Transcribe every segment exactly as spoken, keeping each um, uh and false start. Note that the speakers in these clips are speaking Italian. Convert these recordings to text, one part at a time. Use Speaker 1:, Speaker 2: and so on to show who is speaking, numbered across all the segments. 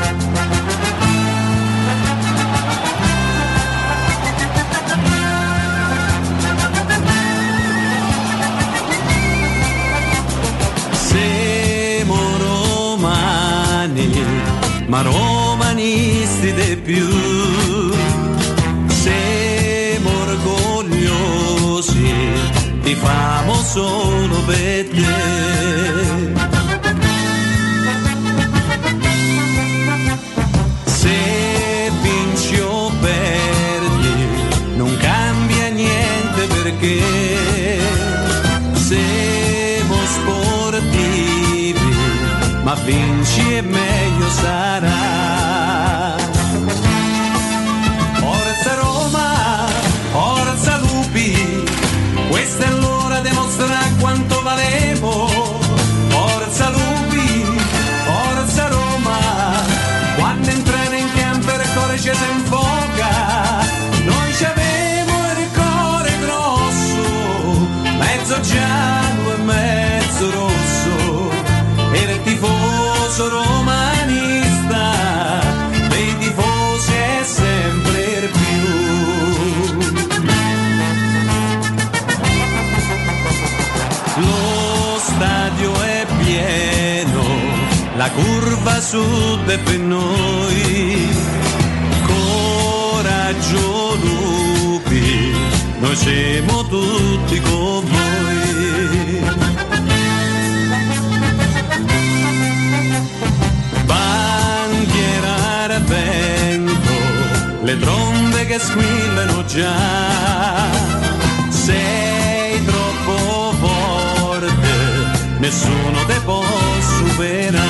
Speaker 1: Ma romanisti di più, siamo orgogliosi, ti famo solo per te. Se vinci o perdi, non cambia niente perché siamo sportivi, ma vinci e meglio sarà. Forza Roma, forza Lupi, questa è l'ora di mostrare quanto valemo. Forza Lupi, forza Roma, quando entrano in campo il cuore ci si infoca. Noi ci avevo il cuore grosso, mezzo giallo e mezzo rosso, era il tifoso romanista, dei tifosi è sempre più. Lo stadio è pieno, la curva sud è per noi. Coraggio Lupi, noi siamo tutti con voi. Bandiera al vento, le trombe che squillano già. Sei troppo forte, nessuno te può superare.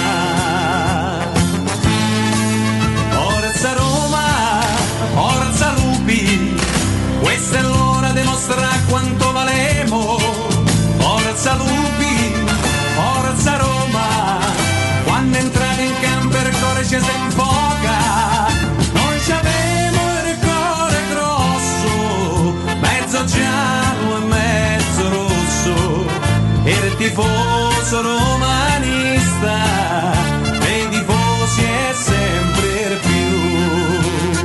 Speaker 1: Forza Roma, forza Lupi, questa è l'ora di mostrare quanto valemo. Forza Lupi, forza Roma, quando entrate in campo il cuore ci si infoca. Noi ci avevo il cuore grosso, mezzo giallo e mezzo rosso, era il tifoso romanista, dei tifosi è sempre più.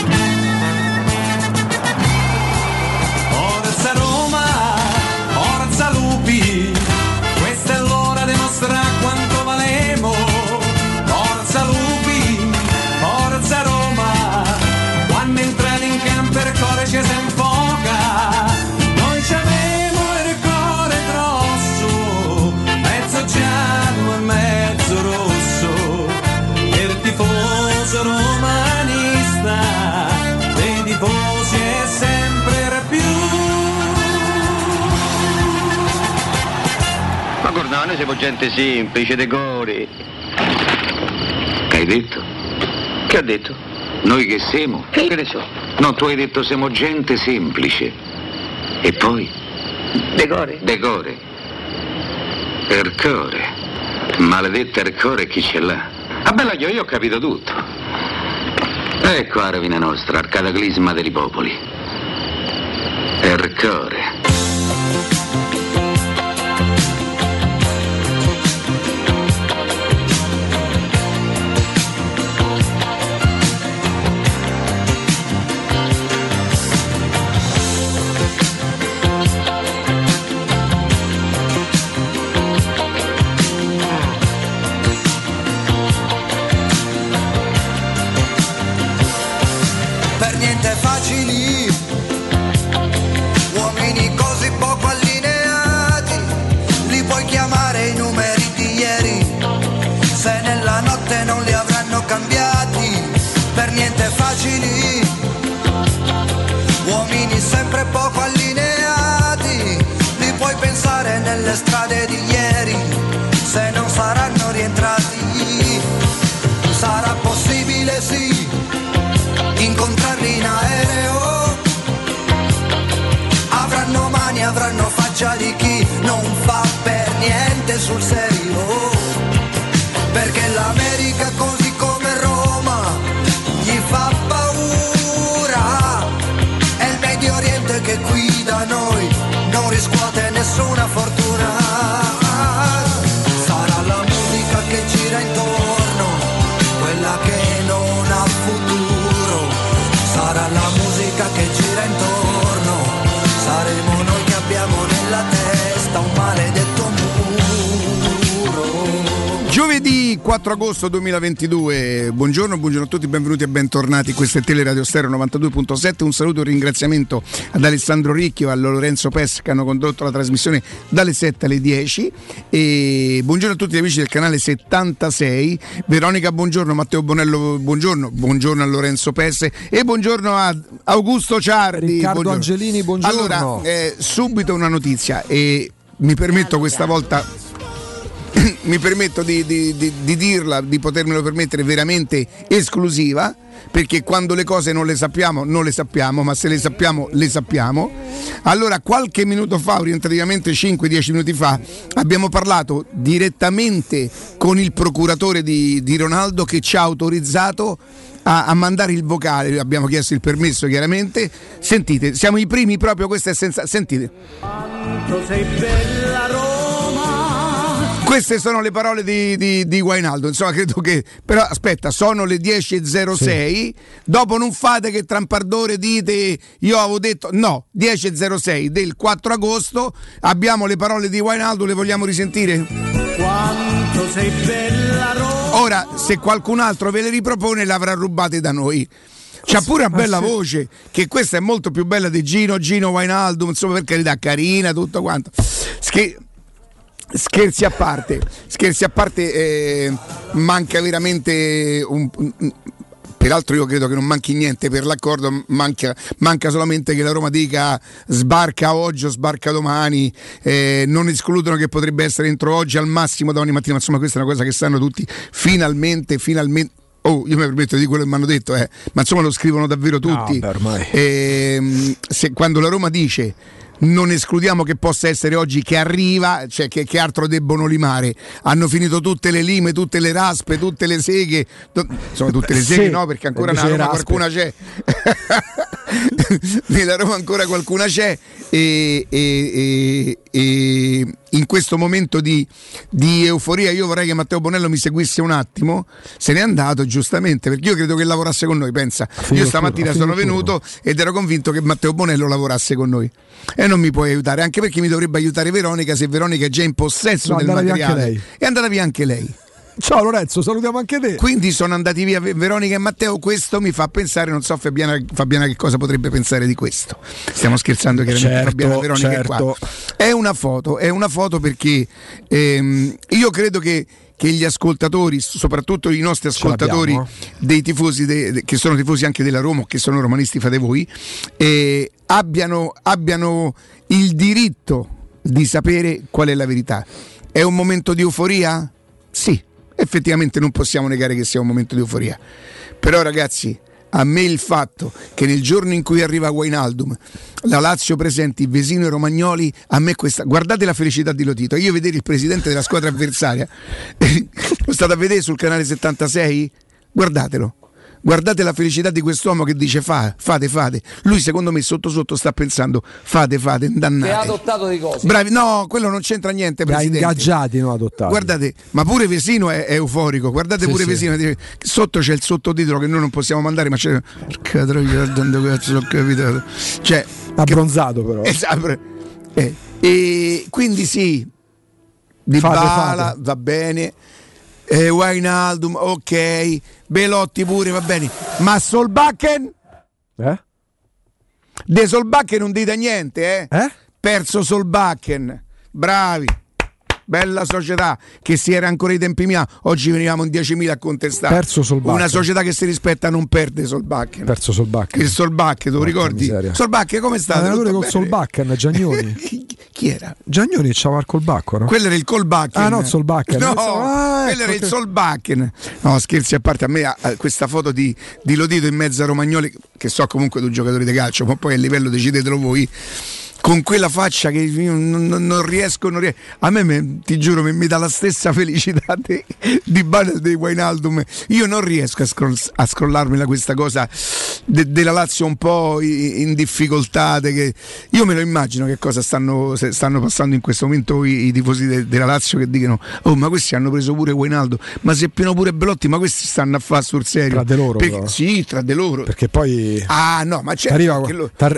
Speaker 1: Forza Roma, forza Lupi, questa è l'ora di mostrare quanto valemo. Forza Lupi, forza Roma, quando entrate in campo il cuore ci si infoca. Noi ci avevo il cuore grosso, mezzo giallo e mezzo rosso, per il tifoso romanista, dei tifosi è sempre più.
Speaker 2: Ma guarda, noi siamo gente semplice, decori. Che hai detto? Che ha detto? Noi che siamo? Che, che ne so? No, tu hai detto siamo gente semplice. E poi? Decore. Decore. Ercore. Maledetta Ercore, chi ce l'ha? Ah bella, io, io ho capito tutto. Ecco la rovina nostra, al cataclisma dei popoli. Ercore.
Speaker 3: Per niente facili, uomini così poco allineati, li puoi chiamare i numeri di ieri, se nella notte non li avranno cambiati. Per niente facili, uomini sempre poco allineati, li puoi pensare nelle strade di ieri, se non saranno rientrati. Sarà possibile sì incontrarli in aereo, avranno mani, avranno faccia di chi non fa per niente sul serio, perché l'America così come Roma gli fa paura, è il Medio Oriente che qui da noi non riscuote nessuna fortuna. Sarà la musica che gira intorno, quella che
Speaker 4: quattro agosto duemilaventidue. Buongiorno, buongiorno a tutti, benvenuti e bentornati. Questo è Teleradio Stereo novantadue virgola sette. Un saluto e un ringraziamento ad Alessandro Ricchio e a Lorenzo Pes che hanno condotto la trasmissione dalle sette alle dieci. E buongiorno a tutti gli amici del canale settantasei. Veronica, buongiorno. Matteo Bonello, buongiorno. Buongiorno a Lorenzo Pes e buongiorno a Augusto Ciardi.
Speaker 5: Riccardo
Speaker 4: buongiorno.
Speaker 5: Angelini, buongiorno.
Speaker 4: Allora, eh, subito una notizia e mi permetto questa volta mi permetto di, di, di, di dirla, di potermelo permettere, veramente esclusiva, perché quando le cose non le sappiamo non le sappiamo, ma se le sappiamo le sappiamo. Allora, qualche minuto fa, orientativamente cinque dieci minuti fa, abbiamo parlato direttamente con il procuratore di, di Ronaldo, che ci ha autorizzato a, a mandare il vocale. Abbiamo chiesto il permesso, chiaramente. Sentite, siamo i primi proprio, questo è senza. Sentite. Quanto sei bella Roma. Queste sono le parole di, di, di Wijnaldum. Insomma, credo che. Però aspetta, sono le dieci e zero sei. Sì. Dopo non fate che trampardore dite io avevo detto. No, dieci e zero sei del quattro agosto. Abbiamo le parole di Wijnaldum, le vogliamo risentire? Quanto sei bella Roma. Ora, se qualcun altro ve le ripropone, le avrà rubate da noi. C'ha pure una bella voce, che questa è molto più bella di Gino, Gino Wijnaldum, insomma, per carità, carina, tutto quanto. Scher- scherzi a parte, scherzi a parte, eh, manca veramente un, un peraltro io credo che non manchi niente per l'accordo, manca, manca solamente che la Roma dica sbarca oggi o sbarca domani, eh, non escludono che potrebbe essere entro oggi, al massimo domani mattina, ma insomma questa è una cosa che sanno tutti, finalmente, finalmente. Oh, io mi permetto di quello che mi hanno detto, eh, ma insomma lo scrivono davvero tutti.
Speaker 5: No, ormai.
Speaker 4: Eh, se, quando la Roma dice non escludiamo che possa essere oggi che arriva, cioè che, che altro debbono limare, hanno finito tutte le lime, tutte le raspe, tutte le seghe, to- insomma tutte le seghe sì, no, perché ancora nella Roma qualcuna c'è. Nella Roma ancora qualcuna c'è e, e, e, e in questo momento di, di euforia io vorrei che Matteo Bonello mi seguisse un attimo. Se n'è andato giustamente, perché io credo che lavorasse con noi, pensa, io stamattina sono venuto ed ero convinto che Matteo Bonello lavorasse con noi e non mi puoi aiutare, anche perché mi dovrebbe aiutare Veronica, se Veronica è già in possesso no, del materiale, è andata via anche lei.
Speaker 5: Ciao Lorenzo, salutiamo anche te.
Speaker 4: Quindi sono andati via Veronica e Matteo. Questo mi fa pensare, non so Fabiana, Fabiana che cosa potrebbe pensare di questo. Stiamo scherzando, chiaramente.
Speaker 5: Certo,
Speaker 4: Fabiana, Veronica
Speaker 5: certo.
Speaker 4: è qua. È una foto, è una foto perché ehm, io credo che che gli ascoltatori, soprattutto i nostri ascoltatori dei tifosi de, de, che sono tifosi anche della Roma o che sono romanisti, fate voi, eh, abbiano, abbiano il diritto di sapere qual è la verità. È un momento di euforia? Sì, effettivamente non possiamo negare che sia un momento di euforia. Però ragazzi, a me il fatto che nel giorno in cui arriva Wijnaldum la Lazio presenti Vesino e Romagnoli, a me questa, guardate la felicità di Lotito, io vedere il presidente della squadra avversaria lo state a vedere sul canale settantasei, guardatelo, guardate la felicità di quest'uomo che dice fa, fate fate, lui secondo me sotto sotto sta pensando fate fate, indannate,
Speaker 6: che ha adottato di cose,
Speaker 4: bravi, no, quello non c'entra niente, presidente,
Speaker 5: ingaggiati, non adottati,
Speaker 4: guardate, ma pure Vesino è, è euforico, guardate sì, pure sì. Vesino, sotto c'è il sottotitolo che noi non possiamo mandare, ma c'è cazzo, ho capito, cioè
Speaker 5: abbronzato però
Speaker 4: esatto, eh, e quindi sì, Dybala va bene, eh, Wijnaldum ok, Belotti pure va bene, ma Solbakken
Speaker 5: eh?
Speaker 4: De Solbakken non dite niente, eh?
Speaker 5: eh?
Speaker 4: Perso Solbakken, bravi, bella società che si era ancora ai tempi miei, oggi venivamo in diecimila a contestare.
Speaker 5: Perso Solbakken.
Speaker 4: Una società che si rispetta non perde Solbakken.
Speaker 5: Perso Solbakken.
Speaker 4: Il Solbakken, tu lo ricordi?
Speaker 5: Miseria.
Speaker 4: Solbakken come sta?
Speaker 5: L'allenatore col Solbakken, Giagnoni.
Speaker 4: chi, chi era?
Speaker 5: Giagnoni c'aveva il colbacco, no?
Speaker 4: Quello era il Colbakken.
Speaker 5: Ah no, il Solbakken.
Speaker 4: No,
Speaker 5: ah,
Speaker 4: quello
Speaker 5: ecco
Speaker 4: era
Speaker 5: che...
Speaker 4: il Solbakken. No, scherzi a parte, a me a, a questa foto di, di Lotito in mezzo a Romagnoli, che so comunque due giocatori di calcio, ma poi a livello decidetelo voi, con quella faccia che io non, non riesco, non riesco. A me, me ti giuro, mi, mi dà la stessa felicità di, di Bale di Wijnaldum. Io non riesco a, scroll, a scrollarmi da questa cosa de, della Lazio un po' in, in difficoltà. Che, io me lo immagino che cosa stanno, stanno passando in questo momento i, i tifosi de, della Lazio, che dicono oh ma questi hanno preso pure Wijnaldum, ma se pieno pure Belotti, ma questi stanno a fare sul serio.
Speaker 5: Tra di loro.
Speaker 4: Perché, sì, tra di loro.
Speaker 5: Perché poi
Speaker 4: ah no, ma c'è
Speaker 5: arriva
Speaker 4: lo...
Speaker 5: tar...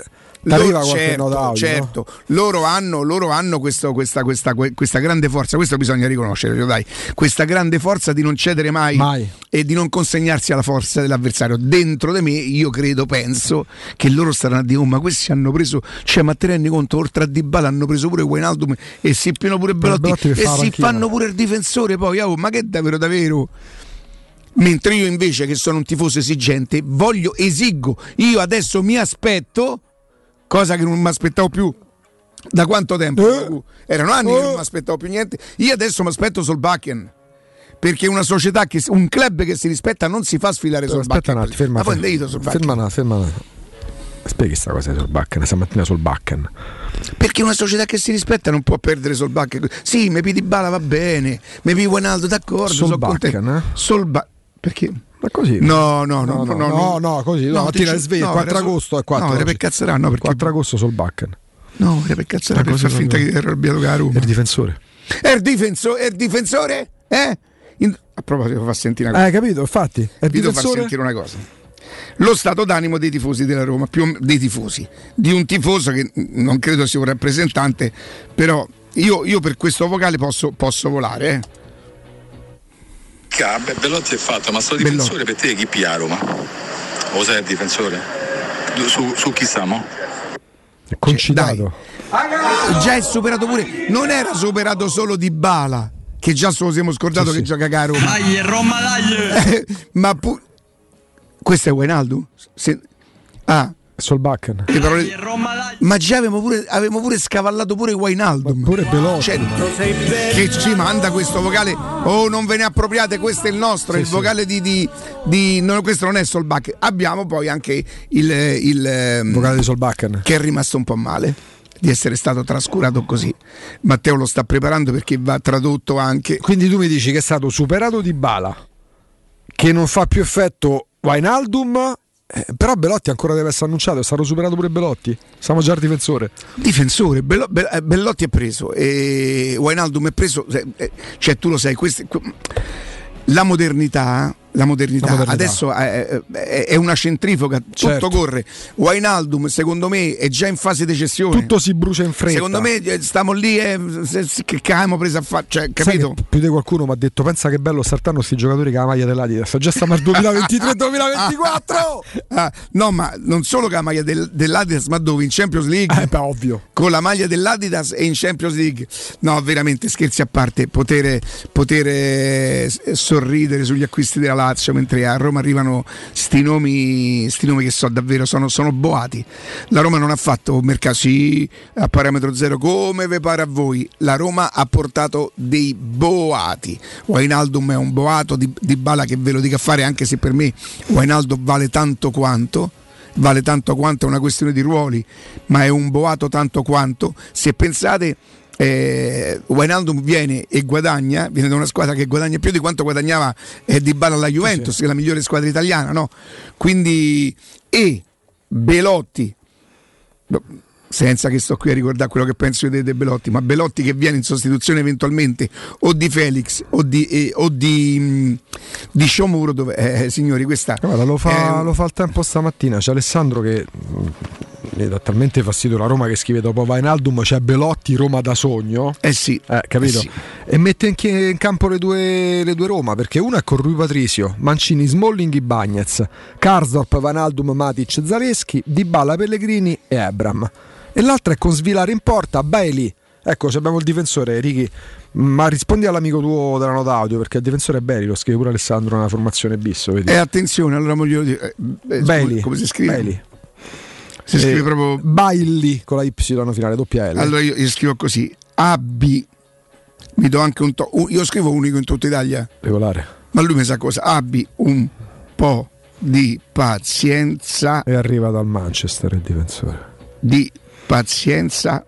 Speaker 5: T'arriva
Speaker 4: loro,
Speaker 5: qualche
Speaker 4: certo,
Speaker 5: nota audio,
Speaker 4: certo. Loro hanno, loro hanno questo, questa, questa, questa grande forza, questo bisogna riconoscere, dai. Questa grande forza di non cedere mai,
Speaker 5: Mai.
Speaker 4: e di non consegnarsi alla forza dell'avversario. Dentro di me io credo, penso che loro staranno a dire: oh, ma questi hanno preso, cioè, ma te rendi conto, oltre a Dybala hanno preso pure Wijnaldum e si piano pure Belotti,
Speaker 5: Belotti che
Speaker 4: e
Speaker 5: fa la
Speaker 4: si
Speaker 5: panchina.
Speaker 4: fanno pure il difensore poi, oh, ma che davvero davvero. Mentre io invece, che sono un tifoso esigente, voglio, esigo, io adesso mi aspetto, cosa che non mi aspettavo più da quanto tempo?
Speaker 5: Eh.
Speaker 4: Erano anni che non
Speaker 5: Eh.
Speaker 4: mi aspettavo più niente. Io adesso mi aspetto Solbakken, perché una società, che un club che si rispetta non si fa sfilare Solbakken.
Speaker 5: Aspetta un attimo, ferma.
Speaker 4: Ma poi
Speaker 5: ferma,
Speaker 4: hai detto Solbakken?
Speaker 5: ferma, una- ferma. una- Spieghi sta cosa di Solbakken, stamattina Solbakken.
Speaker 4: Perché una società che si rispetta non può perdere Solbakken. Sì, mi pidi Bala va bene, mi pidi Wijnaldum d'accordo, sono
Speaker 5: Solbakken,
Speaker 4: contento.
Speaker 5: eh?
Speaker 4: Solba- perché?
Speaker 5: Ma così?
Speaker 4: No, no, no,
Speaker 5: no,
Speaker 4: no,
Speaker 5: no, no, così. No, mattina
Speaker 4: ti-
Speaker 5: è sveglia,
Speaker 4: no,
Speaker 5: quattro
Speaker 4: era so-
Speaker 5: agosto è quattro.
Speaker 4: No, era
Speaker 5: oggi.
Speaker 4: per cazzarà, no, perché
Speaker 5: quattro agosto Solbakken.
Speaker 4: No, era per cazzarà,
Speaker 5: Ma
Speaker 4: per
Speaker 5: cosa
Speaker 4: far finta
Speaker 5: sono-
Speaker 4: che ero arrabbiato con la Roma.
Speaker 5: È il difensore.
Speaker 4: È il difensore, è il difensore? Eh? In- a proposito, fa sentire una
Speaker 5: Eh,
Speaker 4: cosa.
Speaker 5: hai capito? Infatti, è il
Speaker 4: Vi devo far
Speaker 5: difensore.
Speaker 4: sentire una cosa. Lo stato d'animo dei tifosi della Roma, più o- dei tifosi, di un tifoso che non credo sia un rappresentante, però io, io per questo vocale posso, posso volare, eh.
Speaker 6: Beh, Belotti è fatto, ma sto difensore per te chi pia a Roma? O sei il difensore? Su, su chi stiamo?
Speaker 5: È concitato.
Speaker 4: Già è superato pure, non era superato solo Dybala, che già se lo siamo scordato,
Speaker 5: Sì,
Speaker 4: che
Speaker 5: sì.
Speaker 4: gioca a Roma.
Speaker 1: Dai, Roma, dai!
Speaker 4: Ma pu- questo è Wijnaldum? Se- ah,
Speaker 5: Solbakken.
Speaker 4: le parole-
Speaker 1: Roma, dai!
Speaker 4: ma già avevamo pure, avevamo pure scavallato pure Wijnaldum.
Speaker 5: Pure Belotti.
Speaker 4: Cioè, che ci manda questo vocale, oh, non ve ne appropriate, questo è il nostro,
Speaker 5: Sì,
Speaker 4: il
Speaker 5: sì.
Speaker 4: vocale di, di, di no, questo non è Solbakken. Abbiamo poi anche il, il ehm,
Speaker 5: Vocale di Solbakken.
Speaker 4: che è rimasto un po' male di essere stato trascurato così. Matteo lo sta preparando perché va tradotto anche.
Speaker 5: Quindi tu mi dici che è stato superato Dybala, che non fa più effetto Wijnaldum, eh, però Belotti ancora deve essere annunciato, è stato superato pure Belotti. Siamo già al difensore.
Speaker 4: Difensore, Bello- Be- eh, Bellotti è preso e Wijnaldum è preso, eh, eh, cioè tu lo sai, questi- que- la modernità, la modernità,
Speaker 5: La modernità.
Speaker 4: adesso è, è- è una centrifuga, tutto
Speaker 5: Certo.
Speaker 4: corre. Wijnaldum secondo me è già in fase di cessione.
Speaker 5: Tutto si brucia in fretta.
Speaker 4: Secondo me eh, stiamo lì e se- se- che abbiamo preso a fare, cioè,
Speaker 5: Sai
Speaker 4: capito?
Speaker 5: che più di qualcuno mi ha detto: pensa che bello startano sti giocatori con la maglia dell'Adidas. Già stiamo al duemilaventitré duemilaventiquattro.
Speaker 4: Ah, no, ma non solo con la maglia del- dell'Adidas, ma dove? In Champions League?
Speaker 5: Eh, beh, ovvio.
Speaker 4: Con la maglia dell'Adidas e in Champions League. No, veramente, scherzi a parte, poter, poter eh, sorridere sugli acquisti della Lazio mentre a Roma arrivano sti nomi, sti nomi che so davvero, sono, sono boati. La Roma non ha fatto un mercato sì, a parametro zero come ve pare a voi. La Roma ha portato dei boati. Wijnaldum è un boato, di Dybala che ve lo dica a fare, anche se per me Wijnaldum vale tanto quanto. Vale tanto quanto, è una questione di ruoli, ma è un boato tanto quanto. Se pensate, eh, Wijnaldum viene e guadagna, viene da una squadra che guadagna più di quanto guadagnava eh, Dybala alla Juventus,
Speaker 5: Sì, sì.
Speaker 4: che è la migliore squadra italiana, no? Quindi, e Belotti, no, senza che sto qui a ricordare quello che penso di De Belotti, ma Belotti che viene in sostituzione eventualmente o di Felix o di, eh, o di, mh, di Sciomuro, dove, eh, signori, questa
Speaker 5: Guarda, lo fa,
Speaker 4: è-
Speaker 5: lo fa il tempo stamattina. C'è Alessandro che mh, mi dà talmente fastidio la Roma che scrive dopo Wijnaldum c'è Belotti, Roma da sogno.
Speaker 4: eh sì,
Speaker 5: Eh, capito?
Speaker 4: eh sì.
Speaker 5: E mette in, chi- in campo le due, le due Roma, perché una è con Rui Patricio, Mancini, Smalling, Ibañez, Karsdorp, Wijnaldum, Matic, Zaleschi, Dybala, Pellegrini e Ebram. E l'altra è con Svilare in porta, Bailey. Ecco, ci abbiamo il difensore, Ricky. Ma rispondi all'amico tuo della nota audio, perché il difensore è Bailey, lo scrive pure Alessandro nella formazione bis, vedi?
Speaker 4: E attenzione, allora voglio dire, eh, eh,
Speaker 5: Bailey.
Speaker 4: come si scrive?
Speaker 5: Bailey.
Speaker 4: Si scrive
Speaker 5: Eh,
Speaker 4: proprio.
Speaker 5: Bailey con la Y finale, doppia L.
Speaker 4: Allora io, io scrivo così: A B. Mi do anche un to. un- Io scrivo unico in tutta Italia,
Speaker 5: Regolare.
Speaker 4: ma lui mi sa cosa. Abbi un po' di pazienza,
Speaker 5: E arriva dal Manchester il difensore.
Speaker 4: di pazienza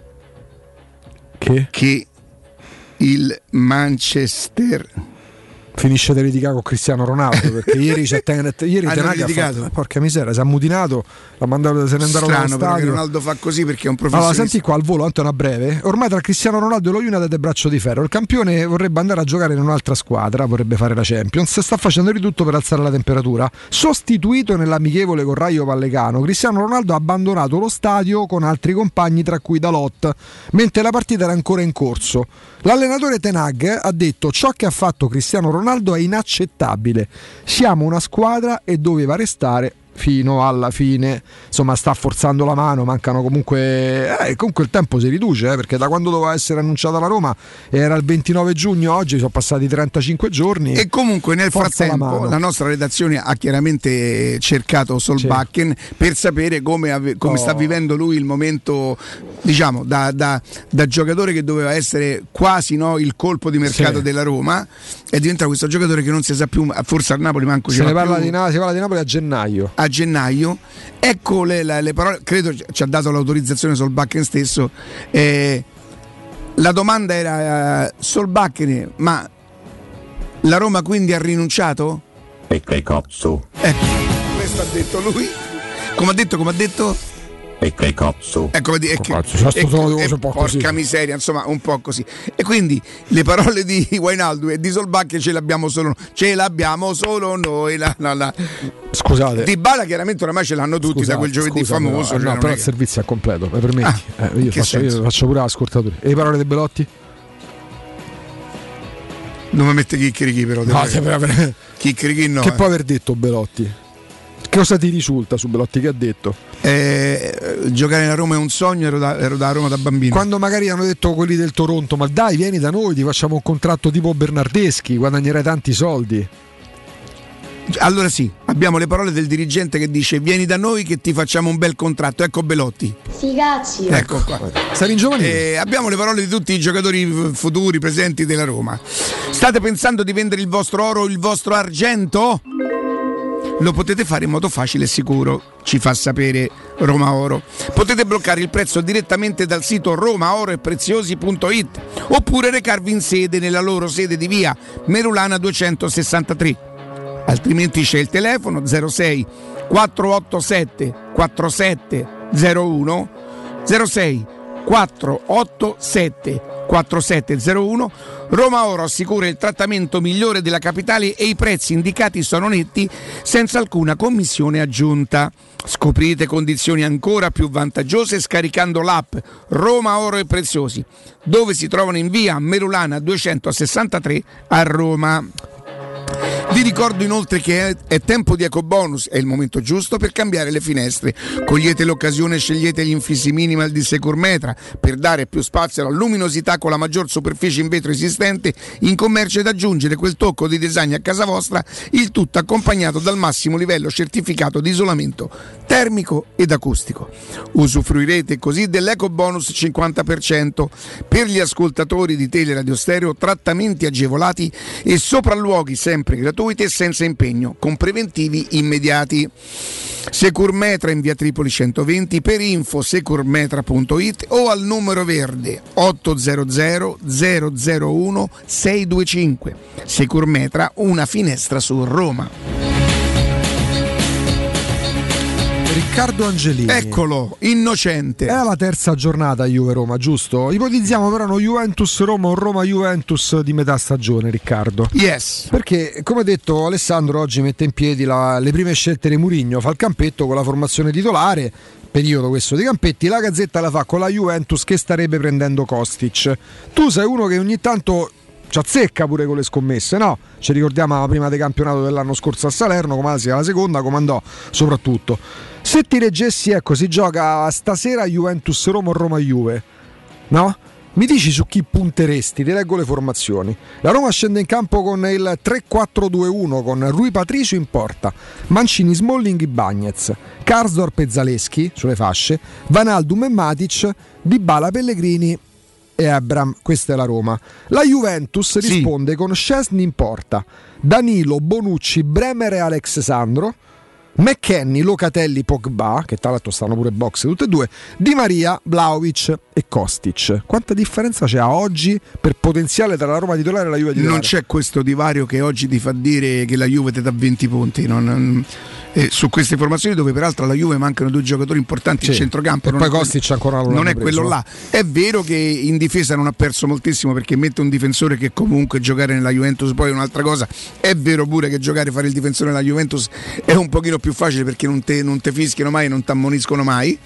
Speaker 5: Che?
Speaker 4: che il Manchester
Speaker 5: Finisce di litigare con Cristiano Ronaldo perché ieri c'è Tenet, ieri
Speaker 4: Hanno
Speaker 5: Tenag ha
Speaker 4: litigato?
Speaker 5: fatto, porca miseria, si è ammutinato, l'ha mandato, se ne andarono allo
Speaker 4: Strano però che
Speaker 5: stadio.
Speaker 4: Ronaldo fa così perché è un
Speaker 5: Allora,
Speaker 4: professionista.
Speaker 5: senti qua al volo, Antonio, a breve. Ormai tra Cristiano Ronaldo e lo United è braccio di ferro. Il campione vorrebbe andare a giocare in un'altra squadra, vorrebbe fare la Champions. Sta facendo di tutto per alzare la temperatura. Sostituito nell'amichevole con Rayo Vallecano, Cristiano Ronaldo ha abbandonato lo stadio con altri compagni, tra cui Dalot, mentre la partita era ancora in corso. L'allenatore Ten Hag ha detto: ciò che ha fatto Cristiano Ronaldo è inaccettabile. Siamo una squadra e doveva restare fino alla fine. Insomma, sta forzando la mano, mancano comunque eh, comunque il tempo si riduce, eh, perché da quando doveva essere annunciata la Roma era il ventinove giugno, oggi sono passati trentacinque giorni.
Speaker 4: E comunque nel
Speaker 5: Forza
Speaker 4: frattempo
Speaker 5: la,
Speaker 4: la nostra redazione ha chiaramente cercato Solbakken sì. per sapere come, ave- come oh. sta vivendo lui il momento, diciamo, da, da, da giocatore che doveva essere quasi no, il colpo di mercato sì. della Roma, è diventato questo giocatore che non si sa più, forse al Napoli manco
Speaker 5: se
Speaker 4: ce
Speaker 5: ne
Speaker 4: l'ha
Speaker 5: parla
Speaker 4: più.
Speaker 5: Di Na- si parla di Napoli a gennaio.
Speaker 4: A gennaio, ecco le, le, le parole, credo ci ha dato l'autorizzazione Solbakken stesso. Eh, la domanda era: uh, Solbakken, ma la Roma quindi ha rinunciato?
Speaker 7: E che cazzo?
Speaker 4: Ecco, questo ha detto lui. Come ha detto, come ha detto?
Speaker 7: E che cazzo?
Speaker 4: Ecco, è che,
Speaker 5: cazzo,
Speaker 4: è,
Speaker 5: è,
Speaker 4: è, porca così. Miseria, insomma, un po' così. E quindi le parole di Wijnaldum e di Solbakken ce l'abbiamo solo ce l'abbiamo solo noi. La, la, la.
Speaker 5: Scusate.
Speaker 4: Dybala chiaramente oramai ce l'hanno tutti scusate, da quel giovedì scusate, famoso.
Speaker 5: Però,
Speaker 4: cioè
Speaker 5: no, però il servizio è completo, mi permetti? Ah, eh, io, faccio, io faccio pure l'ascoltatore. E le parole di Belotti?
Speaker 4: Non mi mette chicchirichi però.
Speaker 5: No, per...
Speaker 4: chicchirichi no.
Speaker 5: Che
Speaker 4: eh.
Speaker 5: può aver detto Belotti? Cosa ti risulta su Belotti che ha detto?
Speaker 4: Eh, giocare in Roma è un sogno, ero da, ero da Roma da bambino.
Speaker 5: Quando magari hanno detto quelli del Toronto: ma dai, vieni da noi, ti facciamo un contratto tipo Bernardeschi, guadagnerai tanti soldi.
Speaker 4: Allora sì, abbiamo le parole del dirigente che dice: vieni da noi che ti facciamo un bel contratto. Ecco Belotti.
Speaker 8: Figacci.
Speaker 4: Ecco qua.
Speaker 5: Stavi in giovanile.
Speaker 4: Eh, abbiamo le parole di tutti i giocatori futuri presenti della Roma. State pensando di vendere il vostro oro o il vostro argento? Lo potete fare in modo facile e sicuro, ci fa sapere Roma Oro. Potete bloccare il prezzo direttamente dal sito roma oro e preziosi punto it oppure recarvi in sede nella loro sede di via Merulana duecentosessantatré. Altrimenti c'è il telefono zero sei quattrocentottantasette quarantasette zero uno zero sei quattrocentottantasette quarantasette zero uno. Roma Oro assicura il trattamento migliore della capitale e i prezzi indicati sono netti senza alcuna commissione aggiunta. Scoprite condizioni ancora più vantaggiose scaricando l'app Roma Oro e Preziosi, dove si trovano in via Merulana duecentosessantatré a Roma. Vi ricordo inoltre che è, è tempo di ecobonus, è il momento giusto per cambiare le finestre. Cogliete l'occasione e scegliete gli infissi minimal di Securmetra per dare più spazio alla luminosità con la maggior superficie in vetro esistente in commercio ed aggiungere quel tocco di design a casa vostra, il tutto accompagnato dal massimo livello certificato di isolamento termico ed acustico. Usufruirete così dell'ecobonus cinquanta per cento per gli ascoltatori di Teleradio Stereo, trattamenti agevolati e sopralluoghi sempre gratuiti e senza impegno, con preventivi immediati. Securmetra in via Tripoli centoventi, per info securmetra punto it o al numero verde ottocento zero zero uno sei due cinque. Securmetra, una finestra su Roma.
Speaker 5: Riccardo Angelini.
Speaker 4: Eccolo, innocente.
Speaker 5: È la terza giornata Juve-Roma, giusto? Ipotizziamo però uno Juventus-Roma o Roma-Juventus di metà stagione, Riccardo.
Speaker 4: Yes.
Speaker 5: Perché, come detto, Alessandro oggi mette in piedi la, le prime scelte di Mourinho, fa il campetto con la formazione titolare, periodo questo di campetti, la Gazzetta la fa con la Juventus che starebbe prendendo Kostic. Tu sei uno che ogni tanto ci azzecca pure con le scommesse, no? Ci ricordiamo la prima di campionato dell'anno scorso a Salerno, come sia la seconda, come andò soprattutto. Se ti leggessi, ecco, si gioca stasera Juventus-Roma o Roma-Juve, no? Mi dici su chi punteresti? Ti leggo le formazioni. La Roma scende in campo con il tre quattro due uno con Rui Patricio in porta, Mancini, Smalling, Bagnez, Karsdorp e Zaleschi sulle fasce, Wijnaldum e Matic, Dybala, Pellegrini e Abram. Questa è la Roma. La Juventus
Speaker 4: sì.
Speaker 5: risponde con Szczęsny in porta, Danilo, Bonucci, Bremer e Alex Sandro, McKennie, Locatelli, Pogba, che tra l'altro stanno pure box tutte e due, Di Maria, Vlahovic e Kostic. Quanta differenza c'è a oggi per potenziale tra la Roma titolare e la Juve titolare?
Speaker 4: Non c'è questo divario che oggi ti fa dire che la Juve ti dà venti punti. Non, non, eh, su queste formazioni, dove peraltro alla Juve mancano due giocatori importanti
Speaker 5: sì.
Speaker 4: in centrocampo,
Speaker 5: e
Speaker 4: non
Speaker 5: poi
Speaker 4: è quello,
Speaker 5: Kostic ancora non,
Speaker 4: non è
Speaker 5: preso.
Speaker 4: quello là. È vero che in difesa non ha perso moltissimo, perché mette un difensore che comunque giocare nella Juventus poi è un'altra cosa. È vero pure che giocare, fare il difensore nella Juventus è un pochino più facile, perché non te, non te fischiano mai, non ti ammoniscono mai,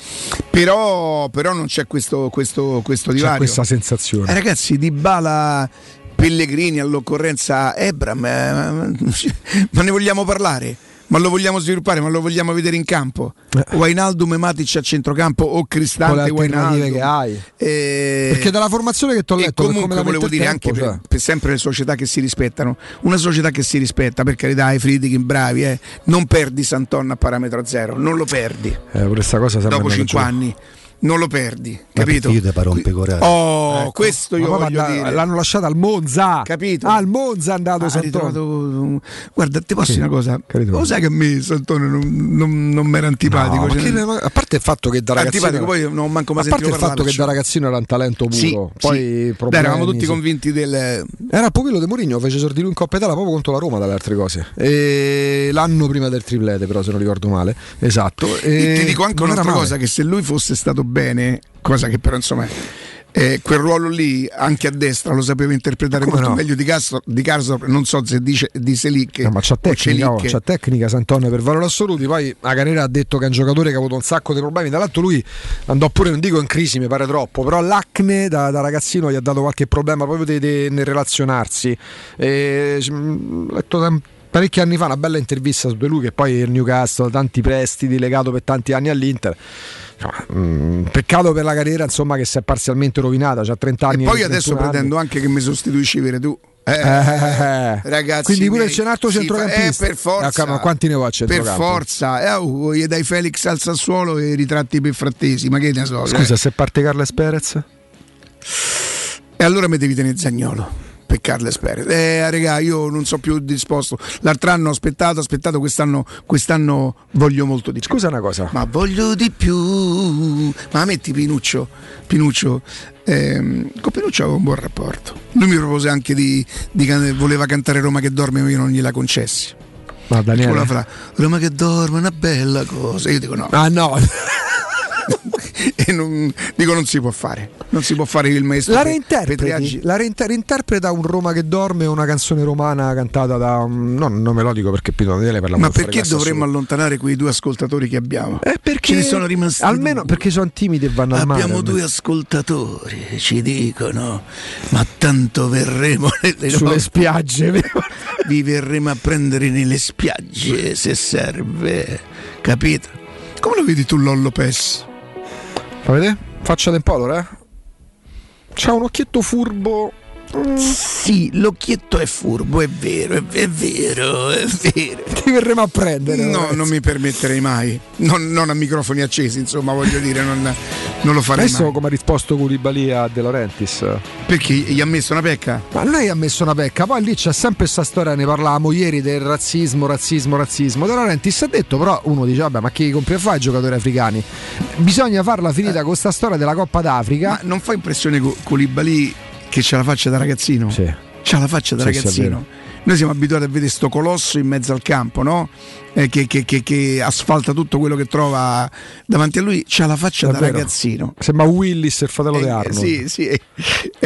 Speaker 4: però, però non c'è questo, questo, questo divario.
Speaker 5: C'è questa sensazione.
Speaker 4: Eh, ragazzi, Dybala, Pellegrini, all'occorrenza Ebram, eh, ma ne vogliamo parlare? Ma lo vogliamo sviluppare, ma lo vogliamo vedere in campo? Eh. Wijnaldum e Matic a centrocampo o Cristante e Wijnaldum
Speaker 5: che hai.
Speaker 4: Eh,
Speaker 5: perché dalla formazione che ti ho letto,
Speaker 4: e comunque
Speaker 5: come la
Speaker 4: volevo dire
Speaker 5: tempo,
Speaker 4: anche
Speaker 5: cioè.
Speaker 4: per, per sempre le società che si rispettano, una società che si rispetta, per carità, i Friedkin bravi, eh, non perdi Santon a parametro zero, non lo perdi
Speaker 5: eh, questa cosa
Speaker 4: dopo cinque anni. Non lo perdi, capito?
Speaker 8: Io te rompe corale.
Speaker 4: Oh,
Speaker 5: ecco.
Speaker 4: questo io voglio
Speaker 5: andà,
Speaker 4: dire.
Speaker 5: L'hanno lasciata al Monza,
Speaker 4: capito?
Speaker 5: Ah, al Monza è andato
Speaker 4: ah,
Speaker 5: Sant'Antonio.
Speaker 4: Guarda, ti posso dire una cosa?
Speaker 5: Capito.
Speaker 4: Lo sai che a me Sant'Antonio non, non, non mi era antipatico.
Speaker 5: No,
Speaker 4: cioè,
Speaker 5: che, a parte il fatto che da ragazzino
Speaker 4: antipatico, poi non manco mai
Speaker 5: a parte il
Speaker 4: parlare,
Speaker 5: fatto che da ragazzino era un talento puro,
Speaker 4: sì,
Speaker 5: poi
Speaker 4: sì.
Speaker 5: problemi,
Speaker 4: Dai, eravamo tutti
Speaker 5: sì.
Speaker 4: convinti del.
Speaker 5: Era il pupillo di Mourinho, fece esordire in Coppa Italia proprio contro la Roma, dalle altre cose. E l'anno prima del triplete, però, se non ricordo male. Esatto.
Speaker 4: E, e ti dico anche un'altra cosa, che se lui fosse stato bene, cosa che però insomma eh, quel ruolo lì anche a destra lo sapeva interpretare molto
Speaker 5: no?
Speaker 4: meglio di Castro, di Karsdorp, non so se dice di Selic,
Speaker 5: no, ma c'ha tecnica, oh, c'ha tecnica Sant'Antonio per valori assoluti. Poi la carriera ha detto che è un giocatore che ha avuto un sacco di problemi, dall'altro lui andò pure, non dico in crisi, mi pare troppo, però l'acne da, da ragazzino gli ha dato qualche problema proprio de, de, nel relazionarsi. E, ho letto parecchi anni fa una bella intervista su di lui, che poi il Newcastle, tanti prestiti, legato per tanti anni all'Inter. Mm, peccato per la carriera, insomma, che si è parzialmente rovinata, c'ha trenta anni.
Speaker 4: E poi adesso pretendo anche che mi sostituisci per tu. Eh,
Speaker 5: eh,
Speaker 4: ragazzi,
Speaker 5: quindi pure
Speaker 4: miei,
Speaker 5: c'è un altro centrocampista.
Speaker 4: Eh, per forza.
Speaker 5: Eh, ma quanti ne ho a centrocampo?
Speaker 4: Per forza. Eh, oh, gli dai Felix al Sassuolo e ritratti per Frattesi, ma che ne so.
Speaker 5: Scusa,
Speaker 4: eh.
Speaker 5: se parte Carles Perez?
Speaker 4: E allora mi devi tenere Zaniolo per Carles Perez. Eh, regà, io non so più disposto. L'altro anno ho aspettato, aspettato, quest'anno, quest'anno voglio molto di più.
Speaker 5: Scusa una cosa.
Speaker 4: Ma voglio di più. Ma metti Pinuccio. Pinuccio. Ehm, con Pinuccio avevo un buon rapporto. Lui mi propose anche di, di voleva cantare Roma che dorme, ma io non gliela concessi.
Speaker 5: Ma Daniele,
Speaker 4: fra, Roma che dorme è una bella cosa. Io dico no.
Speaker 5: Ah no.
Speaker 4: E non, dico non si può fare, non si può fare il maestro.
Speaker 5: La reinterpreti, la reinter- reinterpreta un Roma che dorme, una canzone romana cantata da un, no, non me lo dico perché Pino Daniele parla.
Speaker 4: Ma perché dovremmo allontanare quei due ascoltatori che abbiamo?
Speaker 5: Eh, perché
Speaker 4: ce ne sono rimasti
Speaker 5: almeno
Speaker 4: due.
Speaker 5: Perché sono timidi e vanno al mare.
Speaker 4: Abbiamo due ascoltatori, ci dicono, ma tanto verremo nelle
Speaker 5: sulle spiagge.
Speaker 4: Vi verremo a prendere nelle spiagge se serve, capito? Come lo vedi tu Lollo Pes?
Speaker 5: Fa vedere? Faccia del polo, eh? C'ha un occhietto furbo.
Speaker 4: Mm. Sì, l'occhietto è furbo, è vero, è, è vero, è vero.
Speaker 5: Ti verremo a prendere.
Speaker 4: No,
Speaker 5: ragazzi.
Speaker 4: non mi permetterei mai. Non, non a microfoni accesi, insomma, voglio dire, non, non lo farei
Speaker 5: Adesso
Speaker 4: mai.
Speaker 5: come ha risposto Koulibaly a De Laurentiis?
Speaker 4: Perché gli ha messo una pecca?
Speaker 5: Ma lei ha messo una pecca, poi lì c'è sempre questa storia, ne parlavamo ieri del razzismo, razzismo, razzismo. De Laurentiis ha detto, però uno dice, vabbè, ma chi compri a fare i giocatori africani? Bisogna farla finita eh. con questa storia della Coppa d'Africa.
Speaker 4: Ma non fa impressione Koulibaly che c'ha la faccia da ragazzino?
Speaker 5: Sì.
Speaker 4: C'ha la faccia da sì, ragazzino. Sì, noi siamo abituati a vedere sto colosso in mezzo al campo, no? Eh, che, che, che, che asfalta tutto quello che trova davanti a lui. C'ha la faccia è da vero. ragazzino.
Speaker 5: Sembra Willis, il fratello
Speaker 4: eh,
Speaker 5: di Arnold.
Speaker 4: Sì, sì. È, è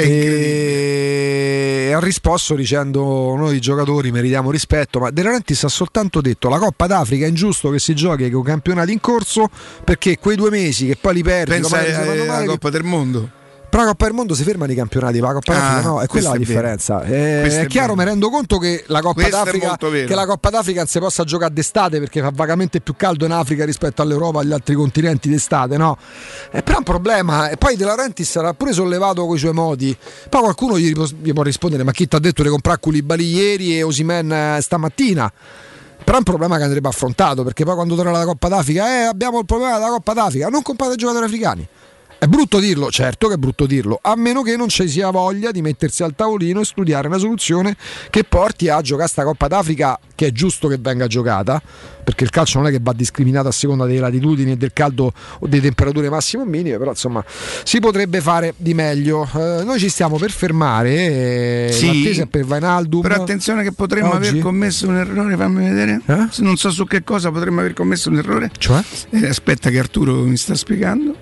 Speaker 5: e ha risposto dicendo: noi giocatori meritiamo rispetto, ma De Laurentiis ha soltanto detto: la Coppa d'Africa è ingiusto che si giochi con campionati in corso, perché quei due mesi che poi li perdi.
Speaker 4: Pensa alla Coppa del Mondo.
Speaker 5: Però la Coppa del Mondo si fermano i campionati, ma la Coppa d'Africa ah, no, è quella la differenza. È, è, è chiaro, mi rendo conto che la Coppa
Speaker 4: questo
Speaker 5: d'Africa che la Coppa d'Africa non si possa giocare d'estate perché fa vagamente più caldo in Africa rispetto all'Europa e agli altri continenti d'estate, no? Eh, però è un problema. E poi De Laurentiis sarà pure sollevato coi suoi modi. Poi qualcuno gli, gli può rispondere: ma chi ti ha detto di comprare Koulibaly ieri e Osimhen stamattina? Però è un problema che andrebbe affrontato, perché poi quando torna la Coppa d'Africa, eh, abbiamo il problema della Coppa d'Africa, non comprate giocatori africani. È brutto dirlo, certo che è brutto dirlo, a meno che non ci sia voglia di mettersi al tavolino e studiare una soluzione che porti a giocare sta Coppa d'Africa, che è giusto che venga giocata, perché il calcio non è che va discriminato a seconda delle latitudini e del caldo o delle temperature massime o minime, però insomma si potrebbe fare di meglio. Eh, noi ci stiamo per fermare, eh,
Speaker 4: sì,
Speaker 5: l'attesa è per Wijnaldum.
Speaker 4: Però attenzione che potremmo
Speaker 5: Oggi?
Speaker 4: aver commesso un errore, fammi vedere.
Speaker 5: Eh?
Speaker 4: Non so su che cosa potremmo aver commesso un errore.
Speaker 5: Cioè?
Speaker 4: Eh, aspetta che Arturo mi sta spiegando.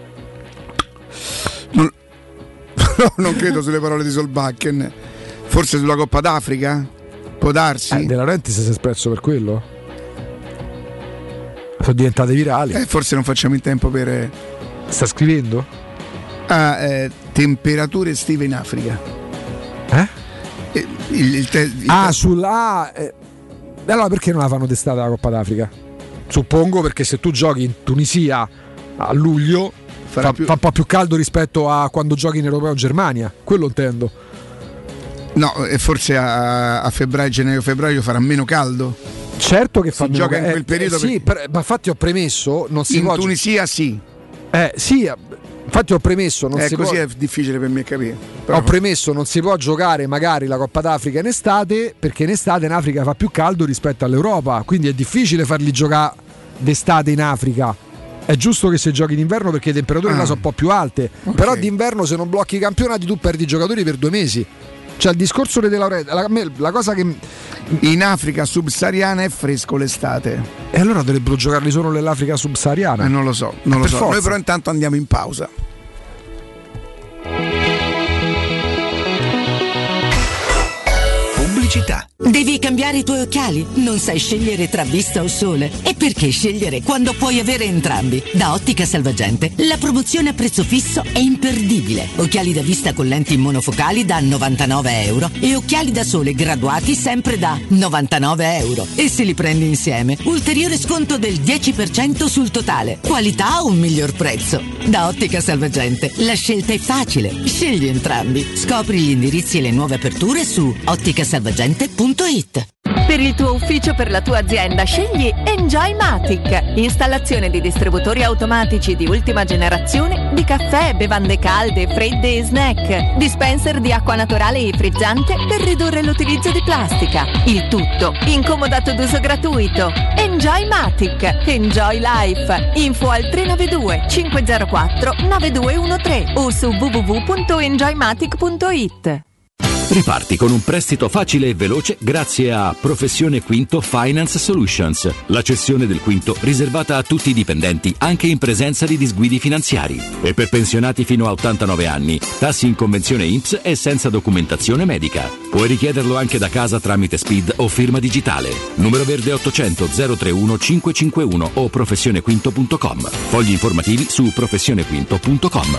Speaker 4: Non, no, non credo sulle parole di Solbakken. Forse sulla Coppa d'Africa? Può darsi?
Speaker 5: Eh, De Laurentiis si è espresso per quello? Sono diventate virali.
Speaker 4: Eh, forse non facciamo in tempo per...
Speaker 5: Sta scrivendo?
Speaker 4: Ah, eh, temperature estive in Africa.
Speaker 5: Eh?
Speaker 4: Eh, il, il te, il
Speaker 5: ah,
Speaker 4: te...
Speaker 5: sulla... Eh, allora perché non la fanno testata la Coppa d'Africa? Suppongo perché se tu giochi in Tunisia a luglio fa,
Speaker 4: più...
Speaker 5: fa un po' più caldo rispetto a quando giochi in Europeo o Germania. Quello intendo.
Speaker 4: No, e forse a, a febbraio, gennaio-febbraio farà meno caldo.
Speaker 5: Certo che
Speaker 4: si
Speaker 5: fa meno
Speaker 4: gioca
Speaker 5: caldo.
Speaker 4: in quel periodo.
Speaker 5: Eh, sì, per, ma infatti ho premesso, non si
Speaker 4: in
Speaker 5: può
Speaker 4: Tunisia sì.
Speaker 5: Eh sì, infatti ho premesso, non
Speaker 4: eh,
Speaker 5: si
Speaker 4: così
Speaker 5: può...
Speaker 4: è difficile per me capire. Però...
Speaker 5: Ho premesso, non si può giocare magari la Coppa d'Africa in estate, perché in estate in Africa fa più caldo rispetto all'Europa, quindi è difficile farli giocare d'estate in Africa. È giusto che se giochi d'inverno perché le temperature ah. là sono un po' più alte, okay. Però d'inverno se non blocchi i campionati tu perdi i giocatori per due mesi. Cioè il discorso De Laurentiis, la, la cosa che
Speaker 4: in Africa subsahariana è fresco l'estate.
Speaker 5: E allora dovrebbero giocarli solo nell'Africa subsahariana?
Speaker 4: Eh, non lo so, non
Speaker 5: eh,
Speaker 4: lo so.
Speaker 5: Forza.
Speaker 4: Noi però intanto andiamo in pausa.
Speaker 8: Pubblicità. Devi cambiare i tuoi occhiali? Non sai scegliere tra vista o sole? E perché scegliere quando puoi avere entrambi? Da Ottica Salvagente la promozione a prezzo fisso è imperdibile. Occhiali da vista con lenti monofocali da novantanove euro e occhiali da sole graduati sempre da novantanove euro. E se li prendi insieme, ulteriore sconto del dieci per cento sul totale. Qualità o un miglior prezzo? Da Ottica Salvagente la scelta è facile. Scegli entrambi. Scopri gli indirizzi e le nuove aperture su ottica salvagente punto it.
Speaker 9: Per il tuo ufficio, per la tua azienda, scegli Enjoymatic. Installazione di distributori automatici di ultima generazione di caffè, bevande calde, fredde e snack. Dispenser di acqua naturale e frizzante per ridurre l'utilizzo di plastica. Il tutto incomodato d'uso gratuito. Enjoymatic. Enjoy life. Info al tre nove due cinque zero quattro nove due uno tre o su w w w punto enjoymatic punto it.
Speaker 10: Riparti con un prestito facile e veloce grazie a Professione Quinto Finance Solutions, la cessione del quinto riservata a tutti i dipendenti anche in presenza di disguidi finanziari. E per pensionati fino a ottantanove anni, tassi in convenzione I N P S e senza documentazione medica. Puoi richiederlo anche da casa tramite S P I D o firma digitale. Numero verde ottocento zero trentuno cinquecentocinquantuno o professionequinto punto com. Fogli informativi su professionequinto punto com.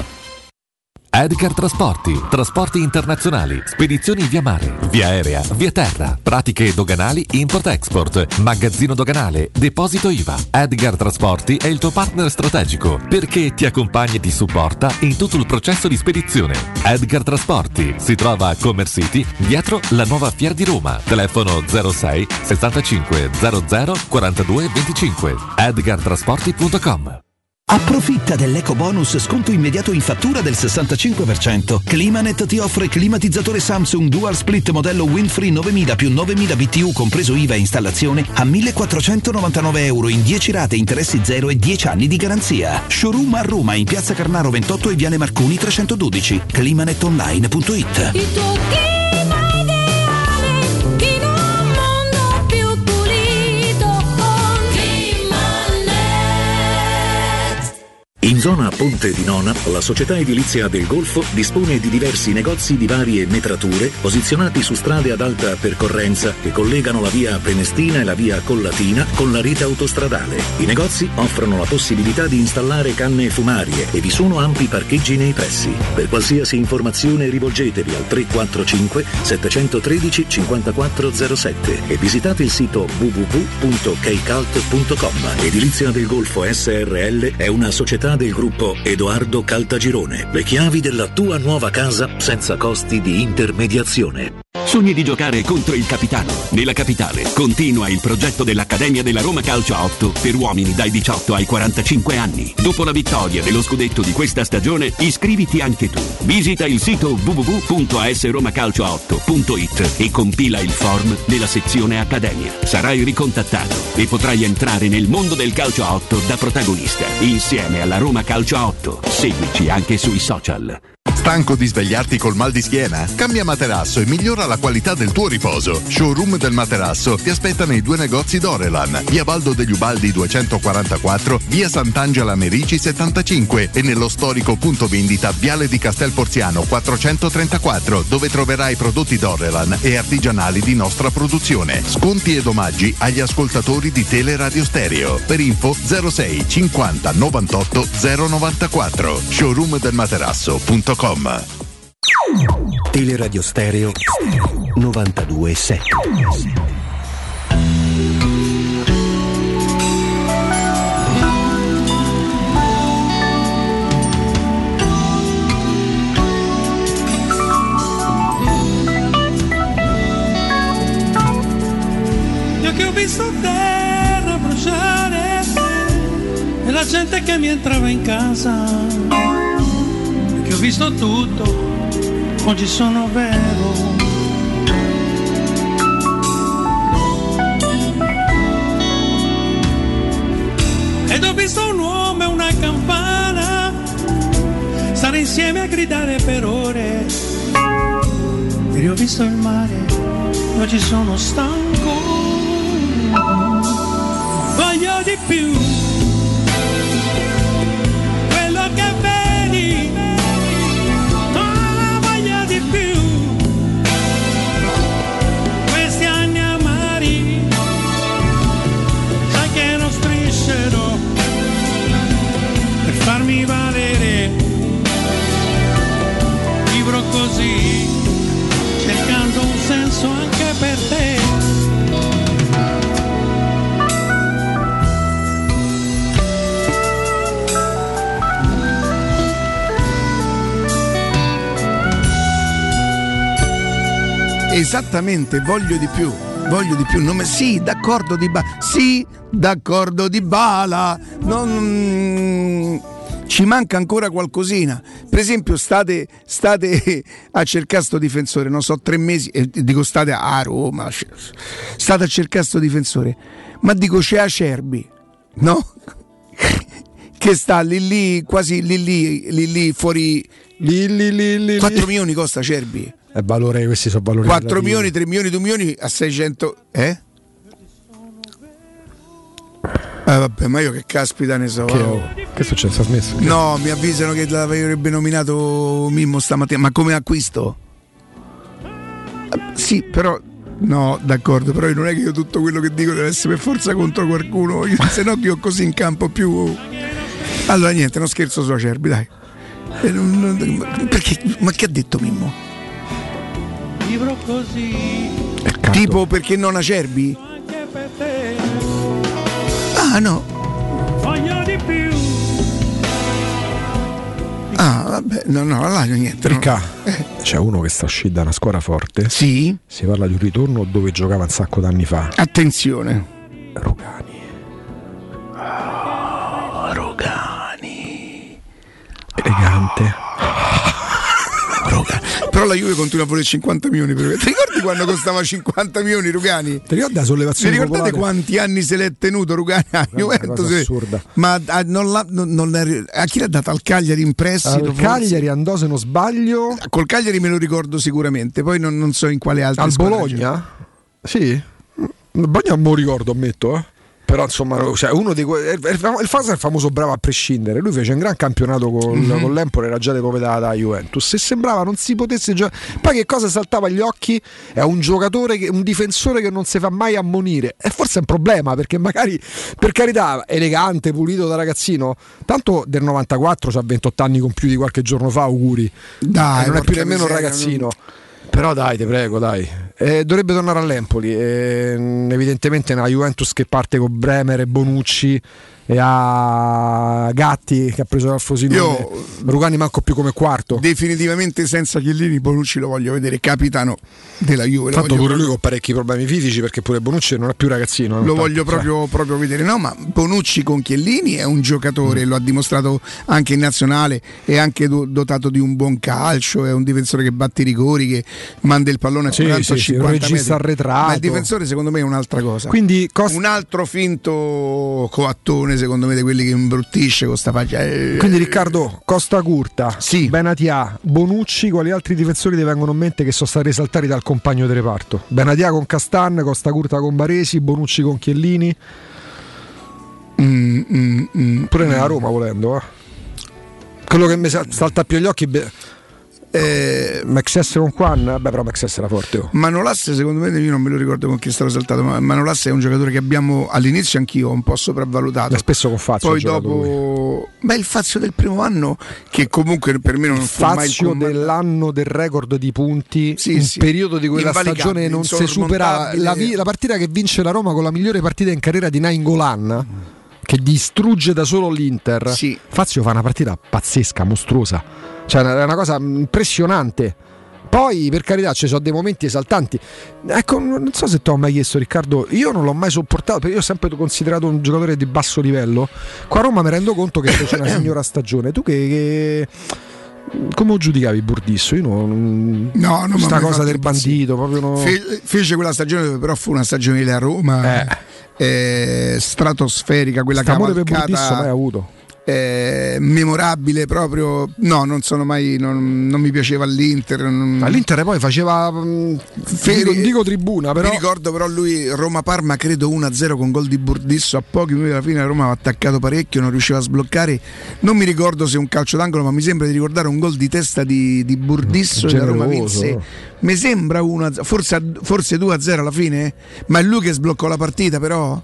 Speaker 11: Edgar Trasporti, trasporti internazionali, spedizioni via mare, via aerea, via terra, pratiche doganali import-export, magazzino doganale, deposito I V A. Edgar Trasporti è il tuo partner strategico perché ti accompagna e ti supporta in tutto il processo di spedizione. Edgar Trasporti si trova a Commerce City, dietro la nuova Fiera di Roma. Telefono zero sei sessantacinque zero zero quarantadue venticinque. edgar trasporti punto com.
Speaker 12: Approfitta dell'eco bonus sconto immediato in fattura del sessantacinque per cento. Climanet ti offre climatizzatore Samsung Dual Split modello Windfree novemila più novemila B T U compreso I V A e installazione a millequattrocentonovantanove euro in dieci rate, interessi zero e dieci anni di garanzia. Showroom a Roma in Piazza Carnaro ventotto e Viale Marconi trecentododici. climanetonline punto it.
Speaker 13: Il tuo clima ideale in un mondo più pulito con Climanet.
Speaker 14: In zona Ponte di Nona, la società edilizia del Golfo dispone di diversi negozi di varie metrature posizionati su strade ad alta percorrenza che collegano la via Prenestina e la via Collatina con la rete autostradale. I negozi offrono la possibilità di installare canne fumarie e vi sono ampi parcheggi nei pressi. Per qualsiasi informazione rivolgetevi al tre quattro cinque sette uno tre cinque zero sette e visitate il sito w w w punto keicalt punto com. Edilizia del Golfo S R L è una società del gruppo Edoardo Caltagirone. Le chiavi della tua nuova casa senza costi di intermediazione.
Speaker 15: Sogni di giocare contro il capitano? Nella capitale continua il progetto dell'Accademia della Roma Calcio a otto per uomini dai diciotto ai quarantacinque anni. Dopo la vittoria dello scudetto di questa stagione, iscriviti anche tu. Visita il sito w w w punto a s roma calcio a otto punto i t e compila il form della sezione Accademia. Sarai ricontattato e potrai entrare nel mondo del calcio a otto da protagonista, insieme alla Roma Calcio a otto. Seguici anche sui social.
Speaker 16: Stanco di svegliarti col mal di schiena? Cambia materasso e migliora la qualità del tuo riposo. Showroom del materasso ti aspetta nei due negozi Dorelan, via Baldo degli Ubaldi duecentoquarantaquattro, via Sant'Angela Merici settantacinque e nello storico punto vendita Viale di Castel Porziano quattrocentotrentaquattro, dove troverai prodotti Dorelan e artigianali di nostra produzione. Sconti ed omaggi agli ascoltatori di Teleradio Stereo. Per info zero sei cinquanta novantotto zero novantaquattro. showroom del materasso punto com.
Speaker 17: Teleradio Stereo novantadue sette.
Speaker 18: Io che ho visto terra bruciare e la gente che mi entrava in casa, che ho visto tutto, oggi sono vero. Ed ho visto un uomo e una campana stare insieme a gridare per ore. E ho visto il mare, oggi sono stanco. Voglio di più, quello che vedi. Per farmi valere, vivrò così, cercando un senso anche per te.
Speaker 4: Esattamente, voglio di più. Voglio di più, nome sì, d'accordo di Bala, sì, d'accordo di Bala, non, ci manca ancora qualcosina. Per esempio state, state a cercare sto difensore, non so, tre mesi, e dico state a Roma, state a cercare sto difensore, ma dico c'è Acerbi, no? Che sta lì lì, quasi lì lì, lì lì fuori,
Speaker 5: lì lì lì lì
Speaker 4: quattro milioni costa Acerbi.
Speaker 5: È valore, questi sono valori
Speaker 4: quattro milioni, tre milioni, due milioni a seicento, eh? Ah, vabbè, ma io che caspita ne so.
Speaker 5: Che, oh, che è successo? Ha smesso? Che...
Speaker 4: No, mi avvisano che l'avrebbe nominato Mimmo stamattina, ma come acquisto? Sì, però no, d'accordo, però non è che io tutto quello che dico deve essere per forza contro qualcuno, io, se no io così in campo più. Allora niente, non scherzo su Acerbi, dai. Perché? Ma che ha detto Mimmo?
Speaker 18: Vivrò così.
Speaker 4: Tipo perché non Acerbi? Ah no.
Speaker 18: Voglio di più.
Speaker 4: Ah vabbè, no no, là niente.
Speaker 5: Ricca, eh. C'è uno che sta uscendo da una squadra forte.
Speaker 4: Sì.
Speaker 5: Si parla di un ritorno dove giocava un sacco d'anni fa.
Speaker 4: Attenzione.
Speaker 5: Rugani.
Speaker 4: Oh, Rugani.
Speaker 5: Elegante.
Speaker 4: Rugani. Però la Juve continua a volere cinquanta milioni per... Ti ricordi quando costava cinquanta milioni Rugani?
Speaker 5: Ti ricordi la sollevazione?
Speaker 4: Vi ricordate
Speaker 5: popolare?
Speaker 4: Quanti anni se l'è tenuto Rugani a Juventus?
Speaker 5: Assurda.
Speaker 4: Ma a, non l'ha, non, non l'ha, a chi l'ha dato? Al Cagliari in prestito?
Speaker 5: Al Cagliari andò, se non sbaglio.
Speaker 4: Col Cagliari me lo ricordo sicuramente, poi non, non so in quale altro.
Speaker 5: Al Bologna? C'è. Sì. Il Bologna non me lo ricordo, ammetto, eh. Però insomma, cioè, uno di que- il Fasa è il famoso bravo a prescindere. Lui fece un gran campionato con, mm-hmm. con l'Empoli, era già di proprietà da Juventus. Se sembrava non si potesse giocare. Poi che cosa saltava agli occhi? È un giocatore, che, un difensore che non si fa mai ammonire. E forse è un problema, perché magari, per carità, elegante, pulito da ragazzino. Tanto del novantaquattro, c'ha ventotto anni con più di qualche giorno fa, auguri.
Speaker 4: Dai,
Speaker 5: non è più nemmeno un
Speaker 4: miseria,
Speaker 5: ragazzino.
Speaker 4: Non...
Speaker 5: Però dai, te prego, dai. Eh, dovrebbe tornare all'Empoli. Eh, evidentemente una Juventus che parte con Bremer e Bonucci e ha Gatti che ha preso dal Frosinone.
Speaker 4: Io
Speaker 5: Rugani manco più come quarto.
Speaker 4: Definitivamente senza Chiellini Bonucci lo voglio vedere capitano della Juve.
Speaker 5: Tanto pure
Speaker 4: proprio...
Speaker 5: lui con parecchi problemi fisici, perché pure Bonucci non è più ragazzino.
Speaker 4: Lo voglio proprio, proprio vedere. No, ma Bonucci con Chiellini è un giocatore, mm. lo ha dimostrato anche in nazionale, è anche do- dotato di un buon calcio, è un difensore che batte i rigori, che manda il pallone a
Speaker 5: sì,
Speaker 4: quaranta
Speaker 5: sì, sì,
Speaker 4: cinquanta
Speaker 5: un regista
Speaker 4: metri.
Speaker 5: arretrato.
Speaker 4: Ma il difensore secondo me è un'altra cosa.
Speaker 5: Quindi cost...
Speaker 4: un altro finto coattone secondo me di quelli che imbruttisce con sta faccia.
Speaker 5: Quindi Riccardo, Costa Curta,
Speaker 4: sì.
Speaker 5: Benatia, Bonucci, quali altri difensori ti vengono in mente che sono stati esaltati dal compagno di reparto? Benatia con Castan, Costa Curta con Baresi, Bonucci con Chiellini.
Speaker 4: Mm, mm, mm,
Speaker 5: Pure
Speaker 4: mm.
Speaker 5: nella Roma volendo, eh. Quello che mi salta più agli occhi be- eh, Maxes con Juan, vabbè, però Maxes era forte. Oh.
Speaker 4: Manolas secondo me, io non me lo ricordo con chi è stato saltato, ma Manolas è un giocatore che abbiamo all'inizio anch'io ho un po' sopravvalutato.
Speaker 5: Ma spesso con Fazio.
Speaker 4: Poi dopo ma il Fazio del primo anno, che comunque per me non fu mai il
Speaker 5: Fazio dell'anno del record di punti,
Speaker 4: sì,
Speaker 5: un
Speaker 4: sì.
Speaker 5: periodo di quella stagione non si superava. La, la partita che vince la Roma con la migliore partita in carriera di Nainggolan, che distrugge da solo l'Inter.
Speaker 4: Sì.
Speaker 5: Fazio fa una partita pazzesca, mostruosa. Cioè è una cosa impressionante. Poi per carità ci sono dei momenti esaltanti. Ecco, non so se ti ho mai chiesto, Riccardo, io non l'ho mai sopportato, perché io ho sempre considerato un giocatore di basso livello. Qua a Roma mi rendo conto che fece una signora stagione. Tu che, che... come lo giudicavi Burdisso? Io non...
Speaker 4: no, non
Speaker 5: questa cosa del bandito proprio no...
Speaker 4: Fe- fece quella stagione dove però fu una stagione a Roma eh. Eh, stratosferica, quella
Speaker 5: St'amore
Speaker 4: cavalcata
Speaker 5: per Burdisso mai avuto.
Speaker 4: Eh, memorabile proprio. No, non sono mai non, non mi piaceva l'Inter. Non...
Speaker 5: L'Inter poi faceva Fe- dico, dico tribuna, però
Speaker 4: mi ricordo però lui Roma-Parma credo uno a zero con gol di Burdisso a pochi minuti alla fine. La Roma aveva attaccato parecchio, non riusciva a sbloccare. Non mi ricordo se un calcio d'angolo, ma mi sembra di ricordare un gol di testa di, di Burdisso e la Roma vinse. Mi sembra uno a zero, forse, forse due a zero alla fine, ma è lui che sbloccò la partita però.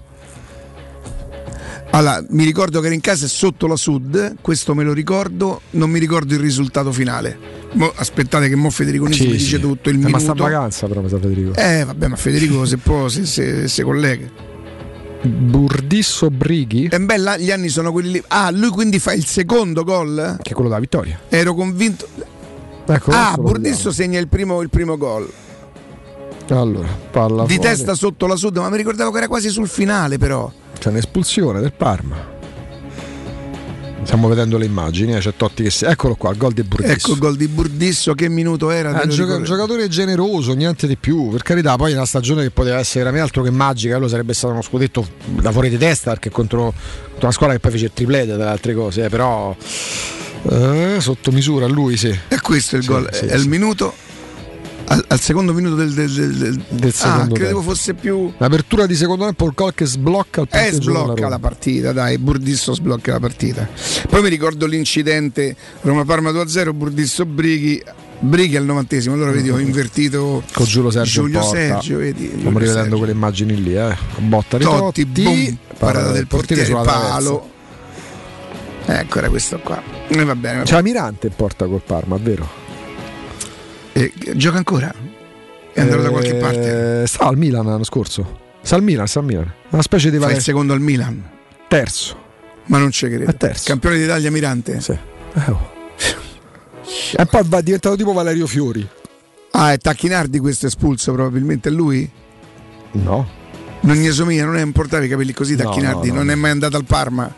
Speaker 4: Allora, mi ricordo che era in casa e sotto la Sud, questo me lo ricordo, non mi ricordo il risultato finale. Mo, aspettate che mo Federico Nisi
Speaker 5: sì,
Speaker 4: mi dice
Speaker 5: sì.
Speaker 4: tutto il
Speaker 5: eh,
Speaker 4: minuto.
Speaker 5: Ma sta in vacanza però mi sa Federico.
Speaker 4: Eh vabbè, ma Federico se può, se, se, se collega.
Speaker 5: Burdisso Brighi.
Speaker 4: E beh, là, gli anni sono quelli lì. Ah, lui quindi fa il secondo gol?
Speaker 5: Che è quello della vittoria.
Speaker 4: Ero convinto.
Speaker 5: Ecco,
Speaker 4: ah, Burdisso segna il primo, il primo gol.
Speaker 5: Allora, palla
Speaker 4: di
Speaker 5: fuori.
Speaker 4: Testa sotto la Sud, ma mi ricordavo che era quasi sul finale però.
Speaker 5: C'è un'espulsione del Parma. Stiamo vedendo le immagini, eh, c'è Totti che si... Eccolo qua, il gol di Burdisso.
Speaker 4: Ecco il gol di Burdisso, che minuto era?
Speaker 5: È un gioca- giocatore generoso, niente di più. Per carità, poi una stagione che poteva essere veramente altro che magica, quello sarebbe stato uno scudetto da fuori di testa, perché contro una squadra che poi fece il triplete tra le altre cose, eh, però eh, sotto misura lui sì.
Speaker 4: E questo è il
Speaker 5: sì,
Speaker 4: gol,
Speaker 5: sì,
Speaker 4: è
Speaker 5: sì.
Speaker 4: il minuto al, al secondo minuto del, del, del,
Speaker 5: del secondo
Speaker 4: ah, credevo
Speaker 5: tempo.
Speaker 4: fosse più
Speaker 5: l'apertura di secondo tempo, il gol che sblocca il
Speaker 4: eh sblocca la partita, dai, Burdisso sblocca la partita. Poi mi ricordo l'incidente Roma-Parma due a zero, Burdisso Brighi Brighi al novantesimo, allora vedi ho invertito
Speaker 5: con Giulio Sergio,
Speaker 4: Giulio Sergio vedi,
Speaker 5: stiamo
Speaker 4: Giulio
Speaker 5: rivedendo
Speaker 4: Sergio.
Speaker 5: quelle immagini lì, eh. Botta di
Speaker 4: Totti,
Speaker 5: Totti,
Speaker 4: boom, parata del portiere,
Speaker 5: sulla
Speaker 4: palo. Ecco, era questo qua. E va bene. Va
Speaker 5: C'è Mirante in porta col Parma, è vero?
Speaker 4: Eh, gioca ancora? È andato
Speaker 5: eh,
Speaker 4: da qualche parte?
Speaker 5: Sta al Milan l'anno scorso. Sta al Milan, sta al Milan. Una specie di
Speaker 4: Fa il secondo al Milan.
Speaker 5: Terzo.
Speaker 4: Ma non ci credo.
Speaker 5: È terzo.
Speaker 4: Campione d'Italia Mirante?
Speaker 5: Sì. Eh, oh. E poi va diventato tipo Valerio Fiori.
Speaker 4: Ah, è Tacchinardi questo espulso, probabilmente è lui?
Speaker 5: No.
Speaker 4: Non gli somiglia, non è un portare i capelli così Tacchinardi, no, no, no. Non è mai andato al Parma.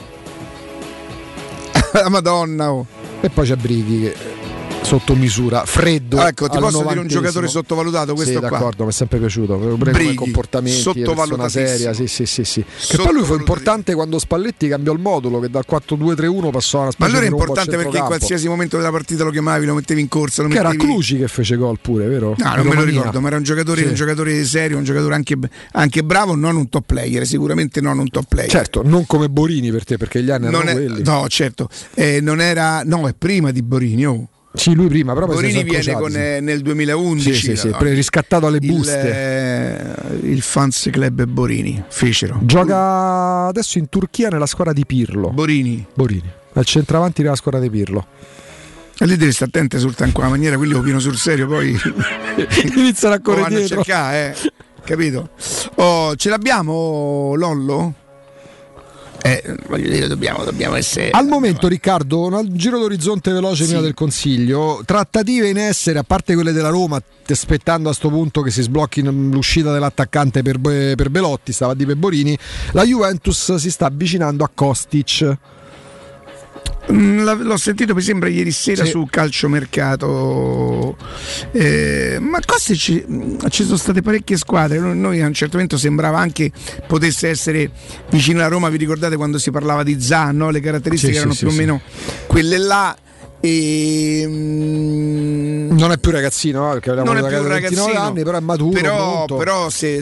Speaker 4: La Madonna, oh.
Speaker 5: E poi c'è Brighi che sotto misura, freddo.
Speaker 4: Ah, ecco, ti posso dire un giocatore sottovalutato questo
Speaker 5: sì,
Speaker 4: qua.
Speaker 5: d'accordo, mi è sempre piaciuto. Brighi, comportamenti, persona seria, sì, sì, sì, sì. Che poi lui fu importante quando Spalletti cambiò il modulo, che dal quattro due tre uno passò a una specie.
Speaker 4: Ma allora
Speaker 5: di
Speaker 4: è importante perché in qualsiasi momento della partita lo chiamavi, lo mettevi in corsa, lo
Speaker 5: che
Speaker 4: mettevi...
Speaker 5: era Cluci che fece gol pure, vero?
Speaker 4: No, non me lo ricordo, ma era un giocatore, sì. un giocatore serio, un giocatore anche, anche bravo, non un top player, sicuramente non un top player.
Speaker 5: Certo, non come Borini per te, perché gli anni
Speaker 4: non
Speaker 5: erano
Speaker 4: è,
Speaker 5: quelli.
Speaker 4: No, certo, eh, non era, no, è prima di Borini, oh.
Speaker 5: Sì, lui prima, però
Speaker 4: Borini viene con,
Speaker 5: sì.
Speaker 4: eh, nel duemilaundici,
Speaker 5: sì, sì, sì,
Speaker 4: no?
Speaker 5: riscattato alle
Speaker 4: il,
Speaker 5: buste.
Speaker 4: Eh, il Fans Club Borini fecero.
Speaker 5: Gioca adesso in Turchia nella squadra di Pirlo.
Speaker 4: Borini.
Speaker 5: Borini, al centravanti della squadra di Pirlo.
Speaker 4: E lì devi stare attento sul in quella maniera, quelli lo pieno sul serio, poi
Speaker 5: iniziano a correre
Speaker 4: vanno
Speaker 5: dietro.
Speaker 4: a cercare, eh. Capito? Oh, ce l'abbiamo Lollo? Eh, voglio dire, dobbiamo, dobbiamo essere.
Speaker 5: Al momento, Riccardo, un giro d'orizzonte veloce
Speaker 4: Sì.
Speaker 5: prima del Consiglio. Trattative in essere, a parte quelle della Roma, aspettando a sto punto che si sblocchi l'uscita dell'attaccante per, per Belotti, stava di Peborini. La Juventus si sta avvicinando a Kostic.
Speaker 4: Mm, la- L'ho sentito mi sembra ieri sera
Speaker 5: Sì.
Speaker 4: su calciomercato, eh, ma Kostic ci, ci sono state parecchie squadre. Noi, noi a un certo momento sembrava anche potesse essere vicino alla Roma. Vi ricordate quando si parlava di Zan, no? Le caratteristiche
Speaker 5: Sì,
Speaker 4: erano
Speaker 5: sì,
Speaker 4: più
Speaker 5: sì,
Speaker 4: o meno quelle là. E, mm,
Speaker 5: Non è più ragazzino, eh, perché abbiamo
Speaker 4: non è più un
Speaker 5: ventinove
Speaker 4: ragazzino,
Speaker 5: anni, però è maturo.
Speaker 4: però,
Speaker 5: pronto.
Speaker 4: però se,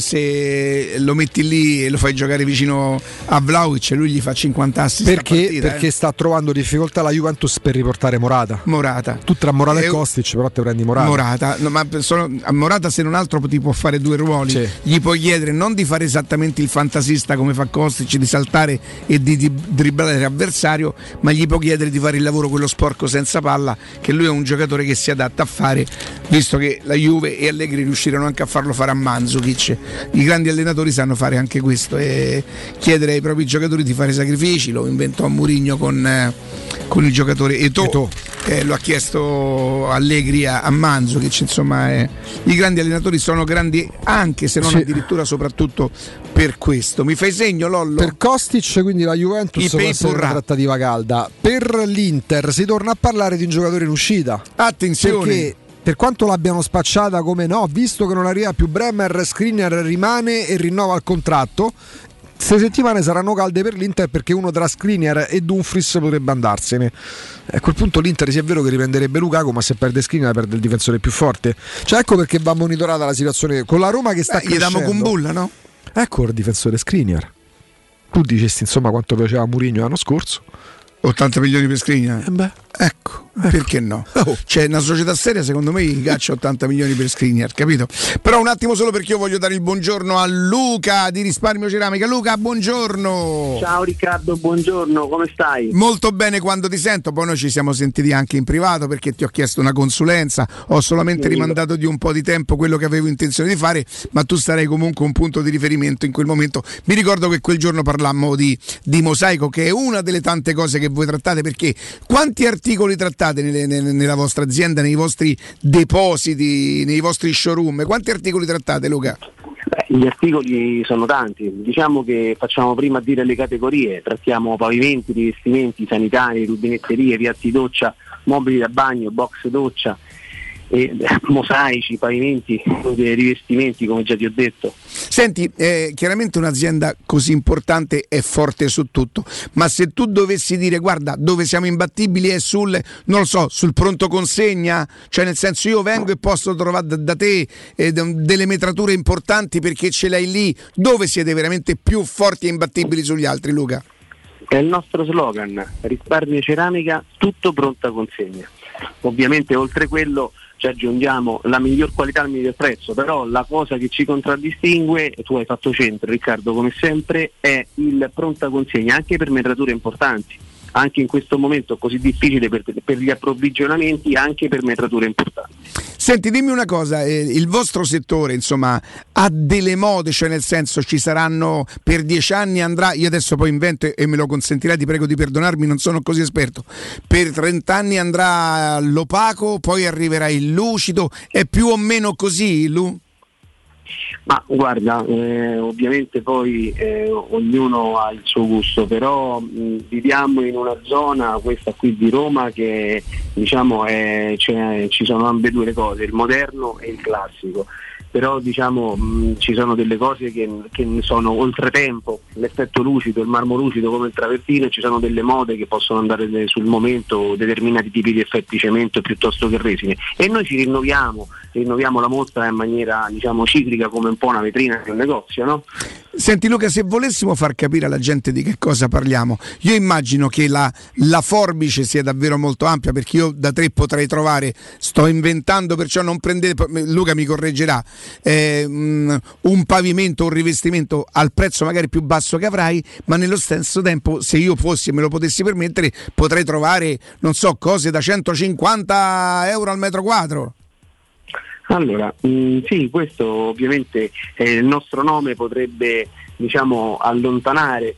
Speaker 4: se lo metti lì e lo fai giocare vicino a Vlahovic, lui gli fa cinquanta assist a
Speaker 5: Perché,
Speaker 4: partita,
Speaker 5: perché
Speaker 4: eh.
Speaker 5: sta trovando difficoltà la Juventus per riportare Morata.
Speaker 4: Morata
Speaker 5: Tu tra Morata e
Speaker 4: Eh,
Speaker 5: Kostic, però te prendi Morata.
Speaker 4: Morata, no, ma solo, a Morata se non altro ti può fare due ruoli.
Speaker 5: Sì.
Speaker 4: Gli puoi chiedere non di fare esattamente il fantasista come fa Kostic, di saltare e di, di dribblare l'avversario, ma gli puoi chiedere di fare il lavoro quello sporco senza palla, che lui è un giocatore che si adatta a fare, visto che la Juve e Allegri riuscirono anche a farlo fare a Mandzukic. I grandi allenatori sanno fare anche questo e chiedere ai propri giocatori di fare sacrifici. Lo inventò Mourinho con, eh, con il giocatore Eto'o.
Speaker 5: Eto'o.
Speaker 4: Eh, lo ha chiesto Allegri a, a Mandzukic. Insomma, eh, i grandi allenatori sono grandi anche se non
Speaker 5: Sì.
Speaker 4: addirittura soprattutto per questo. Mi fai segno, Lollo?
Speaker 5: Per Kostic, quindi la Juventus
Speaker 4: I
Speaker 5: può
Speaker 4: pay
Speaker 5: essere una
Speaker 4: porrà.
Speaker 5: trattativa calda. Per l'Inter si torna a parlare di un giocatore in uscita.
Speaker 4: Attenzione.
Speaker 5: Perché per quanto l'abbiano spacciata come no, visto che non arriva più Bremer, Skriniar rimane e rinnova il contratto. Queste settimane saranno calde per l'Inter perché uno tra Skriniar e Dumfries potrebbe andarsene. A quel punto l'Inter sì è vero che riprenderebbe Lukaku, ma se perde Skriniar perde il difensore più forte. Cioè ecco perché va monitorata la situazione con la Roma che sta
Speaker 4: Beh, gli diamo
Speaker 5: crescendo.
Speaker 4: con bulla, no?
Speaker 5: Ecco il difensore Skriniar. Tu dicesti insomma quanto piaceva Mourinho l'anno scorso.
Speaker 4: ottanta milioni per Skriniar.
Speaker 5: Eh beh.
Speaker 4: Ecco, perché no? C'è una società seria, secondo me, che caccia ottanta milioni per Skriniar, capito? Però un attimo solo perché io voglio dare il buongiorno a Luca di Risparmio Ceramica. Luca, buongiorno.
Speaker 19: Ciao Riccardo, buongiorno, come stai?
Speaker 4: Molto bene quando ti sento, poi noi ci siamo sentiti anche in privato perché ti ho chiesto una consulenza, ho solamente
Speaker 19: Sì.
Speaker 4: rimandato di un po' di tempo quello che avevo intenzione di fare, ma tu sarai comunque un punto di riferimento in quel momento. Mi ricordo che quel giorno parlammo di, di Mosaico, che è una delle tante cose che voi trattate, perché quanti articoli trattate nelle- nelle- nella vostra azienda, nei vostri depositi, nei vostri showroom? Quanti articoli trattate, Luca?
Speaker 19: Beh, gli articoli sono tanti, diciamo che facciamo prima a dire le categorie, trattiamo pavimenti, rivestimenti sanitari, rubinetterie, piatti doccia, mobili da bagno, box doccia, e, eh, mosaici, pavimenti, eh, rivestimenti come già ti ho detto.
Speaker 4: Senti, eh, chiaramente un'azienda così importante è forte su tutto, ma se tu dovessi dire guarda dove siamo imbattibili è sul, non lo so, sul pronto consegna, cioè nel senso io vengo e posso trovare da, da te eh, delle metrature importanti perché ce l'hai lì, dove siete veramente più forti e imbattibili sugli altri, Luca?
Speaker 19: È il nostro slogan, risparmio ceramica, tutto pronta consegna. Ovviamente oltre quello ci aggiungiamo la miglior qualità al miglior prezzo, però la cosa che ci contraddistingue, e tu hai fatto centro Riccardo come sempre, è il pronta consegna anche per metrature importanti, anche in questo momento così difficile per, per gli approvvigionamenti, anche per metrature importanti.
Speaker 4: Senti, dimmi una cosa, eh, il vostro settore insomma ha delle mode, cioè nel senso ci saranno per dieci anni andrà, io adesso poi invento e me lo consentirai, ti prego di perdonarmi, non sono così esperto, per trenta anni andrà l'opaco, poi arriverà il lucido, è più o meno così, Lu?
Speaker 19: Ma guarda, eh, ovviamente poi eh, ognuno ha il suo gusto, però mh, viviamo in una zona, questa qui di Roma, che diciamo è, cioè, ci sono ambedue le cose, il moderno e il classico. Però diciamo mh, ci sono delle cose che, che sono oltretempo, l'effetto lucido, il marmo lucido come il travertino, ci sono delle mode che possono andare de- sul momento, determinati tipi di effetti cemento piuttosto che resine, e noi ci rinnoviamo, rinnoviamo la mostra in maniera diciamo ciclica, come un po' una vetrina di un negozio, no?
Speaker 4: Senti Luca, se volessimo far capire alla gente di che cosa parliamo, io immagino che la, la forbice sia davvero molto ampia, perché io da tre potrei trovare, sto inventando, perciò non prendete, Luca mi correggerà, eh, un pavimento, un rivestimento al prezzo magari più basso che avrai, ma nello stesso tempo, se io fossi e me lo potessi permettere, potrei trovare, non so, cose da centocinquanta euro al metro quadro.
Speaker 19: Allora, mh, sì, questo ovviamente eh, il nostro nome potrebbe, diciamo, allontanare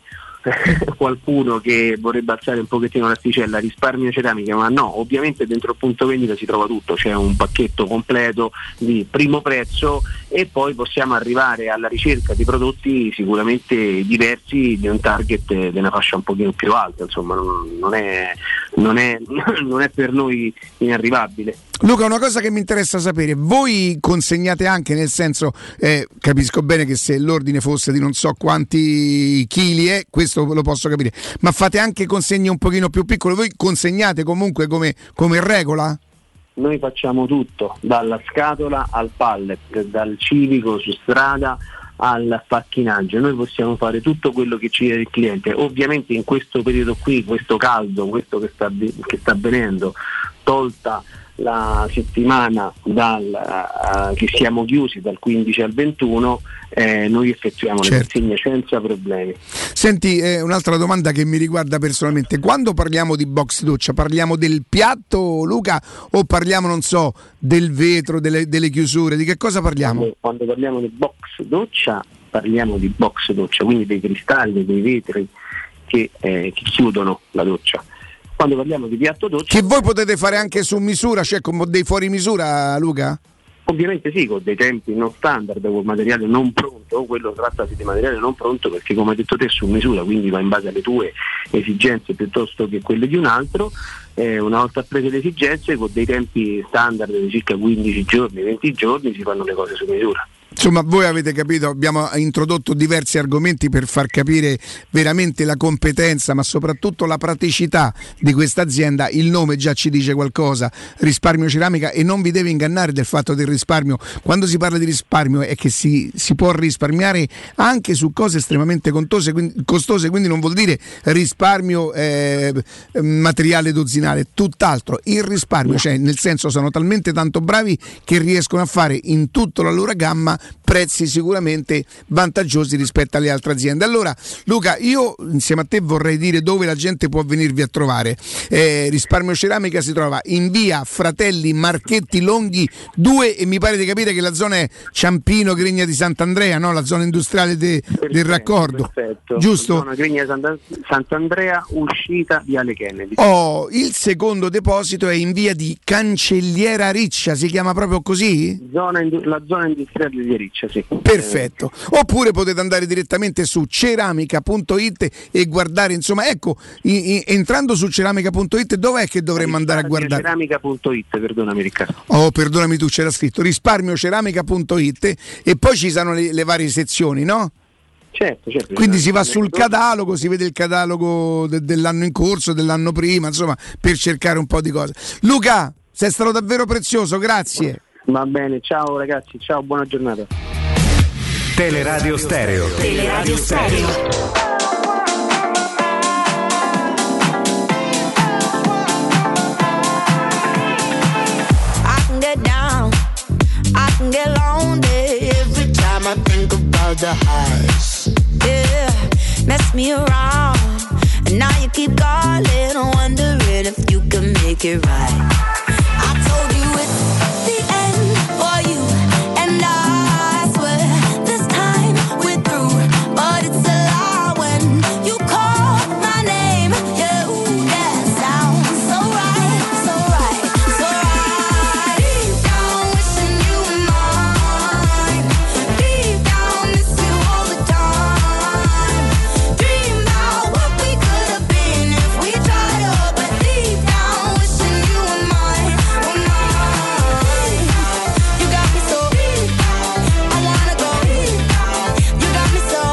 Speaker 19: qualcuno che vorrebbe alzare un pochettino l'asticella, risparmio ceramica, ma no, ovviamente dentro il punto vendita si trova tutto, c'è un pacchetto completo di primo prezzo e poi possiamo arrivare alla ricerca di prodotti sicuramente diversi, di un target di una fascia un pochino più alta, insomma non, non, è, non, è, non è per noi inarrivabile.
Speaker 4: Luca, una cosa che mi interessa sapere, voi consegnate anche, nel senso, eh, capisco bene che se l'ordine fosse di non so quanti chili è, questo lo posso capire, ma fate anche consegne un pochino più piccole, voi consegnate comunque come, come regola?
Speaker 19: Noi facciamo tutto, dalla scatola al pallet, dal civico su strada al pacchinaggio, noi possiamo fare tutto quello che ci chiede il cliente. Ovviamente in questo periodo qui, questo caldo, questo che sta, che sta avvenendo, tolta la settimana dal, uh, che siamo chiusi dal quindici al ventuno, eh, noi effettuiamo certo. le consegne senza problemi.
Speaker 4: Senti, eh, un'altra domanda che mi riguarda personalmente: quando parliamo di box doccia parliamo del piatto, Luca, o parliamo, non so, del vetro, delle, delle chiusure, di che cosa parliamo?
Speaker 19: Quando, quando parliamo di box doccia parliamo di box doccia, quindi dei cristalli, dei vetri che, eh, che chiudono la doccia. Quando parliamo di piatto doccia,
Speaker 4: che voi potete fare anche su misura, cioè con dei fuori misura, Luca?
Speaker 19: Ovviamente sì, con dei tempi non standard, con materiale non pronto, quello trattasi di materiale non pronto perché, come hai detto te, su misura, quindi va in base alle tue esigenze piuttosto che quelle di un altro. Eh, una volta prese le esigenze, con dei tempi standard di circa quindici giorni, venti giorni, si fanno le cose su misura.
Speaker 4: Insomma, voi avete capito, abbiamo introdotto diversi argomenti per far capire veramente la competenza, ma soprattutto la praticità di questa azienda. Il nome già ci dice qualcosa, Risparmio Ceramica, e non vi deve ingannare del fatto del risparmio. Quando si parla di risparmio è che si, si può risparmiare anche su cose estremamente costose, quindi, costose, quindi non vuol dire risparmio eh, materiale dozzinale, tutt'altro. Il risparmio, cioè, nel senso, sono talmente tanto bravi che riescono a fare in tutta la loro gamma prezzi sicuramente vantaggiosi rispetto alle altre aziende. Allora Luca, io insieme a te vorrei dire dove la gente può venirvi a trovare. eh, Risparmio Ceramica si trova in via Fratelli Marchetti Longhi due, e mi pare di capire che la zona è Ciampino, Gregna di Sant'Andrea, no? La zona industriale de, perfetto, del raccordo,
Speaker 19: perfetto.
Speaker 4: Giusto?
Speaker 19: Zona Gregna di Sant'Andrea, uscita viale Kennedy.
Speaker 4: Oh, il secondo deposito è in via di Cancelliera Riccia, si chiama proprio così?
Speaker 19: Zona, la zona industriale di Riccia, sì.
Speaker 4: Perfetto. Oppure potete andare direttamente su ceramica punto it e guardare, insomma, ecco, i, i, entrando su ceramica punto it, dov'è che dovremmo andare a guardare?
Speaker 19: ceramica punto it, perdonami Riccardo.
Speaker 4: Oh, perdonami tu, c'era scritto risparmio ceramica punto it e poi ci sono le, le varie sezioni, no?
Speaker 19: Certo, certo.
Speaker 4: Quindi si va sul catalogo, si vede il catalogo de, dell'anno in corso, dell'anno prima, insomma, per cercare un po' di cose. Luca, sei stato davvero prezioso, grazie.
Speaker 19: Va bene, ciao ragazzi, ciao, buona giornata.
Speaker 20: Teleradio Stereo.
Speaker 13: Teleradio Stereo.
Speaker 21: I can get down, I can get lonely every time I think about the highs. Yeah, mess me around, and now you keep calling, wondering if you can make it right. I told you it's the end for you, and I swear this time we're through. But it's a lie when you call my name. Yeah, ooh, that sounds so right, so right, so right. Deep down wishing you were mine. Deep down miss you all the time. Dream about what we could have been if we tried up. But deep down wishing you were mine, were mine. You got me so deep down, I wanna go deep down. You got me so,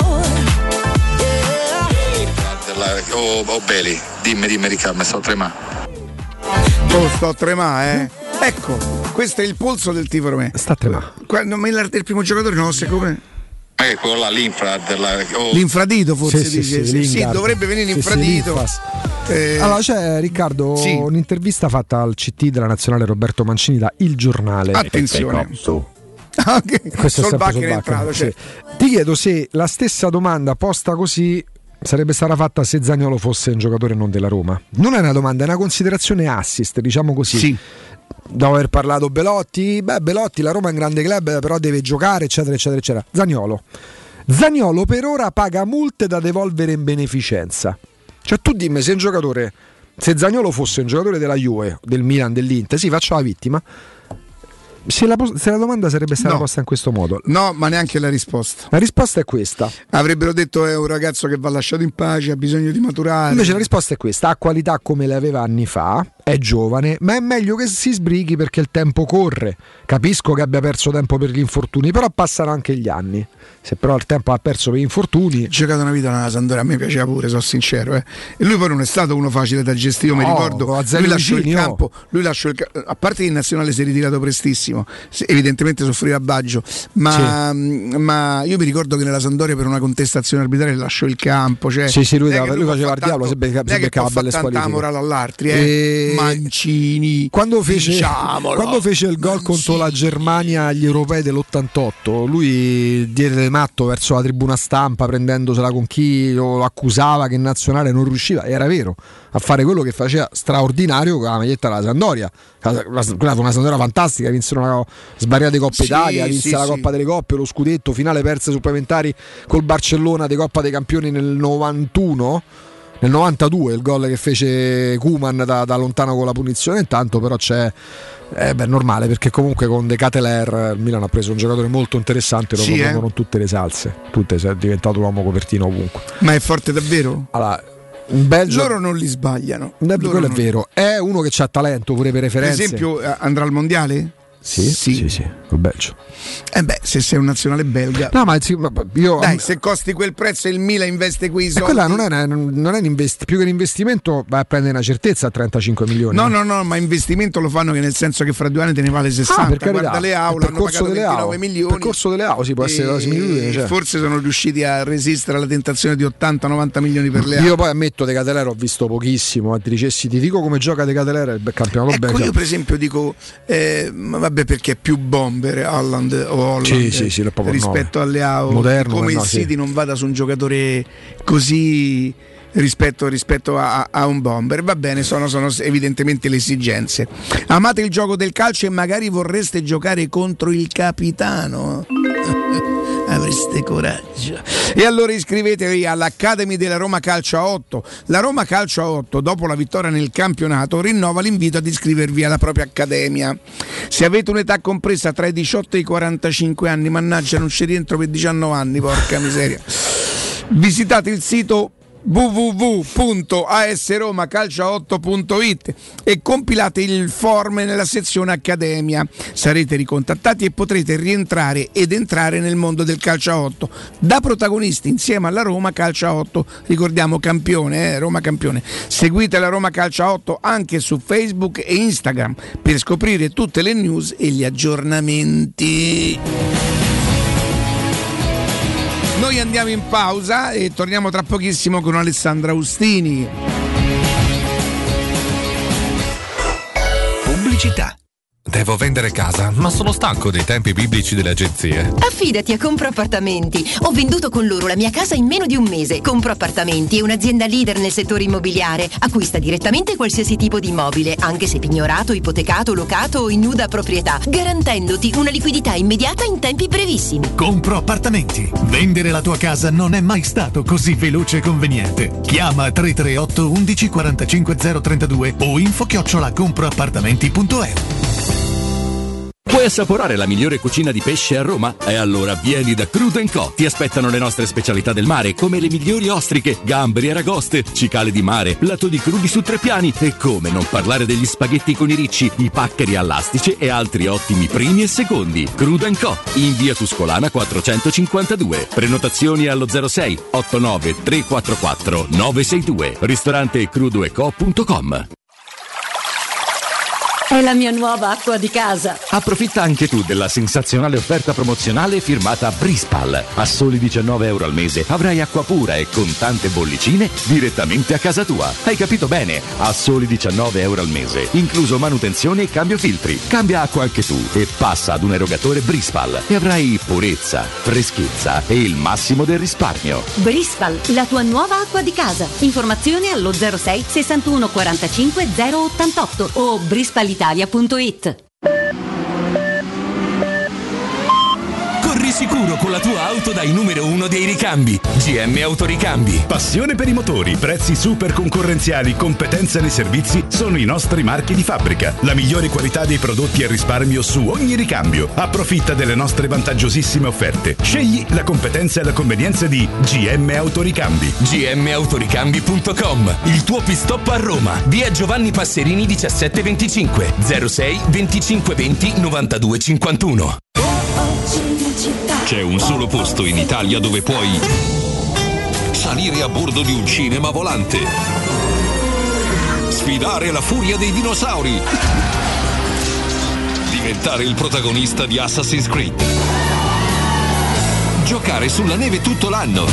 Speaker 21: yeah.
Speaker 6: Oh, oh Beli, dimmi, dimmi Riccardo, sto tremando.
Speaker 4: Oh, sto tremando, eh. Ecco, questo è il polso del tifo romeno.
Speaker 5: Sta tremando.
Speaker 4: Quando il primo giocatore non lo sa come.
Speaker 6: Ma che quello là, l'infrad, la, oh.
Speaker 4: L'infradito forse
Speaker 5: Sì,
Speaker 4: dice.
Speaker 5: sì,
Speaker 4: Sì,
Speaker 5: sì,
Speaker 4: sì,
Speaker 5: Lingard.
Speaker 4: dovrebbe venire
Speaker 5: Sì, sì,
Speaker 4: l'infradito.
Speaker 5: l'Infras.
Speaker 4: Eh,
Speaker 5: Allora c'è Riccardo
Speaker 4: sì.
Speaker 5: un'intervista fatta al C T della nazionale Roberto Mancini da Il Giornale.
Speaker 4: attenzione.
Speaker 5: Questo è sempre
Speaker 4: Solbakken è
Speaker 5: Solbakken,
Speaker 4: entrato, cioè.
Speaker 5: sì. Ti chiedo se la stessa domanda posta così sarebbe stata fatta se Zaniolo fosse un giocatore non della Roma. Non è una domanda, è una considerazione assist, diciamo così.
Speaker 4: Sì.
Speaker 5: Dopo aver parlato Belotti, beh Belotti, la Roma è un grande club, però deve giocare, eccetera, eccetera, eccetera. Zaniolo. Zaniolo per ora paga multe da devolvere in beneficenza. Cioè tu dimmi se un giocatore, se Zaniolo fosse un giocatore della Juve, del Milan, dell'Inter, sì, faccio la vittima. Se la, se la domanda sarebbe stata
Speaker 4: No.
Speaker 5: posta in questo modo.
Speaker 4: No, ma neanche la risposta.
Speaker 5: La risposta è questa.
Speaker 4: Avrebbero detto è un ragazzo che va lasciato in pace, ha bisogno di maturare.
Speaker 5: Invece la risposta è questa: ha qualità come le aveva anni fa, è giovane, ma è meglio che si sbrighi perché il tempo corre. Capisco che abbia perso tempo per gli infortuni, però passano anche gli anni. Se però il tempo ha perso per gli infortuni.
Speaker 4: Ha giocato una vita nella Sampdoria, a me piaceva pure, sono sincero. Eh. E lui poi non è stato uno facile da gestire, io
Speaker 5: No,
Speaker 4: mi ricordo.
Speaker 5: con
Speaker 4: Lui lasciò il
Speaker 5: Luigini, no.
Speaker 4: campo, lui lasciò il ca- a parte che in nazionale si è ritirato prestissimo, se- evidentemente soffriva Baggio, ma, ma io mi ricordo che nella Sampdoria per una contestazione arbitrale lasciò il campo. Cioè,
Speaker 5: Sì, sì, lui,
Speaker 4: non è
Speaker 5: da-
Speaker 4: che
Speaker 5: lui
Speaker 4: può
Speaker 5: faceva
Speaker 4: far
Speaker 5: il diavolo,
Speaker 4: tanto-
Speaker 5: se becca-
Speaker 4: non
Speaker 5: se
Speaker 4: è che
Speaker 5: beccava
Speaker 4: può far
Speaker 5: belle
Speaker 4: tanta
Speaker 5: squalifiche.
Speaker 4: morale all'altri, eh.
Speaker 5: E-
Speaker 4: Mancini.
Speaker 5: Quando fece,
Speaker 4: diciamolo.
Speaker 5: quando fece il gol contro la Germania agli europei dell'ottantotto, lui diede matto verso la tribuna stampa prendendosela con chi lo accusava che in nazionale non riusciva, e era vero, a fare quello che faceva straordinario con la maglietta della Sampdoria. La- la- Quella fu una Sampdoria fantastica, vinse una svariate Coppa
Speaker 4: Sì,
Speaker 5: Italia, vinse
Speaker 4: sì,
Speaker 5: la
Speaker 4: sì.
Speaker 5: Coppa delle Coppe, lo scudetto, finale perse supplementari col Barcellona di Coppa dei Campioni nel novantuno. Nel novantadue il gol che fece Koeman da, da lontano con la punizione. Intanto però c'è eh beh, normale, perché comunque con De Ketelaere il Milan ha preso un giocatore molto interessante, lo
Speaker 4: Sì,
Speaker 5: propongono
Speaker 4: eh.
Speaker 5: tutte le salse, tutte, è diventato l'uomo copertino ovunque.
Speaker 4: Ma è forte davvero?
Speaker 5: Allora, in Belgio
Speaker 4: Loro non li sbagliano.
Speaker 5: eh,
Speaker 4: Loro
Speaker 5: quello è
Speaker 4: non-
Speaker 5: vero, è uno che c'ha talento pure per
Speaker 4: Per
Speaker 5: referenze.
Speaker 4: esempio eh, andrà al mondiale?
Speaker 5: Sì, sì, sì, sì, col Belgio.
Speaker 4: Eh beh, se sei un nazionale belga.
Speaker 5: No, ma sì, ma io
Speaker 4: Dai, se costi quel prezzo e il Milan investe quei
Speaker 5: e
Speaker 4: soldi.
Speaker 5: quella non è, una- non è un investi- più che un investimento, vai a prendere una certezza a trentacinque milioni.
Speaker 4: No, no, no, ma investimento lo fanno che nel senso che fra due anni te ne vale sessanta.
Speaker 5: Ah, per carità.
Speaker 4: Guarda le aule,
Speaker 5: Il
Speaker 4: hanno
Speaker 5: percorso
Speaker 4: pagato
Speaker 5: delle
Speaker 4: ventinove
Speaker 5: A O.
Speaker 4: milioni.
Speaker 5: Il percorso delle A O si può essere la
Speaker 4: E
Speaker 5: similitudine, cioè.
Speaker 4: forse sono riusciti a resistere alla tentazione di ottanta novanta milioni per le A O.
Speaker 5: Io poi ammetto De Ketelaere ho visto pochissimo, ma ti dicessi, ti dico come gioca De Ketelaere il campionato
Speaker 4: Ecco,
Speaker 5: belga.
Speaker 4: io per esempio dico, eh, ma vabbè, perché è più bomber Holland o Holland
Speaker 5: Sì, sì, sì, è proprio
Speaker 4: rispetto
Speaker 5: no.
Speaker 4: alle A O,
Speaker 5: Moderno,
Speaker 4: come
Speaker 5: no,
Speaker 4: il
Speaker 5: sì.
Speaker 4: City non vada su un giocatore così rispetto, rispetto a, a un bomber. Va bene, sono, sono evidentemente le esigenze. Amate il gioco del calcio e magari vorreste giocare contro il capitano? Avreste coraggio. E allora iscrivetevi all'Academy della Roma Calcio a otto. La Roma Calcio a otto, dopo la vittoria nel campionato, rinnova l'invito ad iscrivervi alla propria accademia. Se avete un'età compresa tra i diciotto e i quarantacinque anni, mannaggia, non ci rientro per diciannove anni, porca miseria. Visitate il sito w w w punto a s roma calcio otto punto i t e compilate il form nella sezione Accademia. Sarete ricontattati e potrete rientrare ed entrare nel mondo del calcio a otto da protagonisti insieme alla Roma Calcio a otto. Ricordiamo campione, eh? Roma campione. Seguite la Roma Calcio a otto anche su Facebook e Instagram per scoprire tutte le news e gli aggiornamenti. Noi andiamo in pausa e torniamo tra pochissimo con Alessandra Austini.
Speaker 11: Pubblicità. Devo vendere casa, ma sono stanco dei tempi biblici delle agenzie.
Speaker 2: Affidati a Compro Appartamenti. Ho venduto con loro la mia casa in meno di un mese. Compro Appartamenti è un'azienda leader nel settore immobiliare. Acquista direttamente qualsiasi tipo di immobile, anche se pignorato, ipotecato, locato o in nuda proprietà, garantendoti una liquidità immediata in tempi brevissimi.
Speaker 22: Compro Appartamenti. Vendere la tua casa non è mai stato così veloce e conveniente. Chiama tre tre otto undici quarantacinque zero trentadue o info chiocciola comproappartamenti punto e u.
Speaker 10: Vuoi assaporare la migliore cucina di pesce a Roma? E allora vieni da Crudo and Co. Ti aspettano le nostre specialità del mare, come le migliori ostriche, gamberi e aragoste, cicale di mare, lato di crudi su tre piani e come non parlare degli spaghetti con i ricci, i paccheri all'astice e altri ottimi primi e secondi. Crudo and Co. in via Tuscolana quattrocentocinquantadue. Prenotazioni allo zero sei otto nove tre quattro quattro nove sei due. Ristorante crudo e co punto com.
Speaker 1: È la mia nuova acqua di casa.
Speaker 10: Approfitta anche tu della sensazionale offerta promozionale firmata Brispal. A soli diciannove euro al mese avrai acqua pura e con tante bollicine direttamente a casa tua. Hai capito bene? A soli diciannove euro al mese, incluso manutenzione e cambio filtri. Cambia acqua anche tu e passa ad un erogatore Brispal e avrai purezza, freschezza e il massimo del risparmio.
Speaker 1: Brispal, la tua nuova acqua di casa. Informazioni allo zero sei sessantuno quarantacinque zero ottantotto o brispalitalia punto it.
Speaker 3: Corri sicuro con la tua auto dai numero uno dei ricambi. G M Autoricambi.
Speaker 23: Passione per i motori, prezzi super concorrenziali, competenza nei servizi sono i nostri marchi di fabbrica. La migliore qualità dei prodotti e risparmio su ogni ricambio. Approfitta delle nostre vantaggiosissime offerte. Scegli la competenza e la convenienza di G M Autoricambi.
Speaker 3: G M Autoricambi punto com. Il tuo pit stop a Roma. Via Giovanni Passerini diciassette venticinque zero sei venticinque venti novantadue cinquantuno.
Speaker 24: C'è un solo posto in Italia dove puoi salire a bordo di un cinema volante, sfidare la furia dei dinosauri, diventare il protagonista di Assassin's Creed, giocare sulla neve tutto l'anno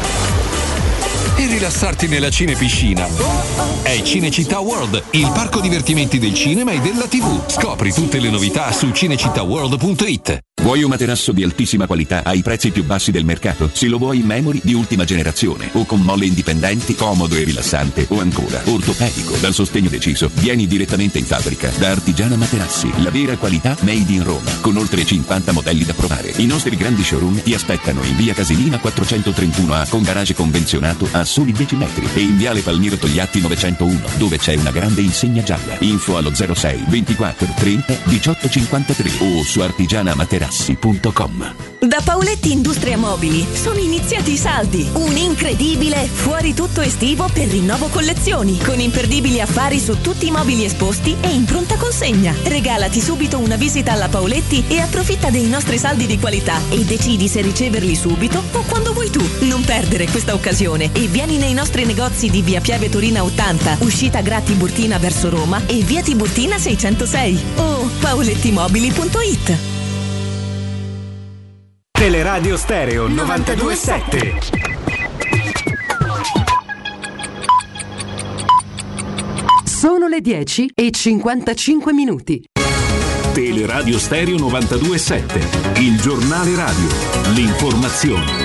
Speaker 24: e rilassarti nella cinepiscina. È Cinecittà World, il parco divertimenti del cinema e della tivù. Scopri tutte le novità su cinecittà world punto it.
Speaker 15: Vuoi un materasso di altissima qualità ai prezzi più bassi del mercato? Se lo vuoi in memory di ultima generazione o con molle indipendenti, comodo e rilassante, o ancora ortopedico dal sostegno deciso, vieni direttamente in fabbrica da Artigiana Materassi, la vera qualità made in Roma, con oltre cinquanta modelli da provare. I nostri grandi showroom ti aspettano in via Casilina quattrocentotrentuno A con garage convenzionato a soli dieci metri e in viale Palmiro Togliatti novecentouno, dove c'è una grande insegna gialla. Info allo zero sei ventiquattro trenta diciotto cinquantatré o su artigiana materassi punto com.
Speaker 25: Da Paoletti Industria Mobili sono iniziati i saldi. Un incredibile fuori tutto estivo per rinnovo collezioni, con imperdibili affari su tutti i mobili esposti e in pronta consegna. Regalati subito una visita alla Paoletti e approfitta dei nostri saldi di qualità e decidi se riceverli subito o quando vuoi tu. Non perdere questa occasione e vieni nei nostri negozi di via Pieve Torina ottanta, uscita Gra Tiburtina verso Roma e via Tiburtina seicentosei o paolettimobili punto it.
Speaker 20: Teleradio Stereo novantadue sette.
Speaker 26: Sono le dieci e cinquantacinque minuti.
Speaker 24: Teleradio Stereo novantadue sette, il giornale radio, l'informazione.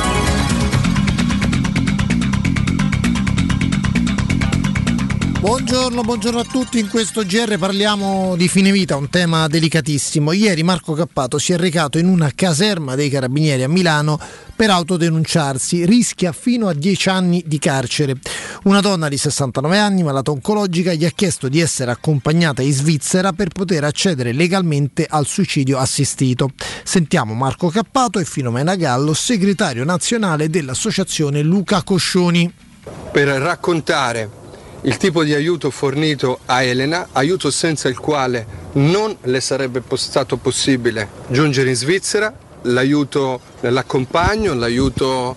Speaker 27: Buongiorno, buongiorno a tutti. In questo G R parliamo di fine vita, un tema delicatissimo. Ieri Marco Cappato si è recato in una caserma dei Carabinieri a Milano per autodenunciarsi. Rischia fino a dieci anni di carcere. Una donna di sessantanove anni, malata oncologica, gli ha chiesto di essere accompagnata in Svizzera per poter accedere legalmente al suicidio assistito. Sentiamo Marco Cappato e Filomena Gallo, segretario nazionale dell'associazione Luca Coscioni.
Speaker 28: Per raccontare il tipo di aiuto fornito a Elena, aiuto senza il quale non le sarebbe stato possibile giungere in Svizzera, l'aiuto nell'accompagno, l'aiuto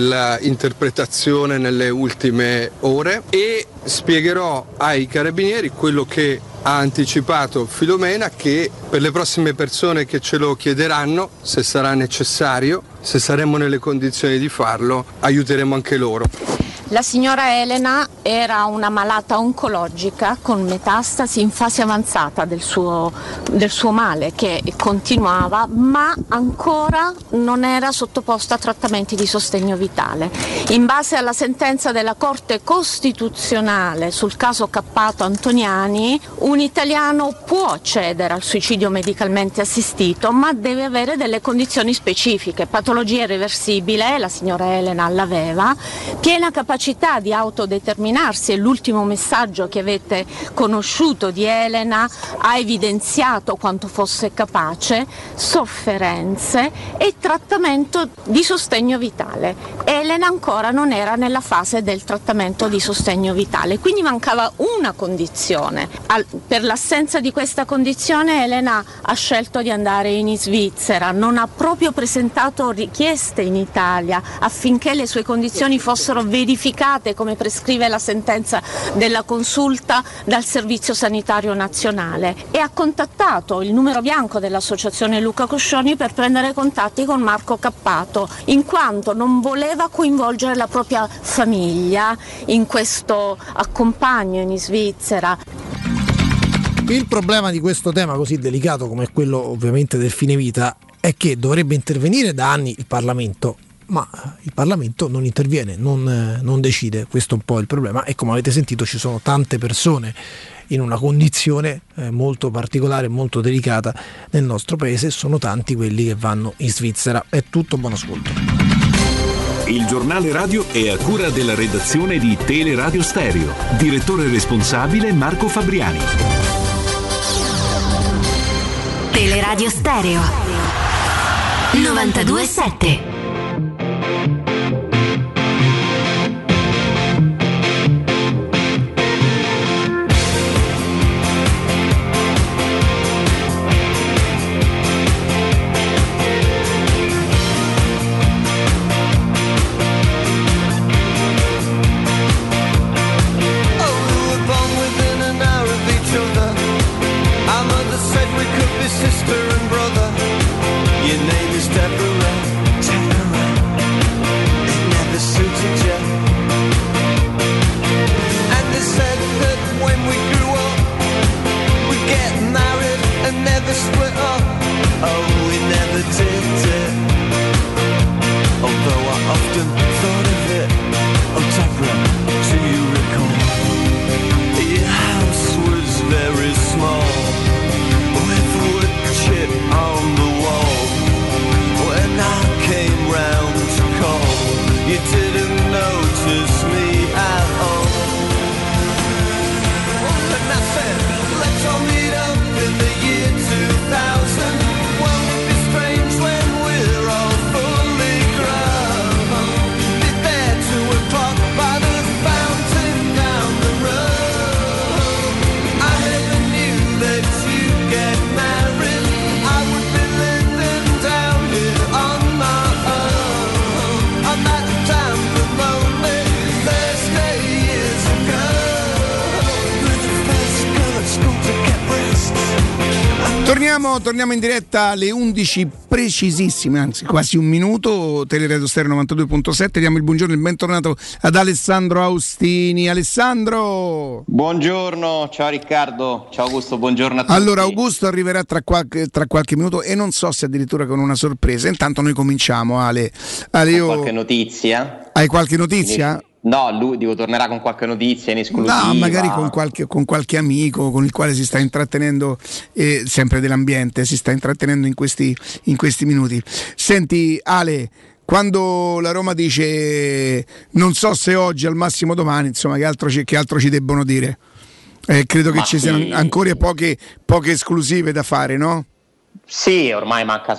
Speaker 28: nell'interpretazione nelle ultime ore, e spiegherò ai carabinieri quello che ha anticipato Filomena, che per le prossime persone che ce lo chiederanno, se sarà necessario, se saremo nelle condizioni di farlo, aiuteremo anche loro.
Speaker 29: La signora Elena era una malata oncologica con metastasi in fase avanzata del suo, del suo male, che continuava, ma ancora non era sottoposta a trattamenti di sostegno vitale. In base alla sentenza della Corte Costituzionale sul caso Cappato Antoniani, un italiano può accedere al suicidio medicalmente assistito, ma deve avere delle condizioni specifiche: patologia irreversibile, la signora Elena l'aveva, piena capacità di autodeterminarsi, e l'ultimo messaggio che avete conosciuto di Elena ha evidenziato quanto fosse capace, sofferenze e trattamento di sostegno vitale. Elena ancora non era nella fase del trattamento di sostegno vitale, quindi mancava una condizione. Al, per l'assenza di questa condizione Elena ha scelto di andare in Svizzera, non ha proprio presentato richieste in Italia affinché le sue condizioni fossero verificate certificate come prescrive la sentenza della consulta dal Servizio Sanitario Nazionale e ha contattato il numero bianco dell'associazione Luca Coscioni per prendere contatti con Marco Cappato, in quanto non voleva coinvolgere la propria famiglia in questo accompagno in Svizzera.
Speaker 27: Il problema di questo tema così delicato come quello ovviamente del fine vita è che dovrebbe intervenire da anni il Parlamento, ma il Parlamento non interviene, non, non decide. Questo è un po' il problema, e come avete sentito ci sono tante persone in una condizione eh, molto particolare, molto delicata nel nostro paese. Sono tanti quelli che vanno in Svizzera. È tutto, buon ascolto.
Speaker 15: Il giornale radio è a cura della redazione di Teleradio Stereo. Direttore responsabile Marco Fabriani.
Speaker 1: Teleradio Stereo novantadue sette.
Speaker 13: Sister and brother, your name is Deborah. Deborah, it never suited you. And they said that when we grew up, we'd get married and never split up. Oh, we never did it. Although I often thought of it. Oh, Deborah, do you recall? Your house was very small. Chip on the wall. When I came round to call, you didn't notice me at all. And I said, let's all meet up in the year two thousand. Won't it be strange when we're all fully grown? Be there two o'clock by the fountain down the road. I never knew that you'd get married.
Speaker 4: Torniamo, torniamo in diretta alle undici precisissime, anzi quasi un minuto. Teleradio Stereo novantadue virgola sette. Diamo il buongiorno e il bentornato ad Alessandro Austini. Alessandro,
Speaker 7: buongiorno, ciao Riccardo, ciao Augusto, buongiorno a tutti.
Speaker 4: Allora, Augusto arriverà tra qualche, tra qualche minuto e non so se addirittura con una sorpresa. Intanto noi cominciamo, Ale. Ale io...
Speaker 7: qualche notizia?
Speaker 4: Hai qualche notizia?
Speaker 7: No, lui dico, tornerà con qualche notizia in esclusiva.
Speaker 4: No, magari con qualche, con qualche amico con il quale si sta intrattenendo, eh, sempre dell'ambiente, si sta intrattenendo in questi, in questi minuti. Senti Ale, quando la Roma dice non so se oggi, al massimo domani, insomma, che altro ci, che altro ci debbono dire? Eh, credo che Ma ci sì. siano ancora poche, poche esclusive da fare, no?
Speaker 7: Sì, ormai manca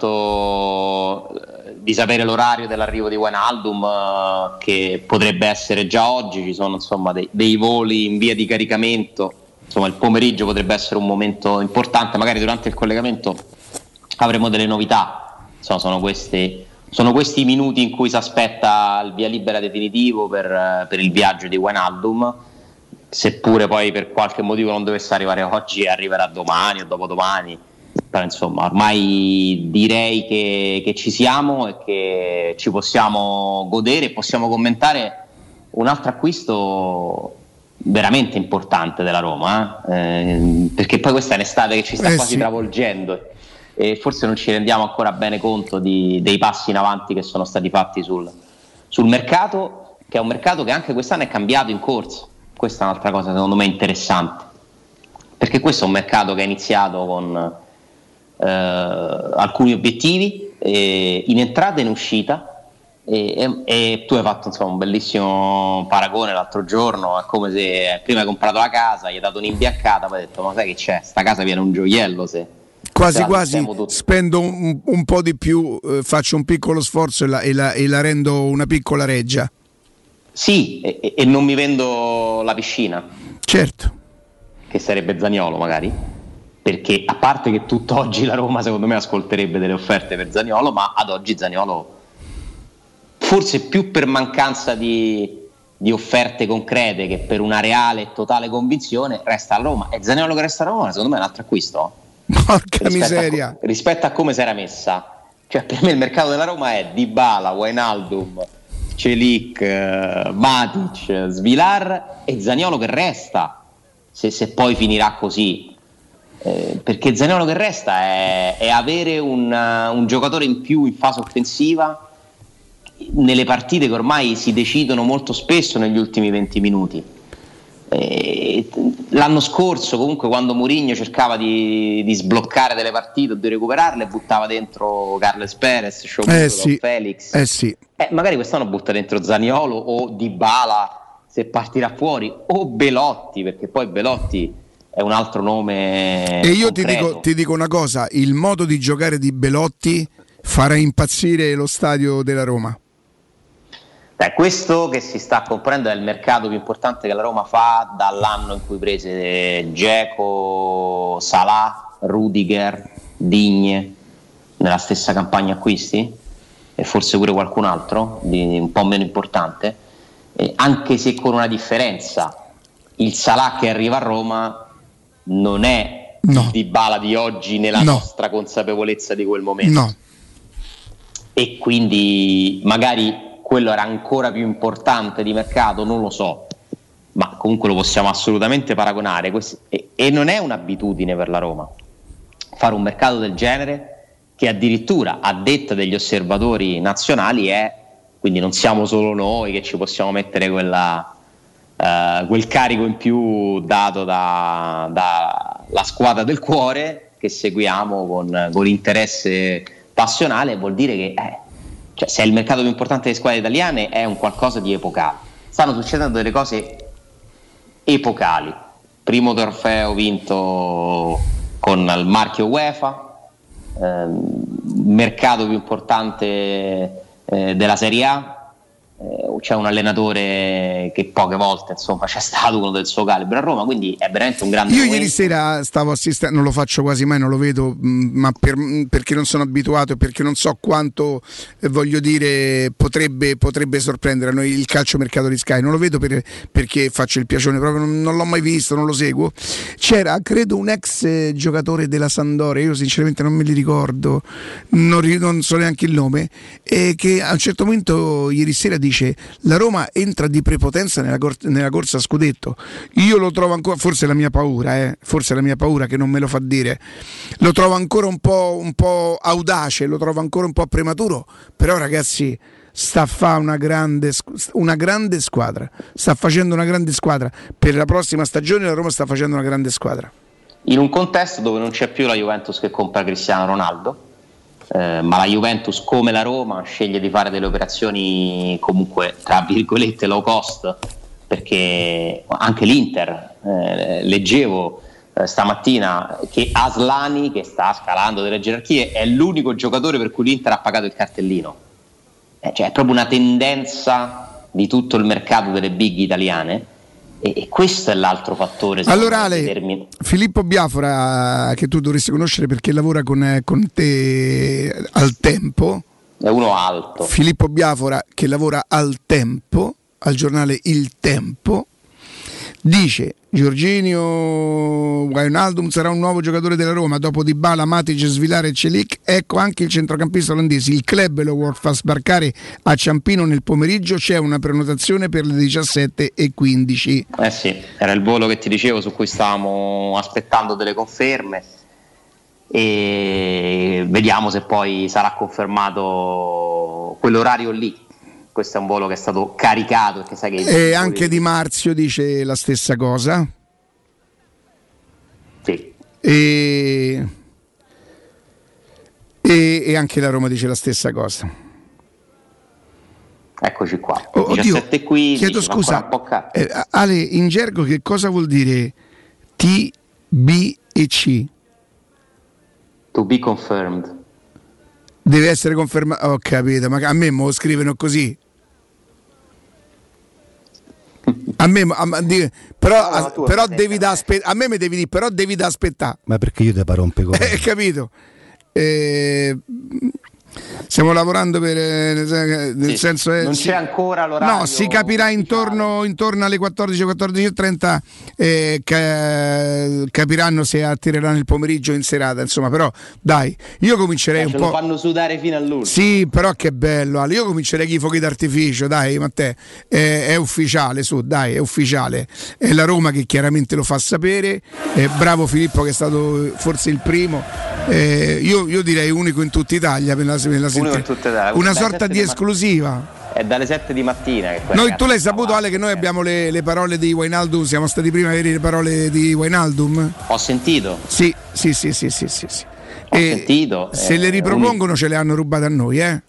Speaker 7: soltanto di sapere l'orario dell'arrivo di Wijnaldum, eh, che potrebbe essere già oggi. Ci sono insomma dei, dei voli in via di caricamento, insomma il pomeriggio potrebbe essere un momento importante, magari durante il collegamento avremo delle novità. Insomma, sono questi, sono questi i minuti in cui si aspetta il via libera definitivo per, per il viaggio di Wijnaldum, seppure poi per qualche motivo non dovesse arrivare oggi e arriverà domani o dopodomani. Però insomma ormai direi che, che ci siamo e che ci possiamo godere e possiamo commentare un altro acquisto veramente importante della Roma, eh? Eh, perché poi questa è un'estate che ci sta eh quasi sì. travolgendo e forse non ci rendiamo ancora bene conto di, dei passi in avanti che sono stati fatti sul, sul mercato, che è un mercato che anche quest'anno è cambiato in corsa. Questa è un'altra cosa secondo me interessante, perché questo è un mercato che è iniziato con Uh, alcuni obiettivi eh, in entrata e in uscita e, e, e tu hai fatto insomma un bellissimo paragone l'altro giorno. È come se prima hai comprato la casa, gli hai dato un'imbiaccata, poi hai detto ma sai che c'è, sta casa viene un gioiello se
Speaker 4: quasi quasi spendo un, un po' di più, eh, faccio un piccolo sforzo e la, e, la, e la rendo una piccola reggia.
Speaker 7: Sì, e, e non mi vendo la piscina,
Speaker 4: certo,
Speaker 7: che sarebbe Zaniolo magari, perché a parte che tutt'oggi la Roma secondo me ascolterebbe delle offerte per Zaniolo, ma ad oggi Zaniolo forse più per mancanza di, di offerte concrete che per una reale e totale convinzione resta a Roma. E Zaniolo che resta a Roma secondo me è un altro acquisto.
Speaker 4: Porca
Speaker 7: rispetto
Speaker 4: miseria.
Speaker 7: A, rispetto a come si era messa, cioè per me il mercato della Roma è Dybala, Wijnaldum, Celik, uh, Matic, Svilar e Zaniolo che resta, se, se poi finirà così, eh, perché Zaniolo che resta è, è avere un, uh, un giocatore in più in fase offensiva nelle partite che ormai si decidono molto spesso negli ultimi venti minuti. Eh, l'anno scorso comunque quando Mourinho cercava di, di sbloccare delle partite o di recuperarle, buttava dentro Carles Perez, Sciomuro,
Speaker 4: eh sì,
Speaker 7: Felix
Speaker 4: eh sì.
Speaker 7: Eh, magari quest'anno butta dentro Zaniolo o Dybala se partirà fuori, o Belotti, perché poi Belotti è un altro nome
Speaker 4: e io ti
Speaker 7: concreto.
Speaker 4: dico, ti dico una cosa, il modo di giocare di Belotti farà impazzire lo stadio della Roma.
Speaker 7: Beh, questo che si sta componendo è il mercato più importante che la Roma fa dall'anno in cui prese Dzeko, Salah, Rudiger, Digne nella stessa campagna acquisti, e forse pure qualcun altro di un po' meno importante, eh, anche se con una differenza: il Salah che arriva a Roma non è no. il Dybala di oggi nella no. nostra consapevolezza di quel momento,
Speaker 4: no.
Speaker 7: e quindi magari quello era ancora più importante di mercato, non lo so, ma comunque lo possiamo assolutamente paragonare. E, e non è un'abitudine per la Roma fare un mercato del genere, che addirittura a detta degli osservatori nazionali è, quindi non siamo solo noi che ci possiamo mettere quella, uh, quel carico in più dato dalla da la squadra del cuore che seguiamo con, con interesse passionale, vuol dire che eh, cioè, se è il mercato più importante delle squadre italiane è un qualcosa di epocale. Stanno succedendo delle cose epocali. Primo trofeo vinto con il marchio UEFA, ehm, mercato più importante eh, della Serie A, eh, c'è un allenatore che poche volte insomma c'è stato uno del suo calibro a Roma, quindi è veramente un grande
Speaker 4: io
Speaker 7: momento.
Speaker 4: Ieri sera stavo assistendo, non lo faccio quasi mai, non lo vedo, mh, ma per, perché non sono abituato e perché non so quanto eh, voglio dire potrebbe, potrebbe sorprendere a noi il calciomercato di Sky, non lo vedo per, perché faccio il piacione, proprio non, non l'ho mai visto, non lo seguo. C'era credo un ex eh, giocatore della Sampdoria, io sinceramente non me li ricordo, non, non so neanche il nome, e che a un certo momento ieri sera dice: la Roma entra di prepotenza nella, cor- nella corsa a scudetto. Io lo trovo ancora, forse è la mia paura, eh, forse è la mia paura che non me lo fa dire, lo trovo ancora un po', un po' audace, lo trovo ancora un po' prematuro, però ragazzi sta a fare una grande, una grande squadra, sta facendo una grande squadra per la prossima stagione. La Roma sta facendo una grande squadra
Speaker 7: in un contesto dove non c'è più la Juventus che compra Cristiano Ronaldo, Eh, ma la Juventus, come la Roma, sceglie di fare delle operazioni comunque tra virgolette low cost, perché anche l'Inter, eh, leggevo eh, stamattina che Aslani, che sta scalando delle gerarchie, è l'unico giocatore per cui l'Inter ha pagato il cartellino, eh, cioè è proprio una tendenza di tutto il mercato delle big italiane. E questo è l'altro fattore.
Speaker 4: Allora Ale, determina... Filippo Biafora, che tu dovresti conoscere perché lavora con, con te al Tempo,
Speaker 7: è uno alto.
Speaker 4: Filippo Biafora, che lavora al Tempo, al giornale Il Tempo, dice: Jorginho Wijnaldum sarà un nuovo giocatore della Roma dopo Dybala, Matic, Svilar e Celik. Ecco anche il centrocampista olandese. Il club lo vuol far sbarcare a Ciampino nel pomeriggio. C'è una prenotazione per le diciassette e quindici.
Speaker 7: Eh sì, era il volo che ti dicevo, su cui stavamo aspettando delle conferme, e vediamo se poi sarà confermato quell'orario lì. Questo è un volo che è stato caricato, perché sai che
Speaker 4: e anche Di Marzio dice la stessa cosa.
Speaker 7: Sì.
Speaker 4: E... E... e anche la Roma dice la stessa cosa.
Speaker 7: Eccoci qua.
Speaker 4: Oh,
Speaker 7: diciassette e quindici,
Speaker 4: chiedo scusa, eh, Ale, in gergo che cosa vuol dire T, B e C?
Speaker 7: To be confirmed.
Speaker 4: Deve essere confermato. Ho capito, ma a me me lo scrivono così. A me, a, a, di, però, no, no, però devi da aspe- a me mi devi dire, però devi da aspettare.
Speaker 8: Ma perché io te parompe come?
Speaker 4: Eh, capito? Eh, Stiamo lavorando per eh, nel
Speaker 7: Sì,
Speaker 4: senso è,
Speaker 7: non
Speaker 4: sì.
Speaker 7: c'è ancora l'orario.
Speaker 4: No, si capirà intorno, intorno alle quattordici, quattordici e trenta, eh, ca- capiranno se attireranno il pomeriggio o in serata, insomma, però dai, io comincerei
Speaker 7: Eh,
Speaker 4: un
Speaker 7: ce
Speaker 4: po'.
Speaker 7: lo fanno sudare fino all'ultimo.
Speaker 4: Sì, però che bello, Ale. Io comincerei con i fuochi d'artificio, dai, Matteo, è, è ufficiale, su, dai, è ufficiale. È la Roma che chiaramente lo fa sapere. Eh, bravo Filippo che è stato forse il primo. Eh, io, io direi unico in tutta Italia per la, per la
Speaker 7: Unico in tutta Italia.
Speaker 4: una
Speaker 7: Dalle
Speaker 4: sorta
Speaker 7: sette
Speaker 4: di
Speaker 7: di
Speaker 4: esclusiva.
Speaker 7: È dalle sette di mattina che
Speaker 4: Noi, tu l'hai saputo Ale che noi abbiamo le, le parole di Wijnaldum, siamo stati prima a avere le parole di Wijnaldum?
Speaker 7: Ho sentito.
Speaker 4: Sì, sì, sì, sì, sì, sì, sì.
Speaker 7: Ho
Speaker 4: E
Speaker 7: sentito.
Speaker 4: se
Speaker 7: eh,
Speaker 4: le ripropongono ce le hanno rubate a noi, eh?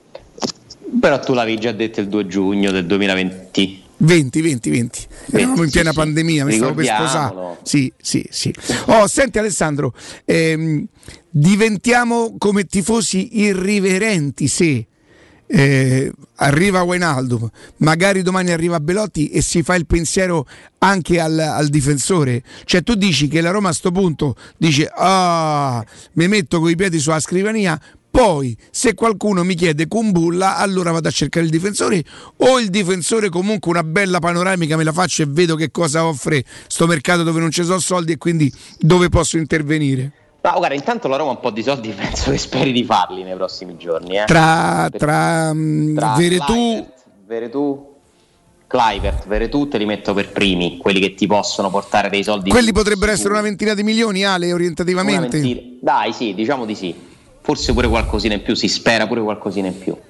Speaker 7: Però tu l'avevi già detto il due giugno del duemilaventi.
Speaker 4: venti, venti, venti. Eravamo in
Speaker 7: sì,
Speaker 4: piena
Speaker 7: sì.
Speaker 4: pandemia, mi stavo per sposare.
Speaker 7: Ricordiamolo.
Speaker 4: Sì, sì, sì. Oh, senti Alessandro, ehm, diventiamo come tifosi irriverenti se eh, arriva Wijnaldum, magari domani arriva Belotti e si fa il pensiero anche al, al difensore. Cioè tu dici che la Roma a sto punto dice ah, mi metto coi piedi sulla scrivania. Poi, se qualcuno mi chiede Kumbulla, allora vado a cercare il difensore, o il difensore comunque una bella panoramica me la faccio e vedo che cosa offre sto mercato dove non ci sono soldi e quindi dove posso intervenire.
Speaker 7: Ma guarda, intanto la Roma un po' di soldi penso che speri di farli nei prossimi giorni. Eh?
Speaker 4: Tra, tra, mh,
Speaker 7: Tra
Speaker 4: Veretù,
Speaker 7: Kluivert, Veretù, Kluivert, Veretù te li metto per primi, quelli che ti possono portare dei soldi.
Speaker 4: quelli potrebbero essere una ventina di milioni, Ale, orientativamente.
Speaker 7: Una ventina. Dai, sì, diciamo di sì. Forse pure qualcosina in più, si spera pure qualcosina in più.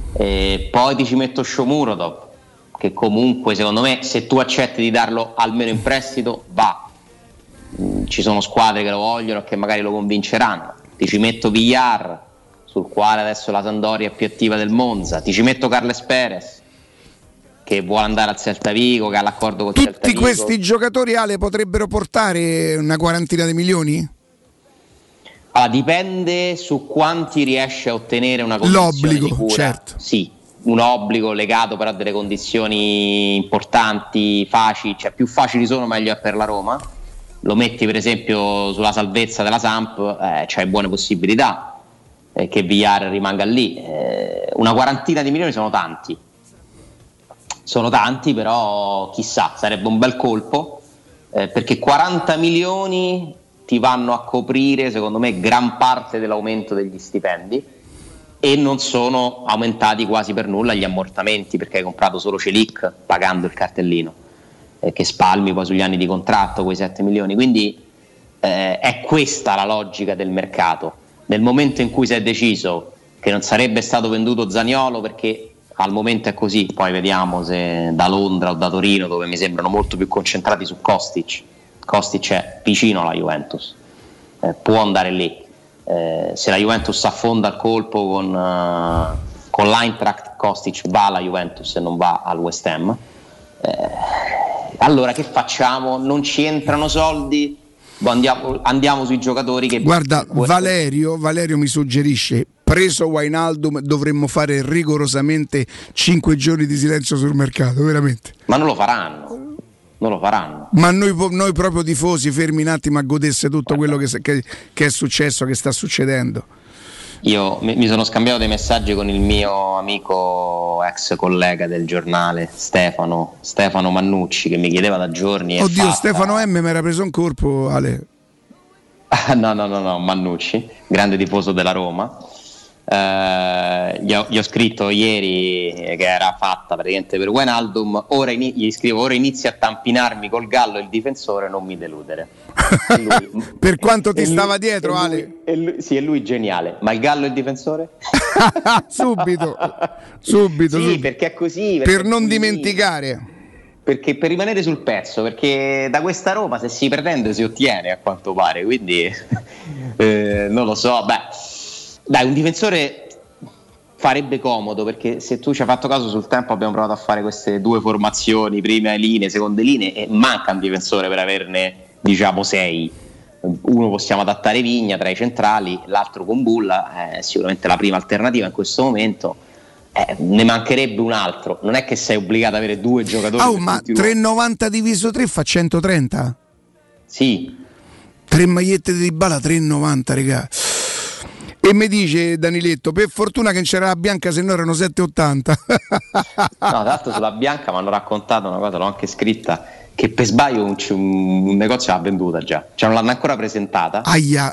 Speaker 7: E poi ti ci metto Shomurodov, che comunque secondo me se tu accetti di darlo almeno in prestito va. Mm, ci sono squadre che lo vogliono e che magari lo convinceranno. Ti ci metto Villar, sul quale adesso la Sampdoria è più attiva del Monza. Ti ci metto Carles Perez, che vuole andare al Celta Vigo, che ha l'accordo con il Celta
Speaker 4: Tutti
Speaker 7: Vigo.
Speaker 4: questi giocatori, Ale, potrebbero portare una quarantina di milioni?
Speaker 7: Allora, dipende su quanti riesce a ottenere una condizione
Speaker 4: L'obbligo,
Speaker 7: sicura.
Speaker 4: certo.
Speaker 7: Sì, un obbligo legato però a delle condizioni importanti, facili, cioè più facili sono meglio è per la Roma. Lo metti per esempio sulla salvezza della Samp, eh, c'hai buone possibilità eh, che Villar rimanga lì. Eh, una quarantina di milioni sono tanti. Sono tanti, però chissà, sarebbe un bel colpo, eh, perché quaranta milioni ti vanno a coprire secondo me gran parte dell'aumento degli stipendi e non sono aumentati quasi per nulla gli ammortamenti, perché hai comprato solo Celic pagando il cartellino, eh, che spalmi poi sugli anni di contratto quei sette milioni, quindi eh, è questa la logica del mercato. Nel momento in cui si è deciso che non sarebbe stato venduto Zaniolo, perché al momento è così, poi vediamo se da Londra o da Torino, dove mi sembrano molto più concentrati su Kostic. Kostic è vicino alla Juventus, eh, può andare lì. Eh, se la Juventus affonda il colpo con, uh, con l'Eintracht, Kostic va alla Juventus e non va al West Ham. Eh, allora che facciamo? Non ci entrano soldi? Boh, andiamo, andiamo sui giocatori che...
Speaker 4: Guarda, Valerio, Valerio mi suggerisce, preso Wijnaldum dovremmo fare rigorosamente cinque giorni di silenzio sul mercato, veramente.
Speaker 7: Ma non lo faranno. Non lo faranno.
Speaker 4: Ma noi, noi proprio tifosi fermi un attimo a godersi tutto quello che, che, che è successo, che sta succedendo.
Speaker 7: Io mi, mi sono scambiato dei messaggi con il mio amico ex collega del giornale Stefano Stefano Mannucci, che mi chiedeva da giorni.
Speaker 4: Oddio,
Speaker 7: fatta...
Speaker 4: Stefano M mi era preso un colpo, Ale.
Speaker 7: no no no no Mannucci, grande tifoso della Roma. Uh, gli, ho, gli ho scritto ieri che era fatta praticamente per Wijnaldum, ora in, gli scrivo ora inizi a tampinarmi col gallo il difensore, non mi deludere. Lui,
Speaker 4: per quanto ti
Speaker 7: lui,
Speaker 4: stava dietro,
Speaker 7: lui,
Speaker 4: Ale?
Speaker 7: E lui, sì, è lui geniale, ma il gallo è il difensore?
Speaker 4: subito subito
Speaker 7: sì,
Speaker 4: subito.
Speaker 7: Perché è così,
Speaker 4: per non così. dimenticare,
Speaker 7: perché per rimanere sul pezzo, perché da questa Roma se si pretende si ottiene, a quanto pare, quindi eh, non lo so. Beh, dai, un difensore farebbe comodo, perché se tu ci hai fatto caso sul tempo abbiamo provato a fare queste due formazioni, prime linee, seconde linee, e manca un difensore per averne diciamo sei. Uno possiamo adattare Vigna tra i centrali, l'altro con Bulla, eh, sicuramente la prima alternativa in questo momento. Eh, ne mancherebbe un altro, non è che sei obbligato ad avere due giocatori.
Speaker 4: Oh, ma tre virgola novanta diviso tre fa centotrenta?
Speaker 7: Sì.
Speaker 4: Tre magliette di Dybala, tre virgola novanta, regà. E E mi dice Daniletto, per fortuna che non c'era la bianca, se no erano sette e ottanta.
Speaker 7: No, tra l'altro sulla bianca mi hanno raccontato una cosa, l'ho anche scritta, che per sbaglio un, un negozio l'ha venduta già, cioè non l'hanno ancora presentata.
Speaker 4: Aia.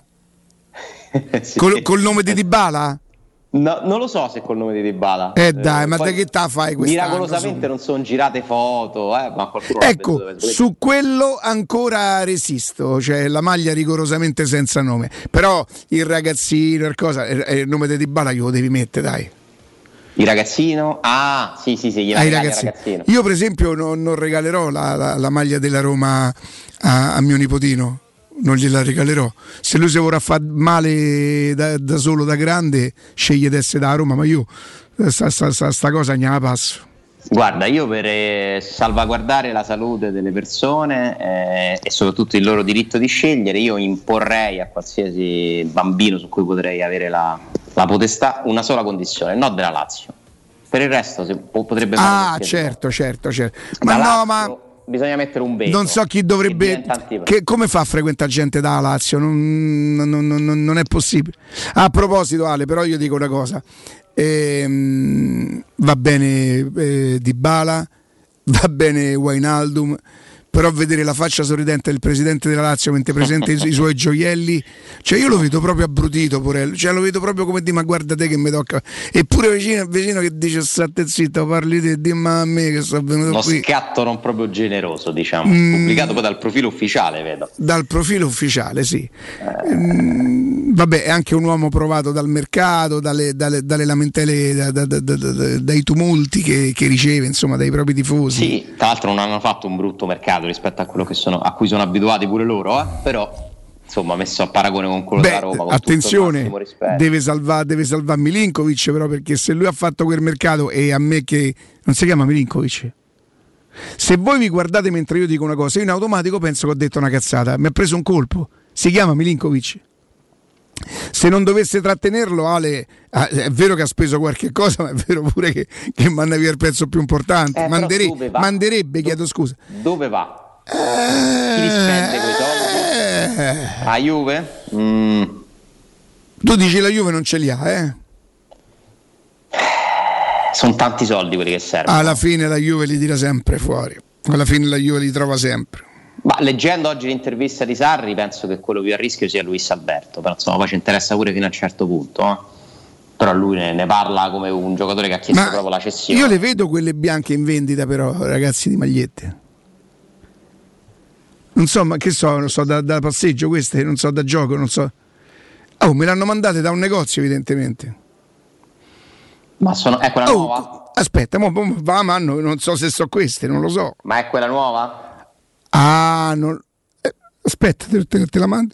Speaker 7: Sì.
Speaker 4: Col, col nome di Dybala?
Speaker 7: No, non lo so se col nome di Dybala.
Speaker 4: Eh dai,
Speaker 7: eh,
Speaker 4: ma
Speaker 7: poi
Speaker 4: da che ta fai quest'anno?
Speaker 7: Miracolosamente non sono girate foto, eh, ma qualcuno l'ha
Speaker 4: Ecco,
Speaker 7: venduta per
Speaker 4: su quello ancora resisto, cioè la maglia rigorosamente senza nome, però il ragazzino, il, cosa, il, il nome di Dybala glielo devi mettere, dai.
Speaker 7: Il ragazzino? Ah, sì, sì, sì, gliela
Speaker 4: Ai
Speaker 7: regali al
Speaker 4: ragazzini.
Speaker 7: ragazzino.
Speaker 4: Io per esempio non, non regalerò la, la, la maglia della Roma a, a mio nipotino, non gliela regalerò. Se lui si vorrà fare male da, da solo, da grande, sceglie di essere da Roma, ma io sta, sta, sta, sta cosa non la passo.
Speaker 7: Guarda, io per eh, salvaguardare la salute delle persone eh, e soprattutto il loro diritto di scegliere, io imporrei a qualsiasi bambino su cui potrei avere la, la potestà una sola condizione, no della Lazio. Per il resto se, po- potrebbe fare
Speaker 4: Ah,
Speaker 7: qualsiasi
Speaker 4: certo, certo, certo.
Speaker 7: cosa.
Speaker 4: Ma
Speaker 7: Da
Speaker 4: no,
Speaker 7: Lazio
Speaker 4: ma
Speaker 7: bisogna mettere un veto.
Speaker 4: non so chi dovrebbe. Che, come fa a frequentare gente da Lazio? Non, non, non, non, non è possibile. A proposito, Ale, però io dico una cosa. Ehm, va bene eh, Dybala, va bene Wijnaldum, però vedere la faccia sorridente del presidente della Lazio mentre presenta i, i suoi gioielli, cioè io lo vedo proprio abbrutito, Porello, cioè lo vedo proprio come di ma guarda te che mi tocca, eppure vicino, vicino che dice state zitto, parli te, dimmi a me che sono venuto
Speaker 7: Uno
Speaker 4: qui
Speaker 7: scatto non proprio generoso, diciamo,
Speaker 4: Mm.
Speaker 7: pubblicato poi dal profilo ufficiale, vedo.
Speaker 4: dal profilo ufficiale, sì. Mm, vabbè, è anche un uomo provato dal mercato, dalle, dalle, dalle lamentele, da, da, da, da, da- dai tumulti che, che riceve, insomma, dai propri tifosi.
Speaker 7: Sì, tra l'altro non hanno fatto un brutto mercato rispetto a quello che sono, a cui sono abituati pure loro, eh? Però insomma messo a paragone con quello
Speaker 4: Beh,
Speaker 7: della Roma, con
Speaker 4: attenzione,
Speaker 7: tutto il massimo rispetto.
Speaker 4: deve salvare deve salvar Milinkovic, però, perché se lui ha fatto quel mercato, e a me che non si chiama Milinkovic, se voi vi guardate mentre io dico una cosa, io in automatico penso che ho detto una cazzata, mi ha preso un colpo, si chiama Milinkovic. Se non dovesse trattenerlo, Ale, ah, è vero che ha speso qualche cosa, ma è vero pure che, che manda via il pezzo più importante.
Speaker 7: Eh, però
Speaker 4: Mandere-
Speaker 7: dove va?
Speaker 4: manderebbe, chiedo scusa.
Speaker 7: Dove va? Chi li spende quei soldi? A Juve? Mm.
Speaker 4: Tu dici la Juve non ce li ha, eh?
Speaker 7: Sono tanti soldi quelli che servono.
Speaker 4: Alla fine la Juve li tira sempre fuori. Alla fine la Juve li trova sempre.
Speaker 7: Ma leggendo oggi l'intervista di Sarri penso che quello più a rischio sia Luis Alberto, però insomma poi ci interessa pure fino a un certo punto, eh. Però lui ne, ne parla come un giocatore che ha chiesto
Speaker 4: Ma
Speaker 7: proprio la cessione.
Speaker 4: io le vedo quelle bianche in vendita, però, ragazzi di magliette. Non so, ma che so, non so da, da passeggio queste, non so da gioco, non so. Oh, me l'hanno mandate da un negozio, evidentemente.
Speaker 7: Ma sono, è quella
Speaker 4: Oh,
Speaker 7: nuova?
Speaker 4: Aspetta, mo, mo, va a mano, non so se so queste, non lo so.
Speaker 7: Ma è quella nuova?
Speaker 4: Ah, non... eh, aspetta, te, te- te la mando.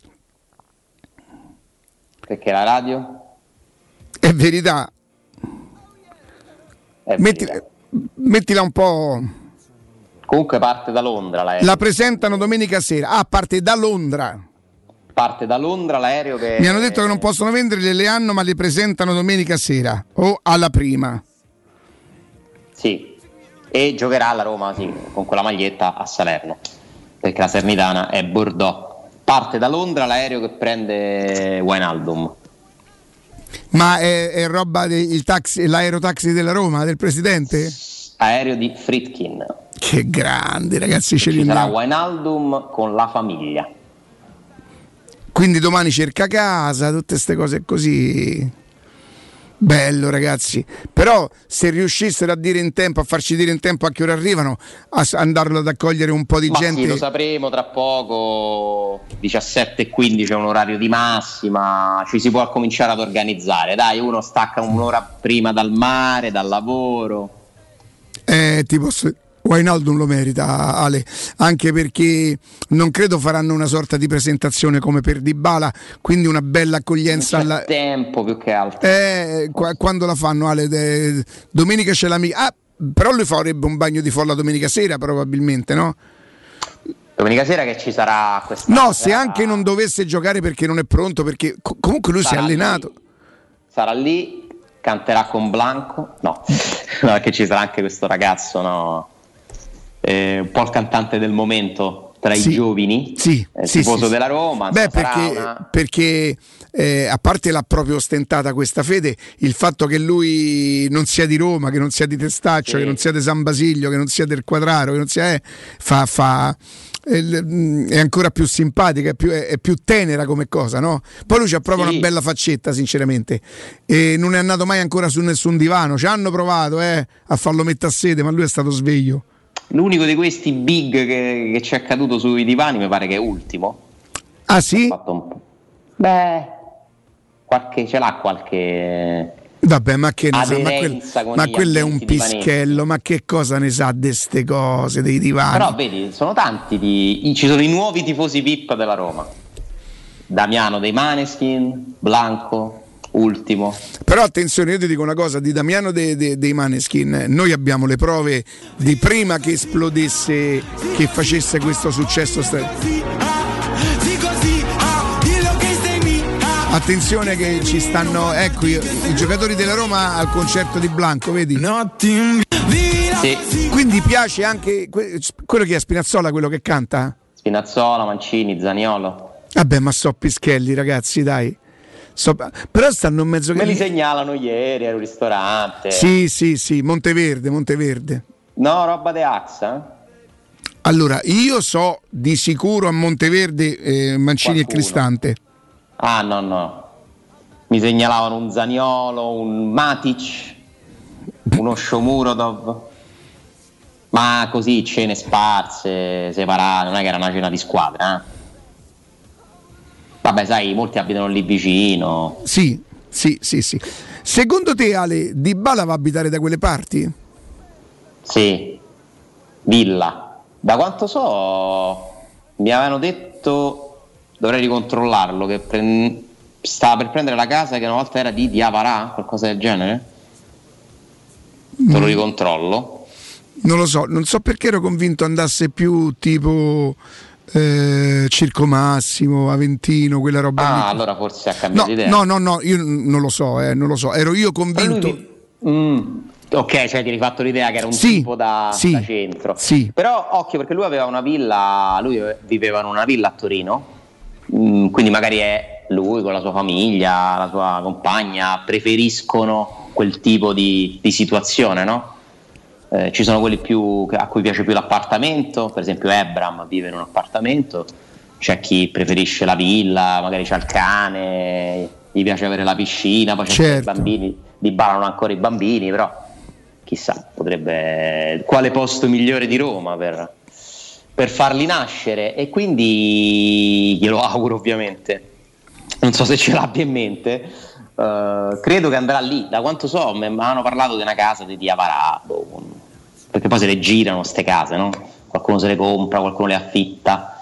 Speaker 7: Perché la radio?
Speaker 4: È verità.
Speaker 7: È
Speaker 4: Metti-
Speaker 7: verità.
Speaker 4: mettila un po'.
Speaker 7: Comunque parte da Londra l'aereo.
Speaker 4: La presentano domenica sera. Ah, parte da Londra.
Speaker 7: Parte da Londra l'aereo che...
Speaker 4: Mi hanno detto che non possono venderle, le hanno, ma le presentano domenica sera o alla prima.
Speaker 7: Sì. E giocherà alla Roma, sì, con quella maglietta a Salerno. Perché la Salernitana è Bordeaux. Parte da Londra l'aereo che prende Wijnaldum.
Speaker 4: Ma è, è roba del taxi, l'aerotaxi della Roma, del presidente?
Speaker 7: Aereo di Friedkin.
Speaker 4: Che grande, ragazzi, ce li
Speaker 7: Ci sarà
Speaker 4: andiamo.
Speaker 7: Wijnaldum con la famiglia.
Speaker 4: Quindi domani cerca casa, tutte queste cose così. Bello, ragazzi. Però se riuscissero a dire in tempo, a farci dire in tempo a che ora arrivano, a s- andarlo ad accogliere un po' di
Speaker 7: Ma
Speaker 4: gente.
Speaker 7: sì, lo sapremo tra poco. diciassette e quindici è un orario di massima. Ci si può cominciare ad organizzare. Dai, uno stacca un'ora prima dal mare, dal lavoro.
Speaker 4: Eh, ti posso... Wijnaldum lo merita, Ale, anche perché non credo faranno una sorta di presentazione come per Dybala, quindi una bella accoglienza
Speaker 7: Non c'è
Speaker 4: alla...
Speaker 7: tempo più che altro.
Speaker 4: Eh, qua- quando la fanno, Ale? De- domenica c'è l'amica. Ah, però lui farebbe un bagno di folla domenica sera, probabilmente, no?
Speaker 7: Domenica sera che ci sarà questa...
Speaker 4: No, se anche non dovesse giocare perché non è pronto, perché co- comunque lui si è
Speaker 7: Sarà
Speaker 4: allenato.
Speaker 7: lì. Sarà lì, canterà con Blanco. No, no, perché ci sarà anche questo ragazzo, no? Eh, un po' il cantante del momento tra
Speaker 4: sì,
Speaker 7: i giovani,
Speaker 4: sì,
Speaker 7: eh,
Speaker 4: sì,
Speaker 7: tifoso
Speaker 4: sì,
Speaker 7: della Roma.
Speaker 4: Beh,
Speaker 7: sarà
Speaker 4: perché,
Speaker 7: una...
Speaker 4: perché eh, a parte l'ha proprio ostentata questa fede, il fatto che lui non sia di Roma, che non sia di Testaccio,
Speaker 7: Sì.
Speaker 4: che non sia di San Basilio, che non sia del Quadraro, che non sia eh, fa, fa eh, è ancora più simpatica, è più, è, è più tenera come cosa, no? Poi lui c'ha proprio
Speaker 7: Sì.
Speaker 4: una bella faccetta, sinceramente, e non è andato mai ancora su nessun divano. Ci hanno provato eh, a farlo mettere a sede, ma lui è stato sveglio.
Speaker 7: L'unico di questi big che, che ci è caduto sui divani mi pare che è Ultimo.
Speaker 4: Ah sì?
Speaker 7: Ha fatto un po'. Beh, qualche, ce l'ha qualche
Speaker 4: Vabbè, ma che ne sa, ma, quel,
Speaker 7: aderenza con
Speaker 4: ma
Speaker 7: gli
Speaker 4: quello è un
Speaker 7: ambienti
Speaker 4: pischello,
Speaker 7: divaneschi.
Speaker 4: ma che cosa ne sa di ste cose, dei divani?
Speaker 7: Però vedi, sono tanti di, i- ci sono i nuovi tifosi V I P della Roma. Damiano dei Maneskin, Blanco, Ultimo.
Speaker 4: Però attenzione, io ti dico una cosa, di Damiano de- de- dei Maneskin, noi abbiamo le prove di prima che esplodesse, che facesse questo successo. Sta- Attenzione che ci stanno, ecco, i, i giocatori della Roma al concerto di Blanco, vedi?
Speaker 7: Sì.
Speaker 4: Quindi piace anche que- quello che è Spinazzola, quello che canta?
Speaker 7: Spinazzola, Mancini, Zaniolo.
Speaker 4: Vabbè, ma so pischelli, ragazzi, dai. So- però stanno in mezzo
Speaker 7: Me
Speaker 4: che...
Speaker 7: li segnalano ieri al ristorante.
Speaker 4: Sì, sì, sì, Monteverde, Monteverde.
Speaker 7: No, roba de Axa.
Speaker 4: Allora, io so di sicuro a Monteverde eh, Mancini
Speaker 7: Qualcuno.
Speaker 4: e Cristante.
Speaker 7: Ah, no, no. Mi segnalavano un Zaniolo, un Matic, uno Shomurodov. Ma così, cene sparse, separate, non è che era una cena di squadra, eh. Vabbè, sai, molti abitano lì vicino.
Speaker 4: Sì, sì, sì, sì. Secondo te, Ale, Dybala va a abitare da quelle parti?
Speaker 7: Sì. Villa. Da quanto so, mi avevano detto, dovrei ricontrollarlo, che pre- stava per prendere la casa che una volta era di Diavarà, qualcosa del genere. Te lo ricontrollo.
Speaker 4: Non lo so, non so perché ero convinto andasse più tipo eh, Circo Massimo, Aventino, quella roba
Speaker 7: Ah,
Speaker 4: lì.
Speaker 7: allora forse ha
Speaker 4: No,
Speaker 7: cambiato idea.
Speaker 4: no, no, no, io non lo so, eh, non lo so. Ero io convinto.
Speaker 7: Lui vi- Mm, ok, cioè ti hai rifatto l'idea che era un
Speaker 4: Sì,
Speaker 7: tipo da,
Speaker 4: sì,
Speaker 7: da centro.
Speaker 4: sì.
Speaker 7: Però occhio, perché lui aveva una villa, lui viveva in una villa a Torino, mm, quindi magari è lui con la sua famiglia, la sua compagna, preferiscono quel tipo di, di situazione, no? Eh, ci sono quelli più, a cui piace più l'appartamento, per esempio Ebram vive in un appartamento, c'è chi preferisce la villa, magari c'ha il cane, gli piace avere la piscina, poi c'è
Speaker 4: Certo.
Speaker 7: i bambini, li ballano ancora i bambini, però chissà, potrebbe, quale posto migliore di Roma per, per farli nascere, e quindi glielo auguro ovviamente, non so se ce l'abbia in mente. Uh, credo che andrà lì, da quanto so mi hanno parlato di una casa di Diavarà, boh, perché poi se le girano ste case, no? Qualcuno se le compra, qualcuno le affitta,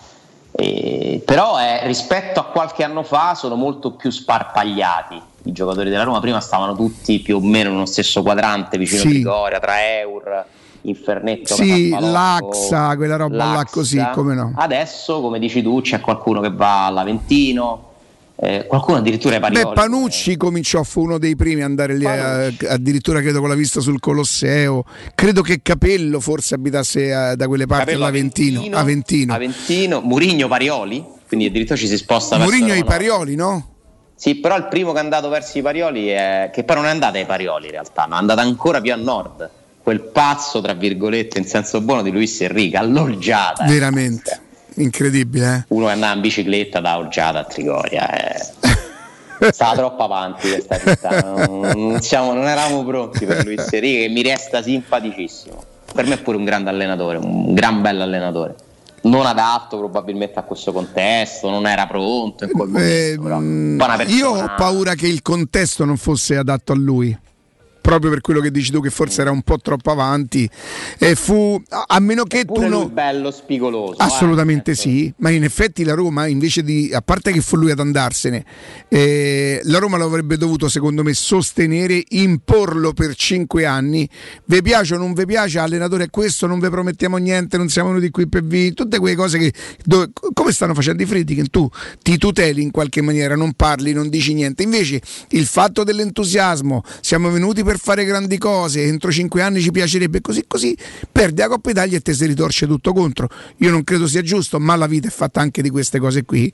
Speaker 7: e, però è, rispetto a qualche anno fa sono molto più sparpagliati i giocatori della Roma. Prima stavano tutti più o meno nello stesso quadrante vicino
Speaker 4: Sì.
Speaker 7: a Trigoria, tra Eur, Infernetto,
Speaker 4: Sì,
Speaker 7: Casaspalotto,
Speaker 4: l'Axa, quella roba là
Speaker 7: l'Axa.
Speaker 4: così, come no.
Speaker 7: Adesso, come dici tu, c'è qualcuno che va all'Aventino, eh, qualcuno addirittura ai Parioli.
Speaker 4: Beh, Panucci cominciò, fu uno dei primi ad andare lì, a- addirittura credo con la vista sul Colosseo. Credo che Capello forse abitasse a- da quelle parti
Speaker 7: Capello
Speaker 4: all'Aventino.
Speaker 7: Aventino,
Speaker 4: Aventino.
Speaker 7: Aventino, Murigno, Parioli, quindi addirittura ci si sposta verso
Speaker 4: Mourinho ai
Speaker 7: Roma.
Speaker 4: Parioli, no?
Speaker 7: Sì, però il primo che è andato verso i Parioli è che poi non è andato ai Parioli in realtà, ma è andato ancora più a nord. Quel pazzo, tra virgolette, in senso buono, di Luis Enrique, all'Orgiata. eh.
Speaker 4: Veramente incredibile, eh?
Speaker 7: Uno che andava in bicicletta da Orgiata a Trigoria. Eh. Stava troppo avanti questa città. Non, non siamo- non eravamo pronti per Luis Enrique, che mi resta simpaticissimo. Per me è pure un grande allenatore, un gran bello allenatore. Non adatto probabilmente a questo contesto, non era pronto in quel
Speaker 4: Eh,
Speaker 7: momento, però.
Speaker 4: mh,
Speaker 7: Poi una persona-
Speaker 4: io ho paura che il contesto non fosse adatto a lui. Proprio per quello che dici tu, che forse era un po' troppo avanti, e fu a, a meno che tu
Speaker 7: Pure lui
Speaker 4: non.
Speaker 7: bello spigoloso.
Speaker 4: Assolutamente sì, ma in effetti la Roma, invece di, a parte che fu lui ad andarsene, eh, la Roma lo avrebbe dovuto, secondo me, sostenere, imporlo per cinque anni. Vi piace o non vi piace, allenatore è questo, non vi promettiamo niente, non siamo venuti qui per vi, tutte quelle cose che dove, come stanno facendo i Fritti, che tu ti tuteli in qualche maniera, non parli, non dici niente. Invece il fatto dell'entusiasmo, siamo venuti per per fare grandi cose, entro cinque anni ci piacerebbe così così, perde la Coppa Italia e te si ritorce tutto contro. Io non credo sia giusto, ma la vita è fatta anche di queste cose qui,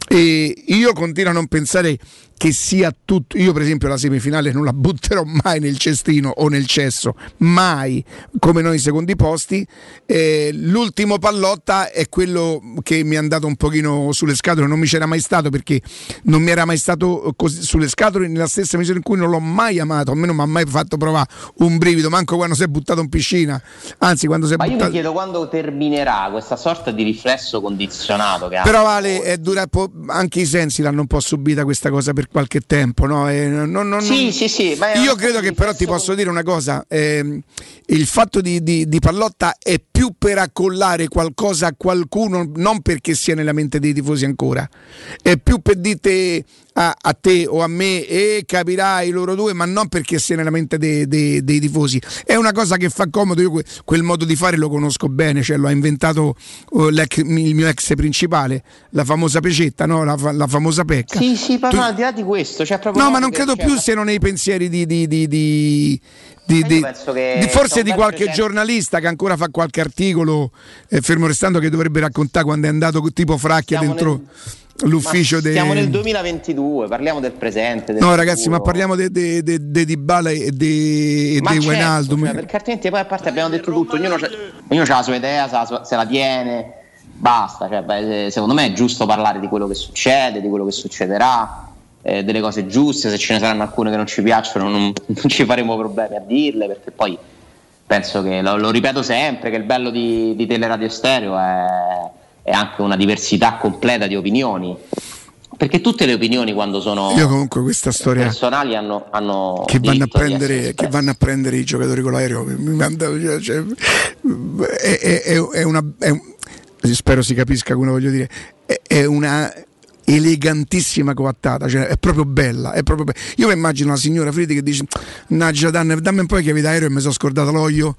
Speaker 4: e io continuo a non pensare che sia tutto. Io per esempio la semifinale non la butterò mai nel cestino o nel cesso, mai, come noi secondi posti. Eh, l'ultimo Pallotta è quello che mi è andato un pochino sulle scatole, non mi c'era mai stato, perché non mi era mai stato così sulle scatole nella stessa misura in cui non l'ho mai amato, almeno mi ha mai fatto provare un brivido, manco quando si è buttato in piscina, anzi quando si è
Speaker 7: Ma
Speaker 4: buttato.
Speaker 7: io mi chiedo quando terminerà questa sorta di riflesso condizionato che ha.
Speaker 4: Però Vale, è dura, po- anche i sensi l'hanno un po' subita questa cosa per qualche tempo, no? E non, non,
Speaker 7: Sì,
Speaker 4: non...
Speaker 7: sì, sì, ma è
Speaker 4: Io
Speaker 7: una
Speaker 4: credo che però ti posso dire una cosa, ehm, il fatto di, di, di Pallotta è più per accollare qualcosa a qualcuno, non perché sia nella mente dei tifosi ancora, è più per dite a, a te o a me e capirai loro due, ma non perché sia nella mente dei, dei, dei tifosi. È una cosa che fa comodo, io que, quel modo di fare lo conosco bene, cioè lo ha inventato uh, il mio ex principale, la famosa pecetta, no? la, la famosa pecca.
Speaker 7: Sì, sì, ma
Speaker 4: Tu...
Speaker 7: no, al di là di questo, cioè proprio
Speaker 4: no, ma non
Speaker 7: che,
Speaker 4: credo
Speaker 7: cioè,
Speaker 4: più siano nei pensieri di, di, di, di, di, di,
Speaker 7: che
Speaker 4: di forse di qualche
Speaker 7: presente...
Speaker 4: giornalista che ancora fa qualche articolo, eh, fermo restando che dovrebbe raccontare quando è andato tipo Fracchia
Speaker 7: Stiamo
Speaker 4: dentro
Speaker 7: nel...
Speaker 4: l'ufficio dei...
Speaker 7: Siamo nel duemilaventidue, parliamo del presente. Del
Speaker 4: no ragazzi,
Speaker 7: futuro.
Speaker 4: ma parliamo di de, de, de Dybala e di
Speaker 7: Ma certo,
Speaker 4: Wijnaldum,
Speaker 7: cioè, perché altrimenti poi a parte abbiamo detto tutto, ognuno, c'ha, ognuno ha la sua idea, se la, se la tiene, basta, cioè, beh, secondo me è giusto parlare di quello che succede, di quello che succederà, eh, delle cose giuste, se ce ne saranno alcune che non ci piacciono non, non ci faremo problemi a dirle, perché poi penso che, lo, lo ripeto sempre, che il bello di, di Teleradio Stereo è, è anche una diversità completa di opinioni, perché tutte le opinioni quando sono
Speaker 4: io comunque questa storia
Speaker 7: personali hanno, hanno
Speaker 4: che vanno a
Speaker 7: diritto di
Speaker 4: prendere
Speaker 7: essere
Speaker 4: che vanno a prendere i giocatori con l'aereo, mi manda, cioè, cioè, è, è, è, è una è, spero si capisca come voglio dire, è, è una elegantissima coattata, cioè è proprio bella, è proprio bella. Io mi immagino una signora Fridi che dice mannaggia danne, dammi un po' che avete aereo e mi sono scordato l'olio.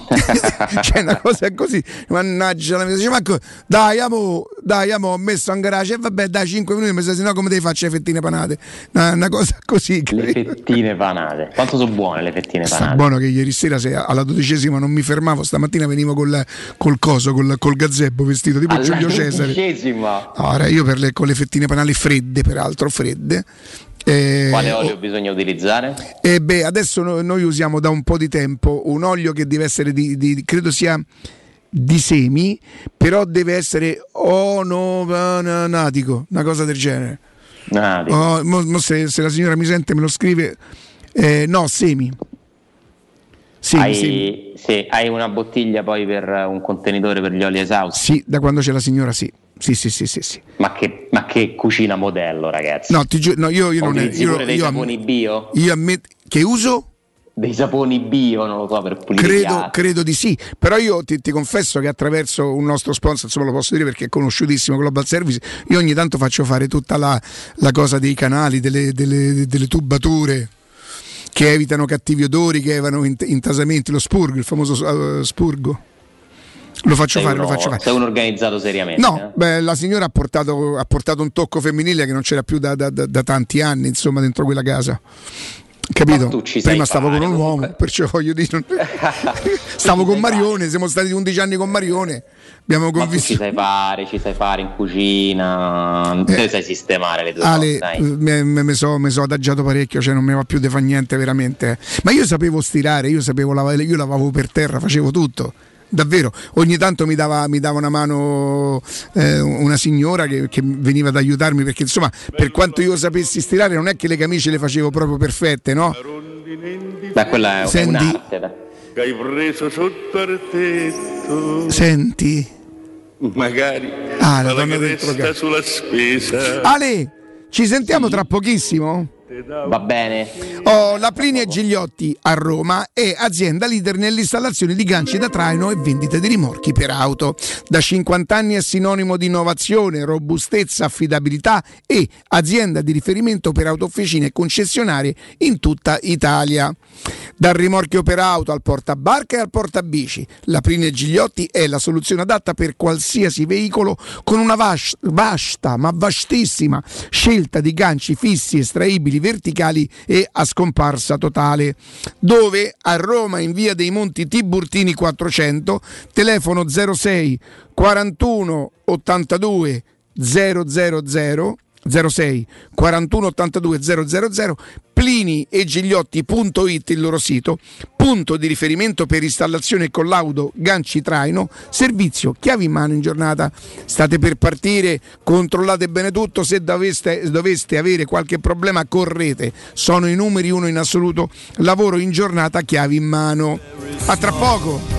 Speaker 4: C'è una cosa così, mannaggia la mia, dice, ma co- dai amo dai amo ho messo in garage e vabbè dai cinque minuti mi sa, se no come te faccio le fettine panate, una, una cosa così,
Speaker 7: le fettine panate, quanto sono buone le fettine panate.
Speaker 4: Sta buono che ieri sera se alla dodicesima non mi fermavo, stamattina venivo col, col coso col, col gazebo vestito tipo
Speaker 7: alla
Speaker 4: Giulio Cesare. Ora io per le, con le fettine panali fredde, peraltro fredde. Eh,
Speaker 7: Quale olio oh, bisogna utilizzare?
Speaker 4: Eh beh, adesso no, noi usiamo da un po' di tempo un olio che deve essere di, di credo sia di semi, però deve essere onovanatico, una cosa del genere.
Speaker 7: Ah,
Speaker 4: oh, mo, mo se, se la signora mi sente me lo scrive. Eh, no, semi. Sì,
Speaker 7: hai,
Speaker 4: semi.
Speaker 7: Sì, hai una bottiglia poi per un contenitore per gli oli esausti?
Speaker 4: Sì, da quando c'è la signora sì. Sì, sì, sì, sì, sì.
Speaker 7: Ma che, ma che cucina modello, ragazzi?
Speaker 4: No, ti giuro, no, io, io non è. Io,
Speaker 7: pure dei
Speaker 4: io
Speaker 7: saponi
Speaker 4: amm-
Speaker 7: bio?
Speaker 4: Io ammetto che uso
Speaker 7: dei saponi bio, non lo so, per pulire
Speaker 4: credo, credo di sì, però io ti, ti confesso che attraverso un nostro sponsor, insomma lo posso dire perché è conosciutissimo, Global Service, io ogni tanto faccio fare tutta la, la cosa dei canali, delle, delle, delle tubature che evitano cattivi odori, che evitano intasamenti, lo spurgo, il famoso uh, spurgo. Lo faccio
Speaker 7: sei
Speaker 4: fare,
Speaker 7: uno,
Speaker 4: lo faccio fare.
Speaker 7: Sei un organizzato seriamente?
Speaker 4: No,
Speaker 7: eh?
Speaker 4: beh, la signora ha portato, ha portato un tocco femminile che non c'era più da, da, da, da tanti anni, insomma, dentro quella casa. Capito? Prima stavo
Speaker 7: fare,
Speaker 4: con un
Speaker 7: comunque.
Speaker 4: uomo, perciò voglio dire. Stavo con Marione, fare. Siamo stati undici anni con Marione. Abbiamo convisto.
Speaker 7: Ci sai fare, ci sai fare in cucina, non te
Speaker 4: eh,
Speaker 7: sai sistemare le tue
Speaker 4: Ale,
Speaker 7: cose.
Speaker 4: Mi sono so adagiato parecchio, cioè non mi va più di fa niente veramente. Ma io sapevo stirare, io sapevo lavare, io lavavo per terra, facevo tutto. Davvero, ogni tanto mi dava, mi dava una mano eh, una signora che, che veniva ad aiutarmi, perché insomma per quanto io sapessi stirare non è che le camicie le facevo proprio perfette, no?
Speaker 7: Beh, quella è
Speaker 4: Senti,
Speaker 7: un'arte. Beh.
Speaker 13: Che hai preso sotto il tetto.
Speaker 4: Senti,
Speaker 13: magari
Speaker 4: ah, la
Speaker 13: alla
Speaker 4: donna
Speaker 13: che
Speaker 4: dentro
Speaker 13: resta
Speaker 4: casa.
Speaker 13: sulla spesa.
Speaker 4: Ale, ci sentiamo tra pochissimo?
Speaker 7: Va bene.
Speaker 4: Oh, la Plini e Gigliotti a Roma è azienda leader nell'installazione di ganci da traino e vendita di rimorchi per auto. Da cinquanta anni è sinonimo di innovazione, robustezza, affidabilità e azienda di riferimento per autofficine e concessionarie in tutta Italia. Dal rimorchio per auto al portabarca e al portabici, la Plini e Gigliotti è la soluzione adatta per qualsiasi veicolo con una vas- vasta ma vastissima scelta di ganci fissi, estraibili, verticali e a scomparsa totale. Dove? A Roma, in via dei Monti Tiburtini quattrocento, telefono zero sei quarantuno ottantadue zero zero zero zero sei quarantuno ottantadue zero zero zero, plini e gigliotti punto it il loro sito, punto di riferimento per installazione e collaudo ganci traino, servizio chiavi in mano in giornata. State per partire, controllate bene tutto, se doveste, doveste avere qualche problema correte, sono i numeri uno in assoluto, lavoro in giornata chiavi in mano. A tra poco.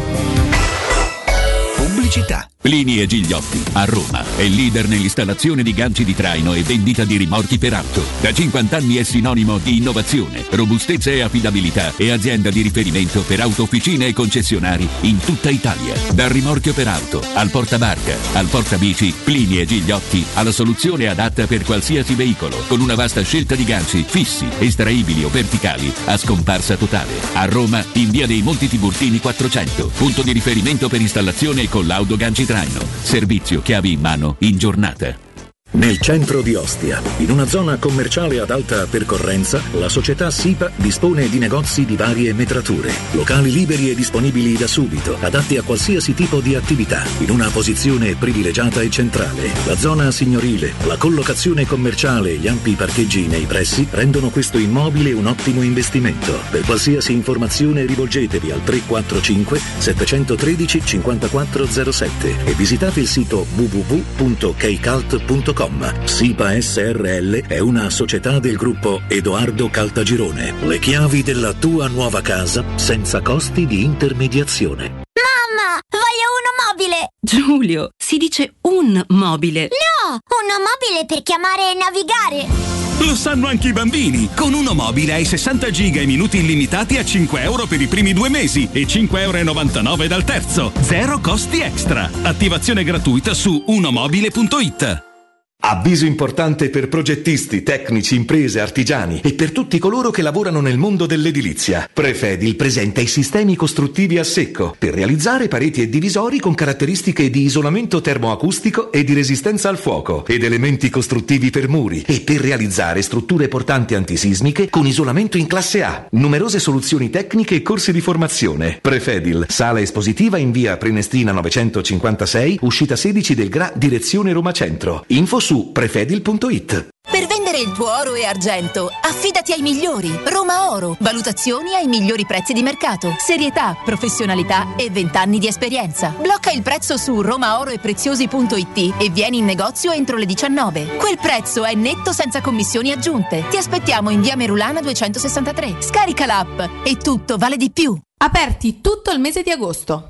Speaker 15: Pubblicità. Plini e Gigliotti, a Roma, è leader nell'installazione di ganci di traino e vendita di rimorchi per auto. Da cinquanta anni è sinonimo di innovazione, robustezza e affidabilità e azienda di riferimento per autofficine e concessionari in tutta Italia. Dal rimorchio per auto, al portabarca, al portabici, Plini e Gigliotti ha la soluzione adatta per qualsiasi veicolo, con una vasta scelta di ganci fissi, estraibili o verticali, a scomparsa totale. A Roma, in via dei Monti Tiburtini quattrocento, punto di riferimento per installazione e collaudo ganci traino. Servizio chiavi in mano in giornata.
Speaker 8: Nel centro di Ostia, in una zona commerciale ad alta percorrenza, la società SIPA dispone di negozi di varie metrature, locali liberi e disponibili da subito, adatti a qualsiasi tipo di attività, in una posizione privilegiata e centrale. La zona signorile, la collocazione commerciale e gli ampi parcheggi nei pressi rendono questo immobile un ottimo investimento. Per qualsiasi informazione rivolgetevi al tre quattro cinque sette uno tre cinquantaquattro zero sette e visitate il sito w w w punto keicalt punto com. SIPA S R L è una società del gruppo Edoardo Caltagirone. Le chiavi della tua nuova casa senza costi di intermediazione.
Speaker 9: Mamma, voglio uno mobile!
Speaker 1: Giulio, si dice un mobile.
Speaker 9: No, uno mobile per chiamare e navigare.
Speaker 15: Lo sanno anche i bambini. Con Uno Mobile hai sessanta giga e minuti illimitati a cinque euro per i primi due mesi e cinque euro e novantanove dal terzo. Zero costi extra. Attivazione gratuita su unomobile punto it.
Speaker 12: Avviso importante per progettisti, tecnici, imprese, artigiani e per tutti coloro che lavorano nel mondo dell'edilizia. Prefedil presenta i sistemi costruttivi a secco per realizzare pareti e divisori con caratteristiche di isolamento termoacustico e di resistenza al fuoco ed elementi costruttivi per muri e per realizzare strutture portanti antisismiche con isolamento in classe A. Numerose soluzioni tecniche e corsi di formazione. Prefedil, sala espositiva in via Prenestina novecentocinquantasei, uscita sedici del Gra, direzione Roma Centro. Info su prefedil punto it.
Speaker 14: Per vendere il tuo oro e argento, affidati ai migliori. Roma Oro. Valutazioni ai migliori prezzi di mercato. Serietà, professionalità e vent'anni di esperienza. Blocca il prezzo su romaoroepreziosi punto it e vieni in negozio entro le diciannove. Quel prezzo è netto senza commissioni aggiunte. Ti aspettiamo in via Merulana duecentosessantatré. Scarica l'app e tutto vale di più.
Speaker 16: Aperti tutto il mese di agosto.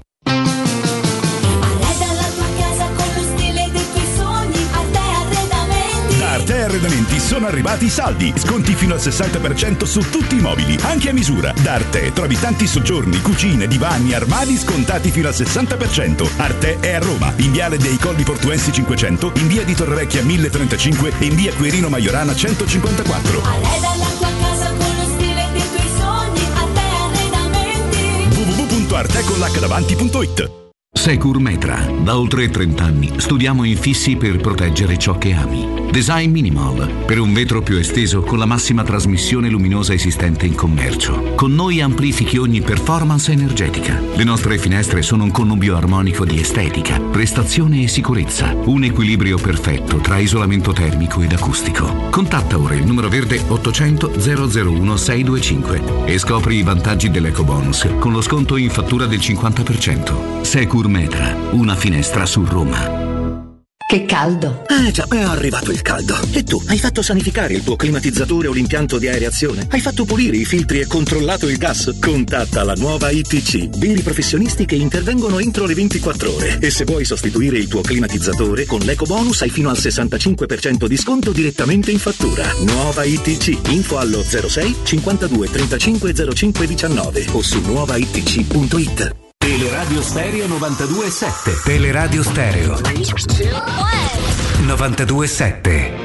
Speaker 23: Arte Arredamenti sono arrivati i saldi, sconti fino al sessanta per cento su tutti i mobili, anche a misura. Da Arte trovi tanti soggiorni, cucine, divani, armadi scontati fino al sessanta per cento. Arte è a Roma, in viale dei Colli Portuensi cinquecento, in via di Torrevecchia mille trentacinque e in via Quirino Maiorana centocinquantaquattro.
Speaker 13: Arreda la tua casa con lo stile dei tuoi sogni, Arte Arredamenti.
Speaker 23: w w w punto arte con l'acca davanti punto it.
Speaker 15: Securmetra. Da oltre trenta anni studiamo infissi per proteggere ciò che ami. Design minimal, per un vetro più esteso con la massima trasmissione luminosa esistente in commercio. Con noi amplifichi ogni performance energetica. Le nostre finestre sono un connubio armonico di estetica, prestazione e sicurezza. Un equilibrio perfetto tra isolamento termico ed acustico. Contatta ora il numero verde ottocento zero zero uno sei due cinque e scopri i vantaggi dell'ecobonus con lo sconto in fattura del cinquanta per cento. Securmetra, una finestra su Roma.
Speaker 1: Che caldo!
Speaker 8: Eh già, è arrivato il caldo. E tu, hai fatto sanificare il tuo climatizzatore o l'impianto di areazione? Hai fatto pulire i filtri e controllato il gas? Contatta la nuova I T C, veri professionisti che intervengono entro le ventiquattro ore. E se vuoi sostituire il tuo climatizzatore, con l'ecobonus hai fino al sessantacinque per cento di sconto direttamente in fattura. Nuova I T C, info allo zero sei cinquantadue trentacinque zero cinque diciannove o su nuova i t c punto it.
Speaker 20: Teleradio Stereo novantadue virgola sette. Teleradio Stereo novantadue virgola sette.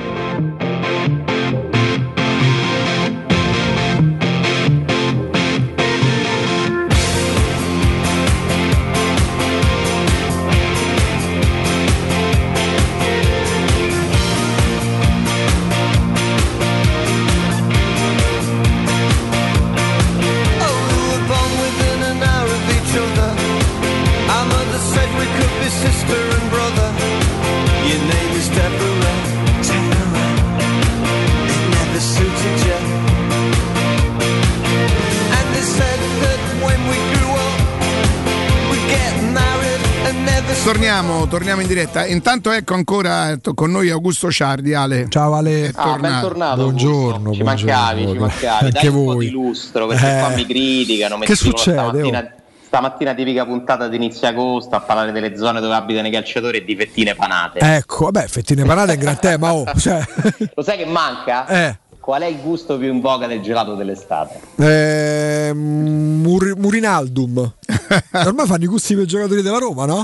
Speaker 4: torniamo, torniamo in diretta. Intanto ecco ancora con noi Augusto Ciardi. Ale.
Speaker 27: Ciao Ale.
Speaker 7: Ah,
Speaker 4: tornato.
Speaker 7: bentornato.
Speaker 27: Buongiorno.
Speaker 7: Ci
Speaker 27: buongiorno.
Speaker 7: mancavi, ci mancavi.
Speaker 27: Anche
Speaker 7: Dai un
Speaker 27: voi.
Speaker 7: po' di lustro, perché
Speaker 27: Eh.
Speaker 7: qua mi criticano. mi
Speaker 27: Che
Speaker 7: scrivono
Speaker 27: succede,
Speaker 7: Stamattina,
Speaker 27: oh?
Speaker 7: stamattina tipica puntata di inizio agosto a parlare delle zone dove abitano i calciatori e di fettine panate.
Speaker 27: Ecco, vabbè, fettine panate è un gran tema, oh. Cioè.
Speaker 7: Lo sai che manca?
Speaker 27: Eh.
Speaker 7: Qual è il gusto più in voga del gelato dell'estate?
Speaker 27: Eh, Mur- Murinaldum. Ormai fanno i gusti per i giocatori della Roma, no?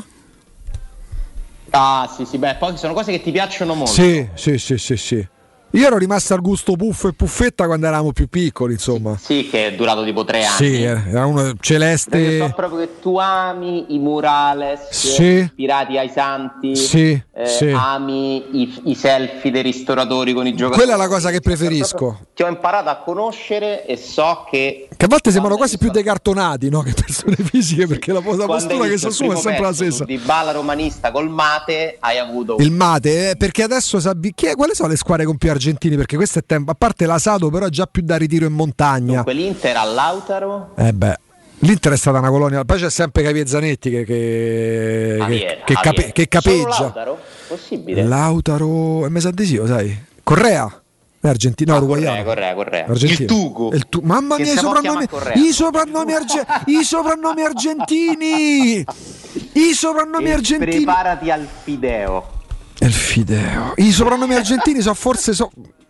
Speaker 7: Ah sì sì, beh, poi sono cose che ti piacciono molto.
Speaker 27: Sì, sì, sì, sì, sì. Io ero rimasto al gusto puffo e puffetta quando eravamo più piccoli, insomma.
Speaker 7: Sì, che è durato tipo tre anni.
Speaker 27: Sì, era uno celeste.
Speaker 7: Perché so proprio che tu ami i murales
Speaker 27: Sì.
Speaker 7: ispirati ai santi,
Speaker 27: Sì,
Speaker 7: eh,
Speaker 27: sì.
Speaker 7: ami i, i selfie dei ristoratori con i giocatori.
Speaker 27: Quella è la cosa che preferisco.
Speaker 7: Ti ho imparato a conoscere e so che
Speaker 27: Che a volte sembrano quasi più decartonati, no? Che persone fisiche, perché la, la
Speaker 7: quando
Speaker 27: postura
Speaker 7: hai
Speaker 27: che si
Speaker 7: visto il
Speaker 27: assume è sempre la
Speaker 7: primo
Speaker 27: stessa.
Speaker 7: pezzo Di balla romanista col mate hai avuto
Speaker 27: Il mate, eh, perché adesso sabi chi è, quali sono le squadre con più argentini? Perché questo è tempo, a parte l'Asado, però è già più da ritiro in montagna.
Speaker 7: quell'Inter a Lautaro.
Speaker 27: Eh beh, l'Inter è stata una colonia, poi c'è sempre Javier Zanetti che, che,
Speaker 7: Javier,
Speaker 27: che, che, cape-
Speaker 7: Javier.
Speaker 27: che
Speaker 7: Solo
Speaker 27: capeggia.
Speaker 7: Lautaro? Possibile?
Speaker 27: Lautaro, è mesa adesivo, sai? Correa, è argentino, no, uruguaiano.
Speaker 7: Correa, Correa.
Speaker 27: Argentino.
Speaker 7: Il Tuco.
Speaker 27: Il tu- Mamma
Speaker 7: Che
Speaker 27: mia, i
Speaker 7: si può
Speaker 27: soprannomi,
Speaker 7: chiamare Correa.
Speaker 27: i soprannomi, arge- i soprannomi argentini. I soprannomi
Speaker 7: E
Speaker 27: argentini.
Speaker 7: preparati al fideo.
Speaker 27: Il fideo. I soprannomi argentini sono forse so-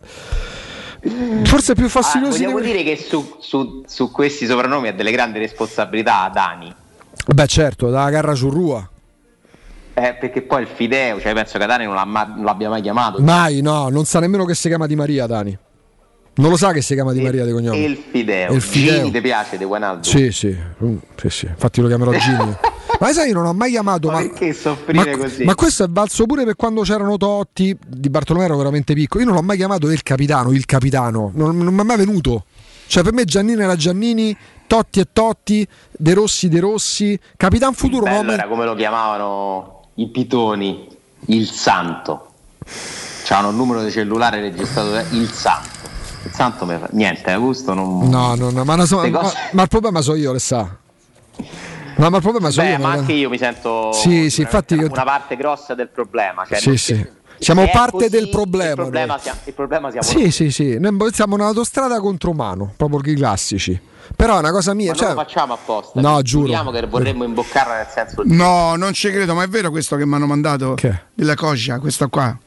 Speaker 27: forse più fastidiosi.
Speaker 7: Ah, vogliamo
Speaker 27: di-
Speaker 7: dire che su, su, su questi soprannomi ha delle grandi responsabilità Dani.
Speaker 27: Beh, certo, da Garra Ciurrua.
Speaker 7: Eh, perché poi il fideo, cioè penso che Dani non, l'ha ma- non l'abbia mai chiamato.
Speaker 27: Mai, no, non sa nemmeno che si chiama Di Maria, Dani. Non lo sa che si chiama Di Maria di cognome.
Speaker 7: E il fideo.
Speaker 27: E il fideo.
Speaker 7: Gini ti piace di Wijnaldum?
Speaker 27: Sì, sì, mm, sì, sì. Infatti lo chiamerò Gini. Ma sai, io non ho mai chiamato.
Speaker 7: Ma
Speaker 27: Ma,
Speaker 7: perché soffrire
Speaker 27: ma-
Speaker 7: così?
Speaker 27: ma questo è valso pure per quando c'erano Totti. Di Bartolomeo ero veramente piccolo. Io non l'ho mai chiamato il capitano, il capitano. Non, non mi è mai venuto. Cioè, per me Giannini era Giannini, Totti è Totti, De Rossi De Rossi. Capitan Futuro
Speaker 7: Bello
Speaker 27: non ho mai-
Speaker 7: era come lo chiamavano i pitoni, il santo. C'hanno un numero di cellulare registrato da il santo. Il santo mi fa niente, Augusto non.
Speaker 27: No, no, no, ma, una so-
Speaker 7: Ste
Speaker 27: ma,
Speaker 7: cose-
Speaker 27: ma il problema so io, le sa. No, ma il problema so
Speaker 7: Beh,
Speaker 27: io.
Speaker 7: ma
Speaker 27: non-
Speaker 7: anche io mi sento
Speaker 27: Sì, sì, infatti
Speaker 7: una,
Speaker 27: io-
Speaker 7: una parte grossa del problema. Cioè
Speaker 27: Sì,
Speaker 7: non-
Speaker 27: sì. Siamo
Speaker 7: se è
Speaker 27: parte
Speaker 7: così,
Speaker 27: del problema.
Speaker 7: Il problema,
Speaker 27: noi.
Speaker 7: siamo, il problema siamo
Speaker 27: Sì,
Speaker 7: noi.
Speaker 27: sì, sì, noi siamo un'autostrada contro mano, proprio i classici. Però è una cosa mia,
Speaker 7: Ma
Speaker 27: cioè,
Speaker 7: non lo facciamo apposta.
Speaker 27: No,
Speaker 7: ci
Speaker 27: giuro.
Speaker 7: giuriamo che vorremmo imboccarla nel senso di
Speaker 4: No, non ci credo, ma è vero questo che mi hanno mandato? Della coscia, questo qua.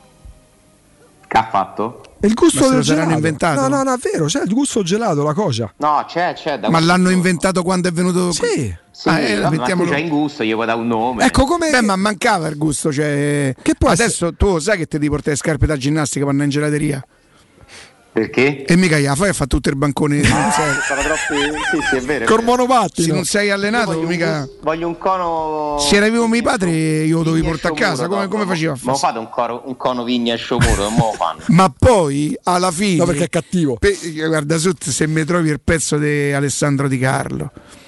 Speaker 7: che ha fatto?
Speaker 27: il gusto
Speaker 4: Ma se
Speaker 27: del
Speaker 4: lo saranno
Speaker 27: gelato.
Speaker 4: inventato?
Speaker 27: No, no, no, è vero, c'è il gusto gelato, la cosa.
Speaker 7: No, c'è, c'è. Da
Speaker 4: Ma
Speaker 7: quando-
Speaker 4: l'hanno inventato quando è venuto?
Speaker 27: Sì.
Speaker 7: Sì,
Speaker 4: Ah, eh,
Speaker 7: ma
Speaker 4: mettiamolo-
Speaker 7: tu c'hai in gusto, io poi da un nome.
Speaker 27: Ecco come
Speaker 4: Beh, ma mancava il gusto, cioè.
Speaker 27: Che può
Speaker 4: adesso tu sai che ti devi portare le scarpe da ginnastica per andare in gelateria?
Speaker 7: Perché?
Speaker 4: E mica gliela fai a fare tutto il bancone.
Speaker 7: Ah, sono troppi. Sì, sì, è vero. è
Speaker 27: Col
Speaker 7: vero.
Speaker 27: monopattino.
Speaker 4: Se non sei allenato,
Speaker 7: Io voglio,
Speaker 4: mica.
Speaker 7: un, voglio un cono.
Speaker 4: Se era vivo mio padre, io lo dovevi
Speaker 7: Vigna
Speaker 4: portare a
Speaker 7: Sciomuro,
Speaker 4: casa. Come,
Speaker 7: no,
Speaker 4: come
Speaker 7: no,
Speaker 4: faceva a
Speaker 7: Ma
Speaker 4: fare?
Speaker 7: fate un, coro, un cono vigna e sciomuro, non me lo fanno.
Speaker 4: Ma poi alla fine.
Speaker 27: No, perché è cattivo.
Speaker 4: Pe- guarda, su, se mi trovi il pezzo di Alessandro Di Carlo.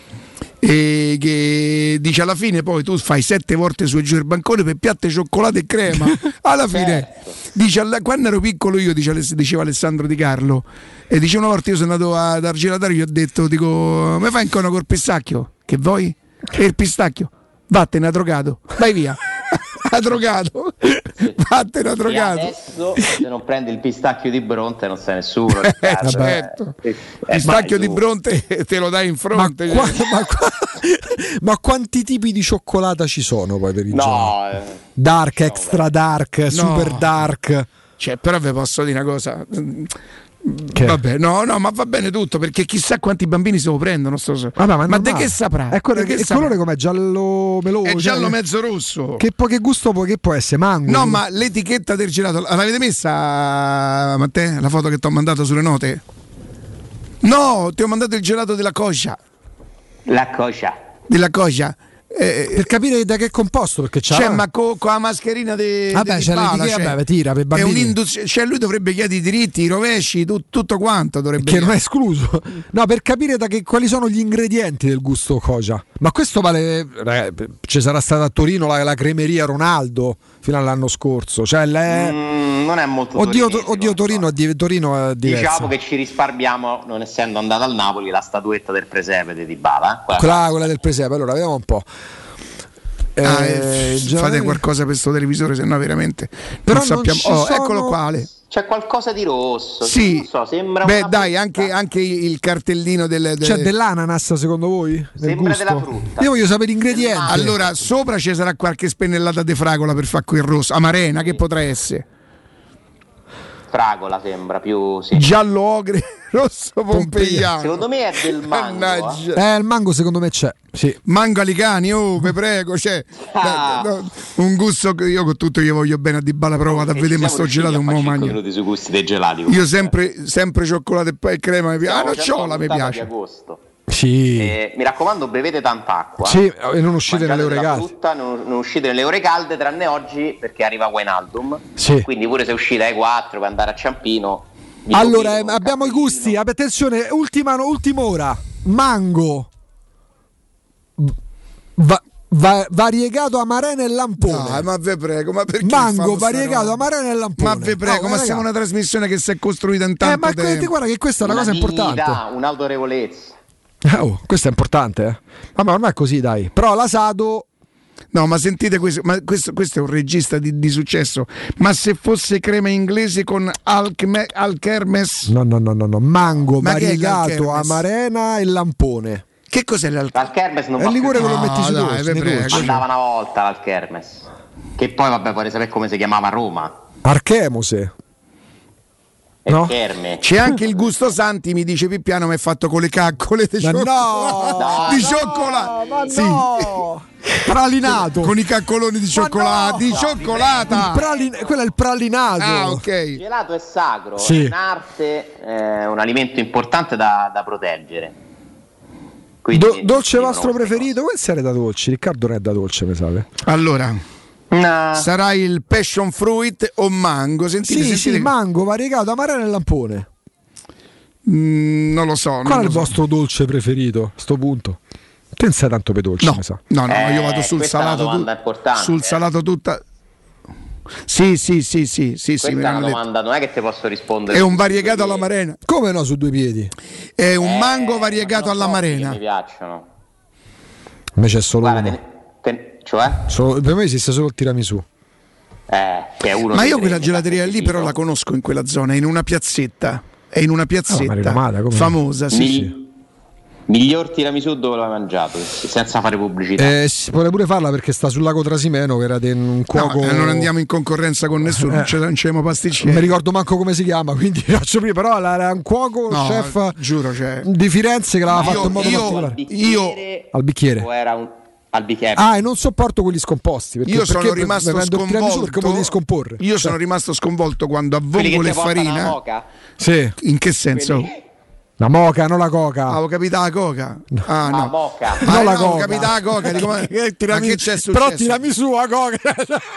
Speaker 4: E che dice alla fine poi tu fai sette volte su e giù il bancone per piatte cioccolato e crema alla fine dice alla- quando ero piccolo io dice, diceva Alessandro Di Carlo e dice una volta io sono andato ad Argelatario e gli ho detto dico mi fai un cono col pistacchio che vuoi? E il pistacchio vattene a drogato vai via a drogato vattene a
Speaker 7: E
Speaker 4: drogato
Speaker 7: adesso se non prendi il pistacchio di Bronte non sei nessuno.
Speaker 4: Eh,
Speaker 7: ragazzi.
Speaker 4: certo.
Speaker 7: Eh,
Speaker 4: il
Speaker 7: eh,
Speaker 4: pistacchio
Speaker 7: vai
Speaker 4: di
Speaker 7: tu.
Speaker 4: Bronte te lo dai in
Speaker 27: Ma,
Speaker 4: fronte
Speaker 27: qua- ma qua- ma quanti tipi di cioccolata ci sono poi per il gelato?
Speaker 7: No, eh,
Speaker 27: Dark, extra dark, super dark.
Speaker 4: Cioè, però vi posso dire una cosa.
Speaker 27: Che?
Speaker 4: Vabbè, no, no, ma va bene tutto perché chissà quanti bambini se lo prendono. Sto so.
Speaker 27: Vabbè, ma
Speaker 4: ma
Speaker 27: è
Speaker 4: di
Speaker 27: normale.
Speaker 4: che saprà?
Speaker 27: È quello-
Speaker 4: Di che
Speaker 27: il
Speaker 4: saprà?
Speaker 27: colore com'è? Giallo meloso?
Speaker 4: È
Speaker 27: cioè-
Speaker 4: giallo mezzo rosso.
Speaker 27: Che, po- che gusto può, che può essere? Mango?
Speaker 4: No, ma l'etichetta del gelato l'avete messa, Matteo? La foto che ti ho mandato sulle note? No, ti ho mandato il gelato della coscia.
Speaker 7: la coscia.
Speaker 4: Della coscia. Eh,
Speaker 27: per capire da che è composto, perché c'ha
Speaker 4: Cioè, ma co- con la mascherina di
Speaker 27: Vabbè, c'è l'etichetta, vabbè, tira, per
Speaker 4: è
Speaker 27: bambini.
Speaker 4: un induz- cioè lui dovrebbe chiedere i diritti, i rovesci, tu- tutto quanto dovrebbe
Speaker 27: che non è
Speaker 4: chiedere.
Speaker 27: escluso. No, per capire da che, quali sono gli ingredienti del gusto Cosa. Ma questo vale. eh, ci sarà stata a Torino la, la cremeria Ronaldo fino all'anno scorso. Cioè, le...
Speaker 7: Mm, non è molto
Speaker 27: oddio,
Speaker 7: torinese,
Speaker 27: to- oddio Torino, è di- Torino è diverso.
Speaker 7: Diciamo che ci risparmiamo, non essendo andato al Napoli, la statuetta del presepe di Dybala. Eh? Quella-
Speaker 27: Quella, quella del presepe. Allora, vediamo un po'.
Speaker 4: Ah, eh, fate qualcosa per sto televisore, se no veramente
Speaker 2: Però
Speaker 4: non sappiamo.
Speaker 2: non
Speaker 4: Oh,
Speaker 2: ci sono...
Speaker 4: eccolo quale.
Speaker 7: C'è qualcosa di rosso.
Speaker 4: Sì,
Speaker 7: non so, sembra
Speaker 4: beh,
Speaker 7: una
Speaker 4: dai,
Speaker 7: frutta.
Speaker 4: anche, anche il cartellino del, del...
Speaker 2: C'è dell'ananas secondo voi? Nel
Speaker 7: Sembra
Speaker 2: gusto?
Speaker 7: della frutta.
Speaker 2: Io voglio sapere gli ingredienti.
Speaker 4: Allora, sopra ci sarà qualche spennellata di fragola per far quel rosso. Amarena, che potrà essere?
Speaker 7: Fragola sembra più sì.
Speaker 4: Giallo ogre, rosso pompeiano.
Speaker 7: Secondo me è del mango. eh.
Speaker 2: Eh, il mango secondo me c'è. Sì.
Speaker 4: Mango alicani, oh, vi prego, c'è
Speaker 7: Ah.
Speaker 4: no, no, un gusto che io con tutto io voglio bene a Dybala, però vado a vedere, ma sto gelato un mo' magno.
Speaker 7: minuti sui gusti dei gelati.
Speaker 4: Io sempre, sempre cioccolato e poi crema mi piace. Ah, nocciola mi
Speaker 7: Di
Speaker 4: piace.
Speaker 7: agosto.
Speaker 2: Sì.
Speaker 7: Eh, mi raccomando, bevete tanta acqua.
Speaker 2: Sì, e non uscite
Speaker 7: Mangiate
Speaker 2: nelle ore
Speaker 7: della
Speaker 2: calde.
Speaker 7: frutta, non, non uscite nelle ore calde, tranne oggi perché arriva Wijnaldum.
Speaker 2: Sì.
Speaker 7: Quindi pure se uscite alle quattro per andare a Ciampino. vi
Speaker 2: Allora,
Speaker 7: convido
Speaker 2: eh, abbiamo i gusti. Attenzione, ultima, ultima ora. Mango. Va- va- variegato amarena e lampone.
Speaker 4: Dai, ma ve prego, ma perché
Speaker 2: Mango
Speaker 4: fanno sta
Speaker 2: variegato
Speaker 4: roba?
Speaker 2: amarena e lampone.
Speaker 4: Ma ve prego,
Speaker 2: Oh,
Speaker 4: ma
Speaker 2: raga.
Speaker 4: siamo una trasmissione che si è costruita in tanto
Speaker 2: Eh, ma
Speaker 4: tempo.
Speaker 2: guarda, guarda che questa è una, cosa importante.
Speaker 7: dignità, un'autorevolezza.
Speaker 2: Eh, oh, questo è importante, eh. Ma, ma ormai è così, dai. Però l'asado.
Speaker 4: No, ma sentite questo, ma questo, questo è un regista di, di successo. Ma se fosse crema inglese con Alcheme- Alkermes?
Speaker 2: No, no, no, no, no. Mango
Speaker 4: Ma che è
Speaker 2: variegato
Speaker 4: l'Alkermes?
Speaker 2: amarena e lampone.
Speaker 4: Che cos'è l'Alkermes?
Speaker 7: L'Alkermes non
Speaker 2: È
Speaker 7: va
Speaker 2: il liquore
Speaker 7: più.
Speaker 2: che lo metti sui
Speaker 4: dai,
Speaker 2: dolci,
Speaker 4: ve
Speaker 2: nei
Speaker 4: prego.
Speaker 2: dolci.
Speaker 7: Andava una volta l'Alkermes. Che poi vabbè vorrei sapere come si chiamava a Roma.
Speaker 2: Archemose.
Speaker 7: E
Speaker 2: No?
Speaker 7: Kerme.
Speaker 4: C'è anche il gusto Santi, mi dice Pippiano, ma è fatto con le caccole di
Speaker 2: Ma
Speaker 4: cioccolato.
Speaker 2: no!
Speaker 4: di
Speaker 2: No,
Speaker 4: cioccolato.
Speaker 2: ma
Speaker 4: Sì.
Speaker 2: no! Pralinato.
Speaker 4: Con i caccoloni di cioccolato.
Speaker 2: no!
Speaker 4: Di
Speaker 2: No,
Speaker 4: cioccolata.
Speaker 2: Il pralin- quello è il pralinato.
Speaker 4: Ah, ok.
Speaker 7: Il gelato è sacro,
Speaker 2: Sì.
Speaker 7: è un'arte, è un alimento importante da, da proteggere. Quindi,
Speaker 2: Do- dolce
Speaker 7: dicono
Speaker 2: vostro
Speaker 7: queste
Speaker 2: preferito? Questo era da dolce. Riccardo non è da dolce, mi sa.
Speaker 4: Allora,
Speaker 7: No.
Speaker 4: sarà il passion fruit o mango? Sentite,
Speaker 2: Sì,
Speaker 4: sentite.
Speaker 2: sì, mango variegato amarena e lampone.
Speaker 4: Mm, non lo so. non
Speaker 2: Qual è
Speaker 4: lo
Speaker 2: il
Speaker 4: so.
Speaker 2: vostro dolce preferito? A sto punto. Tu non sei tanto per dolce,
Speaker 4: No,
Speaker 2: mi sa.
Speaker 4: no, no,
Speaker 7: Eh,
Speaker 4: io vado sul
Speaker 7: questa è una
Speaker 4: salato.
Speaker 7: domanda
Speaker 4: tu-
Speaker 7: importante,
Speaker 4: sul
Speaker 7: eh.
Speaker 4: salato tutta. Sì, sì, sì, sì, sì, sì,
Speaker 7: Questa
Speaker 4: me
Speaker 7: è
Speaker 4: l'hanno
Speaker 7: una
Speaker 4: detto.
Speaker 7: domanda, non è che ti posso rispondere.
Speaker 4: È un
Speaker 7: su
Speaker 4: variegato
Speaker 7: due piedi.
Speaker 4: all'amarena.
Speaker 2: Come no, su due piedi?
Speaker 4: È un
Speaker 7: Eh,
Speaker 4: mango variegato
Speaker 7: non so
Speaker 4: all'amarena.
Speaker 7: che mi piacciono.
Speaker 2: Invece è solo
Speaker 7: Guarda,
Speaker 2: uno.
Speaker 7: te- te- cioè?
Speaker 2: Solo- per me esiste solo il tiramisù.
Speaker 7: Eh, che è uno
Speaker 4: Ma
Speaker 7: dei
Speaker 4: io
Speaker 7: tre
Speaker 4: quella
Speaker 7: che
Speaker 4: gelateria
Speaker 7: sta
Speaker 4: lì però la
Speaker 7: definito.
Speaker 4: conosco in quella zona, è in una piazzetta. È in una
Speaker 2: Ah,
Speaker 4: piazzetta
Speaker 2: Maria Romana, come no?
Speaker 4: famosa, sì,
Speaker 7: Mi-
Speaker 4: sì.
Speaker 7: Miglior tiramisù dove l'hai mangiato? Senza fare pubblicità.
Speaker 2: Eh, si vuole pure farla perché sta sul lago Trasimeno, che era di un
Speaker 4: No,
Speaker 2: cuoco.
Speaker 4: eh, non andiamo in concorrenza con nessuno,
Speaker 2: Eh.
Speaker 4: non ce- non c'è
Speaker 2: Non mi
Speaker 4: pasticcini.
Speaker 2: ricordo manco come si chiama, quindi faccio prima. Però era un cuoco,
Speaker 4: No,
Speaker 2: chef
Speaker 4: giuro, cioè.
Speaker 2: di Firenze che l'aveva
Speaker 4: Io-
Speaker 2: fatto in modo
Speaker 4: io-
Speaker 2: particolare.
Speaker 4: io-
Speaker 2: Al bicchiere.
Speaker 7: O era un al bicchiere?
Speaker 2: Ah, e non sopporto quelli scomposti. Perché,
Speaker 4: Io sono
Speaker 2: perché
Speaker 4: rimasto
Speaker 2: mi prendo il tiramisù perché me lo devi
Speaker 4: sconvolto.
Speaker 2: scomporre.
Speaker 4: Io
Speaker 2: Cioè,
Speaker 4: sono rimasto sconvolto quando a
Speaker 7: Quelli che
Speaker 4: vongole e
Speaker 7: ti portano la
Speaker 4: farina.
Speaker 7: moca?
Speaker 2: Sì,
Speaker 4: In che senso?
Speaker 7: Quelli-
Speaker 2: la moca, non la coca.
Speaker 4: Avevo capito la coca. Ah,
Speaker 7: La
Speaker 4: no.
Speaker 7: moca.
Speaker 4: Ah,
Speaker 2: Non
Speaker 4: no,
Speaker 2: la
Speaker 4: avevo
Speaker 2: coca.
Speaker 4: capito la coca. Dico, ma,
Speaker 2: Che
Speaker 4: ma
Speaker 2: tirami-
Speaker 4: che c'è successo?
Speaker 2: Però tiramisù a coca.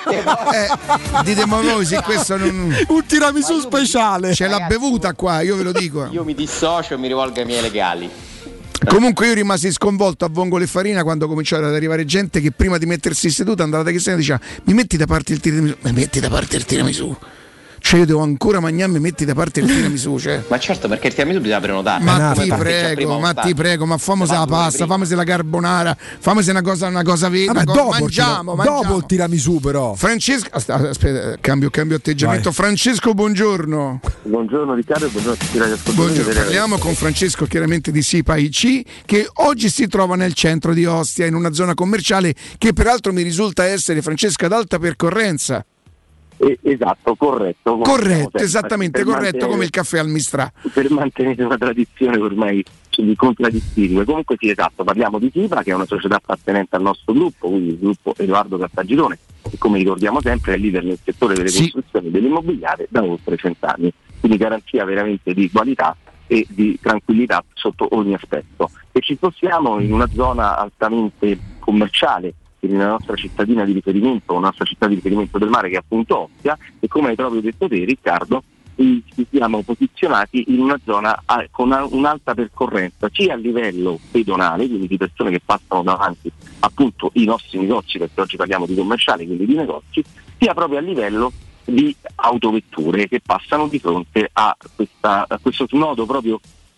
Speaker 4: Eh, ditemi voi se questo non.
Speaker 2: Un tiramisù speciale.
Speaker 4: C'è la bevuta qua, io ve lo dico.
Speaker 7: Io mi dissocio e mi rivolgo ai miei legali.
Speaker 4: Comunque io rimasi sconvolto a vongole e farina quando cominciò ad arrivare gente che prima di mettersi seduta andava da Cristiano e diceva mi metti da parte il tiramisù, mi metti da parte il tiramisù. Cioè io devo ancora mangiarmi, metti da parte il tiramisù, cioè.
Speaker 7: Ma certo, perché il tiramisù bisogna prenotare.
Speaker 4: Ma
Speaker 7: Come
Speaker 4: ti
Speaker 7: particcia
Speaker 4: prego,
Speaker 7: prima
Speaker 4: ma
Speaker 7: un
Speaker 4: ti prego, ma famose la pasta, famose la carbonara, famose una cosa, una cosa vera,
Speaker 2: Vabbè,
Speaker 4: una cosa-
Speaker 2: dopo, il
Speaker 4: mangiamo,
Speaker 2: tira-
Speaker 4: mangiamo.
Speaker 2: dopo il tiramisù, però.
Speaker 4: Francesco, aspetta, aspetta, cambio, cambio atteggiamento.
Speaker 2: Vai.
Speaker 4: Francesco, buongiorno.
Speaker 5: Buongiorno Riccardo e buongiorno a tutti i radioascoltatori.
Speaker 4: Buongiorno, parliamo con Francesco chiaramente di SIPA I C che oggi si trova nel centro di Ostia in una zona commerciale che peraltro mi risulta essere, Francesca, ad alta percorrenza.
Speaker 5: Eh, esatto, corretto. come diciamo
Speaker 4: Corretto,
Speaker 5: sempre,
Speaker 4: esattamente
Speaker 5: per
Speaker 4: corretto
Speaker 5: mantenere-
Speaker 4: come il caffè al Mistrà.
Speaker 5: Per mantenere una tradizione ormai di contraddistingue. Comunque sì, esatto, parliamo di SIPA che è una società appartenente al nostro gruppo, quindi il gruppo Edoardo Cartagirone, che come ricordiamo sempre è leader nel settore delle
Speaker 4: Sì.
Speaker 5: costruzioni dell'immobiliare da oltre cent'anni. Quindi garanzia veramente di qualità e di tranquillità sotto ogni aspetto. E ci spostiamo in una zona altamente commerciale, quindi nella nostra cittadina di riferimento, la nostra città di riferimento del mare che è appunto Ostia, e come hai proprio detto te Riccardo, i- ci siamo posizionati in una zona a- con una- un'alta percorrenza sia a livello pedonale, quindi di persone che passano davanti appunto i nostri negozi, perché oggi parliamo di commerciali, quindi di negozi, sia proprio a livello di autovetture che passano di fronte a, questa, a questo snodo proprio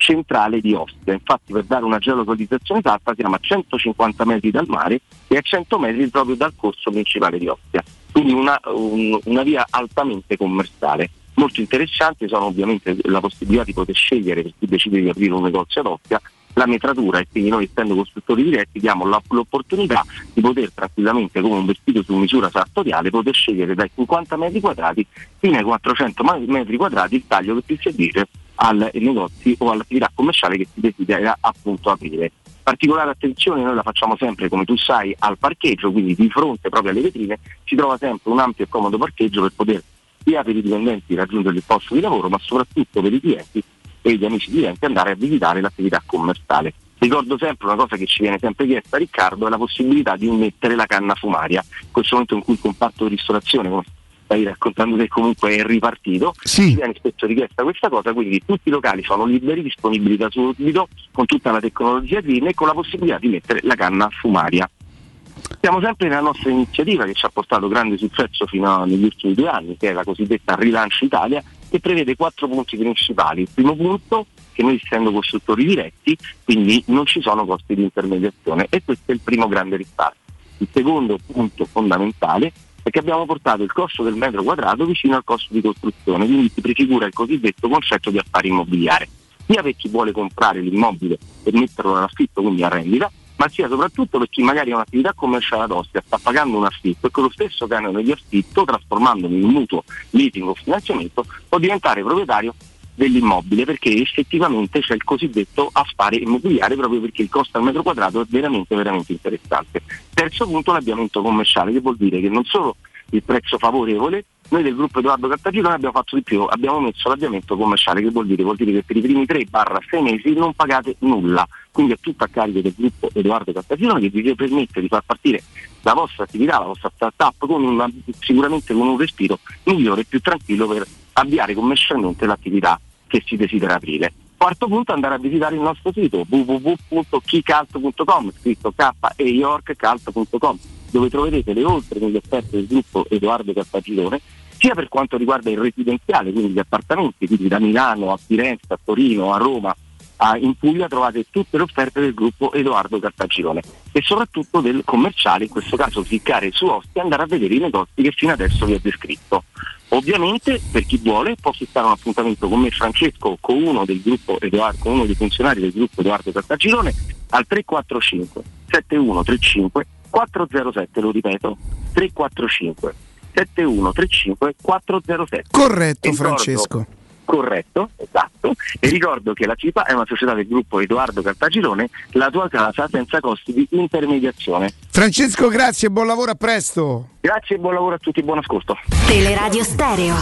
Speaker 5: centrale di Ostia. Infatti, per dare una geolocalizzazione esatta, siamo a centocinquanta metri dal mare e a cento metri proprio dal corso principale di Ostia, quindi una, un, una via altamente commerciale. Molto interessanti sono ovviamente la possibilità di poter scegliere, per chi decide di aprire un negozio ad Ostia, la metratura, e quindi noi, essendo costruttori diretti, diamo la, l'opportunità di poter tranquillamente, come un vestito su misura sartoriale, poter scegliere dai cinquanta metri quadrati fino ai quattrocento metri quadrati il taglio che si servirà al negozi o all'attività commerciale che si desidera appunto aprire. Particolare attenzione noi la facciamo sempre, come tu sai, al parcheggio, quindi di fronte proprio alle vetrine si trova sempre un ampio e comodo parcheggio per poter sia per i dipendenti raggiungere il posto di lavoro, ma soprattutto per i clienti e gli amici clienti andare a visitare l'attività commerciale. Ricordo sempre una cosa che ci viene sempre chiesta, Riccardo, è la possibilità di mettere la canna fumaria. In questo momento in cui il comparto di ristorazione, come stai raccontando te, comunque è ripartito,
Speaker 2: sì.
Speaker 5: Ci viene spesso richiesta questa cosa, quindi tutti i locali sono liberi, disponibili da subito, con tutta la tecnologia green e con la possibilità di mettere la canna fumaria. Siamo sempre nella nostra iniziativa che ci ha portato grande successo fino a, negli ultimi due anni, che è la cosiddetta Rilancio Italia, che prevede quattro punti principali. Il primo punto, che noi essendo costruttori diretti, quindi non ci sono costi di intermediazione, e questo è il primo grande risparmio. Il secondo punto fondamentale è che abbiamo portato il costo del metro quadrato vicino al costo di costruzione, quindi si prefigura il cosiddetto concetto di affare immobiliare, sia per chi vuole comprare l'immobile e metterlo all'affitto, quindi a rendita, ma sia soprattutto per chi magari ha un'attività commerciale ad Ostia, sta pagando un affitto e con lo stesso canone di affitto, trasformandolo in un mutuo, leasing o finanziamento, può diventare proprietario dell'immobile, perché effettivamente c'è il cosiddetto affare immobiliare, proprio perché il costo al metro quadrato è veramente veramente interessante. Terzo punto, l'avviamento commerciale, che vuol dire che non solo il prezzo favorevole, noi del gruppo Edoardo Cartagirone abbiamo fatto di più, abbiamo messo l'avviamento commerciale, che vuol dire, vuol dire che per i primi tre sei mesi non pagate nulla, quindi è tutto a carico del gruppo Edoardo Cartagirone, che vi permette di far partire la vostra attività, la vostra startup con una, sicuramente con un respiro migliore e più tranquillo per avviare commercialmente l'attività che si desidera aprire. Quarto punto, andare a visitare il nostro sito w w w punto keycult punto com, scritto K E York Cult punto com, dove troverete le oltre mille offerte del gruppo Edoardo Cartagirone, sia per quanto riguarda il residenziale, quindi gli appartamenti, quindi da Milano a Firenze, a Torino, a Roma, a, in Puglia trovate tutte le offerte del gruppo Edoardo Cartagirone, e soprattutto del commerciale, in questo caso cliccare su Ostia e andare a vedere i negozi che fino adesso vi ho descritto. Ovviamente, per chi vuole, può fissare un appuntamento con me, Francesco, o con uno del gruppo Edoardo, con uno dei funzionari del gruppo Edoardo Cartagirone al tre quattro cinque sette uno tre cinque quattro zero sette, lo ripeto, tre quattro cinque sette uno tre cinque quattro zero sette.
Speaker 4: Corretto,
Speaker 5: e
Speaker 4: Francesco.
Speaker 5: Ricordo, corretto, esatto. E ricordo che la C I P A è una società del gruppo Edoardo Cartagirone, la tua casa senza costi di intermediazione.
Speaker 4: Francesco, grazie e buon lavoro, a presto.
Speaker 5: Grazie e buon lavoro a tutti, buon ascolto.
Speaker 1: Teleradio Stereo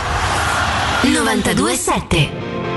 Speaker 1: novantadue sette.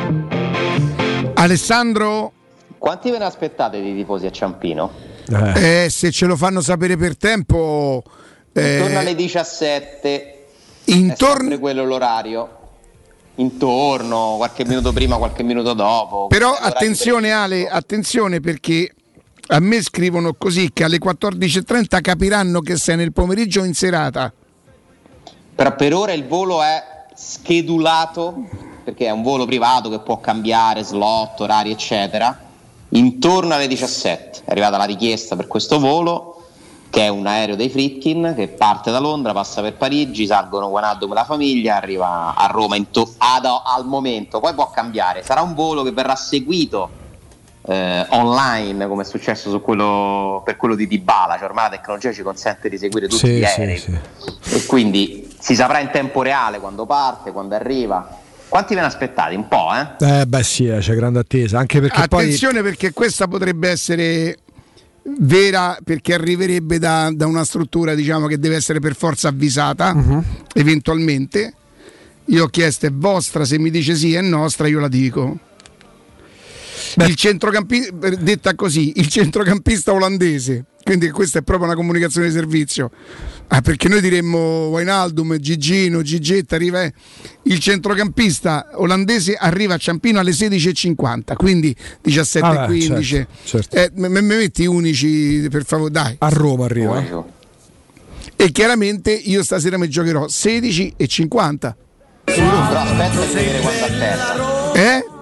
Speaker 4: Alessandro?
Speaker 7: Quanti ve ne aspettate di tifosi a Ciampino?
Speaker 4: Eh, se ce lo fanno sapere per tempo. Eh,
Speaker 7: Intorno alle diciassette.
Speaker 4: Intorno...
Speaker 7: È sempre quello l'orario. Intorno, qualche minuto prima, qualche minuto dopo.
Speaker 4: Però attenzione Ale, attenzione, perché a me scrivono così che alle quattordici e trenta capiranno che sei nel pomeriggio o in serata.
Speaker 7: Però per ora il volo è schedulato, perché è un volo privato che può cambiare slot, orari eccetera, intorno alle diciassette. È arrivata la richiesta per questo volo, che è un aereo dei Fritkin che parte da Londra, passa per Parigi, salgono Wijnaldum e la famiglia, arriva a Roma in to- ad, al momento, poi può cambiare, sarà un volo che verrà seguito eh, online, come è successo su quello, per quello di Dybala, cioè ormai la tecnologia ci consente di seguire tutti
Speaker 2: sì,
Speaker 7: gli
Speaker 2: sì,
Speaker 7: aerei
Speaker 2: sì.
Speaker 7: E quindi si saprà in tempo reale quando parte, quando arriva. Quanti ve ne aspettate? Un po', eh?
Speaker 2: Eh beh sì, eh, c'è grande attesa, anche perché
Speaker 4: attenzione
Speaker 2: poi...
Speaker 4: perché questa potrebbe essere vera, perché arriverebbe da, da una struttura, diciamo, che deve essere per forza avvisata, uh-huh. eventualmente. Io ho chiesto è vostra, se mi dice sì è nostra, io la dico. Beh. Il centrocampista, detta così, il centrocampista olandese, quindi questa è proprio una comunicazione di servizio, ah, perché noi diremmo Wijnaldum, Gigino, Gigetta, arriva, eh. Il centrocampista olandese arriva a Ciampino alle sedici e cinquanta, quindi diciassette e quindici.
Speaker 2: Certo, certo.
Speaker 4: Eh, me, me metti unici, per favore, dai.
Speaker 2: A Roma arriva. Eh.
Speaker 4: E chiaramente io stasera mi giocherò sedici e cinquanta.
Speaker 7: Però aspetta di vedere quando atterra.
Speaker 4: Eh?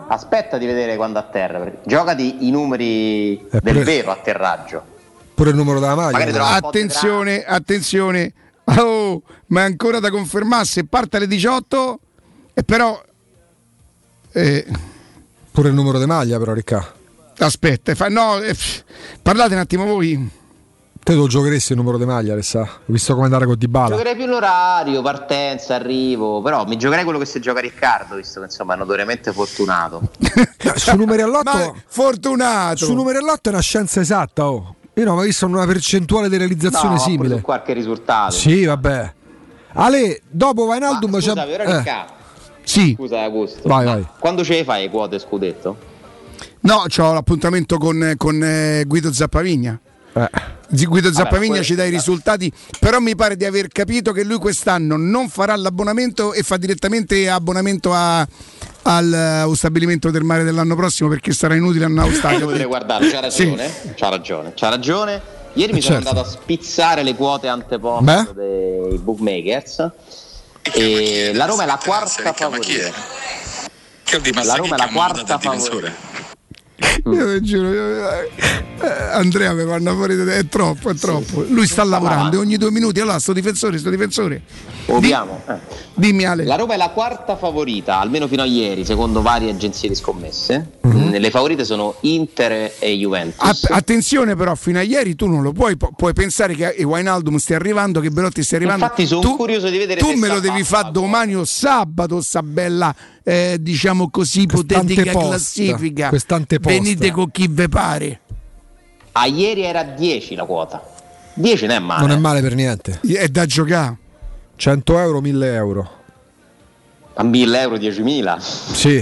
Speaker 7: aspetta di vedere quando atterra, perché giocati i numeri
Speaker 2: Eh,
Speaker 7: del
Speaker 2: pure-
Speaker 7: vero atterraggio.
Speaker 2: Pure il numero della maglia.
Speaker 7: Magari trova un po' di
Speaker 4: Attenzione, attenzione. Oh, ma è ancora da confermare se parte alle diciotto e però eh,
Speaker 2: Pure il numero di maglia, però, Ricca.
Speaker 4: aspetta, fa, no, eh, pff, parlate un attimo voi.
Speaker 2: Te lo giocheresti il numero di maglia, Alessà? Ho visto come andare con Dybala.
Speaker 7: Giocherei più l'orario, partenza, arrivo, però mi giocherei quello che si gioca Riccardo, visto che insomma è notoriamente fortunato.
Speaker 2: Su numeri all'otto,
Speaker 4: Ma fortunato.
Speaker 2: su numeri all'otto è una scienza esatta, oh. Io non ho mai visto una percentuale di realizzazione
Speaker 7: No, pure
Speaker 2: simile.
Speaker 7: su qualche risultato.
Speaker 2: Sì, vabbè. Ale, dopo Wijnaldum
Speaker 7: Ma
Speaker 2: c'è...
Speaker 7: scusa, però
Speaker 2: eh,
Speaker 7: Riccardo,
Speaker 4: Sì.
Speaker 7: scusa Augusto,
Speaker 2: Vai,
Speaker 7: ma
Speaker 2: vai.
Speaker 7: quando ce le fai le quote scudetto?
Speaker 4: No, c'ho l'appuntamento con, con eh, Guido Zappavigna.
Speaker 2: Eh.
Speaker 4: Zi- Guido
Speaker 7: Vabbè,
Speaker 4: Zappavigna
Speaker 7: quello
Speaker 4: ci dà i
Speaker 7: è stato.
Speaker 4: risultati, però mi pare di aver capito che lui quest'anno non farà l'abbonamento e fa direttamente abbonamento a- al eh, stabilimento del mare dell'anno prossimo perché sarà inutile andare allo stadio.
Speaker 7: Devo dire, guardate, c'ha
Speaker 4: Sì.
Speaker 7: ragione, c'ha ragione, c'ha ragione. Ieri mi
Speaker 2: Eh,
Speaker 7: sono
Speaker 2: certo.
Speaker 7: andato a spizzare le quote anteposto
Speaker 2: Beh.
Speaker 7: dei bookmakers e la Roma è la quarta favorita. La Roma è la quarta favorita.
Speaker 4: Io vi giuro, io- eh, Andrea mi fanno fuori, è troppo, è troppo. Lui sta lavorando ogni due minuti, allora sto difensore, sto difensore.
Speaker 7: Proviamo. Eh.
Speaker 4: Dimmi Ale.
Speaker 7: La Roma è la quarta favorita, almeno fino a ieri, secondo varie agenzie di scommesse. Mm, Le favorite sono Inter e Juventus.
Speaker 4: Att- attenzione però, fino a ieri tu non lo puoi, pu- puoi pensare che Wijnaldum stia arrivando, che Belotti stia arrivando.
Speaker 7: Infatti sono
Speaker 4: tu,
Speaker 7: curioso di vedere
Speaker 4: tu
Speaker 7: se
Speaker 4: me
Speaker 7: sta
Speaker 4: lo devi
Speaker 7: fatta
Speaker 4: fare domani o sabato, sta bella, eh, diciamo così, ipotetica
Speaker 2: Quest'anteposta,
Speaker 4: classifica.
Speaker 2: quest'anteposta.
Speaker 4: Venite con chi ve pare.
Speaker 7: A ieri era dieci la quota. dieci non è male.
Speaker 2: Non è male per niente.
Speaker 4: È da giocare.
Speaker 2: cento euro, mille euro.
Speaker 7: A mille euro diecimila.
Speaker 2: Sì.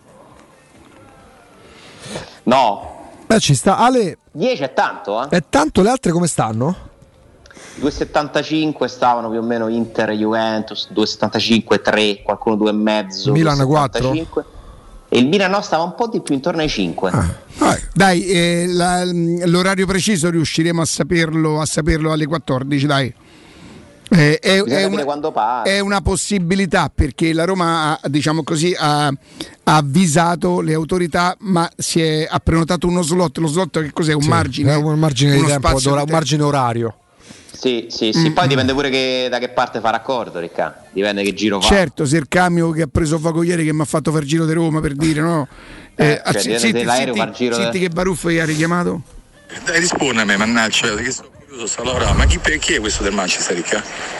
Speaker 7: No,
Speaker 2: Beh, ci sta. Ale,
Speaker 7: dieci è tanto, eh.
Speaker 2: è tanto, le altre come stanno?
Speaker 7: due virgola settantacinque stavano più o meno Inter e Juventus, due virgola settantacinque, tre, qualcuno due virgola cinque,
Speaker 2: Milan
Speaker 7: due virgola settantacinque. E il Milan no, stava un po' di più, intorno ai cinque.
Speaker 4: Ah, dai, eh, la- l'orario preciso riusciremo a saperlo, a saperlo alle quattordici, dai. Eh, è,
Speaker 7: Bisogna
Speaker 4: è
Speaker 7: capire
Speaker 4: una,
Speaker 7: quando parte.
Speaker 4: è una possibilità perché la Roma ha, diciamo così, ha, ha avvisato le autorità, ma si è, ha prenotato uno slot. Lo slot che cos'è? Un
Speaker 2: Sì,
Speaker 4: margine?
Speaker 2: è un margine di
Speaker 4: uno
Speaker 2: tempo,
Speaker 4: spazio
Speaker 2: d'ora-
Speaker 4: di
Speaker 2: un margine orario.
Speaker 7: Sì, sì, sì.
Speaker 4: Mm,
Speaker 7: Poi
Speaker 4: mm.
Speaker 7: dipende pure che, da che parte fa raccordo, Riccardo. Dipende che giro fa.
Speaker 4: Certo, se il cambio che ha preso Fagoglieri che mi ha fatto fare il giro di Roma per dire no.
Speaker 7: Eh,
Speaker 4: Eh,
Speaker 7: cioè,
Speaker 4: ah,
Speaker 7: dipende
Speaker 4: senti,
Speaker 7: se l'aereo
Speaker 4: senti,
Speaker 7: fa il giro
Speaker 4: senti
Speaker 7: de-
Speaker 4: che Baruffo gli ha richiamato?
Speaker 3: Dai, rispondi a me, mannaggia, che sto curioso, sto lavorando. Ma chi, chi è questo del Manchester, Ricca?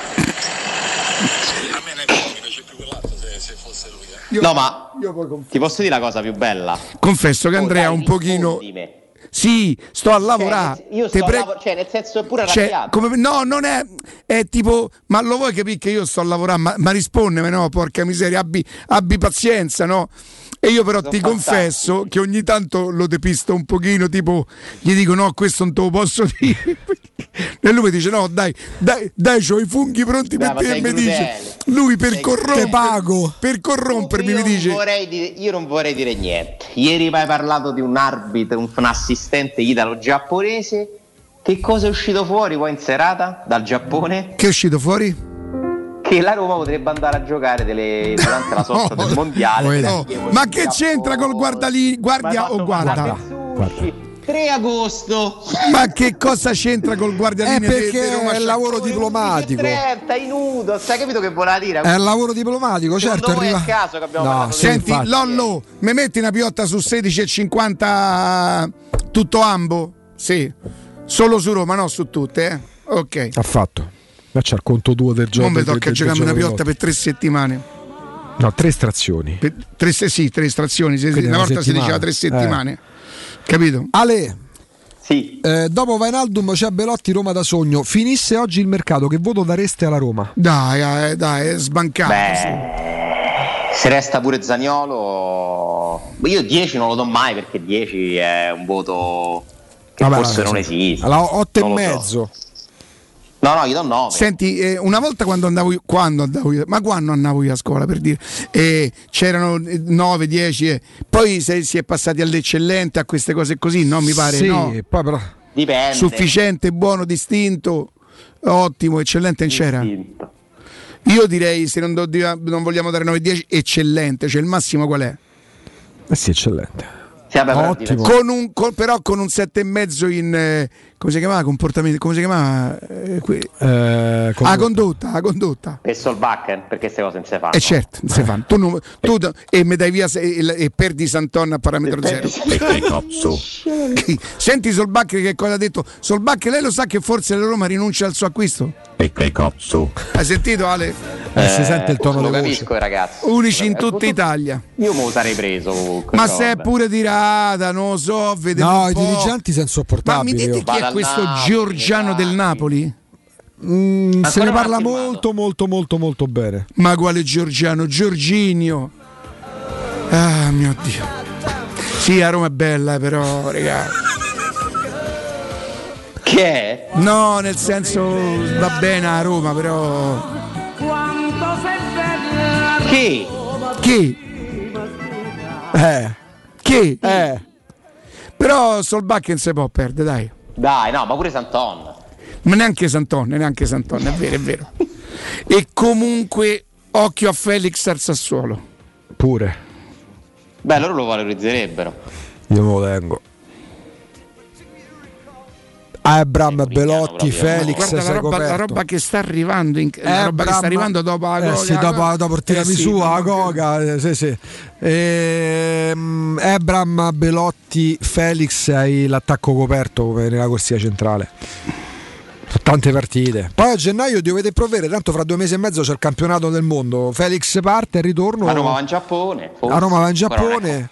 Speaker 3: A me ne mi piace più quell'altro se, se fosse lui. Eh.
Speaker 4: Io-
Speaker 7: No, ma
Speaker 4: io poi conf-
Speaker 7: ti posso dire la cosa più bella?
Speaker 4: confesso che
Speaker 7: Oh,
Speaker 4: Andrea
Speaker 7: dai,
Speaker 4: un pochino.
Speaker 7: rispondimi.
Speaker 4: Sì, sto a lavorare.
Speaker 7: Cioè, io
Speaker 4: Te
Speaker 7: sto
Speaker 4: prego-
Speaker 7: lav- cioè, nel senso è pure
Speaker 4: Cioè,
Speaker 7: arrabbiato.
Speaker 4: come- no, non è, è tipo, ma lo vuoi capire che io sto a lavorare? Ma, ma rispondimi, no, porca miseria, abbi, abbi pazienza, no? E io però
Speaker 7: Sono
Speaker 4: ti confesso
Speaker 7: fantastici.
Speaker 4: che ogni tanto lo depisto un pochino, tipo, gli dico no, questo non te lo posso dire. E lui mi dice no, dai, dai, dai, c'ho i funghi pronti
Speaker 7: Dai,
Speaker 4: per
Speaker 7: ma
Speaker 4: te. E
Speaker 7: sei
Speaker 4: mi
Speaker 7: crudele.
Speaker 4: dice, lui per
Speaker 7: Sei
Speaker 4: corrompermi,
Speaker 2: pago.
Speaker 4: per corrompermi
Speaker 7: io
Speaker 4: mi
Speaker 7: non
Speaker 4: dice,
Speaker 7: vorrei dire- io non vorrei dire niente. Ieri mi hai parlato di un arbitro, un, un assistente italo-giapponese. Che cosa è uscito fuori poi in serata dal Giappone?
Speaker 4: che è uscito fuori?
Speaker 7: Che la Roma potrebbe andare a giocare delle, durante la sosta del mondiale.
Speaker 4: No, ma che c'entra col guardalì, guardia o guarda?
Speaker 7: tre agosto.
Speaker 4: Ma che cosa c'entra col guardialine?
Speaker 2: È perché
Speaker 4: de- de Roma
Speaker 2: è il lavoro diplomatico.
Speaker 7: trenta in nudo, sai capito che voleva dire?
Speaker 2: È il lavoro diplomatico,
Speaker 7: Secondo
Speaker 2: certo.
Speaker 7: voi
Speaker 2: Arriva...
Speaker 7: è a caso che abbiamo
Speaker 2: No,
Speaker 7: parlato
Speaker 2: sì,
Speaker 7: di
Speaker 4: Senti,
Speaker 2: infatti.
Speaker 4: Lollo, mi metti una piotta su sedici e cinquanta tutto ambo? Sì. Solo su Roma, no su tutte, eh? Ok.
Speaker 2: Ha fatto. Ma c'è il conto tuo del gioco.
Speaker 4: Non mi
Speaker 2: del-
Speaker 4: tocca
Speaker 2: del-
Speaker 4: giocarmi
Speaker 2: del
Speaker 4: una
Speaker 2: gioco
Speaker 4: piotta per tre settimane.
Speaker 2: No, tre estrazioni.
Speaker 4: Per tre, sì, tre estrazioni. Se-
Speaker 2: Quindi
Speaker 4: una
Speaker 2: una
Speaker 4: volta si
Speaker 2: settimana.
Speaker 4: diceva tre settimane. Capito?
Speaker 2: Ale,
Speaker 7: Sì.
Speaker 2: eh, dopo Wijnaldum c'è Belotti, Roma da sogno. Finisse oggi il mercato, che voto dareste alla Roma?
Speaker 4: Dai, eh, dai, è sbancato.
Speaker 7: Beh, se resta pure Zaniolo, io dieci non lo do mai perché dieci è un voto che
Speaker 2: Vabbè,
Speaker 7: forse
Speaker 2: vabbè,
Speaker 7: non
Speaker 2: sì.
Speaker 7: esiste.
Speaker 2: Allora, otto e
Speaker 7: Non lo so.
Speaker 2: mezzo.
Speaker 7: No, no, io do nove.
Speaker 4: Senti, eh, una volta quando andavo io, quando andavo io, ma quando andavo io a scuola per dire, eh, c'erano nove, dieci, eh, poi se, si è passati all'eccellente, a queste cose così, no? Mi pare,
Speaker 2: Sì,
Speaker 4: no?
Speaker 2: poi però...
Speaker 7: Dipende.
Speaker 4: Sufficiente, buono, distinto, ottimo, eccellente, non c'era.
Speaker 7: Distinto.
Speaker 4: Io direi, se non, do- non vogliamo dare nove dieci, eccellente, cioè il massimo qual è?
Speaker 2: Eh sì, eccellente.
Speaker 7: Sì, vabbè, però
Speaker 2: Ottimo.
Speaker 4: Con un, con- però con un sette e mezzo in eh, come si chiamava comportamento, come si chiamava eh, qui?
Speaker 2: Eh,
Speaker 4: Ah, condotta, la condotta.
Speaker 7: Per Solbakken, perché queste cose non si fanno.
Speaker 4: E certo, non si fanno. Tu, non- tu da- e mi dai via se- e, e perdi Santon a parametro zero. Senti Solbacche che cosa ha detto? Solbacche, lei lo sa che forse la Roma rinuncia al suo acquisto? Hai sentito Ale?
Speaker 2: Eh, si sente il tono
Speaker 7: lo
Speaker 2: di voce.
Speaker 7: capisco, ragazzi.
Speaker 4: Unici in tutta Italia.
Speaker 7: Io me lo sarei preso comunque.
Speaker 4: Ma
Speaker 7: però
Speaker 4: se è
Speaker 7: vabbè.
Speaker 4: pure tirata, non lo so, vedete
Speaker 2: No,
Speaker 4: un
Speaker 2: i
Speaker 4: po'.
Speaker 2: dirigenti sono
Speaker 4: Ma mi
Speaker 2: insopportabili.
Speaker 4: dite
Speaker 2: io.
Speaker 4: chi
Speaker 7: Vado
Speaker 4: è
Speaker 7: al
Speaker 4: questo
Speaker 7: Napoli,
Speaker 4: Giorgiano del Napoli?
Speaker 2: Mm, se
Speaker 7: Ancora
Speaker 2: ne
Speaker 7: non ha
Speaker 2: parla
Speaker 7: firmato.
Speaker 2: molto, molto, molto, molto bene.
Speaker 4: Ma quale Giorgiano? Giorginio. Ah mio Dio. Sì, a Roma è bella, però, raga.
Speaker 7: Che è?
Speaker 4: No, nel senso va bene a Roma, però.
Speaker 7: Chi?
Speaker 4: Chi?
Speaker 2: Eh,
Speaker 4: Chi?
Speaker 2: eh.
Speaker 4: Però Solbakken se può perdere, dai.
Speaker 7: Dai, no, ma pure Santon.
Speaker 4: Ma neanche Santonne, neanche Santonne, è vero, è vero. E comunque occhio a Felix al Sassuolo.
Speaker 2: Pure.
Speaker 7: Beh, loro lo valorizzerebbero.
Speaker 2: Io me lo tengo. Abram,
Speaker 7: Sì,
Speaker 2: Belotti,
Speaker 7: proprio.
Speaker 2: Felix,
Speaker 4: Guarda la
Speaker 2: sei
Speaker 4: roba, la
Speaker 2: coperto.
Speaker 4: roba che sta arrivando, in, la roba che
Speaker 2: Abram-
Speaker 4: sta arrivando dopo la
Speaker 2: eh,
Speaker 4: Goga,
Speaker 2: sì,
Speaker 4: la
Speaker 2: dopo,
Speaker 4: Goga.
Speaker 2: dopo il tiramisù,
Speaker 4: Eh sì,
Speaker 2: la
Speaker 4: dopo-
Speaker 2: Goga, eh, sì, sì. Ehm, Abram, Belotti, Felix, hai l'attacco coperto come nella corsia centrale. Sono tante partite. Poi a gennaio dovete provvedere, tanto fra due mesi e mezzo c'è il campionato del mondo. Felix parte, il ritorno.
Speaker 7: A Roma va in Giappone. forse.
Speaker 2: A Roma va in
Speaker 7: Però non è-
Speaker 2: Giappone.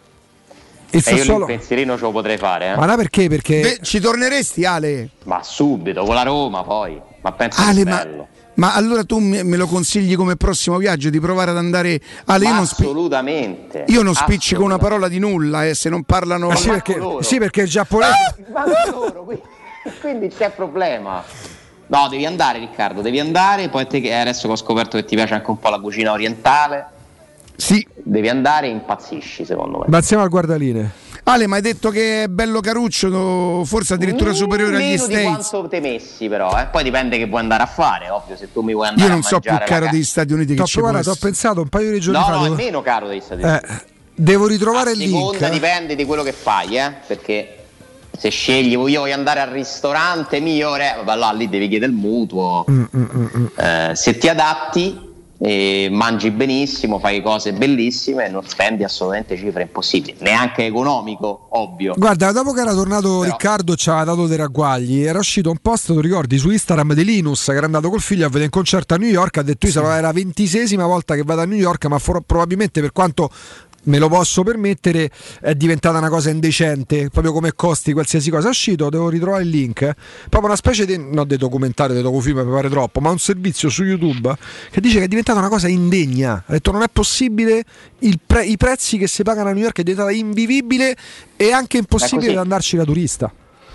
Speaker 2: Il
Speaker 7: E io lì
Speaker 2: Sassuolo.
Speaker 7: il pensierino ce lo potrei fare, eh?
Speaker 2: Ma no, perché? Perché
Speaker 4: Beh, ci torneresti Ale?
Speaker 7: Ma subito, con la Roma poi. Ma penso
Speaker 4: Ale,
Speaker 7: che
Speaker 4: ma,
Speaker 7: bello.
Speaker 4: ma allora tu me me lo consigli come prossimo viaggio di provare ad andare Ale, io
Speaker 7: Ma
Speaker 4: non, spi-
Speaker 7: assolutamente.
Speaker 4: io non spiccico una parola di nulla eh, se non parlano
Speaker 2: Ah, sì, perché,
Speaker 7: loro.
Speaker 2: sì, perché il giapponese.
Speaker 7: Ma loro, quindi, quindi c'è problema. No, devi andare Riccardo, devi andare. Poi te che adesso che ho scoperto che ti piace anche un po' la cucina orientale,
Speaker 4: Sì.
Speaker 7: devi andare e impazzisci secondo me.
Speaker 2: Balziamo al guardaline.
Speaker 4: Ale, ma hai detto che è bello caruccio, no? Forse addirittura
Speaker 7: Mm,
Speaker 4: superiore agli
Speaker 7: meno di
Speaker 4: States.
Speaker 7: quanto temessi però, eh. Poi dipende che vuoi andare a fare, ovvio, se tu mi vuoi andare
Speaker 4: Io non
Speaker 7: a
Speaker 4: so più
Speaker 7: mangiare la
Speaker 4: caro
Speaker 7: ca-
Speaker 4: degli Stati Uniti che
Speaker 2: T'ho
Speaker 4: ci
Speaker 2: provato,
Speaker 4: può
Speaker 2: t'ho
Speaker 4: essere.
Speaker 2: pensato un paio di giorni
Speaker 7: No,
Speaker 2: fa.
Speaker 7: no, è
Speaker 2: devo-
Speaker 7: meno caro degli Stati Uniti.
Speaker 2: eh, devo ritrovare
Speaker 7: A
Speaker 2: il link.
Speaker 7: seconda
Speaker 2: eh.
Speaker 7: dipende di quello che fai, eh, perché se scegli io voglio andare al ristorante migliore, vabbè, là lì devi chiedere il mutuo.
Speaker 2: Mm, mm, mm, mm.
Speaker 7: Eh, se ti adatti e mangi benissimo, fai cose bellissime, non spendi assolutamente cifre impossibili, neanche economico, ovvio.
Speaker 2: Guarda, dopo che era tornato
Speaker 7: Però-
Speaker 2: Riccardo ci aveva dato dei ragguagli, era uscito un post, tu ricordi, su Instagram di Linus che era andato col figlio a vedere un concerto a New York, ha detto io sarà era la ventiseiesima volta che vado a New York, ma for- probabilmente per quanto me lo posso permettere è diventata una cosa indecente, proprio come costi qualsiasi cosa. È uscito, devo ritrovare il link, eh. Proprio una specie di, non di documentario, di docufilm per fare troppo, ma un servizio su YouTube che dice che è diventata una cosa indegna. Ha detto non è possibile, il pre- i prezzi che si pagano a New York è diventata invivibile e anche impossibile
Speaker 7: così.
Speaker 2: da andarci da turista.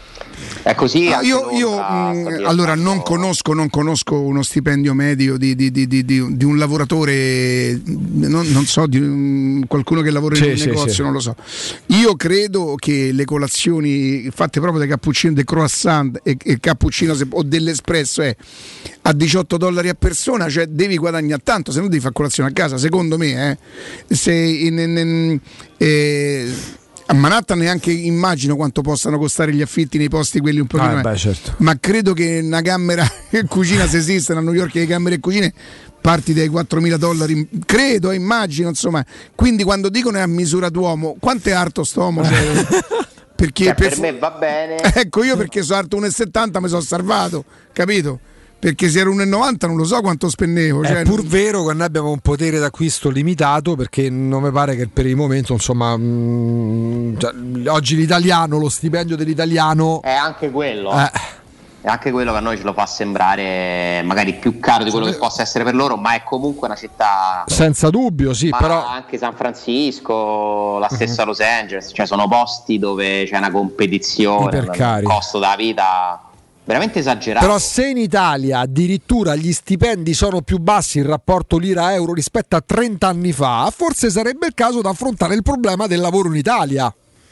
Speaker 7: È così.
Speaker 4: Ah,
Speaker 7: anche
Speaker 4: io io,
Speaker 7: Londra
Speaker 4: mh,
Speaker 7: sta
Speaker 4: allora
Speaker 7: diventando-
Speaker 4: non conosco, non conosco uno stipendio medio di, di- di- di- di- di un lavoratore, non, non so, di un- qualcuno che lavora in
Speaker 2: Sì,
Speaker 4: un
Speaker 2: sì,
Speaker 4: negozio,
Speaker 2: sì.
Speaker 4: non lo so. Io credo che le colazioni fatte proprio dai cappuccini, dei croissant e, e cappuccino se- o dell'espresso è a diciotto dollari a persona, cioè devi guadagnare tanto, se no devi fare colazione a casa, secondo me. Eh. Se in- in- in- eh, a Manhattan neanche immagino quanto possano costare gli affitti nei posti quelli un pochino
Speaker 2: Ah,
Speaker 4: eh.
Speaker 2: beh, certo.
Speaker 4: Ma credo che una camera e cucina, se esistono a New York le camere e cucine, parti dai quattromila dollari, credo, eh, immagino, insomma. Quindi quando dicono è a misura d'uomo, quanto è alto st'uomo? Cioè, perché
Speaker 7: Cioè,
Speaker 4: per
Speaker 7: per me va bene.
Speaker 4: ecco, io perché sono alto uno e settanta mi sono salvato, capito? Perché se ero uno e novanta non lo so quanto spendevo. Cioè,
Speaker 2: È pur vero che noi abbiamo un potere d'acquisto limitato, perché non mi pare che per il momento, insomma, mh, cioè, oggi l'italiano, lo stipendio dell'italiano
Speaker 7: È anche quello.
Speaker 2: eh,
Speaker 7: È anche quello che a noi ce lo fa sembrare magari più caro di quello che possa essere per loro, ma è comunque una città.
Speaker 2: senza dubbio, sì,
Speaker 7: Ma
Speaker 2: però
Speaker 7: anche San Francisco, la stessa Los Angeles, cioè sono posti dove c'è una competizione,
Speaker 2: Ipercari.
Speaker 7: un costo della vita veramente esagerato.
Speaker 2: Però se in Italia addirittura gli stipendi sono più bassi in rapporto lira-euro rispetto a trenta anni fa, forse sarebbe il caso di affrontare il problema del lavoro in Italia.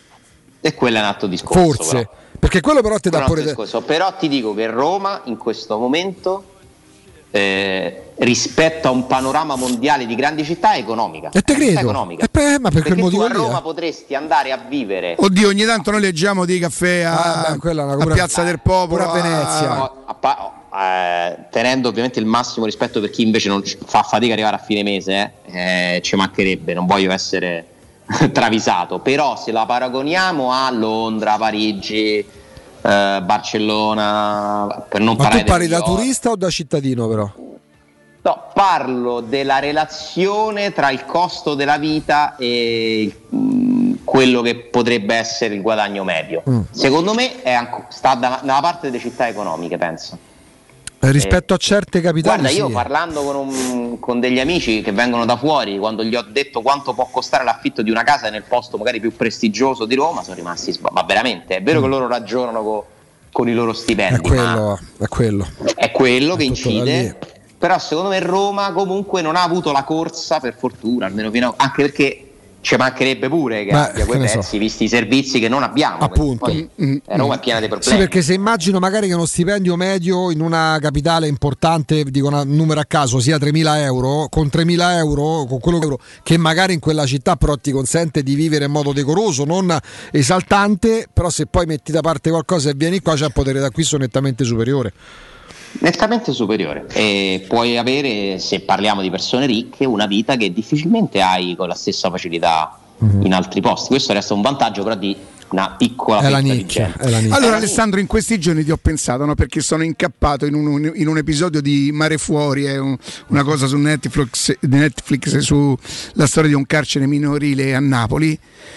Speaker 7: E quello è un altro discorso.
Speaker 2: Forse.
Speaker 7: Però.
Speaker 2: Perché quello però ti dà
Speaker 7: Quello è un
Speaker 2: pure...
Speaker 7: altro discorso. Però ti dico che Roma in questo momento eh, rispetto a un panorama mondiale di grandi città è economica.
Speaker 2: E te credo.
Speaker 7: Economica.
Speaker 2: E per, ma per
Speaker 7: Perché
Speaker 2: quel motivo
Speaker 7: tu a Roma
Speaker 2: lì, eh.
Speaker 7: potresti andare a vivere.
Speaker 4: Oddio, ogni tanto noi leggiamo dei caffè a,
Speaker 2: Ah, beh, quella è una
Speaker 4: a
Speaker 2: pura-
Speaker 4: Piazza del Popolo,
Speaker 2: pure a Venezia.
Speaker 7: No, a pa- eh, tenendo ovviamente il massimo rispetto per chi invece non ci- fa fatica ad arrivare a fine mese, eh, ci mancherebbe, non voglio essere travisato, però se la paragoniamo a Londra, Parigi, eh, Barcellona, per non
Speaker 2: Ma
Speaker 7: parlare
Speaker 2: tu parli
Speaker 7: del
Speaker 2: da
Speaker 7: New York.
Speaker 2: turista o da cittadino però?
Speaker 7: No, parlo della relazione tra il costo della vita e mh, quello che potrebbe essere il guadagno medio.
Speaker 2: Mm.
Speaker 7: Secondo me è anco- sta da- dalla parte delle città economiche, penso.
Speaker 2: Eh, rispetto a certe capitali,
Speaker 7: Guarda, io
Speaker 2: sì.
Speaker 7: parlando con, un- con degli amici che vengono da fuori, quando gli ho detto quanto può costare l'affitto di una casa nel posto magari più prestigioso di Roma, sono rimasti sba- ma veramente, è vero
Speaker 2: Mm.
Speaker 7: che loro ragionano co- con i loro stipendi,
Speaker 2: È quello, è quello.
Speaker 7: ma è quello che
Speaker 2: È tutto da
Speaker 7: incide. Però secondo me Roma comunque non ha avuto la corsa, per fortuna, almeno fino a, anche perché ci mancherebbe pure che
Speaker 2: Beh,
Speaker 7: abbia quei
Speaker 2: che ne so.
Speaker 7: prezzi, visti i servizi che non abbiamo. perché
Speaker 2: Appunto.
Speaker 7: poi, eh, Roma è piena di
Speaker 2: Sì,
Speaker 7: problemi.
Speaker 2: perché se immagino magari che uno stipendio medio in una capitale importante, dico un numero a caso, sia tremila euro, con tremila euro, con quello euro, che magari in quella città però ti consente di vivere in modo decoroso, non esaltante, però se poi metti da parte qualcosa e vieni qua c'è un potere d'acquisto nettamente superiore.
Speaker 7: Nettamente superiore, e puoi avere, se parliamo di persone ricche, una vita che difficilmente hai con la stessa facilità
Speaker 2: Mhm.
Speaker 7: in altri posti. Questo resta un vantaggio però di una piccola
Speaker 4: È la
Speaker 7: fetta di
Speaker 4: nicchia,
Speaker 7: gente.
Speaker 2: è la nicchia.
Speaker 4: Allora Alessandro, in questi giorni ti ho pensato, no? Perché sono incappato in un, in un episodio di Mare Fuori, è un- una cosa su Netflix, di Netflix sulla storia di un carcere minorile a Napoli,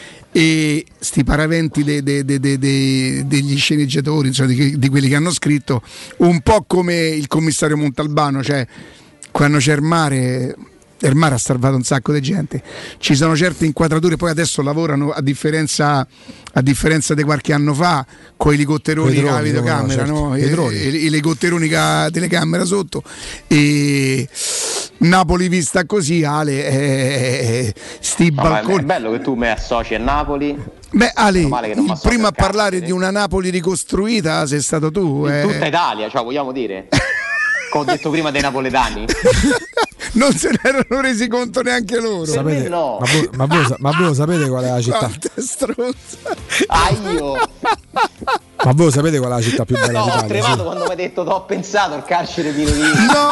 Speaker 4: e sti paraventi de- de- de- de- de- degli sceneggiatori, insomma, di, di quelli che hanno scritto, un po' come il commissario Montalbano, cioè quando c'è il mare... Il mare ha salvato un sacco di gente, ci sono certe inquadrature, poi adesso lavorano a differenza, a differenza di qualche anno fa con i elicotteroni
Speaker 2: Coi
Speaker 4: con la
Speaker 2: droni,
Speaker 4: videocamera,
Speaker 2: no, certo.
Speaker 4: no?
Speaker 2: I
Speaker 4: E-
Speaker 2: droni.
Speaker 4: e- e elicotteroni con la telecamera sotto, e Napoli vista così, Ale, eh, sti
Speaker 7: No, ma è-
Speaker 4: balconi.
Speaker 7: è bello che tu mi associ a Napoli.
Speaker 4: Beh Ale,
Speaker 7: Meno male che non
Speaker 4: il
Speaker 7: m'associo
Speaker 4: primo a
Speaker 7: al carcere.
Speaker 4: parlare di una Napoli ricostruita sei stato tu,
Speaker 7: In
Speaker 4: eh.
Speaker 7: tutta Italia, cioè vogliamo dire? Come ho detto prima dei napoletani.
Speaker 4: Non se ne erano resi conto neanche loro.
Speaker 2: Sapete-
Speaker 7: no.
Speaker 2: ma, voi, ma, voi, ma voi lo sapete qual è la città?
Speaker 4: Quanta stronza.
Speaker 7: Ah, io
Speaker 2: Ma voi lo sapete qual è la città più bella
Speaker 7: no, ho
Speaker 2: d'Italia?
Speaker 7: tremato
Speaker 2: Sì.
Speaker 7: quando mi hai detto t'ho pensato al carcere di Rovino.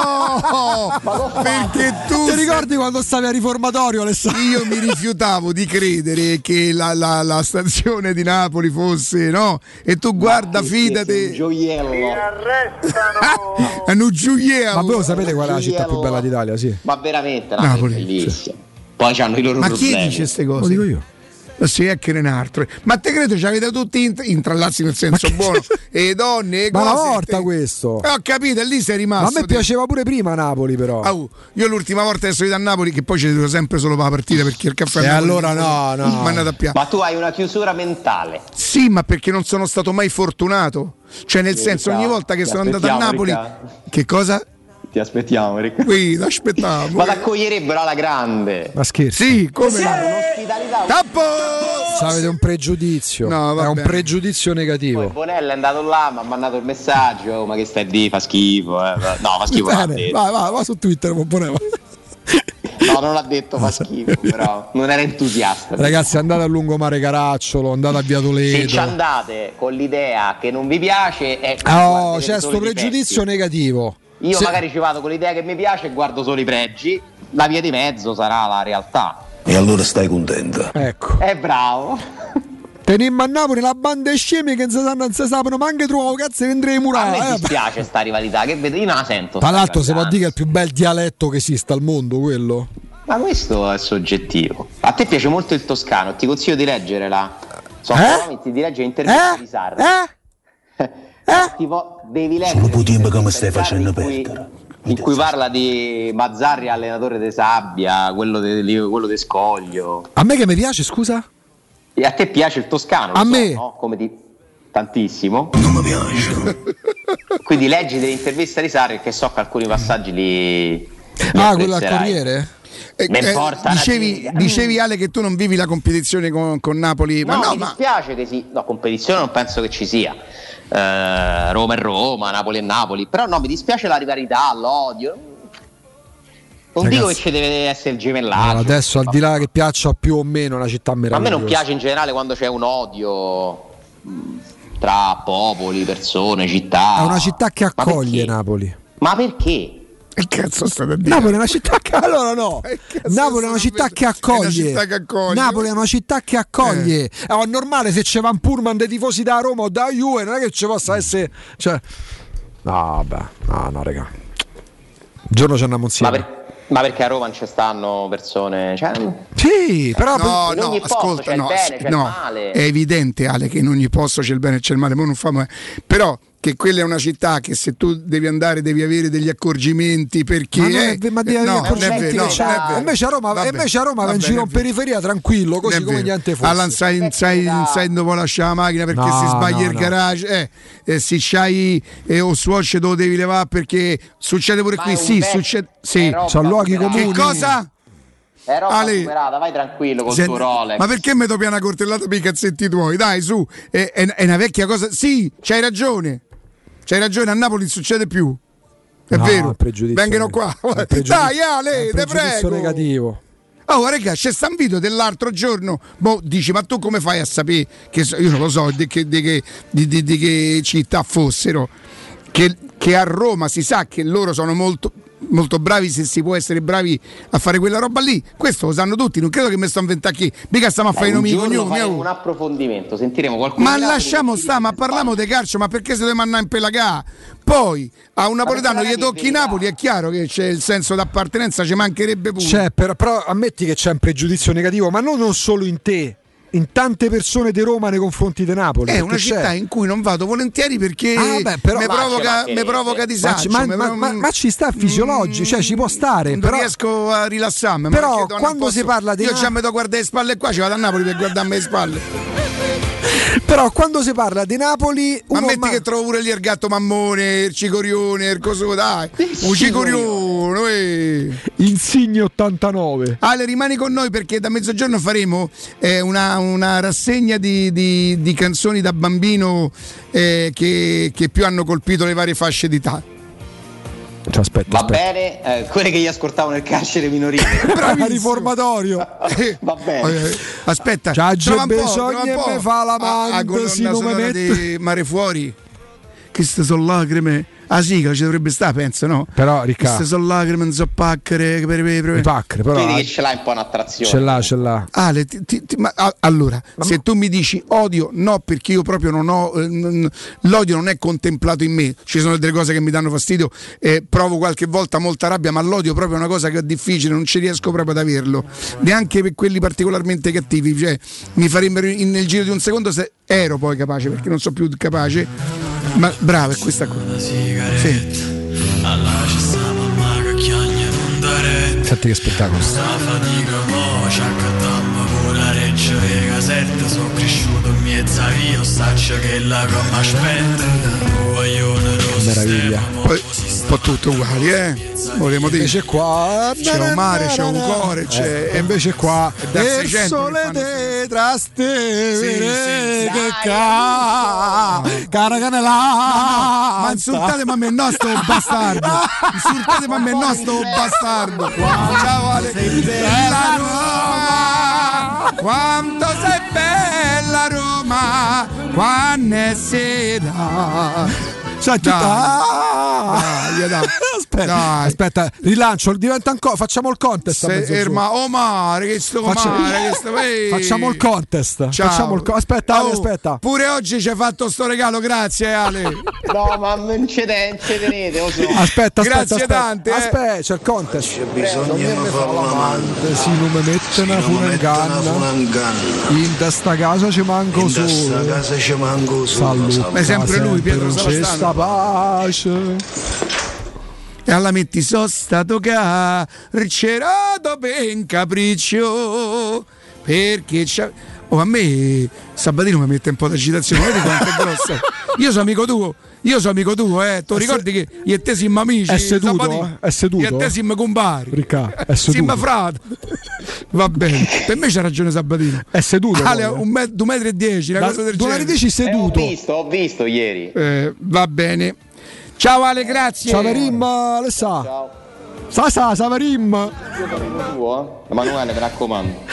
Speaker 4: No, perché tu
Speaker 2: Ti ricordi quando stavi a Riformatorio, Alessandro?
Speaker 4: io mi rifiutavo di credere che la, la- la stazione di Napoli fosse, no? E tu guarda,
Speaker 7: Un
Speaker 4: fidati,
Speaker 7: gioiello.
Speaker 4: è un gioiello.
Speaker 2: Ma voi lo sapete qual è la città più bella d'Italia? Sì.
Speaker 7: Ma veramente Napoli,
Speaker 4: Napoli,
Speaker 7: è bellissima. Poi c'hanno i loro
Speaker 4: Ma
Speaker 7: problemi.
Speaker 4: chi dice queste cose?
Speaker 2: Lo dico io.
Speaker 4: Ma sì, è che ne un altro. Ma te credo ci avete tutti int- intrallazzi nel senso buono. E donne, e
Speaker 2: Ma una
Speaker 4: cose.
Speaker 2: volta
Speaker 4: te-
Speaker 2: questo.
Speaker 4: Eh, ho capito, e lì sei
Speaker 2: Ma
Speaker 4: rimasto.
Speaker 2: a me
Speaker 4: te-
Speaker 2: piaceva pure prima Napoli, però.
Speaker 4: Au, io l'ultima volta che sono andato a Napoli, che poi ci vedo sempre solo per la partita perché il caffè
Speaker 2: E
Speaker 4: a Napoli-
Speaker 2: allora no, no.
Speaker 4: Mi è andato a piano.
Speaker 7: Ma tu hai una chiusura mentale.
Speaker 4: Sì, ma perché non sono stato mai fortunato. Cioè, nel
Speaker 7: Sì,
Speaker 4: senso,
Speaker 7: Ricca,
Speaker 4: ogni volta che
Speaker 7: ti
Speaker 4: sono andato a
Speaker 7: aspettiamo,
Speaker 4: Napoli.
Speaker 7: Ricca.
Speaker 4: Che cosa?
Speaker 7: Ti aspettiamo, Ricca.
Speaker 4: Qui, aspettavo.
Speaker 7: Ma ti accoglierebbero alla grande.
Speaker 2: Ma scherzi.
Speaker 4: Sì, come no?
Speaker 7: Un'ospitalità.
Speaker 4: Tappo!
Speaker 2: Avete un pregiudizio.
Speaker 4: No,
Speaker 2: è
Speaker 4: vabbè.
Speaker 2: un pregiudizio
Speaker 7: Poi
Speaker 2: negativo.
Speaker 7: Bonella è andato là, mi ha mandato il messaggio. "Oh, ma che stai di? Fa schifo. Eh. No, fa schifo. non l'ha
Speaker 2: Bene,
Speaker 7: detto.
Speaker 2: vai, vai, vai su Twitter, Pomponeva.
Speaker 7: No, non l'ha detto, fa schifo. Però non era entusiasta.
Speaker 2: Ragazzi, andate a Lungomare Caracciolo, andate a Via
Speaker 7: Se ci
Speaker 2: Toledo.
Speaker 7: andate con l'idea che non vi piace, è
Speaker 2: Oh, c'è sto pregiudizio negativo.
Speaker 7: Io
Speaker 2: Se-
Speaker 7: magari ci vado con l'idea che mi piace e guardo solo i pregi. La via di mezzo sarà la realtà.
Speaker 8: E allora stai contenta.
Speaker 2: Ecco.
Speaker 7: È bravo.
Speaker 2: Tenimmo a Napoli la banda di scemi che non si sanno, non si sapano, ma anche trovo cazzo vendremo
Speaker 7: A me
Speaker 2: murale.
Speaker 7: dispiace sta rivalità, che vedo, io non la sento.
Speaker 2: Tra
Speaker 7: sta
Speaker 2: l'altro si può
Speaker 7: rivalità.
Speaker 2: dire che è il più bel dialetto che esista al mondo, quello.
Speaker 7: Ma questo è soggettivo. A te piace molto il toscano, ti consiglio di leggere la. So,
Speaker 2: Eh?
Speaker 7: di leggere interviste
Speaker 2: Eh?
Speaker 7: di Sarri.
Speaker 2: Eh?
Speaker 7: Tipo, devi leggere.
Speaker 8: Sono putin come
Speaker 7: l'intervista
Speaker 8: stai
Speaker 7: di Sarri
Speaker 8: facendo
Speaker 7: in cui-
Speaker 8: perdere.
Speaker 7: In cui parla di Mazzarri, allenatore di Sabbia, quello di quello de Scoglio.
Speaker 2: A me che mi piace, scusa?
Speaker 7: E a te piace il toscano? lo
Speaker 2: A
Speaker 7: so,
Speaker 2: me?
Speaker 7: no? Come di tantissimo.
Speaker 8: Non mi piace.
Speaker 7: Quindi leggi delle interviste di Sarri, che so che alcuni passaggi li. li
Speaker 2: Ah, quella al
Speaker 7: apprezzerai.
Speaker 2: Corriere?
Speaker 4: Eh,
Speaker 7: Mi
Speaker 4: eh,
Speaker 7: importa la
Speaker 4: dicevi,
Speaker 7: giga.
Speaker 4: dicevi Ale che tu non vivi la competizione con, con Napoli.
Speaker 7: No,
Speaker 4: Ma no,
Speaker 7: mi
Speaker 4: ma
Speaker 7: dispiace che si. No, competizione non penso che ci sia. Eh, Roma e Roma, Napoli e Napoli. Però no, mi dispiace la rivalità, l'odio. Non
Speaker 2: Ragazzi,
Speaker 7: dico che ci deve essere il gemellaggio.
Speaker 2: no, adesso al di là che piaccia più o meno una città
Speaker 7: Ma a me
Speaker 2: meravigliosa.
Speaker 7: non piace in generale quando c'è un odio mh, tra popoli, persone, città.
Speaker 2: È una città che
Speaker 7: Ma
Speaker 2: accoglie
Speaker 7: perché?
Speaker 2: Napoli.
Speaker 7: Ma perché?
Speaker 4: Che cazzo state a dire?
Speaker 2: Napoli è una città che allora no. Napoli è una città che accoglie.
Speaker 4: È una città che accoglie.
Speaker 2: Napoli è una città che accoglie. È oh, normale se c'è Van Purman dei tifosi da Roma o da Juve, non è che ci possa essere, cioè no, vabbè, no, no, raga. Un giorno ci andiamo insieme.
Speaker 7: Ma, per- ma perché a Roma non ci stanno persone? Cioè,
Speaker 2: sì, però
Speaker 4: no,
Speaker 7: in
Speaker 4: no,
Speaker 7: ogni posto
Speaker 4: ascolta,
Speaker 7: c'è
Speaker 4: no,
Speaker 7: il bene, c'è
Speaker 4: no,
Speaker 7: il male.
Speaker 4: è evidente, Ale, che in ogni posto c'è il bene e c'è il male, ma non fa mai. Però che quella è una città che se tu devi andare devi avere degli accorgimenti perché
Speaker 2: Ma non è
Speaker 4: è-
Speaker 2: ve- ma devi
Speaker 4: eh,
Speaker 2: avere
Speaker 4: no,
Speaker 2: gli accorgimenti
Speaker 4: non è
Speaker 2: che
Speaker 4: vero, no,
Speaker 2: c'è.
Speaker 4: non è vero.
Speaker 2: Invece a Roma,
Speaker 4: Vabbè,
Speaker 2: invece a Roma va
Speaker 4: vabbè,
Speaker 2: in giro
Speaker 4: è
Speaker 2: in
Speaker 4: vero.
Speaker 2: periferia tranquillo, così
Speaker 4: Non è
Speaker 2: come
Speaker 4: vero.
Speaker 2: niente fosse.
Speaker 4: Allora, sai, sai, sai dove lascia la macchina perché
Speaker 2: No,
Speaker 4: si sbaglia
Speaker 2: no,
Speaker 4: il
Speaker 2: no.
Speaker 4: garage, eh, eh, se c'hai eh, o swatch dove devi levare perché succede pure
Speaker 7: Ma
Speaker 4: qui,
Speaker 7: è un
Speaker 4: sì,
Speaker 7: vecchio,
Speaker 4: succede, sì,
Speaker 7: è roba
Speaker 2: sono luoghi
Speaker 7: superata.
Speaker 2: comuni.
Speaker 4: che cosa?
Speaker 7: È roba
Speaker 4: Ale,
Speaker 7: superata, vai tranquillo col
Speaker 4: Se-
Speaker 7: tuo Rolex.
Speaker 4: Ma perché mi doppia una cortellata per i cazzetti tuoi? Dai, su, è, è- è una vecchia cosa. Sì, c'hai ragione. C'hai ragione, a Napoli non succede più. È
Speaker 2: No,
Speaker 4: vero.
Speaker 2: è pregiudizio
Speaker 4: Vengono
Speaker 2: negativo.
Speaker 4: qua.
Speaker 2: È un pregiudizio-
Speaker 4: Dai,
Speaker 2: è
Speaker 4: Ale,
Speaker 2: un
Speaker 4: te
Speaker 2: pregiudizio
Speaker 4: prego.
Speaker 2: negativo.
Speaker 4: Oh, raga, c'è sta un video dell'altro giorno. Boh, dici, ma tu come fai a sapere che so- io non lo so di che, di che- di- di- di che città fossero? Che, che a Roma si sa che loro sono molto molto bravi, se si può essere bravi a fare quella roba lì. Questo lo sanno tutti, non credo che mi sto a inventare qui. Mica stiamo a fare i
Speaker 7: Eh, un
Speaker 4: nomi
Speaker 7: giorno
Speaker 4: cognomi.
Speaker 7: faremo
Speaker 4: oh.
Speaker 7: un approfondimento, sentiremo qualcuno.
Speaker 4: Ma
Speaker 7: di Napoli
Speaker 4: lasciamo
Speaker 7: che
Speaker 4: sta, ma parliamo di calcio, ma perché se deve mandare in pelagà? Poi a un napoletano
Speaker 7: perché
Speaker 4: gli
Speaker 7: non è
Speaker 4: tocchi
Speaker 7: verità.
Speaker 4: Napoli, è chiaro che c'è il senso d'appartenenza, ci mancherebbe pure.
Speaker 2: C'è, però, però ammetti che c'è un pregiudizio negativo, ma non, non solo in te, in tante persone di Roma nei confronti di Napoli.
Speaker 4: È
Speaker 2: perché
Speaker 4: una città
Speaker 2: c'è.
Speaker 4: in cui non vado volentieri perché
Speaker 2: Ah, beh, però-
Speaker 4: mi
Speaker 7: Ma ci
Speaker 4: provoca,
Speaker 7: mancherebbe.
Speaker 4: mi provoca
Speaker 2: Ma,
Speaker 4: disagio.
Speaker 2: ci- ma-
Speaker 4: mi
Speaker 2: ma-
Speaker 4: pro-
Speaker 2: ma- ma ci sta fisiologico, cioè ci può stare.
Speaker 4: non
Speaker 2: Però,
Speaker 4: riesco a rilassarmi. ma
Speaker 2: però
Speaker 4: perché non
Speaker 2: quando
Speaker 4: posso-
Speaker 2: si parla di
Speaker 4: io
Speaker 2: Na-
Speaker 4: già mi do guardare le spalle qua, ci vado a Napoli per guardarmi le spalle.
Speaker 2: però quando si parla di Napoli,
Speaker 4: Ma
Speaker 2: uno
Speaker 4: metti
Speaker 2: ma-
Speaker 4: che trovo pure lì il gatto mammone, il cicorione, il coso, dai. Un cicorione, eh.
Speaker 2: Insigne ottantanove.
Speaker 4: Ale, rimani con noi perché da mezzogiorno faremo eh, una, una rassegna di, di- di canzoni da bambino eh, che, che più hanno colpito le varie fasce d'età.
Speaker 2: Cioè, aspetta,
Speaker 7: Va
Speaker 2: aspetta.
Speaker 7: bene, eh, quelle che io ascoltavo nel carcere minorile.
Speaker 2: Bravissimo. Riformatorio.
Speaker 7: Va bene.
Speaker 4: Eh, Aspetta,
Speaker 2: C'ha
Speaker 4: trova un po',
Speaker 2: bisogno
Speaker 4: trova un
Speaker 2: e
Speaker 4: po'.
Speaker 2: me fa l'amante,
Speaker 4: Ah, ah, colonna
Speaker 2: si non mi
Speaker 4: sonora
Speaker 2: mette.
Speaker 4: di Mare Fuori. Queste sono lacrime. Ah sì, che ci dovrebbe stare, penso, no?
Speaker 2: Però, Ricca,
Speaker 4: Queste sono lacrime, non so pacchere.
Speaker 2: i paccre, però
Speaker 7: Vedi che ce l'hai un po' un'attrazione.
Speaker 2: ce l'ha, ce l'ha.
Speaker 4: Ale, ti- ti- ti- ma, a- allora, se tu mi dici odio, no, perché io proprio non ho, eh, n- l'odio non è contemplato in me, ci sono delle cose che mi danno fastidio, eh, provo qualche volta molta rabbia, ma l'odio proprio è una cosa che è difficile, non ci riesco proprio ad averlo, neanche per quelli particolarmente cattivi, cioè mi farebbero in- nel giro di un secondo se ero poi capace, perché non so più capace, ma bravo, è questa qua. Sì.
Speaker 13: Alla c'è sta mamma che chiagna non dare.
Speaker 2: Senti che spettacolo.
Speaker 13: Sta fatica mo ci accattammo pure a Reggio e Caserta. Sono cresciuto in mezzo a via, staccio che la come aspetta. Un guaglione rosso.
Speaker 2: Meraviglia.
Speaker 4: Poi un po' tutto uguali, eh? Volevo dire.
Speaker 2: Invece qua
Speaker 4: C'è un mare, c'è un cuore, c'è.
Speaker 2: E invece qua
Speaker 4: da
Speaker 2: il
Speaker 4: seicento
Speaker 2: sole
Speaker 4: che fanno-
Speaker 2: detrás te
Speaker 4: Sì,
Speaker 2: vere
Speaker 4: sì.
Speaker 2: che
Speaker 7: Dai,
Speaker 2: ca cara canela.
Speaker 4: Ma insultate ma me no sto bastardo. Insultate ma me no sto bastardo. Ciao Ale. Bella Roma. Quanto sei bella Roma. Quando è sera.
Speaker 2: Senti,
Speaker 4: Dai.
Speaker 2: ah!
Speaker 4: Dai, dai.
Speaker 2: Aspetta,
Speaker 4: Dai.
Speaker 2: aspetta, rilancio, diventa ancora, facciamo il contest. a
Speaker 4: Se,
Speaker 2: mezzogiorno.
Speaker 4: erma, oh mare, che sto
Speaker 2: Faccia-
Speaker 4: mare, che sto ehi.
Speaker 2: Facciamo il contest.
Speaker 4: Ciao.
Speaker 2: Facciamo il co- aspetta, Ale,
Speaker 4: Oh,
Speaker 2: aspetta.
Speaker 4: Pure oggi ci hai fatto sto regalo, grazie Ale.
Speaker 7: No, ma non ci tenete, lo so.
Speaker 2: Aspetta, aspetta,
Speaker 4: Grazie
Speaker 2: aspetta.
Speaker 4: tante, eh.
Speaker 2: Aspetta, c'è il contest.
Speaker 13: C'è bisogno di fare l'amante.
Speaker 2: Si non mi mette una funanganna. In testa casa ci manco
Speaker 13: In testa
Speaker 2: solo.
Speaker 13: casa ci manco solo.
Speaker 2: Salute.
Speaker 4: Ma è sempre lui, Pietro
Speaker 2: non c'è
Speaker 4: Savastano.
Speaker 2: sta pace.
Speaker 4: E alla metti so stato carcerato per un capriccio. Perché c'è. Oh, a me Sabatino mi mette un po' d'agitazione, vedi quanto è grossa. Io sono amico tuo, io sono amico tuo, eh. Tu ricordi che io e te siamo amici?
Speaker 2: È seduto,
Speaker 4: Sabatino?
Speaker 2: eh? È seduto,
Speaker 4: Io e te
Speaker 2: eh?
Speaker 4: siamo compari.
Speaker 2: Ricca, è seduto.
Speaker 4: Siamo frate. Va bene, per me c'ha ragione Sabatino.
Speaker 2: È seduto.
Speaker 4: Ale,
Speaker 2: poi, eh.
Speaker 4: un me- due metri e dieci, una
Speaker 2: Da-
Speaker 4: cosa del
Speaker 2: due metri e
Speaker 4: genere.
Speaker 2: dieci
Speaker 7: Eh, ho
Speaker 2: seduto.
Speaker 7: visto, ho visto ieri.
Speaker 4: Eh, va bene. Ciao Ale, grazie.
Speaker 2: Ciao Merim, Alessà.
Speaker 7: Ciao.
Speaker 2: Sa sa Savarim.
Speaker 7: Tuo, eh? Emanuele, mi raccomando.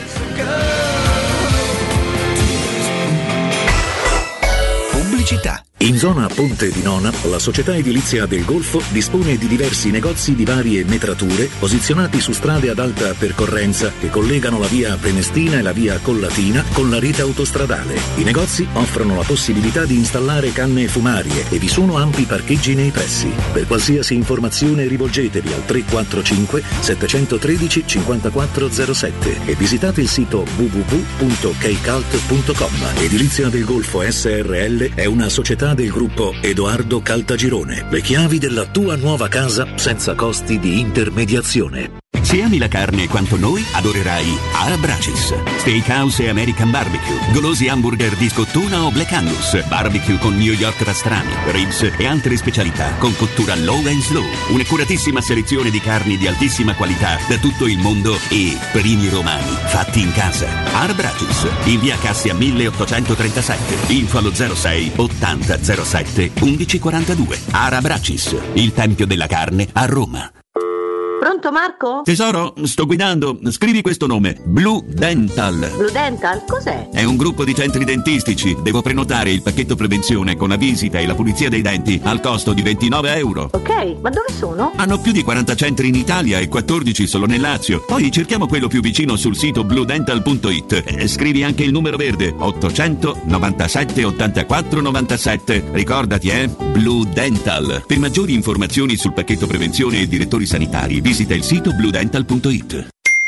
Speaker 8: Pubblicità. In zona Ponte di Nona, la società edilizia del Golfo dispone di diversi negozi di varie metrature posizionati su strade ad alta percorrenza che collegano la via Prenestina e la via Collatina con la rete autostradale. I negozi offrono la possibilità di installare canne fumarie e vi sono ampi parcheggi nei pressi. Per qualsiasi informazione rivolgetevi al tre quattro cinque sette uno tre cinque zero sette e visitate il sito w w w punto keicalt punto com. Edilizia del Golfo S R L è una società del gruppo Edoardo Caltagirone. Le chiavi della tua nuova casa senza costi di intermediazione.
Speaker 15: Se ami la carne quanto noi, adorerai Arabracis. Steakhouse e American Barbecue, golosi hamburger di scottuna o Black Angus, barbecue con New York pastrami, ribs e altre specialità con cottura low and slow. Un'accuratissima selezione di carni di altissima qualità da tutto il mondo e primi romani fatti in casa. Arabracis, in via Cassia milleottocentotrentasette, info allo zero sei ottanta zero sette undici quarantadue. Arabracis, il tempio della carne a Roma.
Speaker 6: Pronto Marco?
Speaker 15: Tesoro, sto guidando. Scrivi questo nome. Blue Dental.
Speaker 6: Blue Dental? Cos'è?
Speaker 15: È un gruppo di centri dentistici. Devo prenotare il pacchetto prevenzione con la visita e la pulizia dei denti al costo di ventinove euro.
Speaker 6: Ok, ma dove sono?
Speaker 15: Hanno più di quaranta centri in Italia e quattordici solo nel Lazio. Poi cerchiamo quello più vicino sul sito blue dental punto it. Eh, scrivi anche il numero verde ottocento novantasette ottantaquattro novantasette. Ricordati, eh? Blue Dental. Per maggiori informazioni sul pacchetto prevenzione e direttori sanitari, visita il sito blue dental punto it.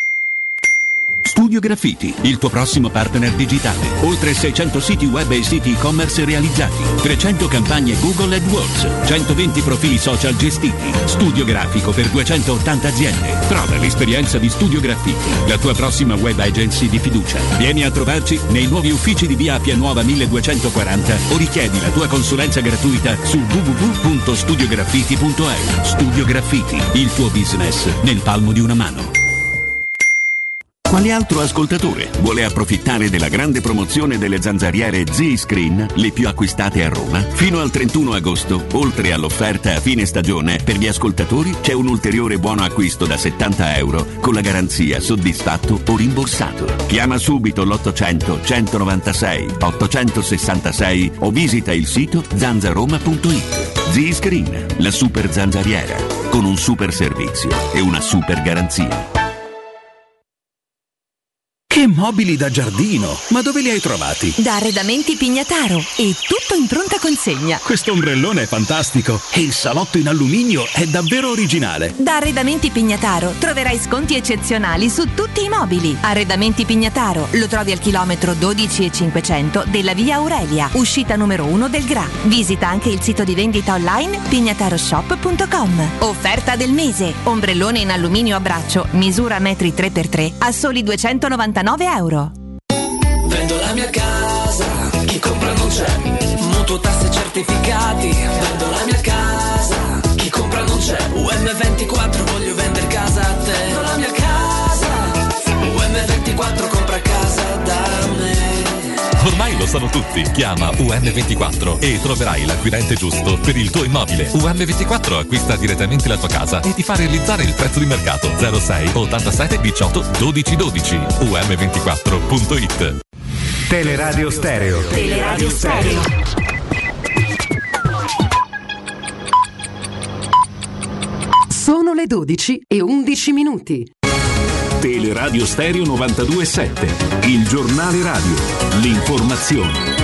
Speaker 15: Studio Graffiti, il tuo prossimo partner digitale. Oltre seicento siti web e siti e-commerce realizzati, trecento campagne Google AdWords, centoventi profili social gestiti. Studio grafico per duecentottanta aziende. Trova l'esperienza di Studio Graffiti, la tua prossima web agency di fiducia. Vieni a trovarci nei nuovi uffici di via Appia Nuova milleduecentoquaranta o richiedi la tua consulenza gratuita su w w w punto studio graffiti punto e u. Studio Graffiti, il tuo business nel palmo di una mano. Quale altro ascoltatore vuole approfittare della grande promozione delle zanzariere Z-Screen, le più acquistate a Roma? Fino al trentuno agosto, oltre all'offerta a fine stagione, per gli ascoltatori c'è un ulteriore buono acquisto da settanta euro con la garanzia soddisfatto o rimborsato. Chiama subito l'ottocento centonovantasei ottocentosessantasei o visita il sito zanzaroma punto it. Z-Screen, la super zanzariera, con un super servizio e una super garanzia.
Speaker 20: Che mobili da giardino! Ma dove li hai trovati?
Speaker 14: Da Arredamenti Pignataro e tutto in pronta consegna.
Speaker 20: Questo ombrellone è fantastico e il salotto in alluminio è davvero originale.
Speaker 14: Da Arredamenti Pignataro troverai sconti eccezionali su tutti i mobili. Arredamenti Pignataro lo trovi al chilometro dodici e cinquecento della via Aurelia, uscita numero uno del Gra. Visita anche il sito di vendita online pignataroshop punto com. Offerta del mese: ombrellone in alluminio a braccio, misura metri tre per tre a soli duecentonovantanove euro.
Speaker 13: Vendo la mia casa, chi compra non c'è. Mutuo, tasse, certificati. Vendo la mia casa, chi compra non c'è. U M ventiquattro, voglio vendere casa a te. Vendo la mia casa, U M ventiquattro, compra casa da me.
Speaker 10: Ormai lo sanno tutti. Chiama U M ventiquattro e troverai l'acquirente giusto per il tuo immobile. U M ventiquattro acquista direttamente la tua casa e ti fa realizzare il prezzo di mercato. zero sei ottantasette diciotto dodici dodici. U M ventiquattro punto it.
Speaker 20: Teleradio Stereo.
Speaker 14: Teleradio Stereo.
Speaker 26: Sono le dodici e undici minuti.
Speaker 8: Teleradio Stereo novantadue sette, il giornale radio, l'informazione.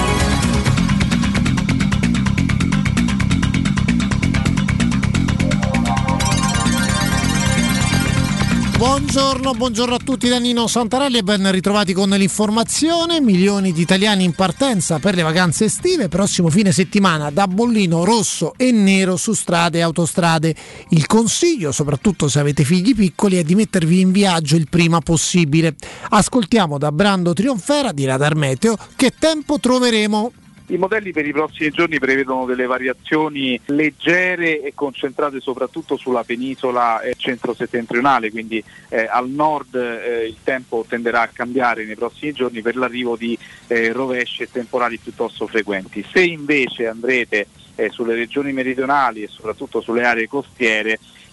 Speaker 27: Buongiorno, buongiorno a tutti da Nino Santarelli e ben ritrovati con l'informazione. Milioni di italiani in partenza per le vacanze estive, prossimo fine settimana da bollino rosso e nero su strade e autostrade. Il consiglio, soprattutto se avete figli piccoli, è di mettervi in viaggio il prima possibile. Ascoltiamo da Brando Trionfera di Radar Meteo che tempo troveremo.
Speaker 11: I modelli per i prossimi giorni prevedono delle variazioni leggere e concentrate soprattutto sulla penisola eh, centro-settentrionale, quindi eh, al nord eh, il tempo tenderà a cambiare nei prossimi giorni per l'arrivo di eh, rovesci e temporali piuttosto frequenti. Se invece andrete eh, sulle regioni meridionali e soprattutto sulle aree costiere,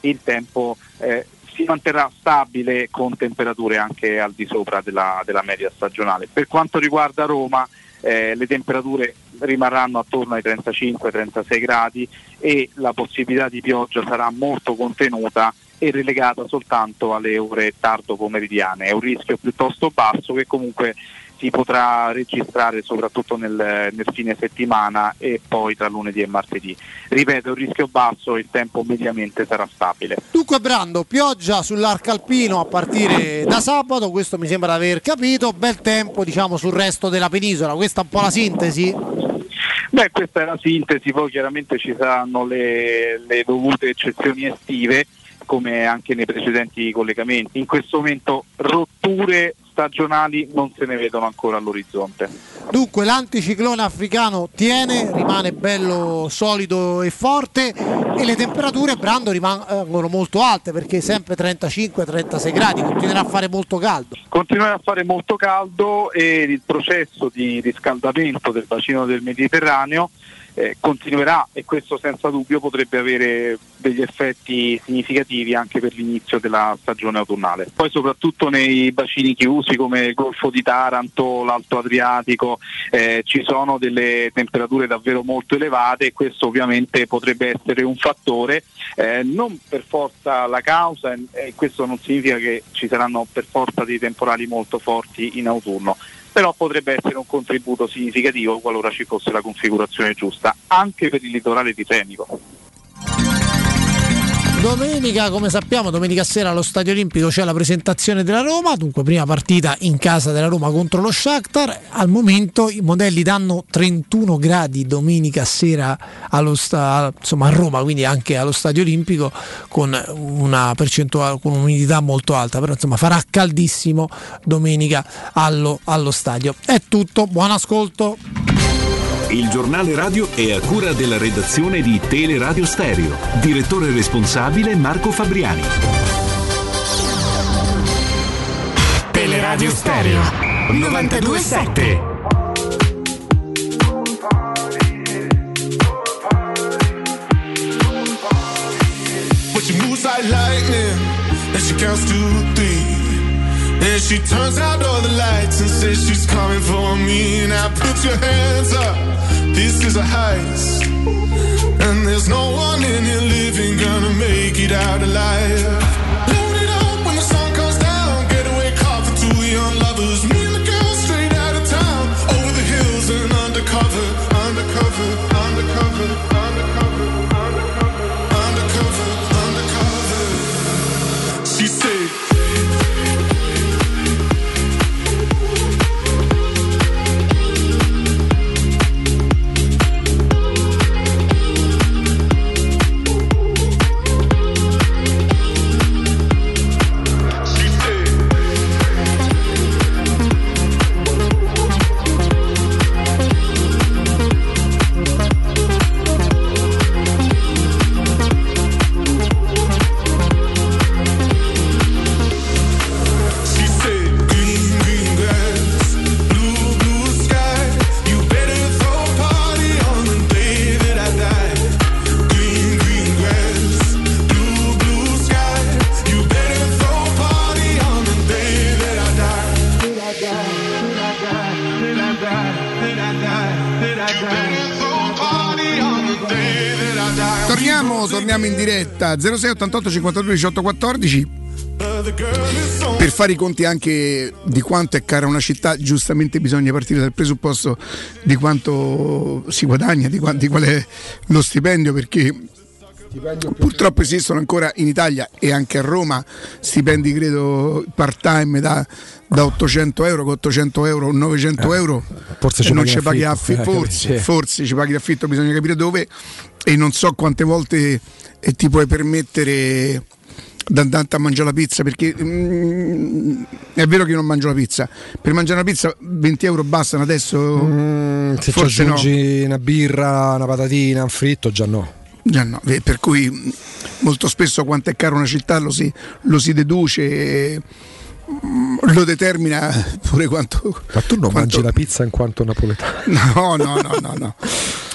Speaker 11: il tempo eh, si manterrà stabile con temperature anche al di sopra della, della media stagionale. Per quanto riguarda Roma, eh, le temperature rimarranno attorno ai trentacinque trentasei gradi e la possibilità di pioggia sarà molto contenuta e relegata soltanto alle ore tardo pomeridiane. È un rischio piuttosto basso che comunque si potrà registrare soprattutto nel, nel fine settimana e poi tra lunedì e martedì. Ripeto, il rischio basso e il tempo mediamente sarà stabile.
Speaker 27: Dunque Brando, pioggia sull'arco alpino a partire da sabato, questo mi sembra di aver capito, bel tempo diciamo sul resto della penisola, questa è un po' la sintesi?
Speaker 11: Beh, questa è la sintesi, poi chiaramente ci saranno le, le dovute eccezioni estive, come anche nei precedenti collegamenti. In questo momento rotture stagionali non se ne vedono ancora all'orizzonte.
Speaker 27: Dunque l'anticiclone africano tiene, rimane bello solido e forte e le temperature, Brando, rimangono molto alte perché sempre trentacinque trentasei gradi, continuerà a fare molto caldo.
Speaker 11: Continuerà a fare molto caldo e il processo di riscaldamento del bacino del Mediterraneo Eh, continuerà e questo senza dubbio potrebbe avere degli effetti significativi anche per l'inizio della stagione autunnale. Poi soprattutto nei bacini chiusi come il Golfo di Taranto, l'Alto Adriatico, eh, ci sono delle temperature davvero molto elevate e questo ovviamente potrebbe essere un fattore, eh, non per forza la causa, e eh, questo non significa che ci saranno per forza dei temporali molto forti in autunno, però potrebbe essere un contributo significativo qualora ci fosse la configurazione giusta, anche per il litorale tirrenico.
Speaker 27: Domenica, come sappiamo, domenica sera allo Stadio Olimpico c'è la presentazione della Roma, dunque prima partita in casa della Roma contro lo Shakhtar. Al momento i modelli danno trentuno gradi domenica sera allo sta- insomma a Roma, quindi anche allo Stadio Olimpico, con una percentuale, con un'umidità molto alta, però insomma farà caldissimo domenica allo, allo stadio. È tutto, buon ascolto.
Speaker 15: Il giornale radio è a cura della redazione di Teleradio Stereo. Direttore responsabile Marco Fabriani.
Speaker 13: Teleradio Stereo novantadue sette.
Speaker 17: But she moves like lightning, and she counts to three. And she turns out all the lights and says she's coming for me. Now put your hands up, this is a heist. And there's no one in here living gonna make it out alive. Load it up when the sun comes down, getaway car for two young lovers. Me and the girl straight out of town, over the hills and undercover, undercover, undercover, undercover, undercover, undercover, undercover. She said,
Speaker 4: torniamo in diretta zero sei ottantotto cinquantadue diciotto quattordici per fare i conti anche di quanto è cara una città. Giustamente bisogna partire dal presupposto di quanto si guadagna, di, quanto, di qual è lo stipendio, perché purtroppo esistono ancora in Italia e anche a Roma stipendi credo part time da, da ottocento euro, con ottocento euro o novecento
Speaker 2: eh,
Speaker 4: euro
Speaker 2: forse ci
Speaker 4: non
Speaker 2: paghi
Speaker 4: ci paghi
Speaker 2: affitto,
Speaker 4: affitto,
Speaker 2: eh,
Speaker 4: forse,
Speaker 2: sì.
Speaker 4: forse ci paghi l'affitto, bisogna capire dove, e non so quante volte eh, ti puoi permettere di andare a mangiare la pizza, perché mm, è vero che io non mangio la pizza, per mangiare una pizza venti euro bastano adesso,
Speaker 2: mm, se ci aggiungi no. una birra, una patatina, un fritto, già no.
Speaker 4: Già no, per cui molto spesso quanto è cara una città lo si, lo si deduce e lo determina pure quanto.
Speaker 2: Ma tu non
Speaker 4: quanto...
Speaker 2: mangi la pizza in quanto napoletano?
Speaker 4: No, no, no, no, no.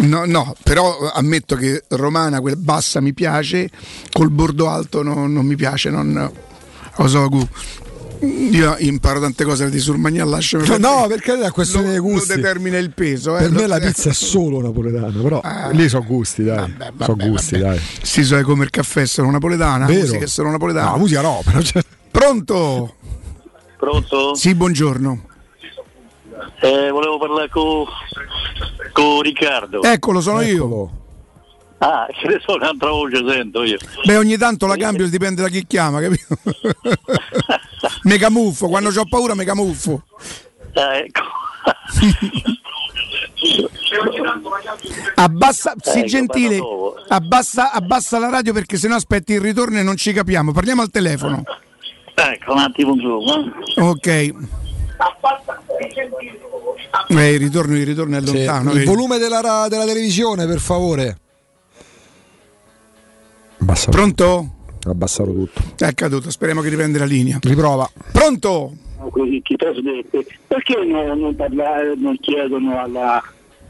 Speaker 4: No, no, però ammetto che romana, quella bassa mi piace, col bordo alto no, non mi piace, non lo so, gu. Io imparo tante cose di Surmagnan, lasciami
Speaker 2: No, no, perché è questione
Speaker 4: lo,
Speaker 2: dei gusti.
Speaker 4: lo determina il peso. Eh.
Speaker 2: Per me
Speaker 4: Lo-
Speaker 2: la pizza è solo napoletana, però
Speaker 4: Ah.
Speaker 2: lì sono gusti, dai.
Speaker 4: Vabbè,
Speaker 2: sono
Speaker 4: vabbè,
Speaker 2: gusti,
Speaker 4: vabbè.
Speaker 2: dai.
Speaker 4: Si so come il caffè sono napoletana,
Speaker 2: Vero?
Speaker 4: musica è solo napoletana.
Speaker 2: No, musica no, però cioè-
Speaker 4: Pronto?
Speaker 9: Pronto?
Speaker 4: Sì, buongiorno.
Speaker 9: Eh, volevo parlare con con Riccardo.
Speaker 4: Eccolo, sono io.
Speaker 9: Ah, ce ne so un'altra voce sento io.
Speaker 4: Beh, ogni tanto la cambio, dipende da chi chiama, capito? Me camuffo, quando ho paura me camuffo.
Speaker 9: Ah, ecco.
Speaker 4: Abbassa, sii
Speaker 9: Ecco,
Speaker 4: gentile,
Speaker 9: parla dopo.
Speaker 4: abbassa, abbassa la radio perché sennò aspetti il ritorno e non ci capiamo. Parliamo al telefono.
Speaker 9: Ecco, un attimo insomma.
Speaker 4: Ok. Eh, il ritorno, il ritorno è
Speaker 2: Sì,
Speaker 4: lontano.
Speaker 2: il
Speaker 4: vedi?
Speaker 2: volume della, ra- della televisione, per favore. Abbassalo.
Speaker 4: Pronto?
Speaker 2: Abbassalo tutto.
Speaker 4: È caduto, speriamo che riprenda la linea.
Speaker 2: Riprova.
Speaker 4: Pronto?
Speaker 9: Così chi presidente, perché non, non parlare, non chiedono alla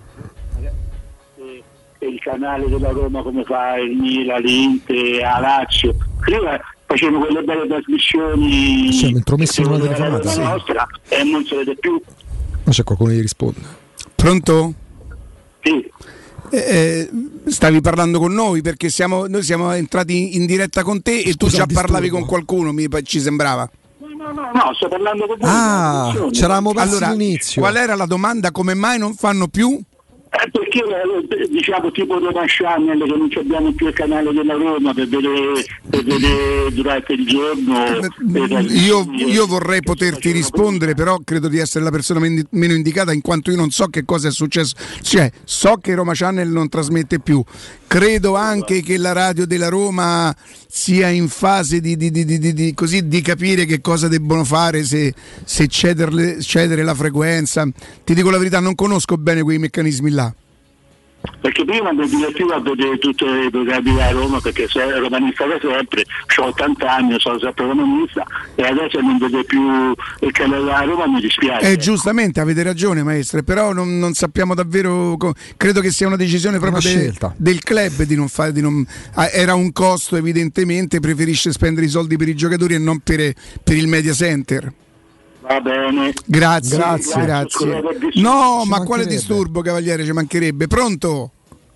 Speaker 9: eh, il canale della Roma come fa il Milan, l'Inter, a Lazio. Prima facevano quelle belle trasmissioni.
Speaker 2: Siamo intromessi in una
Speaker 9: che
Speaker 2: telefonata,
Speaker 9: la
Speaker 2: sì.
Speaker 9: nostra e non si vede più.
Speaker 2: Ma c'è qualcuno che gli risponde.
Speaker 4: Pronto?
Speaker 9: Sì.
Speaker 4: Eh, eh, stavi parlando con noi perché siamo, noi siamo entrati in diretta con te e tu
Speaker 2: Scusa,
Speaker 4: già
Speaker 2: disturbo.
Speaker 4: parlavi con qualcuno, mi, ci sembrava.
Speaker 9: No, no, no, no, sto parlando con voi.
Speaker 2: Ah, c'eravamo persi
Speaker 4: Allora,
Speaker 2: l'inizio.
Speaker 4: qual era la domanda? Come mai non fanno più?
Speaker 9: Eh, perché eh, diciamo tipo Roma Channel che non abbiamo più il canale della Roma per vedere, per vedere durante il giorno per-
Speaker 4: Io, io vorrei poterti rispondere, però credo di essere la persona men- meno indicata in quanto io non so che cosa è successo. Cioè, so che Roma Channel non trasmette più. Credo anche che la radio della Roma sia in fase di, di, di, di, di- di- così, di capire che cosa debbono fare, se, se cederle- cedere la frequenza. Ti dico la verità, non conosco bene quei meccanismi là.
Speaker 9: perché prima andavo divertivo a vedere tutti i programmi da Roma perché sono romanista da sempre, ho ottanta anni, sono sempre romanista e adesso non vedo più il canale da Roma, mi dispiace.
Speaker 4: Eh, giustamente, avete ragione maestre, però non, non sappiamo davvero, co- credo che sia una decisione proprio
Speaker 2: Una
Speaker 4: de-
Speaker 2: scelta.
Speaker 4: del club di non fare, di non, ah, era un costo evidentemente, preferisce spendere i soldi per i giocatori e non per, per il media center.
Speaker 9: Va bene.
Speaker 4: Grazie,
Speaker 9: Grazie,
Speaker 4: grazie.
Speaker 9: scusate il disturbo.
Speaker 4: No,
Speaker 9: Ci
Speaker 4: ma quale
Speaker 9: mancherebbe.
Speaker 4: disturbo, cavaliere, ci mancherebbe. Pronto?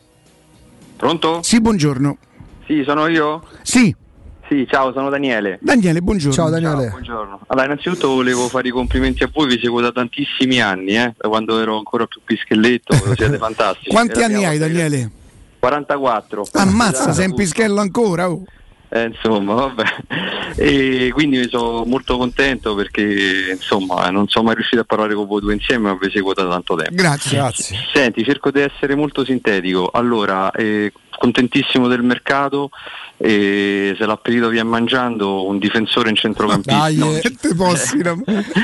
Speaker 18: Pronto?
Speaker 4: Sì, buongiorno.
Speaker 18: Sì, sono io?
Speaker 4: Sì.
Speaker 18: Sì, ciao, sono Daniele.
Speaker 4: Daniele, buongiorno.
Speaker 2: Ciao Daniele.
Speaker 18: Ciao, buongiorno. Allora, innanzitutto volevo fare i complimenti a voi, vi seguo da tantissimi anni, eh, da quando ero ancora più pischelletto, siete fantastici.
Speaker 4: Quanti
Speaker 18: È la
Speaker 4: anni
Speaker 18: mia
Speaker 4: hai,
Speaker 18: volta che-
Speaker 4: Daniele?
Speaker 18: quarantaquattro.
Speaker 4: Ammazza, sei in pischello ancora. Oh.
Speaker 18: Eh, insomma, vabbè. E quindi mi sono molto contento perché insomma non sono mai riuscito a parlare con voi due insieme, ma vi seguo da tanto tempo.
Speaker 4: Grazie. Grazie.
Speaker 18: Senti, cerco di essere molto sintetico. Allora, eh, contentissimo del mercato. E se l'appetito viene mangiando, un difensore in centrocampista.
Speaker 2: Dai,
Speaker 18: no,
Speaker 2: eh.
Speaker 4: Che te possi, no?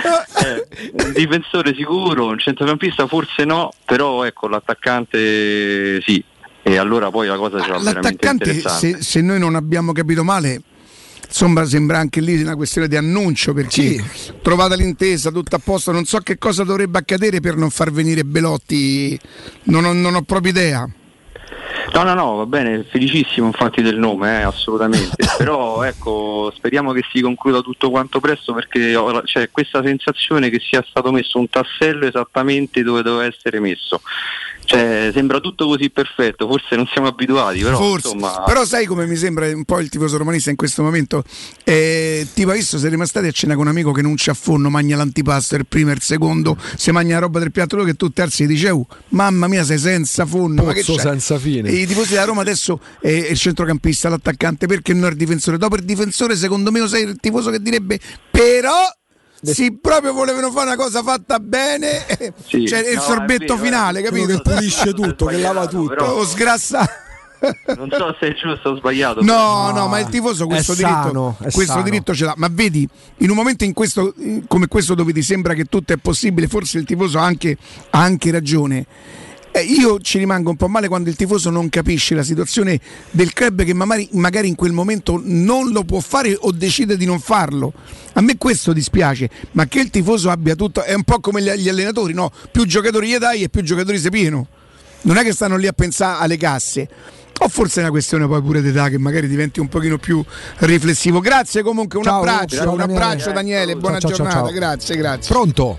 Speaker 18: eh, un difensore sicuro, un centrocampista forse no, però ecco l'attaccante sì. E allora poi la cosa sarà veramente
Speaker 4: L'attaccante,
Speaker 18: interessante.
Speaker 4: se, se noi non abbiamo capito male, insomma, sembra anche lì una questione di annuncio, perché trovata l'intesa, tutto a posto, non so che cosa dovrebbe accadere per non far venire Belotti, non ho, non ho proprio idea.
Speaker 18: No, no, no, va bene, felicissimo infatti del nome, eh, assolutamente. Però ecco, speriamo che si concluda tutto quanto presto perché ho la- c'è questa sensazione che sia stato messo un tassello esattamente dove doveva essere messo. Cioè, sembra tutto così perfetto, forse non siamo abituati, però
Speaker 4: Forse.
Speaker 18: insomma.
Speaker 4: Però sai come mi sembra un po' il tifoso romanista in questo momento? Eh, tipo, visto siamo stati a cena con un amico che non c'ha affonno, mangia l'antipasto, il primo e il secondo, se mangia la roba del piatto lui che tu terzi dice oh, mamma mia sei senza fonno. Ma che
Speaker 2: Pozzo
Speaker 4: c'è?
Speaker 2: senza fine.
Speaker 4: E i tifosi della Roma adesso è il centrocampista, l'attaccante, perché non è il difensore? Dopo il difensore secondo me sei il tifoso che direbbe però sì, proprio volevano fare una cosa fatta bene,
Speaker 18: Sì.
Speaker 4: cioè il
Speaker 18: No,
Speaker 4: sorbetto
Speaker 18: è vero,
Speaker 4: finale,
Speaker 18: eh.
Speaker 4: capito?
Speaker 2: Quello che pulisce tutto, che lava tutto.
Speaker 18: Però-
Speaker 4: Oh, sgrassa.
Speaker 18: Non so se è giusto o sbagliato.
Speaker 4: No,
Speaker 18: però-
Speaker 4: no, ma il tifoso questo
Speaker 2: è
Speaker 4: diritto,
Speaker 2: sano, è
Speaker 4: questo
Speaker 2: sano.
Speaker 4: diritto ce l'ha. Ma vedi, in un momento in questo, come questo dove ti sembra che tutto è possibile, forse il tifoso ha anche, ha anche ragione. Eh, io ci rimango un po' male quando il tifoso non capisce la situazione del club che magari, magari in quel momento non lo può fare o decide di non farlo. A me questo dispiace, ma che il tifoso abbia tutto, è un po' come gli, gli allenatori, no? Più giocatori gli dai e più giocatori si pieno. non è che stanno lì a pensare alle casse. O forse è una questione poi pure d'età, che magari diventi un pochino più riflessivo. Grazie comunque, un
Speaker 2: Ciao,
Speaker 4: abbraccio,
Speaker 2: ciao,
Speaker 4: un
Speaker 2: Daniele.
Speaker 4: abbraccio Daniele, buona
Speaker 2: Ciao, ciao,
Speaker 4: giornata,
Speaker 2: ciao, ciao.
Speaker 4: grazie, grazie.
Speaker 2: Pronto?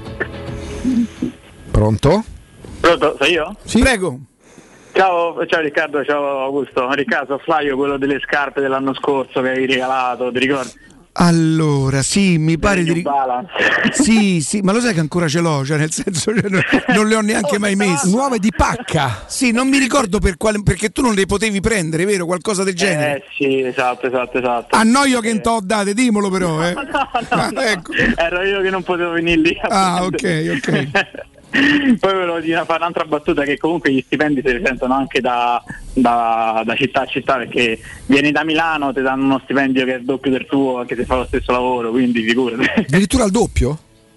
Speaker 2: Pronto?
Speaker 12: Pronto, sei io?
Speaker 2: Sì.
Speaker 4: Prego.
Speaker 12: Ciao, ciao Riccardo, ciao Augusto. Riccardo, Flavio, quello delle scarpe dell'anno scorso che hai regalato, ti ricordi?
Speaker 4: Allora, sì, mi pare di...
Speaker 12: New Balance.
Speaker 4: Sì, sì, ma lo sai che ancora ce l'ho, cioè nel senso cioè, non, non le ho neanche mai messe.
Speaker 2: Nuove di pacca.
Speaker 4: Sì, non mi ricordo per quale, perché tu non le potevi prendere, vero? Qualcosa del genere.
Speaker 12: Eh sì, esatto, esatto, esatto.
Speaker 4: Annoio che non t'ho date, dimmelo però, eh.
Speaker 12: No, no, no.
Speaker 4: Ecco.
Speaker 12: Ero io che non potevo venire lì.
Speaker 4: Ah, ok, ok.
Speaker 12: Poi volevo dire, fare un'altra battuta, che comunque gli stipendi si risentono anche da, da, da città a città, perché vieni da Milano, ti danno uno stipendio che è il doppio del tuo anche se fai lo stesso lavoro, quindi figurati.
Speaker 2: Addirittura il doppio?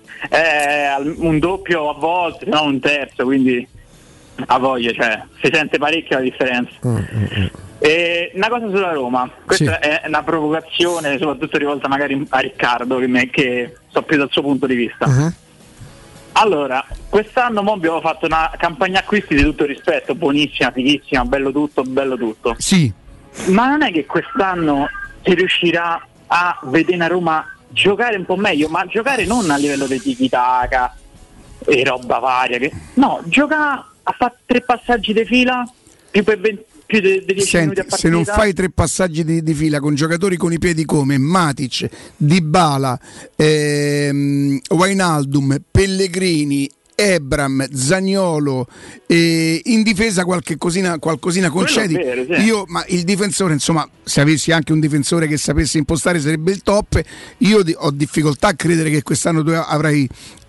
Speaker 12: Eh, un doppio a volte, se no un terzo, quindi a voglia, cioè si sente parecchio la differenza.
Speaker 2: Mm, mm,
Speaker 12: E una cosa sulla Roma, questa
Speaker 2: Sì.
Speaker 12: è una provocazione soprattutto rivolta magari a Riccardo, che, me, che so più dal suo punto di vista.
Speaker 2: Uh-huh.
Speaker 12: Allora, quest'anno mo abbiamo fatto una campagna acquisti di tutto rispetto, buonissima, fighissima, bello tutto, bello tutto.
Speaker 4: Sì.
Speaker 12: Ma non è che quest'anno si riuscirà a vedere una Roma giocare un po' meglio, ma giocare non a livello di tiki-taka e roba varia, che... no, gioca a fare tre passaggi di fila più per venti più di dieci minuti a
Speaker 4: Senti,
Speaker 12: partita.
Speaker 4: se non fai tre passaggi di, di fila con giocatori con i piedi come Matic, Dybala, ehm, Wijnaldum, Pellegrini, Ebram, Zaniolo, eh, in difesa qualche cosina, qualcosina concedi.
Speaker 12: Quello è vero, sì.
Speaker 4: Io, ma il difensore, insomma, se avessi anche un difensore che sapesse impostare sarebbe il top. Io di, ho difficoltà a credere che quest'anno tu avrai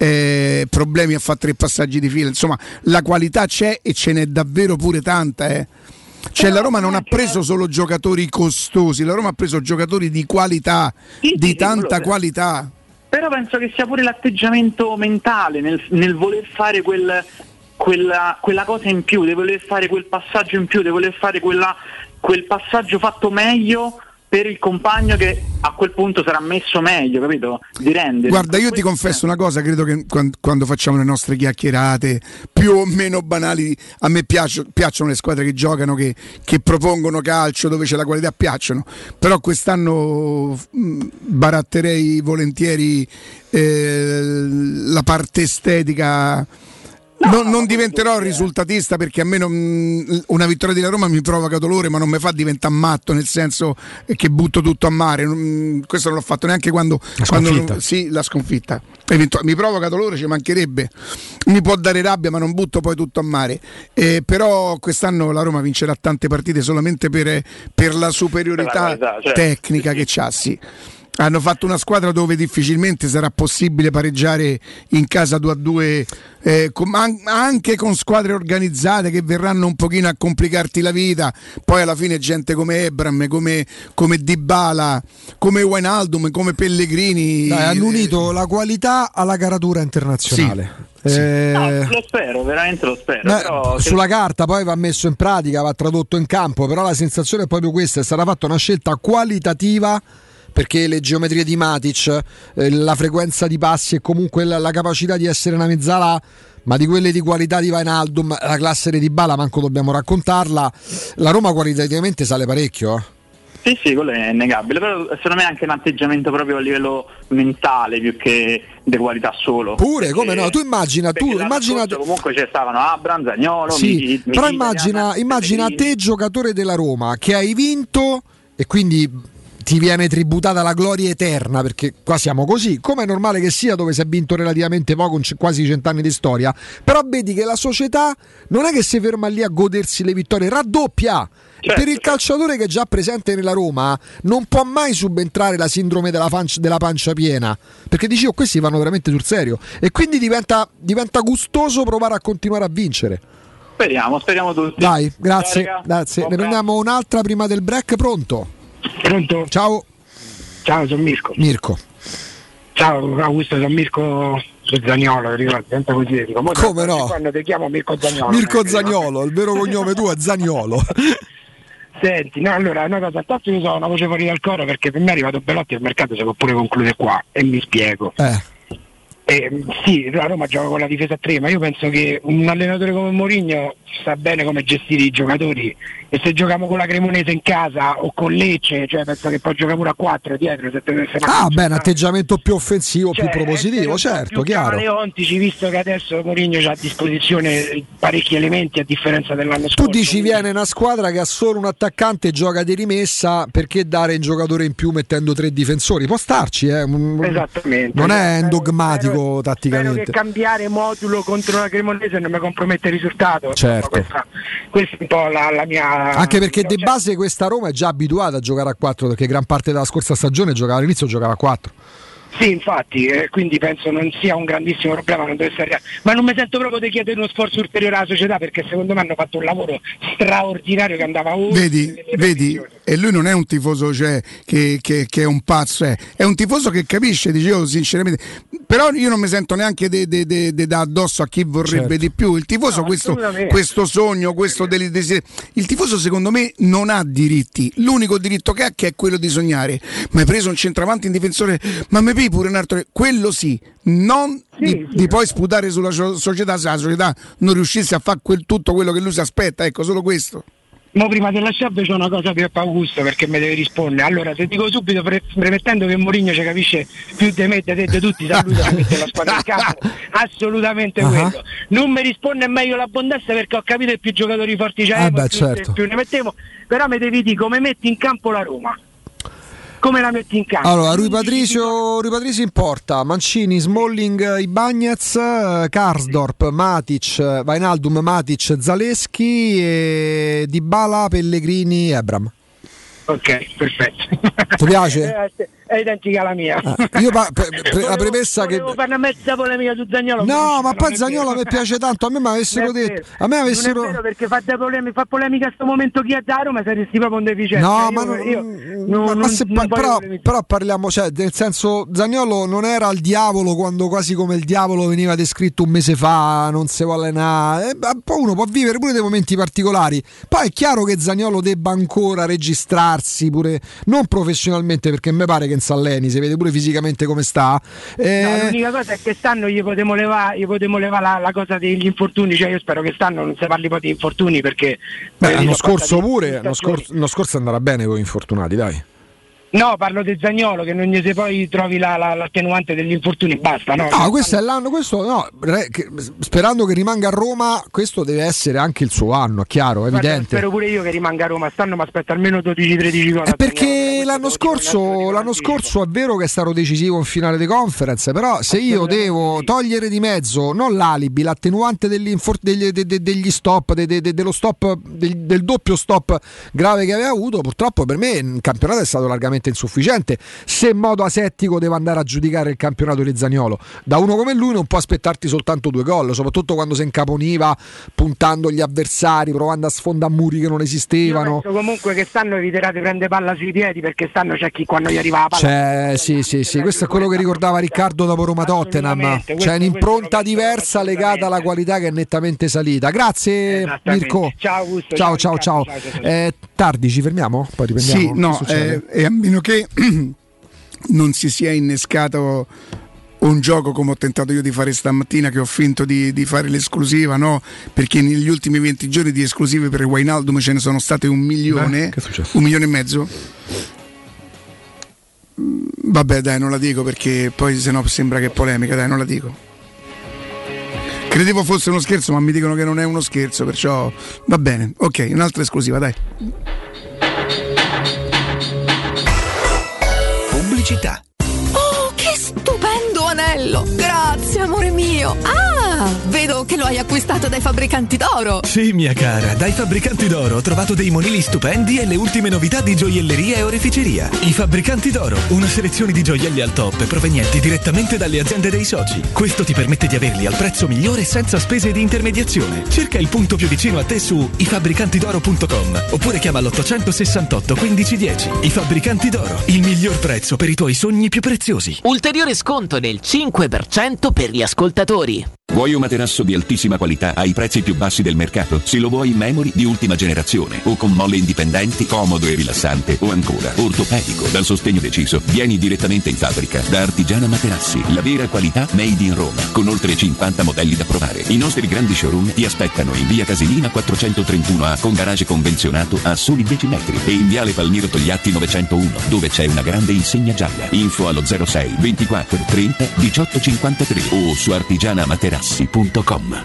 Speaker 4: eh, problemi a fare tre passaggi di fila. Insomma, la qualità c'è e ce n'è davvero pure tanta, eh. Cioè la Roma non ha preso solo giocatori costosi, la Roma ha preso giocatori di qualità,
Speaker 12: Sì,
Speaker 4: di
Speaker 12: sì,
Speaker 4: tanta
Speaker 12: quello-
Speaker 4: qualità.
Speaker 12: Però penso che sia pure l'atteggiamento mentale nel, nel voler fare quel, quella, quella cosa in più, di voler fare quel passaggio in più, di voler fare quella, quel passaggio fatto meglio per il compagno che a quel punto sarà messo meglio, capito? Di rendere.
Speaker 4: Guarda, io ti confesso una cosa, credo che quan- quando facciamo le nostre chiacchierate più o meno banali, a me piacciono, piacciono le squadre che giocano, che, che propongono calcio, dove c'è la qualità, piacciono. Però quest'anno mh, baratterei volentieri eh, la parte estetica. Non, non diventerò risultatista, perché a me non- una vittoria della Roma mi provoca dolore, ma non mi fa diventare matto, nel senso che butto tutto a mare. Non- questo non l'ho fatto neanche quando,
Speaker 2: La
Speaker 4: quando
Speaker 2: sconfitta.
Speaker 4: sì, la sconfitta. Eventu- mi provoca dolore, ci mancherebbe, mi può dare rabbia, ma non butto poi tutto a mare. Eh, però quest'anno la Roma vincerà tante partite solamente per, per la superiorità
Speaker 12: Per la qualità, certo.
Speaker 4: tecnica che c'ha, sì. Hanno fatto una squadra dove difficilmente sarà possibile pareggiare in casa due a due, eh, com- an- anche con squadre organizzate che verranno un pochino a complicarti la vita. Poi alla fine gente come Ebram, come, come Dybala, come Wijnaldum, come Pellegrini.
Speaker 2: Dai, hanno unito la qualità alla caratura internazionale. Eh,
Speaker 12: No, lo spero, veramente lo spero.
Speaker 2: beh,
Speaker 12: però se-
Speaker 2: sulla carta poi va messo in pratica, va tradotto in campo, però la sensazione è proprio questa: è stata fatta una scelta qualitativa, perché le geometrie di Matic, eh, la frequenza di passi e comunque la, la capacità di essere una mezzala, ma di quelle di qualità di Wijnaldum, la classe di Dybala manco dobbiamo raccontarla. La Roma qualitativamente sale parecchio, eh.
Speaker 12: Sì, sì, quello è innegabile, però secondo me è anche un atteggiamento proprio a livello mentale più che di qualità solo.
Speaker 2: Pure, come no? Tu immagina, tu
Speaker 12: Perché l'anno
Speaker 2: immagina
Speaker 12: scorso comunque ci stavano Abram, Zaniolo,
Speaker 2: sì,
Speaker 12: Michi-
Speaker 2: però
Speaker 12: Mkhitaryan,
Speaker 2: immagina, immagina
Speaker 12: Pellegrini.
Speaker 2: te, giocatore della Roma, che hai vinto e quindi ti viene tributata la gloria eterna, perché qua siamo così, come è normale che sia, dove si è vinto relativamente poco, in c- quasi cent'anni di storia. Però vedi che la società non è che si ferma lì a godersi le vittorie, raddoppia. E per il calciatore che è già presente nella Roma non può mai subentrare la sindrome della, pancia, della pancia piena, perché dici, oh, questi vanno veramente sul serio, e quindi diventa, diventa gustoso provare a continuare a vincere.
Speaker 12: Speriamo, speriamo tutti.
Speaker 2: Dai, grazie,
Speaker 12: Ciao, raga.
Speaker 2: grazie.
Speaker 12: Ok.
Speaker 2: Ne prendiamo un'altra prima del break, pronto?
Speaker 16: Pronto?
Speaker 2: Ciao.
Speaker 16: Ciao, sono Mirko.
Speaker 2: Mirko.
Speaker 16: Ciao Augusto, sono Mirko Zaniolo, ricordi, sempre così dico. Mo
Speaker 2: Come
Speaker 16: da-
Speaker 2: no?
Speaker 16: Quando ti chiamo Mirko Zaniolo.
Speaker 2: Mirko
Speaker 16: perché-
Speaker 2: Zaniolo, il vero cognome tuo è Zaniolo.
Speaker 16: Senti, no, allora, una cosa, tanto io sono una voce fuori dal coro, perché per me è arrivato Belotti al mercato, si può pure concludere qua, e mi spiego.
Speaker 2: Eh.
Speaker 16: Eh, sì, la Roma gioca con la difesa a tre, ma io penso che un allenatore come Mourinho sa bene come gestire i giocatori, e se giochiamo con la Cremonese in casa o con Lecce, cioè penso che poi gioca pure a quattro dietro. Se te, se
Speaker 2: ah, beh, un atteggiamento più offensivo,
Speaker 16: cioè,
Speaker 2: più propositivo, certo,
Speaker 16: più
Speaker 2: chiaro.
Speaker 16: camaleontici, visto che adesso Mourinho ha a disposizione parecchi elementi a differenza dell'anno scorso.
Speaker 2: Tu dici viene una squadra che ha solo un attaccante e gioca di rimessa, perché dare un giocatore in più mettendo tre difensori? Può starci, eh?
Speaker 16: Esattamente.
Speaker 2: Non è un dogmatico
Speaker 16: spero,
Speaker 2: tatticamente.
Speaker 16: Spero che cambiare modulo contro la Cremonese non mi compromette il risultato.
Speaker 2: Certo.
Speaker 16: Questa, questa è un po' la, la mia.
Speaker 2: Anche perché
Speaker 16: no,
Speaker 2: di
Speaker 16: cioè...
Speaker 2: base questa Roma è già abituata a giocare a quattro, perché gran parte della scorsa stagione giocava all'inizio giocava a quattro.
Speaker 16: Sì, infatti, eh, quindi penso non sia un grandissimo problema, non dovesse arrivare. Ma non mi sento proprio di chiedere uno sforzo ulteriore alla società, perché secondo me hanno fatto un lavoro straordinario che andava oltre.
Speaker 4: Vedi, vedi, e lui non è un tifoso, cioè, che, che, che è un pazzo, è, è un tifoso che capisce, dicevo sinceramente. Però io non mi sento neanche di da addosso a chi vorrebbe
Speaker 2: certo.
Speaker 4: di più. Il tifoso,
Speaker 16: no,
Speaker 4: questo, questo sogno, questo del desiderio. Il tifoso secondo me non ha diritti. L'unico diritto che ha che è quello di sognare. Ma hai preso un centravanti in difensore, ma mi poi pure un altro. Quello sì, non sì, di, sì, di poi sputare sulla società se la società non riuscisse a fare quel, tutto quello che lui si aspetta. Ecco, solo questo.
Speaker 16: Ma prima della chave c'è una cosa per Augusto, perché mi deve rispondere. Allora, se dico subito, pre- premettendo che Mourinho ci capisce più di me, di te, tutti, sa lui che mette la squadra in campo, assolutamente uh-huh. quello. Non mi risponde meglio l'abbondanza, perché ho capito che più giocatori forti c'è,
Speaker 2: eh
Speaker 16: più,
Speaker 2: certo.
Speaker 16: più ne mettiamo, però mi devi dire come metti in campo la Roma. Come la metti in campo?
Speaker 2: Allora, Rui Patricio, Rui Patricio in porta, Mancini, Smalling, Ibañez, Karsdorp, Matic, Wijnaldum, Matic, Zaleschi e Dybala, Pellegrini, Ebram.
Speaker 16: Ok, perfetto.
Speaker 2: Ti piace?
Speaker 16: È identica alla mia.
Speaker 2: Ah, io pa- per, per la premessa
Speaker 16: volevo
Speaker 2: che
Speaker 16: fare una mezza polemica su Zaniolo.
Speaker 2: No, ma poi Zaniolo mi piace tanto. A me mi avessero detto. A me avessero.
Speaker 16: Non è vero, perché fa, polemi- fa polemica a questo momento chi è da Roma, saresti proprio un deficiente.
Speaker 2: No,
Speaker 16: io,
Speaker 2: ma, non,
Speaker 16: io,
Speaker 2: ma,
Speaker 16: non,
Speaker 2: ma se
Speaker 16: non
Speaker 2: pa- però, però parliamo, cioè, nel senso, Zaniolo non era il diavolo quando quasi come il diavolo veniva descritto un mese fa, non si vuole allenare. Eh, poi uno può vivere pure dei momenti particolari. Poi è chiaro che Zaniolo debba ancora registrarsi pure, non professionalmente, perché mi pare che in Salleni si vede pure fisicamente come sta. Eh...
Speaker 16: No, l'unica cosa è che stanno gli potremo levare leva la, la cosa degli infortuni, cioè io spero che stanno non si parli poi di infortuni, perché
Speaker 2: beh, l'anno scorso pure l'anno scorso, l'anno scorso andrà bene con gli infortunati, dai.
Speaker 16: No, parlo del Zaniolo, che non gli se poi trovi la, la, l'attenuante degli infortuni, basta. No,
Speaker 2: no questo è l'anno, questo no, che, sperando che rimanga a Roma, questo deve essere anche il suo anno, è chiaro, è
Speaker 16: Guarda,
Speaker 2: evidente.
Speaker 16: Spero pure io che rimanga a Roma, stanno mi aspetto almeno dodici tredici gol.
Speaker 2: È perché l'anno scorso, l'anno scorso è vero che è stato decisivo in finale di conference, però se io devo togliere di mezzo non l'alibi, l'attenuante degli, degli, degli, degli stop, de, de, de, dello stop del, del doppio stop grave che aveva avuto, purtroppo per me il campionato è stato largamente insufficiente. Se in modo asettico devo andare a giudicare il campionato di Zaniolo, da uno come lui non può aspettarti soltanto due gol, soprattutto quando si incaponiva puntando gli avversari, provando a sfondare muri che non esistevano.
Speaker 16: Io penso comunque che stanno eviterà di prendere palla sui piedi, perché stanno c'è chi quando gli arriva la palla.
Speaker 2: C'è, sì, sì, sì, questo è quello che ricordava Riccardo dopo Roma Tottenham. C'è un'impronta diversa legata alla qualità che è nettamente salita. Grazie Mirko.
Speaker 16: Ciao Augusto.
Speaker 2: Ciao ciao ciao. ciao. ciao, ciao. Eh, tardi ci fermiamo? Poi riprendiamo.
Speaker 4: Sì, no, eh, e a meno che non si sia innescato un gioco come ho tentato io di fare stamattina, che ho finto di, di fare l'esclusiva, no? Perché negli ultimi venti giorni di esclusive per Wijnaldum ce ne sono state un milione.
Speaker 2: Beh,
Speaker 4: un milione e mezzo. Vabbè, dai, non la dico perché poi sennò sembra che è polemica, dai, non la dico. Credevo fosse uno scherzo, ma mi dicono che non è uno scherzo, perciò va bene. Ok, un'altra esclusiva, dai.
Speaker 14: Pubblicità. Oh, che stupendo anello! Grazie, amore mio! Ah, vedo che lo hai acquistato dai fabbricanti d'oro!
Speaker 20: Sì, mia cara, dai fabbricanti d'oro ho trovato dei monili stupendi e le ultime novità di gioielleria e oreficeria. I fabbricanti d'oro, una selezione di gioielli al top provenienti direttamente dalle aziende dei soci. Questo ti permette di averli al prezzo migliore senza spese di intermediazione. Cerca il punto più vicino a te su i fabbricanti d'oro punto com oppure chiama l'ottocentosessantotto quindici dieci. I Fabbricanti d'Oro, il miglior prezzo per i tuoi sogni più preziosi.
Speaker 5: Ulteriore sconto del cinque per cento per gli ascoltatori.
Speaker 15: Vuoi un materasso di altissima qualità ai prezzi più bassi del mercato? Se lo vuoi in memory di ultima generazione o con molle indipendenti, comodo e rilassante, o ancora ortopedico dal sostegno deciso, vieni direttamente in fabbrica da Artigiana Materassi, la vera qualità made in Roma, con oltre cinquanta modelli da provare. I nostri grandi showroom ti aspettano in via Casilina quattrocentotrentuno A con garage convenzionato a soli dieci metri e in viale Palmiro Togliatti novecentouno dove c'è una grande insegna gialla. Info allo zero sei ventiquattro trenta diciotto cinquantatré o su artigiana materassi punto com.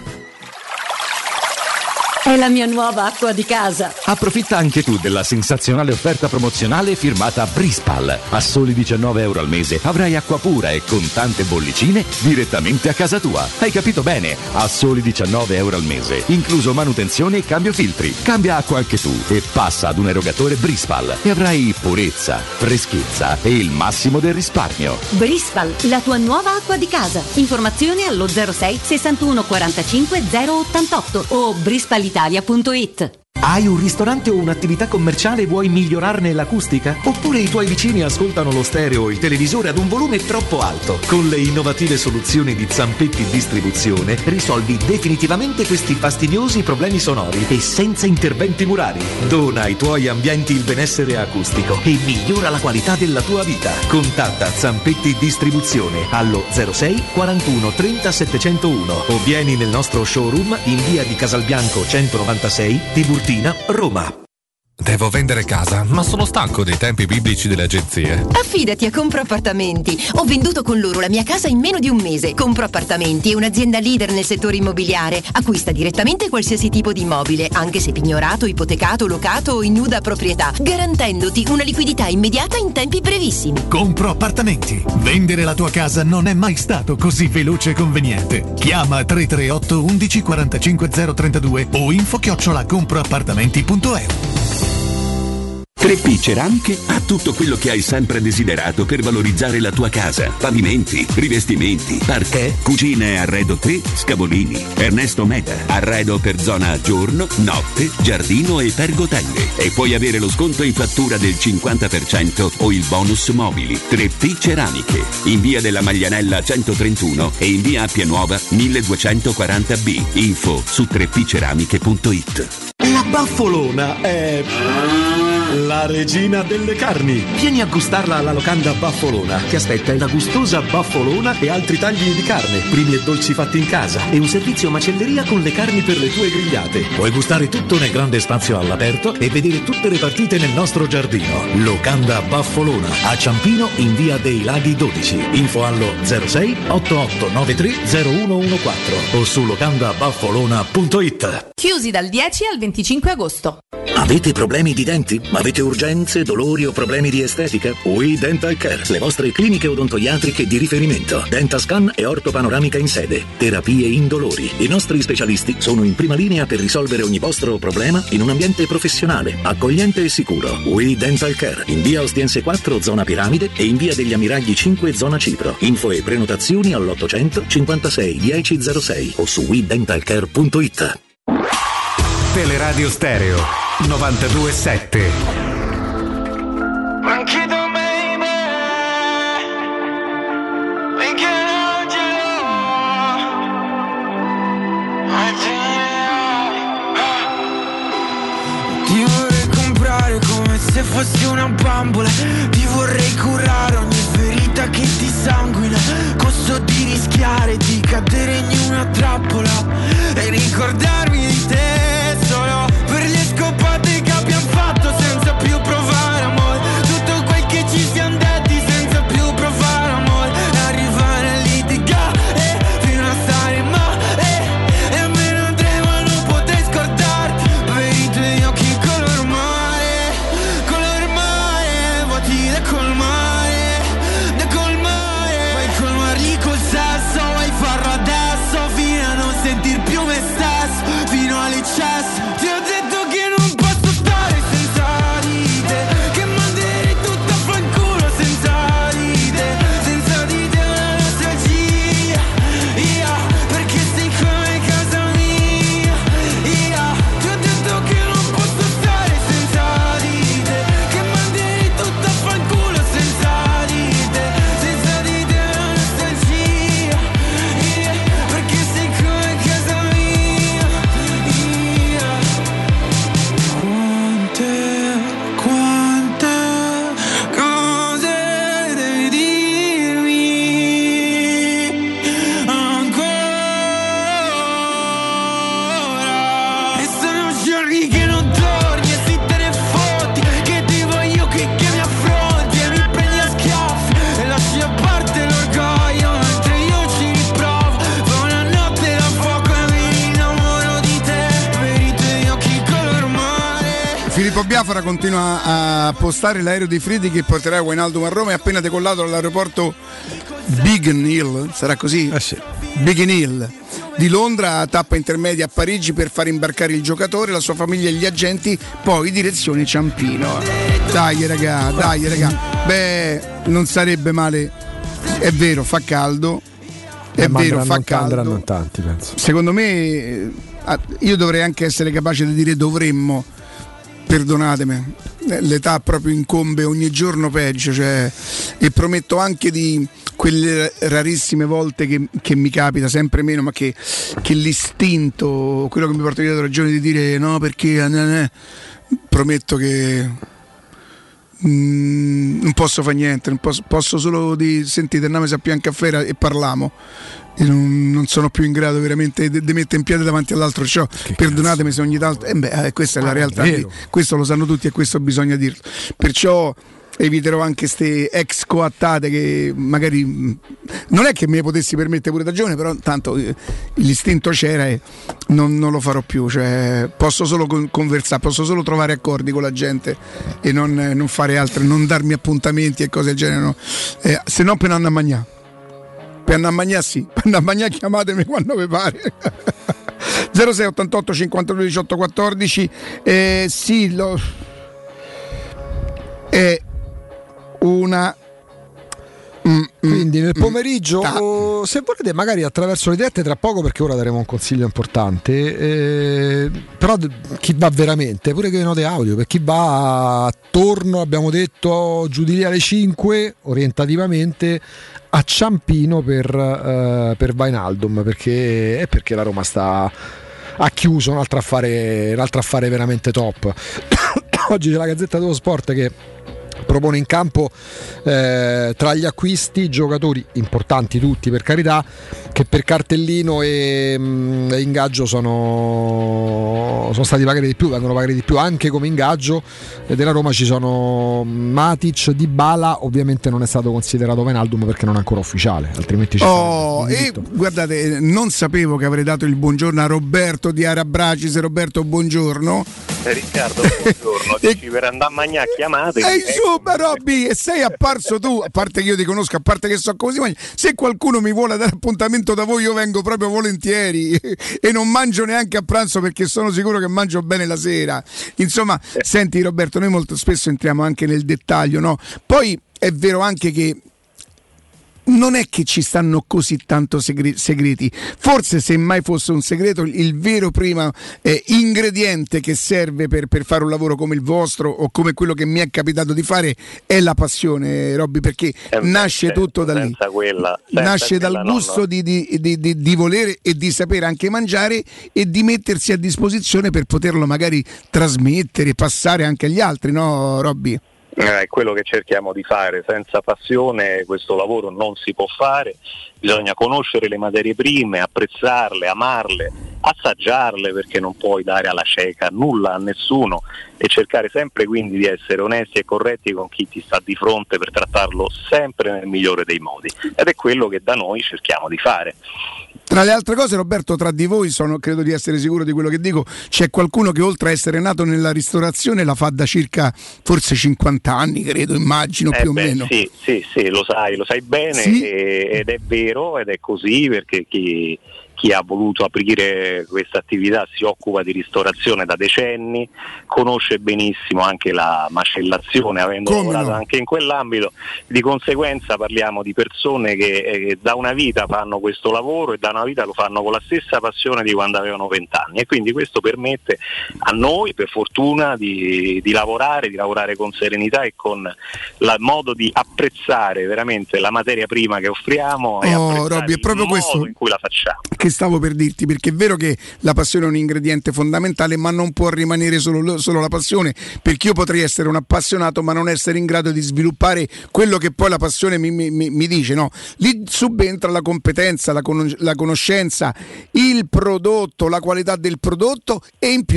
Speaker 1: È la mia nuova acqua di casa.
Speaker 5: Approfitta anche tu della sensazionale offerta promozionale firmata Brispal. A soli diciannove euro al mese avrai acqua pura e con tante bollicine direttamente a casa tua. Hai capito bene? A soli diciannove euro al mese, incluso manutenzione e cambio filtri. Cambia acqua anche tu e passa ad un erogatore Brispal e avrai purezza, freschezza e il massimo del risparmio.
Speaker 1: Brispal, la tua nuova acqua di casa. Informazioni allo zero sei sessantuno quarantacinque zero ottantotto o brispal italia punto it.
Speaker 20: Hai un ristorante o un'attività commerciale e vuoi migliorarne l'acustica? Oppure i tuoi vicini ascoltano lo stereo o il televisore ad un volume troppo alto? Con le innovative soluzioni di Zampetti Distribuzione risolvi definitivamente questi fastidiosi problemi sonori e senza interventi murari. Dona ai tuoi ambienti il benessere acustico e migliora la qualità della tua vita. Contatta Zampetti Distribuzione allo zero sei quarantuno trenta settecentouno o vieni nel nostro showroom in via di Casalbianco centonovantasei, Tiburtina, Roma.
Speaker 10: Devo vendere casa, ma sono stanco dei tempi biblici delle agenzie.
Speaker 14: Affidati a Compro Appartamenti. Ho venduto con loro la mia casa in meno di un mese. Compro Appartamenti è un'azienda leader nel settore immobiliare. Acquista direttamente qualsiasi tipo di immobile, anche se pignorato, ipotecato, locato o in nuda proprietà, garantendoti una liquidità immediata in tempi brevissimi.
Speaker 19: Compro Appartamenti. Vendere la tua casa non è mai stato così veloce e conveniente. Chiama tre tre otto undici quarantacinque zero trentadue o info chiocciola comproappartamenti punto e u.
Speaker 15: tre P Ceramiche ha tutto quello che hai sempre desiderato per valorizzare la tua casa. Pavimenti, rivestimenti, parquet, cucine e arredo tre, Scavolini. Ernesto Meda, arredo per zona giorno, notte, giardino e pergotelle. E puoi avere lo sconto in fattura del cinquanta per cento o il bonus mobili. tre P Ceramiche, in via della Maglianella centotrentuno e in via Appia Nuova milleduecentoquaranta B. Info su tre p ceramiche punto it.
Speaker 20: La Baffolona è la regina delle carni. Vieni a gustarla alla locanda Baffolona. Ti aspetta la gustosa Baffolona e altri tagli di carne, primi e dolci fatti in casa e un servizio macelleria con le carni per le tue grigliate. Puoi gustare tutto nel grande spazio all'aperto e vedere tutte le partite nel nostro giardino. Locanda Baffolona a Ciampino in via dei Laghi dodici. Info allo zero sei ottantotto novantatré zero uno quattordici o su locanda baffolona punto it.
Speaker 21: Chiusi dal dieci al venticinque agosto.
Speaker 8: Avete problemi di denti? Avete urgenze, dolori o problemi di estetica? We Dental Care, le vostre cliniche odontoiatriche di riferimento. Dentascan e ortopanoramica in sede. Terapie indolori. I nostri specialisti sono in prima linea per risolvere ogni vostro problema in un ambiente professionale, accogliente e sicuro. We Dental Care, in via Ostiense quattro, zona Piramide e in via degli Ammiragli cinque, zona Cipro. Info e prenotazioni all'ottocento cinquantasei dieci zero sei o su we dental care punto it.
Speaker 22: Teleradio Stereo novantadue sette.
Speaker 23: Ti vorrei comprare come se fossi una bambola. Ti vorrei curare ogni ferita che ti sanguina. Costo di rischiare di cadere in una trappola e ricordarmi di te solo per le scopate che abbiamo fatto senza più provare amore. Tutto quel che ci siamo detti senza più provare amore. E arrivare a litigare fino a stare male. E me ne andrei ma non potrei scordarti per i tuoi occhi color mare, color mare, vuoti da colmare.
Speaker 4: Marco Biafra continua a postare l'aereo di Fridi che porterà Wijnaldum a Roma, è appena decollato dall'aeroporto Biggin Hill, sarà così?
Speaker 2: Eh sì.
Speaker 4: Biggin Hill di Londra, tappa intermedia a Parigi per far imbarcare il giocatore, la sua famiglia e gli agenti, poi direzione Ciampino. Dai raga, dai raga. Beh, non sarebbe male. È vero, fa caldo. È
Speaker 2: Eh, ma
Speaker 4: vero,
Speaker 2: andranno-
Speaker 4: fa caldo.
Speaker 2: andranno in tanti, penso.
Speaker 4: Secondo me eh, io dovrei anche essere capace di dire dovremmo. Perdonatemi, eh, l'età proprio incombe ogni giorno peggio, cioè, e prometto anche di quelle rarissime volte che, che mi capita, sempre meno, ma che, che l'istinto, quello che mi porta via la ragione di dire no perché eh, eh, prometto che mm, non posso fare niente, non posso, posso solo di sentite name sappiamo un caffè e parliamo. E non, non sono più in grado veramente di mettere in piedi davanti all'altro ciò. Perdonatemi se ogni tanto eh beh, eh, questa è la
Speaker 2: Ah,
Speaker 4: realtà,
Speaker 2: è vero.
Speaker 4: questo lo sanno tutti e questo bisogna dirlo, perciò eviterò anche queste ex coattate che magari mh, non è che me ne potessi permettere pure da giovane, però tanto eh, l'istinto c'era e non, non lo farò più, cioè, posso solo con- conversare, posso solo trovare accordi con la gente e non, eh, non fare altro, non darmi appuntamenti e cose del genere, no. Eh, se no per andare a mangiare. Per andare a mangiare sì, per andare a mangiare chiamatemi quando vi pare. zero sei ottantotto cinquantadue diciotto quattordici eh, sì, lo... è una mm,
Speaker 2: Quindi nel
Speaker 4: mm,
Speaker 2: pomeriggio,
Speaker 4: ta-
Speaker 2: o, se volete, magari attraverso le dirette tra poco, perché ora daremo un consiglio importante. eh, però d- chi va veramente, pure che note audio, per chi va attorno, abbiamo detto giù di lì alle cinque, orientativamente a Ciampino per, eh, per Wijnaldum, perché è perché la Roma sta ha chiuso un altro affare, un altro affare veramente top. Oggi c'è la Gazzetta dello Sport che propone in campo eh, tra gli acquisti giocatori importanti tutti, per carità, che per cartellino e, mh, e ingaggio sono, sono stati pagati di più, vengono pagati di più anche come ingaggio. E della Roma ci sono Matic, Dybala, ovviamente non è stato considerato Wijnaldum perché non è ancora ufficiale, altrimenti ci
Speaker 4: Oh,
Speaker 2: sarebbe un
Speaker 4: e
Speaker 2: diritto.
Speaker 4: guardate, non sapevo che avrei dato il buongiorno a Roberto di Arabracis. Roberto, buongiorno.
Speaker 3: Eh, Riccardo, buongiorno. Dici per andare a mangiare chiamate.
Speaker 4: Ehi super Robby, e sei apparso tu, a parte che io ti conosco, a parte che so come si mangia, se qualcuno mi vuole dare appuntamento da voi io vengo proprio volentieri e non mangio neanche a pranzo perché sono sicuro che mangio bene la sera. Insomma, senti Roberto, noi molto spesso entriamo anche nel dettaglio, no? Poi è vero anche che non è che ci stanno così tanto segre- segreti, forse se mai fosse un segreto il vero prima eh, ingrediente che serve per, per fare un lavoro come il vostro o come quello che mi è capitato di fare è la passione, Robby, perché
Speaker 3: Eh,
Speaker 4: nasce
Speaker 3: certo,
Speaker 4: tutto da lì,
Speaker 3: senza quella, senza
Speaker 4: nasce
Speaker 3: quella
Speaker 4: dal
Speaker 3: no,
Speaker 4: gusto
Speaker 3: no.
Speaker 4: Di, di, di, di, di volere e di sapere anche mangiare e di mettersi a disposizione per poterlo magari trasmettere, passare anche agli altri, no Robby?
Speaker 3: Eh, È quello che cerchiamo di fare. Senza passione questo lavoro non si può fare, bisogna conoscere le materie prime, apprezzarle, amarle, assaggiarle, perché non puoi dare alla cieca nulla a nessuno, e cercare sempre quindi di essere onesti e corretti con chi ti sta di fronte per trattarlo sempre nel migliore dei modi, ed è quello che da noi cerchiamo di fare.
Speaker 4: Tra le altre cose, Roberto, tra di voi, sono, credo di essere sicuro di quello che dico, c'è qualcuno che oltre a essere nato nella ristorazione la fa da circa forse cinquanta anni, credo, immagino,
Speaker 3: Eh
Speaker 4: più o
Speaker 3: beh,
Speaker 4: meno.
Speaker 3: Sì, sì, sì, lo sai, lo sai bene,
Speaker 4: Sì.
Speaker 3: e- ed è vero, ed è così, perché chi, chi ha voluto aprire questa attività si occupa di ristorazione da decenni, conosce benissimo anche la macellazione, avendo
Speaker 4: Come
Speaker 3: lavorato
Speaker 4: no?
Speaker 3: anche in quell'ambito. Di conseguenza parliamo di persone che eh, da una vita fanno questo lavoro e da una vita lo fanno con la stessa passione di quando avevano vent'anni, e quindi questo permette a noi, per fortuna, di, di lavorare, di lavorare con serenità e con il modo di apprezzare veramente la materia prima che offriamo e
Speaker 4: Oh,
Speaker 3: apprezzare
Speaker 4: Robby, è proprio
Speaker 3: il modo
Speaker 4: questo
Speaker 3: in cui la facciamo.
Speaker 4: che stavo per dirti, perché è vero che la passione è un ingrediente fondamentale, ma non può rimanere solo, solo la passione, perché io potrei essere un appassionato ma non essere in grado di sviluppare quello che poi la passione mi, mi- mi- mi dice, no? Lì subentra la competenza, la, con- la conoscenza, il prodotto, la qualità del prodotto e in più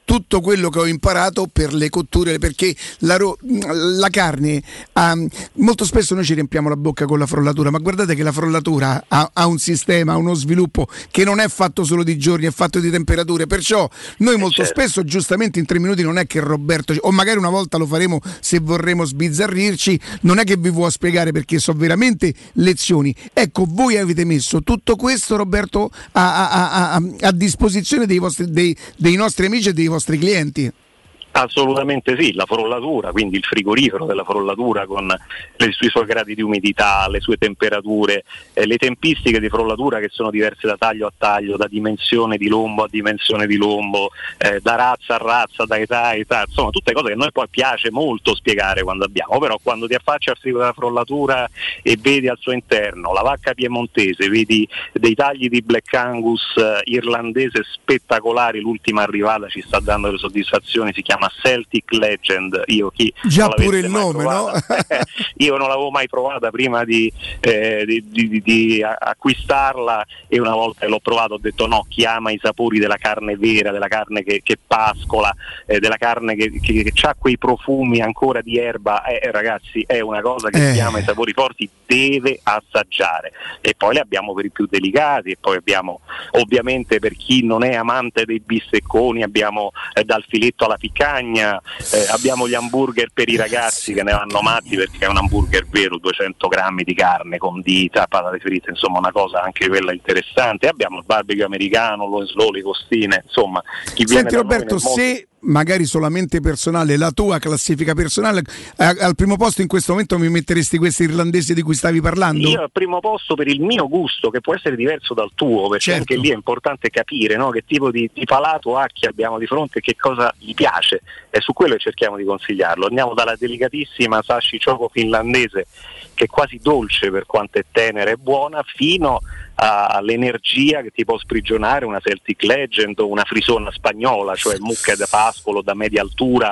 Speaker 4: tutto quello che ho imparato per le cotture, perché la, ro- la carne um, molto spesso noi ci riempiamo la bocca con la frollatura, ma guardate che la frollatura ha, ha un sistema, ha uno sviluppo che non è fatto solo di giorni, è fatto di temperature, perciò noi molto
Speaker 3: certo.
Speaker 4: spesso giustamente in tre minuti non è che Roberto, o magari una volta lo faremo se vorremmo sbizzarrirci, non è che vi vuoi spiegare perché so veramente lezioni. Ecco, voi avete messo tutto questo, Roberto, a, a, a, a disposizione dei, vostri, dei, dei nostri amici e dei vostri clienti.
Speaker 3: Assolutamente sì, la frollatura, quindi il frigorifero della frollatura con le, i suoi gradi di umidità, le sue temperature, eh, le tempistiche di frollatura che sono diverse da taglio a taglio, da dimensione di lombo a dimensione di lombo, eh, da razza a razza, da età a età, insomma tutte cose che a noi poi piace molto spiegare quando abbiamo, però quando ti affacci al frigo della frollatura e vedi al suo interno la vacca piemontese, vedi dei tagli di Black Angus eh, irlandese spettacolari, l'ultima arrivata ci sta dando le soddisfazioni, si chiama Celtic Legend, io chi
Speaker 4: già pure il nome,
Speaker 3: provata, no? Io non l'avevo mai provata prima di, eh, di, di, di acquistarla, e una volta che l'ho provato ho detto no, chi ama i sapori della carne vera, della carne che, che pascola, eh, della carne che, che, che ha quei profumi ancora di erba, eh, ragazzi è una cosa che
Speaker 4: eh.
Speaker 3: chi ama i sapori forti deve assaggiare. E poi le abbiamo per i più delicati, e poi abbiamo ovviamente per chi non è amante dei bistecconi abbiamo eh, dal filetto alla piccagna. Eh, abbiamo gli hamburger per i ragazzi che ne vanno matti perché è un hamburger vero, duecento grammi di carne condita, patate fritte, insomma una cosa anche quella interessante. Abbiamo il barbecue americano, lo slow, le costine, insomma chi viene
Speaker 4: Senti
Speaker 3: da noi
Speaker 4: Roberto,
Speaker 3: nel mondo...
Speaker 4: se magari solamente personale, la tua classifica personale, eh, al primo posto in questo momento mi metteresti questo irlandese di cui stavi parlando?
Speaker 3: Io al primo posto per il mio gusto, che può essere diverso dal tuo, perché
Speaker 4: certo.
Speaker 3: anche lì è importante capire, no, che tipo di, di palato ha chi abbiamo di fronte e che cosa gli piace, e su quello cerchiamo di consigliarlo. Andiamo dalla delicatissima sashi choco finlandese, che è quasi dolce per quanto è tenera e buona, fino all'energia che ti può sprigionare una Celtic Legend o una frisona spagnola, cioè mucche da pascolo da media altura,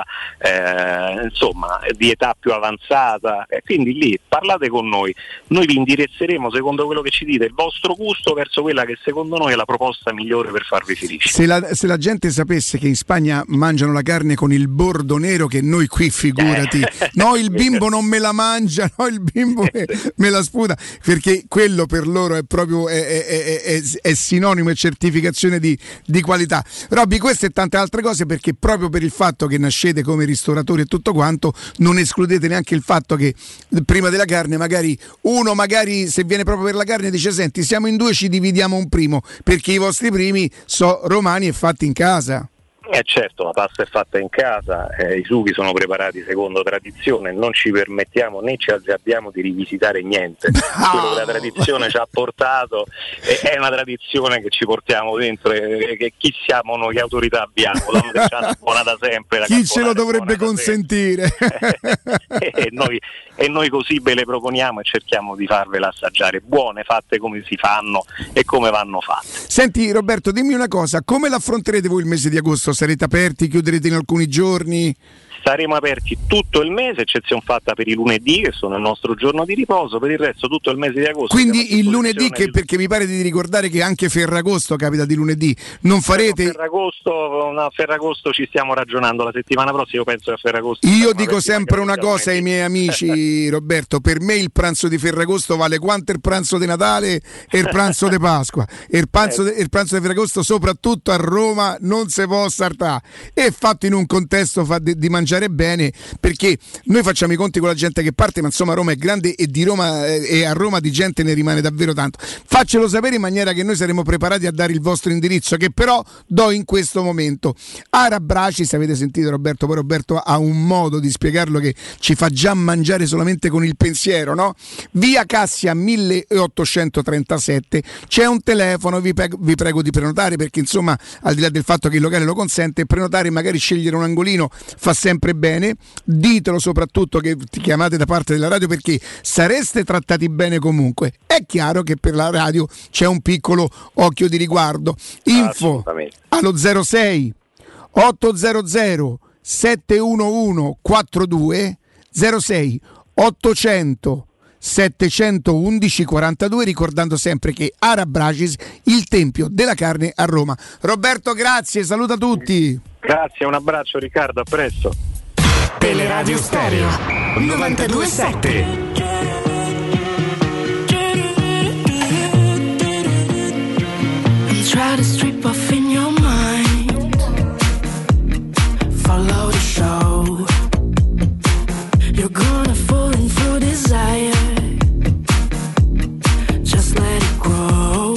Speaker 3: eh, insomma di età più avanzata, e quindi lì parlate con noi, noi vi indirizzeremo secondo quello che ci dite, il vostro gusto, verso quella che secondo noi è la proposta migliore per farvi felici.
Speaker 4: Se la, se la gente sapesse che in Spagna mangiano la carne con il bordo nero, che noi qui figurati,
Speaker 3: Eh.
Speaker 4: no il bimbo non me la mangia, no il bimbo me, me la sputa, perché quello per loro è proprio è, è, è, è, è sinonimo e certificazione di, di qualità. Robby, queste e tante altre cose, perché proprio per il fatto che nascete come ristoratori e tutto quanto, non escludete neanche il fatto che prima della carne magari uno magari se viene proprio per la carne dice senti siamo in due, ci dividiamo un primo, perché i vostri primi so romani e fatti in casa.
Speaker 3: Eh certo, la pasta è fatta in casa, eh, i sughi sono preparati secondo tradizione, non ci permettiamo né ci azzardiamo di rivisitare niente. Quello che la tradizione ci ha portato eh, è una tradizione che ci portiamo dentro, eh, che chi siamo noi, che autorità abbiamo? La Montecciana buona da sempre, la
Speaker 4: Chi ce lo
Speaker 3: carbonara
Speaker 4: dovrebbe
Speaker 3: buona da sempre.
Speaker 4: consentire?
Speaker 3: e, noi, e noi così ve le proponiamo e cerchiamo di farvele assaggiare, buone, fatte come si fanno e come vanno fatte.
Speaker 4: Senti Roberto, dimmi una cosa, come l'affronterete voi il mese di agosto? Sarete aperti, chiuderete in alcuni giorni?
Speaker 3: Saremo aperti tutto il mese, eccezione fatta per i lunedì che sono il nostro giorno di riposo, per il resto tutto il mese di agosto.
Speaker 4: Quindi il lunedì, che, perché mi pare di ricordare che anche Ferragosto capita di lunedì, non farete...
Speaker 3: Ferragosto, no, Ferragosto ci stiamo ragionando la settimana prossima, io penso che a Ferragosto...
Speaker 4: Io dico sempre una cosa ai miei amici, Roberto, per me il pranzo di Ferragosto vale quanto il pranzo di Natale e il pranzo di Pasqua, e il pranzo, de, il pranzo di Ferragosto soprattutto a Roma non si può saltare, e fatto in un contesto fa di, di mangiare bene, perché noi facciamo i conti con la gente che parte, ma insomma Roma è grande e di Roma eh, e a Roma di gente ne rimane davvero tanto. Faccelo sapere in maniera che noi saremo preparati a dare il vostro indirizzo, che però do in questo momento. Arabraci, se avete sentito Roberto, poi Roberto ha un modo di spiegarlo che ci fa già mangiare solamente con il pensiero, no? Via Cassia milleottocentotrentasette, c'è un telefono, vi prego, vi prego di prenotare, perché insomma al di là del fatto che il locale lo consente, prenotare e magari scegliere un angolino fa sempre bene. Ditelo soprattutto che ti chiamate da parte della radio, perché sareste trattati bene comunque. È chiaro che per la radio c'è un piccolo occhio di riguardo. Info allo zero sei ottocento settecentoundici quarantadue, zero sei ottocento settecentoundici quarantadue, ricordando sempre che Arabracis, il tempio della carne a Roma. Roberto, grazie, saluta tutti.
Speaker 3: Grazie, un abbraccio Riccardo, a presto.
Speaker 22: Teleradio Stereo novantadue sette.
Speaker 23: Try to strip off in your mind. Follow the show. You're gonna fall into desire. Just let it grow.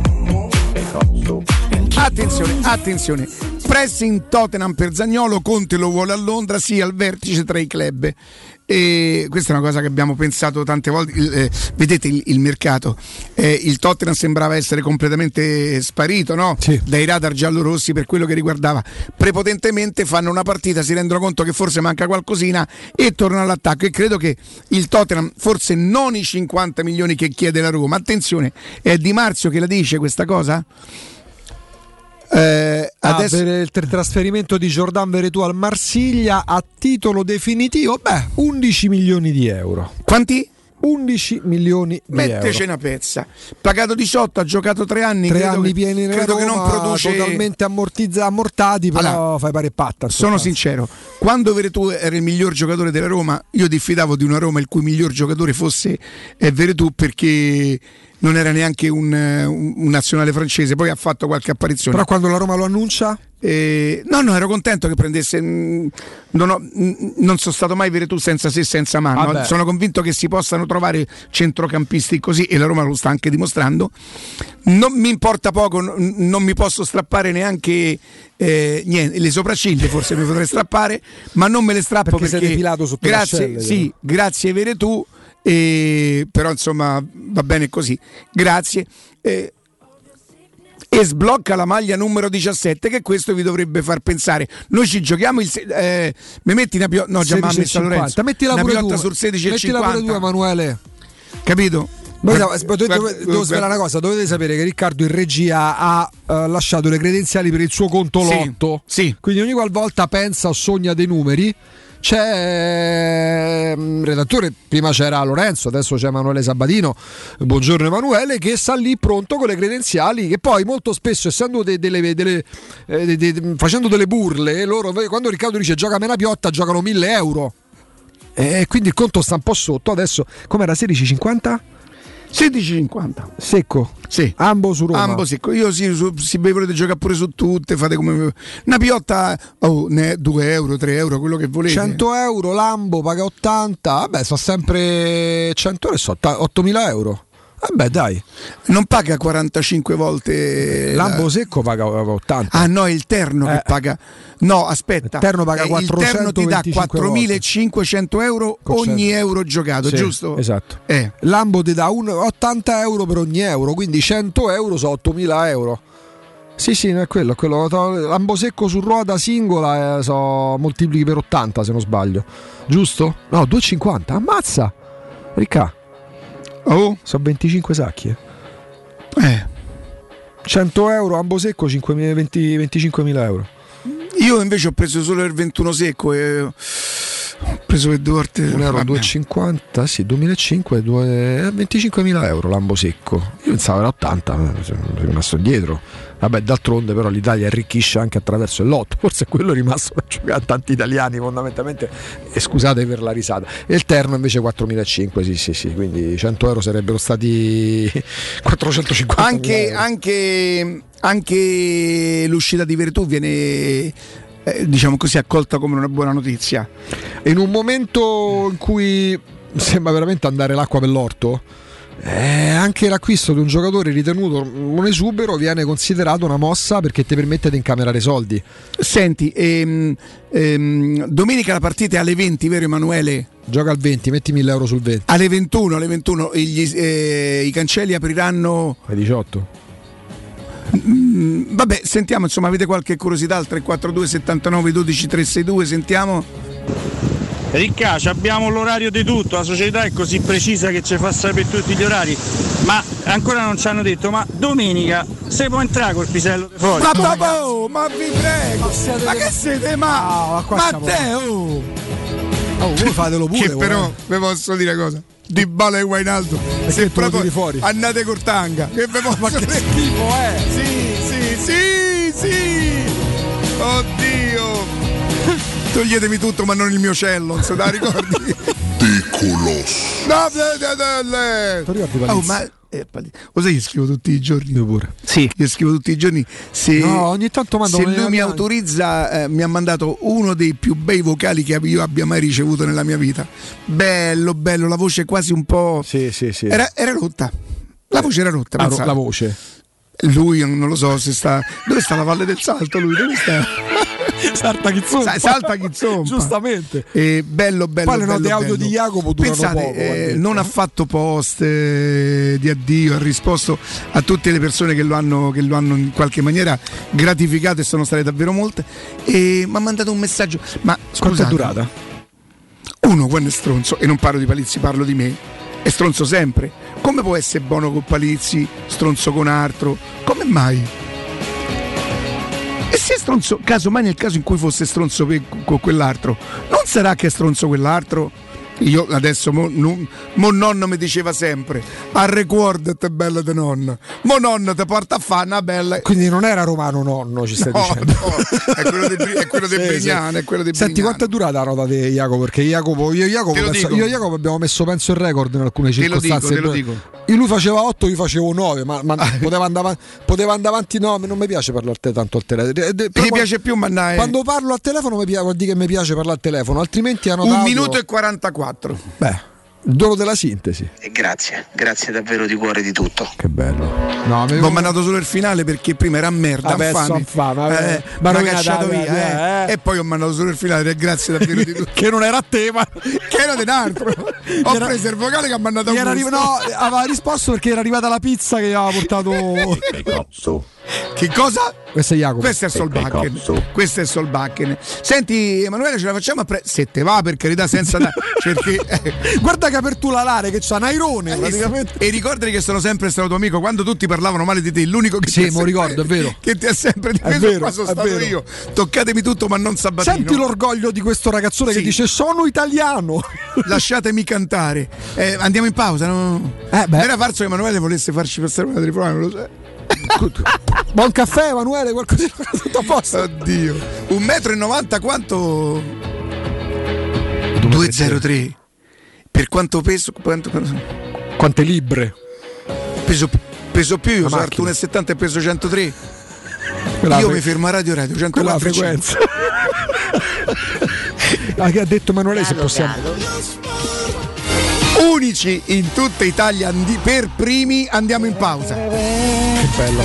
Speaker 4: Attenzione, attenzione. Pressing Tottenham per Zaniolo, Conte lo vuole a Londra, sì al vertice tra i club. E questa è una cosa che abbiamo pensato tante volte. Eh, vedete il, il mercato, eh, il Tottenham sembrava essere completamente sparito, no? Sì. Dai radar giallorossi per quello che riguardava. Prepotentemente fanno una partita, si rendono conto che forse manca qualcosina e tornano all'attacco. E credo che il Tottenham, forse non i cinquanta milioni che chiede la Roma, attenzione, è Di Marzio che la dice questa cosa?
Speaker 2: Eh, adesso... ah, per il trasferimento di Jordan Veretout al Marsiglia a titolo definitivo, beh, undici milioni di euro.
Speaker 4: Quanti?
Speaker 2: undici milioni di euro.
Speaker 4: Metteci una pezza. Pagato diciotto, ha giocato tre anni.
Speaker 2: Tre
Speaker 4: credo
Speaker 2: anni
Speaker 4: che,
Speaker 2: pieni nella
Speaker 4: credo
Speaker 2: Roma,
Speaker 4: che non produce
Speaker 2: totalmente ammortizza, ammortati, però allora, fai pare patta.
Speaker 4: Sono
Speaker 2: caso.
Speaker 4: sincero, quando Veretout era il miglior giocatore della Roma, io diffidavo di una Roma il cui miglior giocatore fosse eh, Veretout, perché non era neanche un, un, un nazionale francese, poi ha fatto qualche apparizione.
Speaker 2: Però quando la Roma lo annuncia?
Speaker 4: Eh, no, no, ero contento che prendesse. Mh, non, ho, mh, non sono stato mai Veretout senza se senza mano.
Speaker 2: Vabbè.
Speaker 4: Sono convinto che si possano trovare centrocampisti così, e la Roma lo sta anche dimostrando. Non mi importa poco, n- non mi posso strappare neanche eh, niente, le sopracciglia, forse mi potrei strappare, ma non me le strappo
Speaker 2: perché,
Speaker 4: perché
Speaker 2: sei depilato sotto
Speaker 4: grazie,
Speaker 2: l'ascelle,
Speaker 4: sì,
Speaker 2: però.
Speaker 4: grazie Veretout. E, però insomma va bene così, grazie. Eh, e sblocca la maglia numero diciassette, che questo vi dovrebbe far pensare. Noi ci giochiamo il eh, mi metti una pio- no già mi ha messo Lorenzo,
Speaker 2: mettila
Speaker 4: una
Speaker 2: pure
Speaker 4: piotta
Speaker 2: tu,
Speaker 4: sul sedici e
Speaker 2: mettila
Speaker 4: cinquanta.
Speaker 2: pure tu, Emanuele,
Speaker 4: capito?
Speaker 2: Devo, devo, devo svelare una cosa, dovete sapere che Riccardo in regia ha uh, lasciato le credenziali per il suo conto
Speaker 4: Sì,
Speaker 2: lotto,
Speaker 4: sì.
Speaker 2: Quindi ogni qualvolta pensa o sogna dei numeri c'è um, redattore, prima c'era Lorenzo, adesso c'è Emanuele Sabatino, buongiorno Emanuele, che sta lì pronto con le credenziali, che poi molto spesso, essendo de, delle, delle, eh, de, de, facendo delle burle, loro quando Riccardo dice giocami una piotta giocano mille euro e quindi il conto sta un po' sotto. Adesso com'era, sedici e cinquanta?
Speaker 4: sedici e cinquanta
Speaker 2: secco,
Speaker 4: sì.
Speaker 2: Ambo su Roma.
Speaker 4: Ambo secco. Io sì, su, si volete giocare pure su tutte, fate come una piotta, oh, ne due euro, tre euro, quello che volete.
Speaker 2: cento euro, Lambo paga ottanta, vabbè, sta sempre cento euro, so, ottomila euro. Vabbè, dai.
Speaker 4: Non paga quarantacinque volte.
Speaker 2: Lambo
Speaker 4: la...
Speaker 2: secco paga ottanta.
Speaker 4: Ah no, è il terno
Speaker 2: eh.
Speaker 4: che paga. No, aspetta.
Speaker 2: Il terno paga quattrocentoventicinque.
Speaker 4: Il terno ti dà quattromilacinquecento euro ogni euro giocato,
Speaker 2: sì,
Speaker 4: giusto?
Speaker 2: Esatto.
Speaker 4: Eh.
Speaker 2: Lambo ti dà un, ottanta euro per ogni euro, quindi cento euro sono ottomila euro. Sì, sì, è quello, quello. Lambo secco su ruota singola eh, so, moltiplichi per ottanta se non sbaglio. Giusto? No, due e cinquanta. Ammazza. Ricca.
Speaker 4: Oh,
Speaker 2: sono venticinque sacchi. Eh.
Speaker 4: eh.
Speaker 2: cento euro, ambo secco, venti, venticinquemila euro.
Speaker 4: Io invece ho preso solo il ventuno secco e ho preso per due volte.
Speaker 2: Un euro, due e cinquanta, sì, duemilacinque, venticinquemila euro l'ambo secco. Io pensavo era ottanta, sono rimasto dietro. Vabbè, d'altronde però l'Italia arricchisce anche attraverso il lotto, forse è quello rimasto per giocare a tanti italiani fondamentalmente, e scusate per la risata. E il terno invece quattromilacinquecento, sì sì sì, quindi cento euro sarebbero stati quattrocentocinquanta.
Speaker 4: Anche, anche, anche l'uscita di Veretout viene eh, diciamo così accolta come una buona notizia.
Speaker 2: In un momento in cui sembra veramente andare l'acqua per l'orto, Eh, anche l'acquisto di un giocatore ritenuto un esubero viene considerato una mossa perché ti permette di incamerare soldi.
Speaker 4: Senti, ehm, ehm, domenica la partita è alle venti, vero Emanuele?
Speaker 2: Gioca al venti, metti mille euro sul venti.
Speaker 4: Alle ventuno, alle ventuno gli, eh, i cancelli apriranno
Speaker 2: alle diciotto.
Speaker 4: Mm, vabbè, sentiamo, insomma, avete qualche curiosità al tre quattro due settantanove dodici trecentosessantadue, sentiamo.
Speaker 6: Ricca, abbiamo l'orario di tutto, la società è così precisa che ci fa sapere tutti gli orari, ma ancora non ci hanno detto, ma domenica se può entrare col pisello di fuori?
Speaker 4: Ma babò, ma vi prego, ma, ma che siete, ma,
Speaker 2: no,
Speaker 4: ma te, oh,
Speaker 2: oh, voi fatelo pure.
Speaker 4: Che però, vi posso dire una cosa, Dybala e Wijnaldum, se proprio
Speaker 2: fuori.
Speaker 4: andate col tanga, che vi posso
Speaker 2: ma che schifo è?
Speaker 4: Sì, sì, sì, sì, oddio. Toglietemi tutto, ma non il mio cello, non se la ricordi?
Speaker 17: Colosso.
Speaker 4: No, no, no, no. Oh, ma eh, lo sai che scrivo tutti i giorni?
Speaker 2: Io pure.
Speaker 4: Sì. Io scrivo tutti i giorni. Se,
Speaker 2: no, ogni tanto mando
Speaker 4: se lui mi autorizza, eh, mi ha mandato uno dei più bei vocali che io abbia mai ricevuto nella mia vita. Bello, bello, la voce quasi un po'.
Speaker 2: Sì, sì, sì.
Speaker 4: Era, era rotta. La voce era rotta.
Speaker 2: Ah, la voce.
Speaker 4: Lui non lo so se sta. Dove sta la Valle del Salto? Lui dove sta?
Speaker 2: Salta Chizzompa.
Speaker 4: Salta Chizzompa.
Speaker 2: Giustamente.
Speaker 4: E bello, bello.
Speaker 2: Poi le note
Speaker 4: bello,
Speaker 2: audio
Speaker 4: bello.
Speaker 2: di Jacopo durano
Speaker 4: Pensate,
Speaker 2: poco.
Speaker 4: Eh, non ha fatto post eh, di addio, ha risposto a tutte le persone che lo hanno, che lo hanno in qualche maniera gratificato e sono state davvero molte. E mi ha mandato un messaggio. Ma
Speaker 2: quanto è
Speaker 4: scusate,
Speaker 2: durata?
Speaker 4: Uno quando è stronzo, e non parlo di Palizzi, parlo di me, è stronzo sempre. Come può essere buono con Palizzi, stronzo con altro? Come mai? E se è stronzo, casomai nel caso in cui fosse stronzo per, con quell'altro, non sarà che è stronzo quell'altro? Io adesso, mo, non, mo nonno mi diceva sempre, a record te bella de nonna, mo nonno te porta a fare una bella.
Speaker 2: Quindi non era romano nonno, ci stai
Speaker 4: no,
Speaker 2: dicendo?
Speaker 4: No, è quello di è quello
Speaker 2: sì,
Speaker 4: Brignano,
Speaker 2: sì.
Speaker 4: È quello di
Speaker 2: Senti,
Speaker 4: Brignano.
Speaker 2: quanto è durata la nota di Jacopo? Perché Jacopo, io e Jacopo, penso, io e Jacopo abbiamo messo penso il record in alcune
Speaker 4: te
Speaker 2: circostanze.
Speaker 4: Te lo dico, te lo dico.
Speaker 2: Io lui faceva otto, io facevo nove, ma, ma poteva, andare, poteva andare avanti. No, non mi piace parlare tanto al telefono.
Speaker 4: Mi piace più, ma no,
Speaker 2: quando parlo al telefono mi piace, vuol dire che mi piace parlare al telefono, altrimenti hanno
Speaker 4: un minuto e quarantaquattro.
Speaker 2: Beh. Il dono della sintesi.
Speaker 7: E grazie, grazie davvero di cuore di tutto.
Speaker 2: Che bello. No,
Speaker 4: mi ho mandato solo il finale perché prima era merda,
Speaker 2: adesso
Speaker 4: infame, eh, ma l'ho cacciato via, eh. E poi ho mandato solo il finale, e grazie davvero di tutto.
Speaker 2: Che non era a te, ma
Speaker 4: che era di un altro. Ho
Speaker 2: era...
Speaker 4: preso il vocale che ha mandato a
Speaker 2: arri... No, aveva risposto perché era arrivata la pizza che gli aveva portato.
Speaker 4: Che cosa?
Speaker 2: Questo è Jacopo.
Speaker 4: Questo è Solbakken. Questo è Solbakken. Senti, Emanuele, ce la facciamo a pre- se te va, per carità, senza da- perché eh.
Speaker 2: guarda che apertura l'area che c'ha Nairone praticamente.
Speaker 4: E ricordati che sono sempre stato tuo amico quando tutti parlavano male di te, l'unico che
Speaker 2: sì,
Speaker 4: ti
Speaker 2: mo ricordo, è vero.
Speaker 4: Che ti ha sempre difeso, qua sono stato vero. Io. Toccatemi tutto, ma non Sabatino.
Speaker 2: Senti l'orgoglio di questo ragazzone sì. Che dice sono italiano.
Speaker 4: Lasciatemi cantare. Eh, andiamo in pausa, no?
Speaker 2: Eh beh.
Speaker 4: Era falso che Emanuele volesse farci passare una telefonata, non lo so.
Speaker 2: Buon caffè Emanuele, qualcosa tutto a posto.
Speaker 4: Oddio. Un metro e novanta quanto? due zero tre. Per quanto peso? Quanto...
Speaker 2: Quante libbre?
Speaker 4: Peso, peso più, io sono uno e settanta e peso centotré.
Speaker 2: Quella
Speaker 4: io
Speaker 2: fre...
Speaker 4: mi fermo a Radio Radio centoquattro.
Speaker 2: Quella frequenza. Ah, che ha detto Emanuele se possiamo.
Speaker 4: Unici in tutta Italia andi- per primi andiamo in pausa.
Speaker 2: Che bello.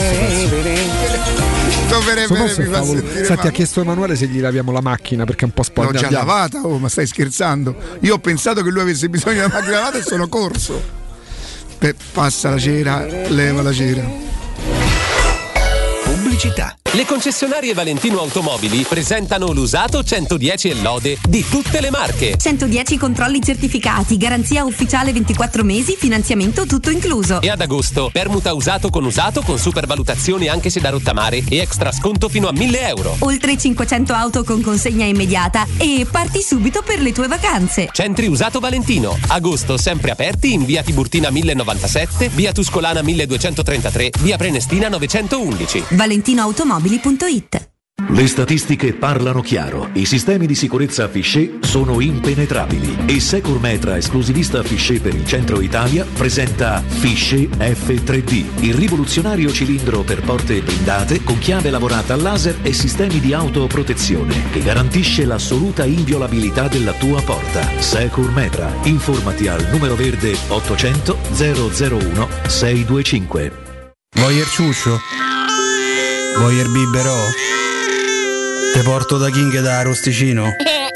Speaker 4: Sto bene, bene, mi fa sentire
Speaker 2: Senti, ha chiesto Emanuele se gli laviamo la macchina perché è un po' sporca.
Speaker 4: L'ho già
Speaker 2: andiamo.
Speaker 4: lavata, oh, ma stai scherzando? Io ho pensato che lui avesse bisogno di una macchina lavata e sono corso. Beh, passa la cera, leva la cera.
Speaker 11: Pubblicità. Le concessionarie Valentino Automobili presentano l'usato centodieci e lode di tutte le marche.
Speaker 1: centodieci controlli certificati, garanzia ufficiale ventiquattro mesi, finanziamento tutto incluso.
Speaker 11: E ad agosto, permuta usato con usato con supervalutazioni anche se da rottamare e extra sconto fino a mille euro.
Speaker 1: Oltre cinquecento auto con consegna immediata e parti subito per le tue vacanze.
Speaker 11: Centri Usato Valentino. Agosto sempre aperti in via Tiburtina mille novantasette, via Tuscolana milleduecentotrentatré, via Prenestina novecentoundici.
Speaker 1: valentino automobili punto it.
Speaker 8: Le statistiche parlano chiaro. I sistemi di sicurezza Fichet sono impenetrabili e Securmetra, esclusivista Fichet per il centro Italia, presenta Fichet F tre D, il rivoluzionario cilindro per porte blindate con chiave lavorata a laser e sistemi di autoprotezione che garantisce l'assoluta inviolabilità della tua porta. Securmetra. Informati al numero verde ottocento zero zero uno sei due cinque.
Speaker 13: Voglio il ciuscio? Voglio il biberò? Te porto da King da Arrosticino.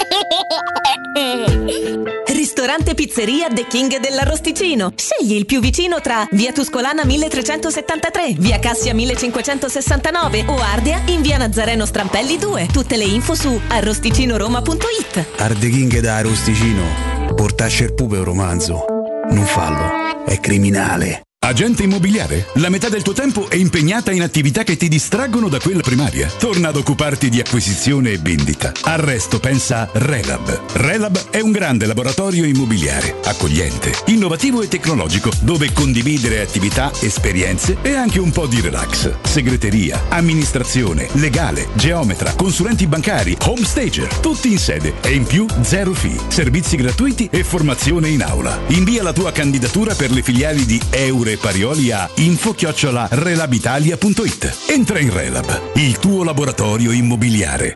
Speaker 14: Ristorante Pizzeria The King dell'Arrosticino. Scegli il più vicino tra via Tuscolana milletrecentosettantatré, via Cassia millecinquecentosessantanove o Ardea in via Nazareno Strampelli due. Tutte le info su arrosticinoroma punto it.
Speaker 13: Ar The King da Arrosticino. Portasce il pupe un romanzo. Non fallo, è criminale.
Speaker 9: Agente immobiliare? La metà del tuo tempo è impegnata in attività che ti distraggono da quella primaria. Torna ad occuparti di acquisizione e vendita. Al resto pensa Relab. Relab è un grande laboratorio immobiliare, accogliente, innovativo e tecnologico, dove condividere attività, esperienze e anche un po' di relax. Segreteria, amministrazione, legale, geometra, consulenti bancari, home stager, tutti in sede e in più zero fee, servizi gratuiti e formazione in aula. Invia la tua candidatura per le filiali di Eure Parioli a info chiocciola relabitalia punto it. Entra in Relab, il tuo laboratorio immobiliare.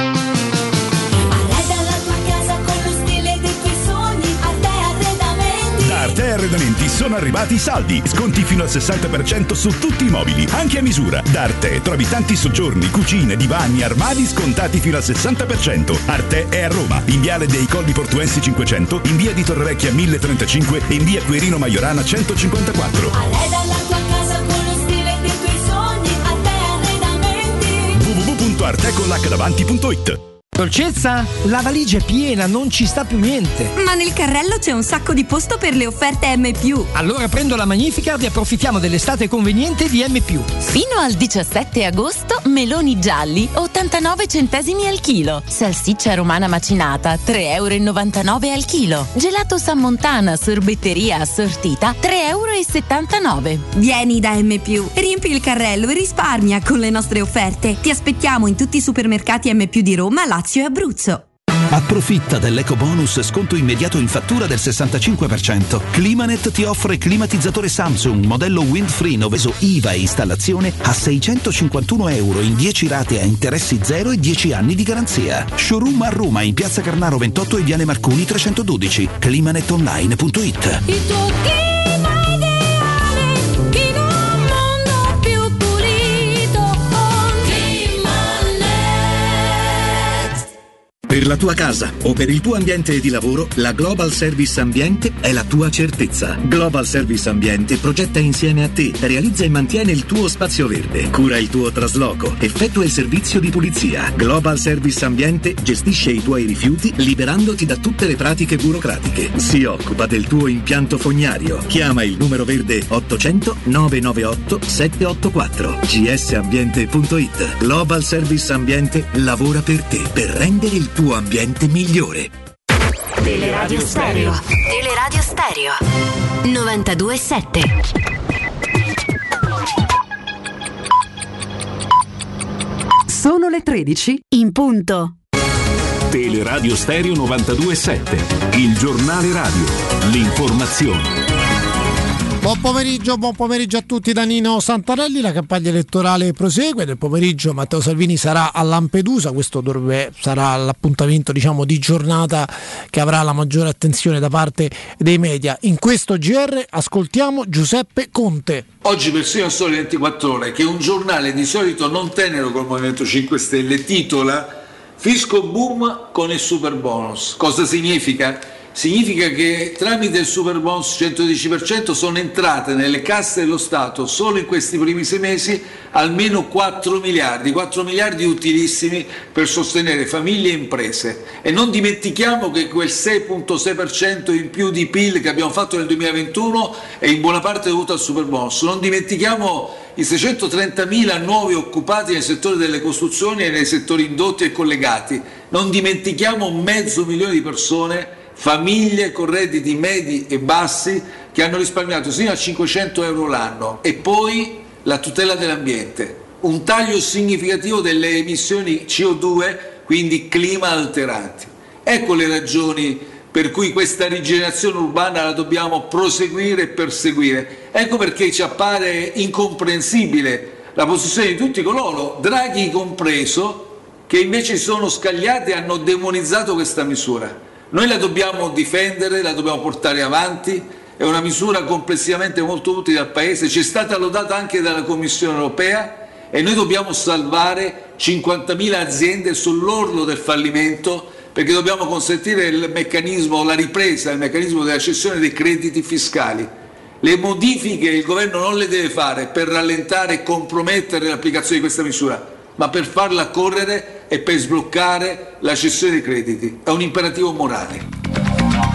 Speaker 9: Da Arte Arredamenti sono arrivati i saldi, sconti fino al sessanta per cento su tutti i mobili, anche a misura. Da Arte trovi tanti soggiorni, cucine, divani, armadi scontati fino al sessanta per cento. Arte è a Roma, in viale dei Colli Portuensi cinquecento, in via di Torrevecchia mille trentacinque e in via Quirino Maiorana centocinquantaquattro.
Speaker 23: Arreda la tua casa con lo stile dei tuoi sogni. Arte Arredamenti.
Speaker 9: w w w punto arte con l'acca davanti punto it.
Speaker 12: Dolcezza, la valigia è piena, non ci sta più niente.
Speaker 18: Ma nel carrello c'è un sacco di posto per le offerte M più.
Speaker 12: Allora prendo la Magnificard e approfittiamo dell'estate conveniente di M più.
Speaker 14: Fino al diciassette agosto, meloni gialli ottantanove centesimi al chilo. Salsiccia romana macinata tre e novantanove euro al chilo. Gelato San Montana sorbetteria assortita tre e settantanove euro.
Speaker 18: Vieni da M più, riempi il carrello e risparmia con le nostre offerte. Ti aspettiamo in tutti i supermercati M più di Roma, Lazio e Abruzzo.
Speaker 24: Approfitta dell'eco bonus sconto immediato in fattura del sessantacinque per cento. Climanet ti offre climatizzatore Samsung modello Wind Free Noveso I V A e installazione a seicentocinquantuno euro in dieci rate a interessi zero e dieci anni di garanzia. Showroom a Roma in Piazza Carnaro ventotto e Viale Marconi trecentododici. climanet online punto it.
Speaker 23: Il tuo clima ideale in un mondo più pulito con Climanet.
Speaker 8: Per la tua casa o per il tuo ambiente di lavoro, la Global Service Ambiente è la tua certezza. Global Service Ambiente progetta insieme a te, realizza e mantiene il tuo spazio verde, cura il tuo trasloco, effettua il servizio di pulizia. Global Service Ambiente gestisce i tuoi rifiuti liberandoti da tutte le pratiche burocratiche. Si occupa del tuo impianto fognario. Chiama il numero verde ottocento nove nove otto sette otto quattro. g s ambiente punto it. Global Service Ambiente lavora per te per rendere il tuo ambiente migliore.
Speaker 22: Teleradio Stereo. Teleradio Stereo. novantadue sette.
Speaker 1: Sono le tredici in punto.
Speaker 15: Teleradio Stereo novantadue sette. Il giornale radio. L'informazione.
Speaker 25: Buon pomeriggio, buon pomeriggio a tutti da Nino Santarelli. La campagna elettorale prosegue. Nel pomeriggio Matteo Salvini sarà a Lampedusa. Questo dovrebbe, sarà l'appuntamento, diciamo, di giornata che avrà la maggiore attenzione da parte dei media. In questo G R ascoltiamo Giuseppe Conte.
Speaker 26: Oggi persino il Sole ventiquattro Ore, che un giornale di solito non tenero col Movimento cinque Stelle, titola Fisco boom con il super bonus. Cosa significa? Significa che tramite il super bonus centodieci per cento sono entrate nelle casse dello Stato solo in questi primi sei mesi almeno quattro miliardi, quattro miliardi utilissimi per sostenere famiglie e imprese. E non dimentichiamo che quel sei virgola sei per cento in più di P I L che abbiamo fatto nel duemilaventuno è in buona parte dovuto al super bonus. Non dimentichiamo i seicentotrentamila nuovi occupati nel settore delle costruzioni e nei settori indotti e collegati. Non dimentichiamo mezzo milione di persone, famiglie con redditi medi e bassi, che hanno risparmiato sino a cinquecento euro l'anno. E poi la tutela dell'ambiente, un taglio significativo delle emissioni C O due, quindi clima alteranti. Ecco le ragioni per cui questa rigenerazione urbana la dobbiamo proseguire e perseguire. Ecco perché ci appare incomprensibile la posizione di tutti coloro, Draghi compreso, che invece sono scagliati e hanno demonizzato questa misura. Noi la dobbiamo difendere, la dobbiamo portare avanti, è una misura complessivamente molto utile al Paese, ci è stata lodata anche dalla Commissione Europea e noi dobbiamo salvare cinquantamila aziende sull'orlo del fallimento, perché dobbiamo consentire il meccanismo, la ripresa, il meccanismo della cessione dei crediti fiscali. Le modifiche il governo non le deve fare per rallentare e compromettere l'applicazione di questa misura, ma per farla correre e per sbloccare la cessione dei crediti. È un imperativo morale.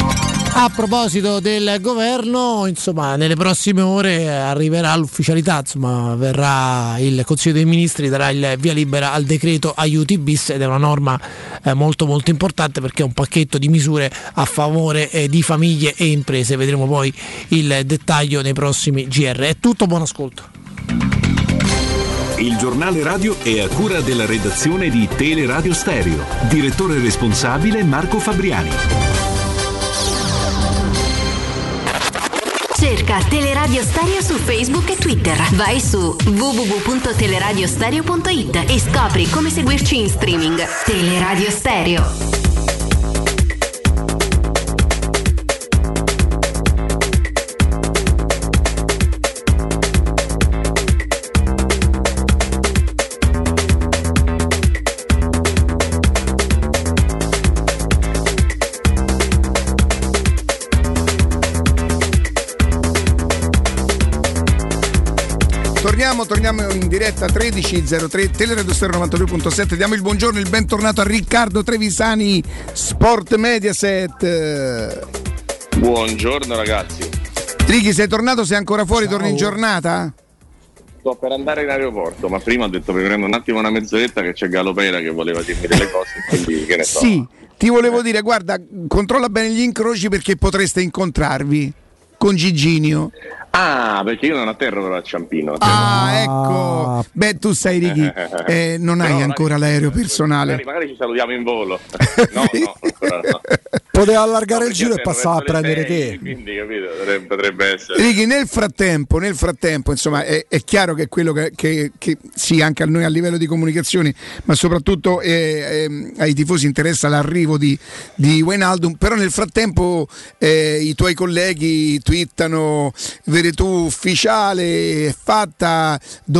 Speaker 25: A proposito del governo, insomma, nelle prossime ore arriverà l'ufficialità, insomma, verrà il Consiglio dei Ministri, darà il via libera al decreto aiuti bis ed è una norma eh, molto molto importante perché è un pacchetto di misure a favore eh, di famiglie e imprese. Vedremo poi il dettaglio nei prossimi G R. È tutto, buon ascolto.
Speaker 15: Il giornale radio è a cura della redazione di Teleradio Stereo. Direttore responsabile Marco Fabriani.
Speaker 22: Cerca Teleradio Stereo su Facebook e Twitter. Vai su w w w punto teleradiostereo punto it e scopri come seguirci in streaming. Teleradio Stereo.
Speaker 4: Torniamo, torniamo in diretta tredici zero tre Teleradio Stereo novantadue punto sette. Diamo il buongiorno e il bentornato a Riccardo Trevisani, Sport Mediaset.
Speaker 5: Buongiorno ragazzi.
Speaker 4: Righi, sei tornato? Sei ancora fuori? Ciao. Torni in giornata?
Speaker 5: Sto per andare in aeroporto, ma prima ho detto mi prendo un attimo una mezz'oretta che c'è Galopera che voleva dirmi delle cose, quindi che ne so.
Speaker 4: Sì, ti volevo dire, guarda, controlla bene gli incroci perché potreste incontrarvi con Giginio.
Speaker 5: Ah, perché io non atterro però a Ciampino.
Speaker 4: Ah, ecco. Beh, tu sai, Righi, eh, non hai ancora l'aereo personale.
Speaker 5: Magari, magari ci salutiamo in volo. No, no, ancora no.
Speaker 2: Poteva allargare no, il giro e passava a prendere te.
Speaker 5: Quindi, capito, potrebbe, potrebbe essere.
Speaker 4: Righi, nel frattempo, nel frattempo, insomma, è, è chiaro che quello che, che, che sì, anche a noi a livello di comunicazioni, ma soprattutto eh, eh, ai tifosi interessa l'arrivo di, di Wijnaldum, però nel frattempo eh, i tuoi colleghi twittano Veretù ufficiale, è fatta,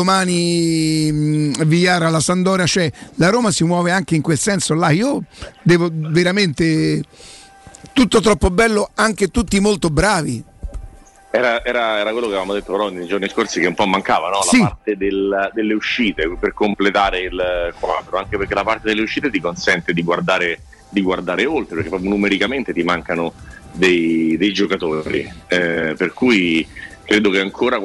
Speaker 4: domani mh, Villar alla Sampdoria, cioè la Roma si muove anche in quel senso là. Io devo veramente tutto troppo bello, anche tutti molto bravi.
Speaker 5: Era, era, era quello che avevamo detto però nei giorni scorsi che un po' mancava, no?
Speaker 4: Sì.
Speaker 5: La parte del, delle uscite per completare il quadro, anche perché la parte delle uscite ti consente di guardare, di guardare oltre, perché proprio numericamente ti mancano dei, dei giocatori, eh, per cui credo che ancora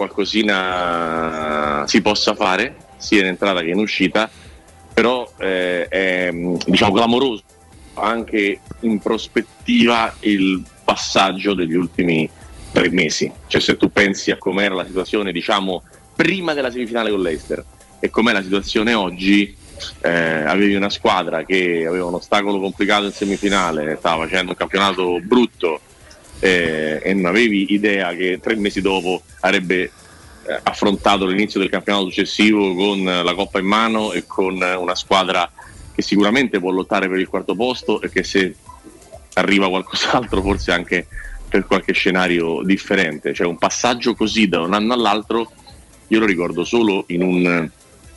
Speaker 5: qualcosina si possa fare sia in entrata che in uscita, però eh, è diciamo clamoroso anche in prospettiva il passaggio degli ultimi tre mesi, cioè se tu pensi a com'era la situazione diciamo prima della semifinale con l'Leicester e com'è la situazione oggi, eh, avevi una squadra che aveva un ostacolo complicato in semifinale, stava facendo un campionato brutto eh, e non avevi idea che tre mesi dopo avrebbe eh, affrontato l'inizio del campionato successivo con la Coppa in mano e con una squadra che sicuramente può lottare per il quarto posto e che se arriva qualcos'altro forse anche per qualche scenario differente, cioè un passaggio così da un anno all'altro io lo ricordo solo in un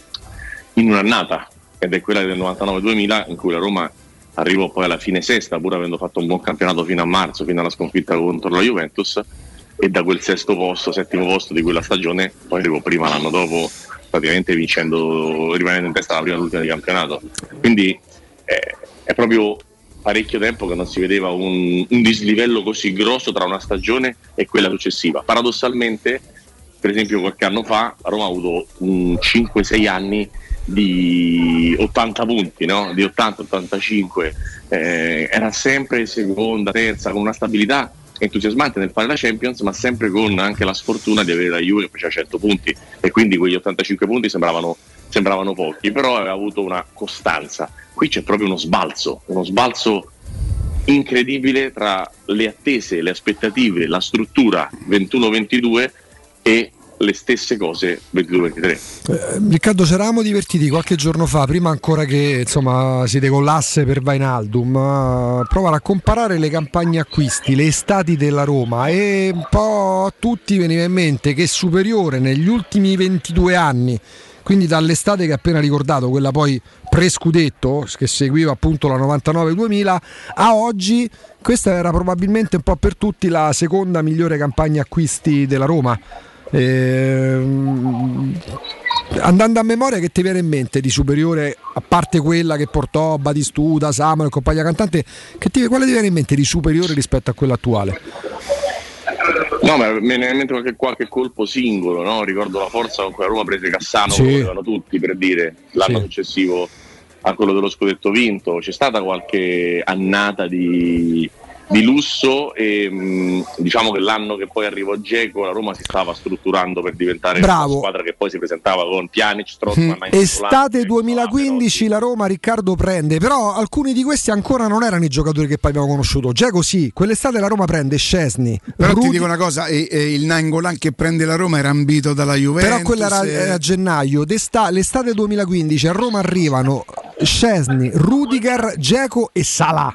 Speaker 5: in un'annata, ed è quella del novantanove duemila, in cui la Roma arrivò poi alla fine sesta pur avendo fatto un buon campionato fino a marzo, fino alla sconfitta contro la Juventus, e da quel sesto posto, settimo posto di quella stagione poi arrivò prima l'anno dopo praticamente vincendo, rimanendo in testa la prima e l'ultima di campionato, quindi eh, è proprio parecchio tempo che non si vedeva un, un dislivello così grosso tra una stagione e quella successiva. Paradossalmente, per esempio qualche anno fa la Roma ha avuto um, cinque sei anni di ottanta punti, no? Di ottanta ottantacinque, eh, era sempre seconda, terza, con una stabilità entusiasmante nel fare la Champions, ma sempre con anche la sfortuna di avere la Juve che faceva cento punti e quindi quegli ottantacinque punti sembravano, sembravano pochi, però aveva avuto una costanza. Qui c'è proprio uno sbalzo, uno sbalzo incredibile tra le attese, le aspettative, la struttura ventuno ventidue e le stesse cose ventidue ventitré.
Speaker 2: Eh, Riccardo, ci eravamo divertiti qualche giorno fa, prima ancora che insomma si decollasse per Wijnaldum, uh, provare a comparare le campagne acquisti, le estati della Roma, e un po' a tutti veniva in mente che superiore negli ultimi ventidue anni, quindi dall'estate che ha appena ricordato, quella poi pre-scudetto che seguiva appunto la novantanove duemila, a oggi questa era probabilmente un po' per tutti la seconda migliore campagna acquisti della Roma. Ehm, andando a memoria, che ti viene in mente di superiore, a parte quella che portò Batistuta, Samuel e compagnia cantante, che ti, quale ti viene in mente di superiore rispetto a quella attuale?
Speaker 5: No, ma me ne viene in mente qualche, qualche colpo singolo, no? Ricordo la forza con cui la Roma prese Cassano, sì. Lo volevano tutti, per dire, l'anno sì. successivo a quello dello scudetto vinto. C'è stata qualche annata di, di lusso e mh, diciamo che l'anno che poi arrivò Dzeko la Roma si stava strutturando per diventare
Speaker 2: Bravo.
Speaker 5: una squadra che poi si presentava con Pjanic, Strootman,
Speaker 2: mm. Estate duemilaquindici la Roma Riccardo prende, però alcuni di questi ancora non erano i giocatori che poi abbiamo conosciuto. Dzeko sì, quell'estate la Roma prende Szczesny,
Speaker 4: però
Speaker 2: Rudy...
Speaker 4: ti dico una cosa, e, e il Nainggolan che prende la Roma era ambito dalla Juventus,
Speaker 2: però quella era,
Speaker 4: e...
Speaker 2: era a gennaio. D'esta- l'estate duemilaquindici a Roma arrivano Szczesny, Rudiger, Dzeko e Salah.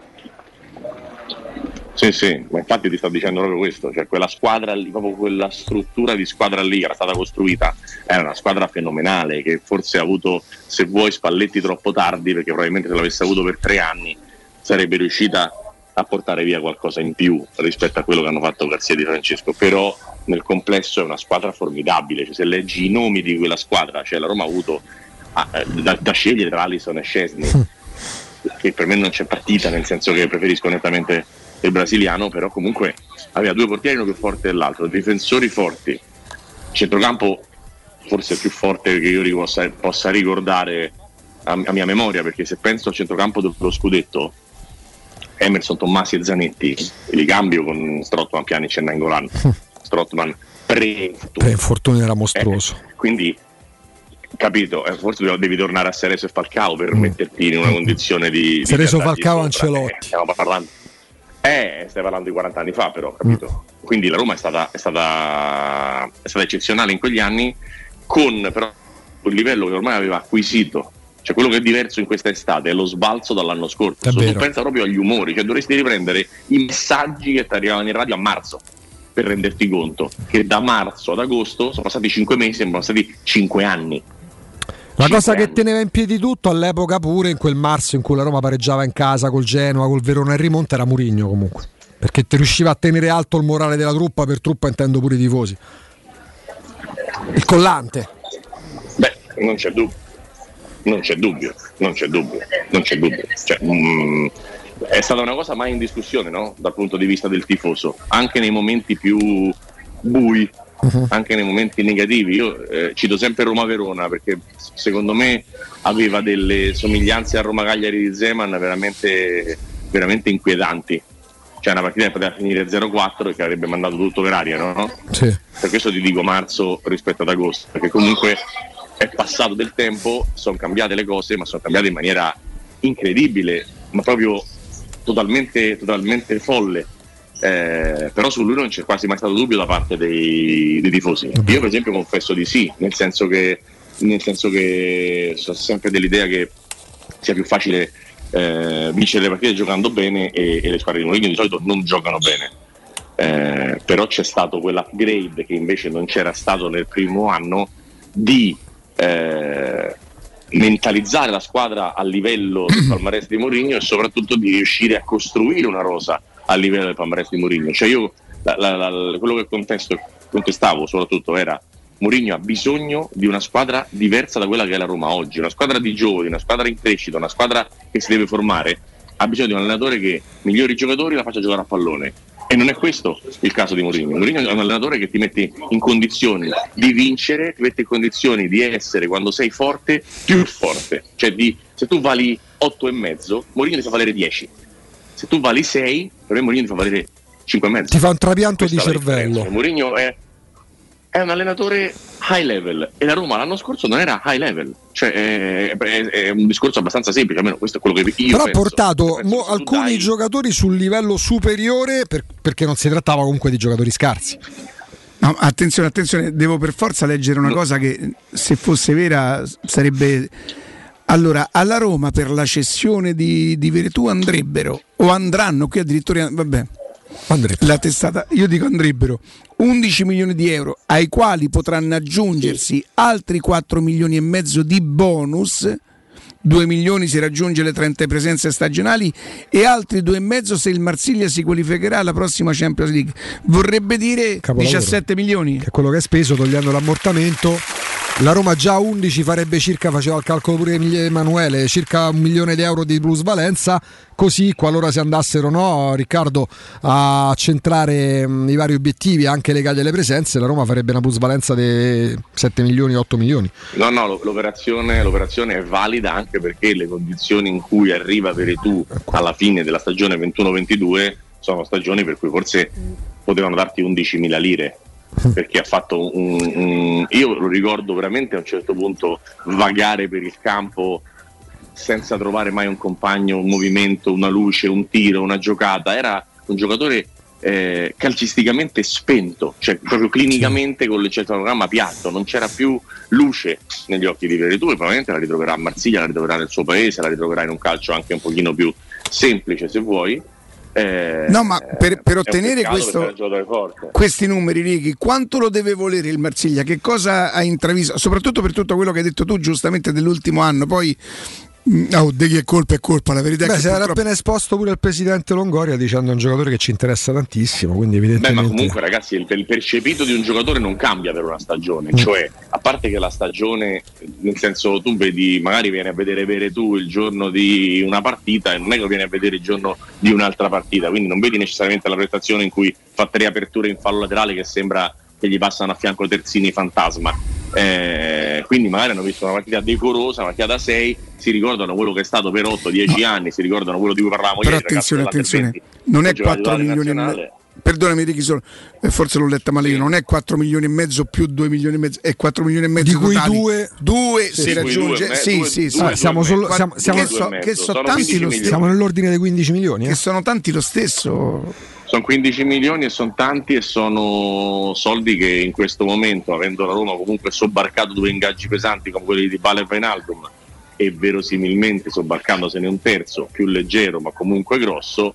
Speaker 5: Sì, sì, ma infatti ti sto dicendo proprio questo, cioè quella squadra lì, proprio quella struttura di squadra lì era stata costruita, era una squadra fenomenale che forse ha avuto, se vuoi, Spalletti troppo tardi, perché probabilmente se l'avesse avuto per tre anni sarebbe riuscita a portare via qualcosa in più rispetto a quello che hanno fatto Garzia e Di Francesco, però nel complesso è una squadra formidabile, cioè, se leggi i nomi di quella squadra, cioè la Roma ha avuto ah, da, da scegliere tra Alisson e Szczesny, che per me non c'è partita, nel senso che preferisco nettamente il brasiliano, però comunque aveva due portieri, uno più forte dell'altro, difensori forti, centrocampo forse più forte che io possa, possa ricordare a, a mia memoria, perché se penso al centrocampo dello scudetto, Emerson, Tommasi e Zanetti, li cambio con Strootman, Pjanic e Nainggolan. Strootman
Speaker 2: pre-infortunio era mostruoso,
Speaker 5: eh, quindi capito, eh, forse devi tornare a Cerezo e Falcao per mm. metterti in una condizione di, di
Speaker 2: Cerezo, Falcao, Ancelotti,
Speaker 5: eh, stiamo parlando Eh, stai parlando di quaranta anni fa, però, capito? Mm. Quindi la Roma è stata, è stata è stata eccezionale in quegli anni, con però un livello che ormai aveva acquisito. Cioè, quello che è diverso in questa estate è lo sbalzo dall'anno scorso. Tu pensa proprio agli umori, cioè dovresti riprendere i messaggi che ti arrivavano in radio a marzo per renderti conto che da marzo ad agosto sono passati cinque mesi, sembrano stati cinque anni.
Speaker 2: La cosa che teneva in piedi tutto all'epoca, pure in quel marzo in cui la Roma pareggiava in casa col Genoa, col Verona e rimonta, era Mourinho comunque, perché ti riusciva a tenere alto il morale della truppa, per truppa intendo pure i tifosi, il collante.
Speaker 5: Beh, non c'è dubbio, non c'è dubbio, non c'è dubbio, non c'è dubbio. Cioè, mm, è stata una cosa mai in discussione, no? Dal punto di vista del tifoso, anche nei momenti più bui. Uh-huh. Anche nei momenti negativi. Io eh, cito sempre Roma-Verona perché secondo me aveva delle somiglianze a Roma-Cagliari di Zeman veramente, veramente inquietanti. Cioè una partita che poteva finire zero quattro e che avrebbe mandato tutto per aria, no?
Speaker 2: Sì.
Speaker 5: Per questo ti dico marzo rispetto ad agosto, perché comunque è passato del tempo, sono cambiate le cose, ma sono cambiate in maniera incredibile, ma proprio totalmente, totalmente folle. Eh, però su lui non c'è quasi mai stato dubbio da parte dei, dei tifosi. Io per esempio confesso di sì, nel senso che nel senso che sono sempre dell'idea che sia più facile eh, vincere le partite giocando bene, e, e le squadre di Mourinho di solito non giocano bene, eh, però c'è stato quell'upgrade che invece non c'era stato nel primo anno di eh, mentalizzare la squadra a livello del palmarès di Mourinho e soprattutto di riuscire a costruire una rosa a livello del palmarès di Mourinho. Cioè io la, la, la, quello che contesto, contestavo soprattutto era Mourinho ha bisogno di una squadra diversa da quella che è la Roma oggi, una squadra di giovani, una squadra in crescita, una squadra che si deve formare, ha bisogno di un allenatore che migliori i giocatori e la faccia giocare a pallone, e non è questo il caso di Mourinho. Mourinho è un allenatore che ti mette in condizioni di vincere, ti mette in condizioni di essere, quando sei forte, più forte, cioè di, se tu vali otto e mezzo, Mourinho ti fa valere dieci. Se tu vali sei, per me Mourinho ti fa valere cinque e mezzo.
Speaker 2: Ti fa un trapianto di cervello.
Speaker 5: Mourinho è, è un allenatore high level e la Roma l'anno scorso non era high level. Cioè è, è, è un discorso abbastanza semplice, almeno questo è quello che io
Speaker 2: però
Speaker 5: penso.
Speaker 2: ha portato
Speaker 5: penso
Speaker 2: mo, alcuni dai... giocatori sul livello superiore, per, perché non si trattava comunque di giocatori scarsi.
Speaker 4: No, attenzione, attenzione, devo per forza leggere una no. cosa che se fosse vera sarebbe... Allora, alla Roma per la cessione di, di Veretù andrebbero, o andranno, qui addirittura, vabbè,
Speaker 2: andrebbero.
Speaker 4: La testata, io dico andrebbero, undici milioni di euro, ai quali potranno aggiungersi altri quattro milioni e mezzo di bonus, due milioni se raggiunge le trenta presenze stagionali e altri due e mezzo se il Marsiglia si qualificherà alla prossima Champions League. Vorrebbe dire capolavoro. diciassette milioni.
Speaker 2: Che è quello che è speso togliendo l'ammortamento. La Roma già undici farebbe circa, faceva il calcolo pure Emanuele, circa un milione di euro di plusvalenza, così qualora si andassero, no, Riccardo, a centrare mh, i vari obiettivi anche legati alle presenze, la Roma farebbe una plusvalenza di sette milioni, otto milioni.
Speaker 5: No, no, l'operazione, l'operazione è valida anche perché le condizioni in cui arriva Veretù alla fine della stagione ventuno ventidue sono stagioni per cui forse potevano darti undicimila lire. Perché ha fatto un, un io lo ricordo veramente a un certo punto vagare per il campo senza trovare mai un compagno, un movimento, una luce, un tiro, una giocata. Era un giocatore eh, calcisticamente spento, cioè proprio clinicamente con l'elettrocardiogramma piatto, non c'era più luce negli occhi di Veretù, e probabilmente la ritroverà a Marsiglia, la ritroverà nel suo paese, la ritroverà in un calcio anche un pochino più semplice, se vuoi. Eh,
Speaker 4: no, ma per, per ottenere questo, questi numeri, Righi, quanto lo deve volere il Marsiglia? Che cosa ha intravisto? Soprattutto per tutto quello che hai detto tu giustamente dell'ultimo anno. Poi oh, di chi è colpa è colpa, la verità.
Speaker 2: Beh,
Speaker 4: è che
Speaker 2: si era
Speaker 4: purtroppo...
Speaker 2: appena esposto pure il presidente Longoria dicendo un giocatore che ci interessa tantissimo, quindi evidentemente.
Speaker 5: Beh, ma comunque ragazzi, il, il percepito di un giocatore non cambia per una stagione, mm. cioè a parte che la stagione, nel senso, tu vedi, magari vieni a vedere Veretù il giorno di una partita e non è che vieni a vedere il giorno di un'altra partita, quindi non vedi necessariamente la prestazione in cui fa tre aperture in fallo laterale che sembra che gli passano a fianco terzini fantasma. Eh, quindi magari hanno visto una partita decorosa, una partita da sei, si ricordano quello che è stato per otto dieci no. anni, si ricordano quello di cui parlavamo
Speaker 4: però
Speaker 5: ieri.
Speaker 4: Attenzione, attenzione, non è quattro milioni e mezzo. Perdonami Ricky, solo, eh, forse l'ho letta male io, non è quattro milioni e mezzo più due milioni e mezzo, è quattro milioni e mezzo
Speaker 2: di cui
Speaker 4: totali.
Speaker 2: due,
Speaker 4: due
Speaker 2: sì,
Speaker 4: si
Speaker 2: sì,
Speaker 4: raggiunge
Speaker 5: due,
Speaker 4: sì
Speaker 5: due,
Speaker 4: sì,
Speaker 5: due,
Speaker 4: sì.
Speaker 5: due,
Speaker 2: ah, siamo, solo, siamo, siamo
Speaker 4: che, so, che so tanti lo stesso,
Speaker 2: siamo nell'ordine dei quindici milioni, eh?
Speaker 4: Che sono tanti lo stesso.
Speaker 5: Sono quindici milioni e sono tanti, e sono soldi che in questo momento, avendo la Roma comunque sobbarcato due ingaggi pesanti come quelli di Bale e Wijnaldum, e verosimilmente sobbarcandosene un terzo più leggero ma comunque grosso,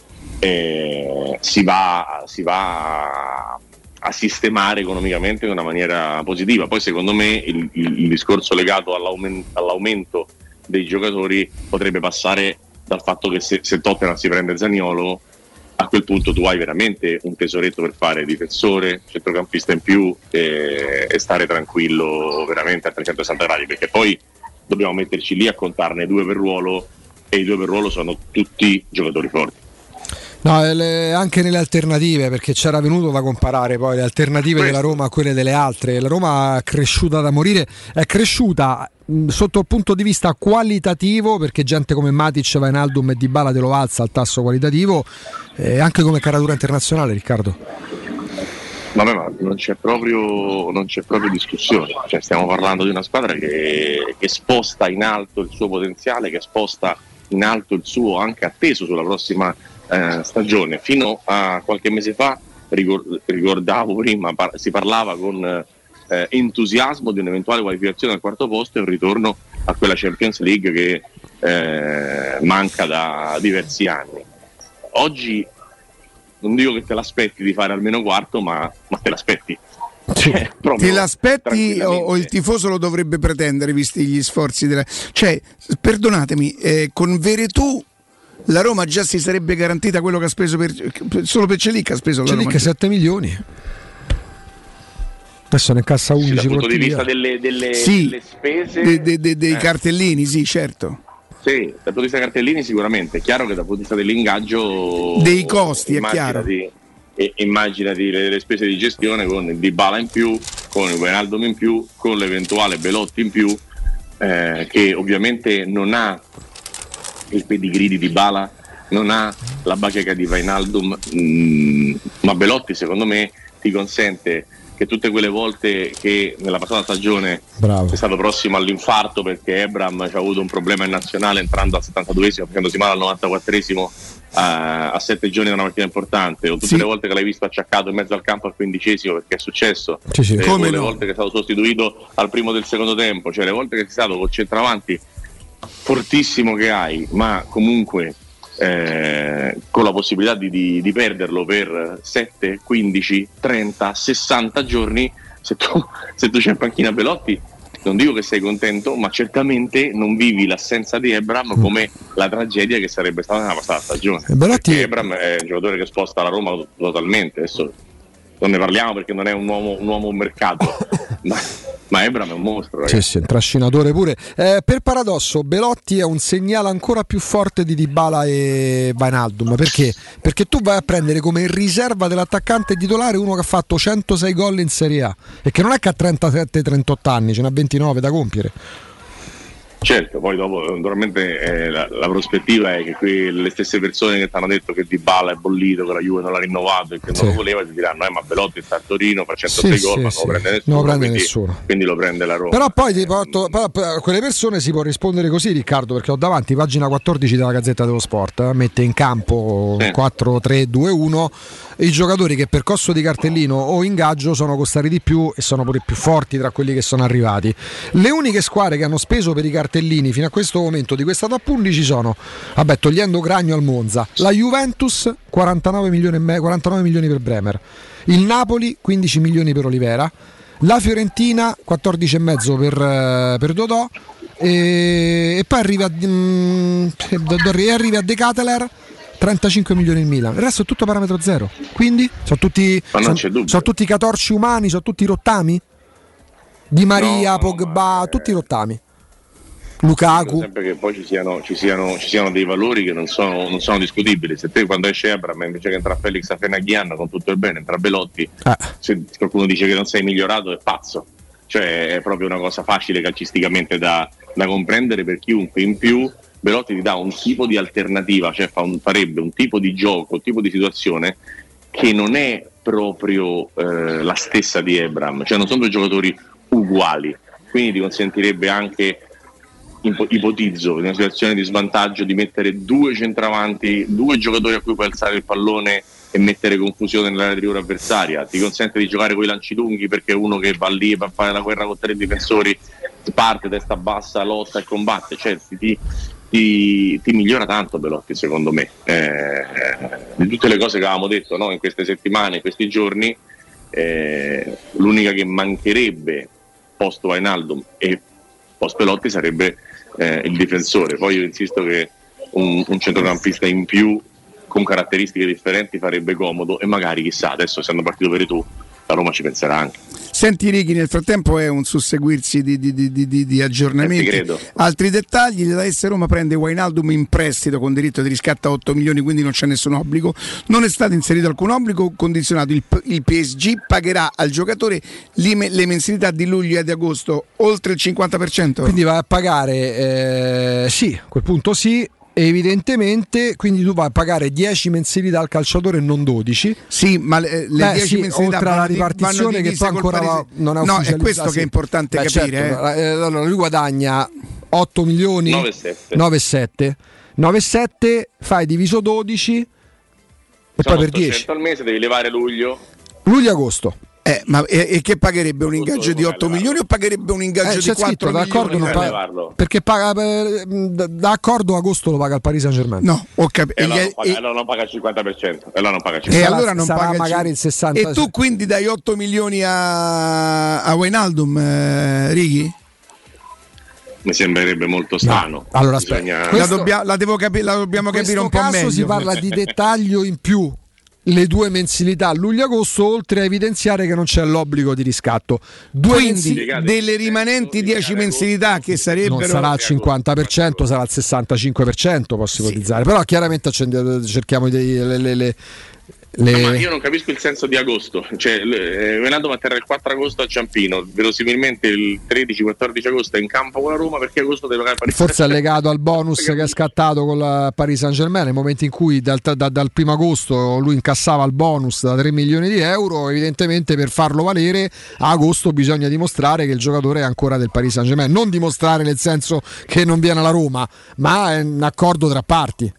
Speaker 5: eh, si va, si va a, a sistemare economicamente in una maniera positiva. Poi secondo me il, il, il discorso legato all'aument, all'aumento dei giocatori potrebbe passare dal fatto che se, se Tottenham si prende Zaniolo, a quel punto tu hai veramente un tesoretto per fare difensore, centrocampista in più e, e stare tranquillo veramente a trecentosessanta gradi, perché poi dobbiamo metterci lì a contarne due per ruolo, e i due per ruolo sono tutti giocatori forti.
Speaker 2: No, le, anche nelle alternative, perché c'era venuto da comparare poi le alternative Questo. della Roma a quelle delle altre. La Roma è cresciuta da morire, è cresciuta mh, sotto il punto di vista qualitativo, perché gente come Matic, Wijnaldum e Dybala te lo alza al tasso qualitativo, e anche come caratura internazionale, Riccardo.
Speaker 5: Vabbè, ma non c'è proprio, non c'è proprio discussione, cioè, stiamo parlando di una squadra che, che sposta in alto il suo potenziale, che sposta in alto il suo anche atteso sulla prossima Eh, stagione. Fino a qualche mese fa ricordavo prima, par- si parlava con eh, entusiasmo di un'eventuale qualificazione al quarto posto e un ritorno a quella Champions League che eh, manca da diversi anni. Oggi non dico che te l'aspetti di fare almeno quarto, ma, ma te l'aspetti.
Speaker 4: Cioè, te l'aspetti o, o il tifoso lo dovrebbe pretendere visti gli sforzi della... Cioè, perdonatemi, eh, con Veretù la Roma già si sarebbe garantita quello che ha speso per, solo per Celic ha speso
Speaker 2: Celic sette milioni, adesso ne incassa undici.
Speaker 5: Sì, dal punto di vista delle, delle,
Speaker 4: sì,
Speaker 5: delle spese
Speaker 4: de, de, de, dei
Speaker 5: eh.
Speaker 4: cartellini, sì, certo.
Speaker 5: Sì, dal punto di vista dei cartellini sicuramente, è chiaro che dal punto di vista dell'ingaggio
Speaker 4: dei costi è chiaro.
Speaker 5: E immaginati le, le spese di gestione con il Dybala in più, con il Wijnaldum in più, con l'eventuale Belotti in più, eh, che ovviamente non ha il pedigree di Dybala, non ha la bacheca di Wijnaldum, mh, ma Belotti secondo me ti consente che tutte quelle volte che nella passata stagione
Speaker 2: Bravo.
Speaker 5: è stato prossimo all'infarto perché Ebram ci ha avuto un problema in nazionale entrando al settantaduesimo, facendosi male al novantaquattresimo a, a sette giorni da una partita importante, o tutte sì. le volte che l'hai visto acciaccato in mezzo al campo al quindicesimo perché è successo,
Speaker 2: sì, sì.
Speaker 5: eh,
Speaker 2: Come
Speaker 5: le
Speaker 2: no.
Speaker 5: volte che è stato sostituito al primo del secondo tempo, cioè le volte che sei stato col centravanti fortissimo che hai, ma comunque eh, con la possibilità di, di, di perderlo per sette, quindici, trenta, sessanta giorni, se tu, se tu c'è in panchina Belotti non dico che sei contento, ma certamente non vivi l'assenza di Ebram come la tragedia che sarebbe stata nella passata stagione.
Speaker 2: Belotti...
Speaker 5: Perché Ebram è un giocatore che sposta la Roma totalmente, adesso non ne parliamo perché non è un uomo, un uomo mercato, ma, Ma Ebram è un mostro,
Speaker 2: ragazzi. Sì, sì, un trascinatore pure. Eh, per paradosso, Belotti è un segnale ancora più forte di Dybala e Wijnaldum. Perché? Perché tu vai a prendere come riserva dell'attaccante titolare uno che ha fatto centosei gol in Serie A e che non è che ha trentasette trentotto anni, ce n'ha ventinove da compiere.
Speaker 5: Certo, poi dopo naturalmente eh, la, la prospettiva è che qui le stesse persone che ti hanno detto che Dybala è bollito, che la Juve non l'ha rinnovato e che
Speaker 2: sì.
Speaker 5: non lo voleva ti diranno eh ma Belotti sta a Torino, fa centosei
Speaker 2: sì,
Speaker 5: gol
Speaker 2: sì,
Speaker 5: ma
Speaker 2: sì.
Speaker 5: non lo prende nessuno,
Speaker 2: non lo prende
Speaker 5: quindi,
Speaker 2: nessuno.
Speaker 5: quindi lo prende la Roma.
Speaker 2: Però poi ti porto, a quelle persone si può rispondere così, Riccardo, perché ho davanti pagina quattordici della Gazzetta dello Sport, eh, mette in campo sì. quattro tre due uno i giocatori che per costo di cartellino o ingaggio sono costati di più e sono pure più forti tra quelli che sono arrivati. Le uniche squadre che hanno speso per i cartellini fino a questo momento di questa top undici sono, vabbè, togliendo Cragno al Monza, la Juventus quarantanove milioni, e me, quarantanove milioni per Bremer, il Napoli quindici milioni per Olivera, la Fiorentina quattordici e mezzo per, per Dodò e, e poi arriva, mm, arriva a De Ketelaere trentacinque milioni il Milan, il resto è tutto parametro zero, quindi sono tutti, sono, sono tutti catorci umani, sono tutti rottami Di Maria, no, Pogba, ma, tutti rottami, Lukaku.
Speaker 5: Sempre che poi ci siano, ci siano, ci siano dei valori che non sono, non sono discutibili. Se te quando esce Ebram invece che entra Felix Afenaghian con tutto il bene, entra Belotti, eh. se qualcuno dice che non sei migliorato è pazzo, cioè è proprio una cosa facile calcisticamente da, da comprendere per chiunque. In più Belotti ti dà un tipo di alternativa, cioè fa un, farebbe un tipo di gioco, un tipo di situazione che non è proprio eh, la stessa di Ebram, cioè non sono due giocatori uguali, quindi ti consentirebbe anche, ipotizzo, in una situazione di svantaggio, di mettere due centravanti, due giocatori a cui puoi alzare il pallone e mettere confusione nell'area di rigore avversaria, ti consente di giocare con i lanci lunghi perché uno che va lì per fare la guerra con tre difensori parte, testa bassa, lotta e combatte, cioè ti, ti, ti migliora tanto Belotti secondo me. Eh, di tutte le cose che avevamo detto, no, in queste settimane, in questi giorni, eh, l'unica che mancherebbe post Wijnaldum e post Belotti sarebbe eh, il difensore. Poi io insisto che un, un centrocampista in più con caratteristiche differenti farebbe comodo e magari chissà, adesso essendo partito per tu la Roma ci penserà anche.
Speaker 4: Senti Righi, nel frattempo è un susseguirsi di, di, di, di, di aggiornamenti, eh, altri dettagli. La S Roma prende Wijnaldum in prestito con diritto di riscatto a otto milioni, quindi non c'è nessun obbligo, non è stato inserito alcun obbligo condizionato, il, il P S G pagherà al giocatore le, le mensilità di luglio e di agosto oltre il cinquanta per cento,
Speaker 2: quindi va a pagare, eh, sì, a quel punto sì. Evidentemente, quindi tu vai a pagare dieci mensilità al calciatore e non dodici.
Speaker 4: Sì, ma le, le
Speaker 2: Beh,
Speaker 4: dieci
Speaker 2: sì,
Speaker 4: mensilità
Speaker 2: oltre alla ripartizione che poi ancora va, non è ufficializzata.
Speaker 4: No, è questo sì, che è importante
Speaker 2: Beh,
Speaker 4: capire.
Speaker 2: Certo,
Speaker 4: eh.
Speaker 2: Allora lui guadagna otto milioni
Speaker 5: nove sette
Speaker 2: nove sette nove sette, fai diviso dodici e
Speaker 5: sono
Speaker 2: poi per dieci
Speaker 5: al mese devi levare luglio.
Speaker 2: Luglio agosto.
Speaker 4: Eh, ma e, e che pagherebbe un ingaggio di otto milioni o pagherebbe un ingaggio
Speaker 2: eh,
Speaker 4: di quattro milioni?
Speaker 2: Non paga, perché paga per, d'accordo agosto lo paga il Paris Saint-Germain.
Speaker 4: No, ho capito.
Speaker 5: E allora, e, e allora non paga il cinquanta per cento. E allora non paga il cinquanta per cento.
Speaker 4: E allora non
Speaker 2: sarà
Speaker 4: paga
Speaker 2: magari il sessanta per cento.
Speaker 4: E tu quindi dai otto milioni a, a Wijnaldum, eh, Righi?
Speaker 5: Mi sembrerebbe molto sano.
Speaker 2: No. Allora aspetta,
Speaker 5: Bisogna...
Speaker 2: questo,
Speaker 4: la, dobbia, la, devo capi- la dobbiamo capire un po' meglio. In questo
Speaker 2: caso si parla di dettaglio in più. Le due mensilità luglio-agosto, oltre a evidenziare che non c'è l'obbligo di riscatto. Due
Speaker 4: Quindi mensil- delle rimanenti dieci mensilità che sarebbero...
Speaker 2: Non sarà il cinquanta per cento, sarà il sessantacinque per cento, posso ipotizzare. Sì. Però chiaramente cerchiamo di... Le, le, le, le...
Speaker 5: No, ma io non capisco il senso di agosto, cioè Wijnaldum atterra il quattro agosto a Ciampino, verosimilmente il tredici quattordici agosto è in campo con la Roma, perché agosto deve pagare Paris.
Speaker 2: Forse è legato al bonus che è scattato con la Paris Saint-Germain nel momento in cui dal, da, dal primo agosto lui incassava il bonus da tre milioni di euro. Evidentemente per farlo valere a agosto bisogna dimostrare che il giocatore è ancora del Paris Saint-Germain, non dimostrare nel senso che non viene alla Roma, ma è un accordo tra parti.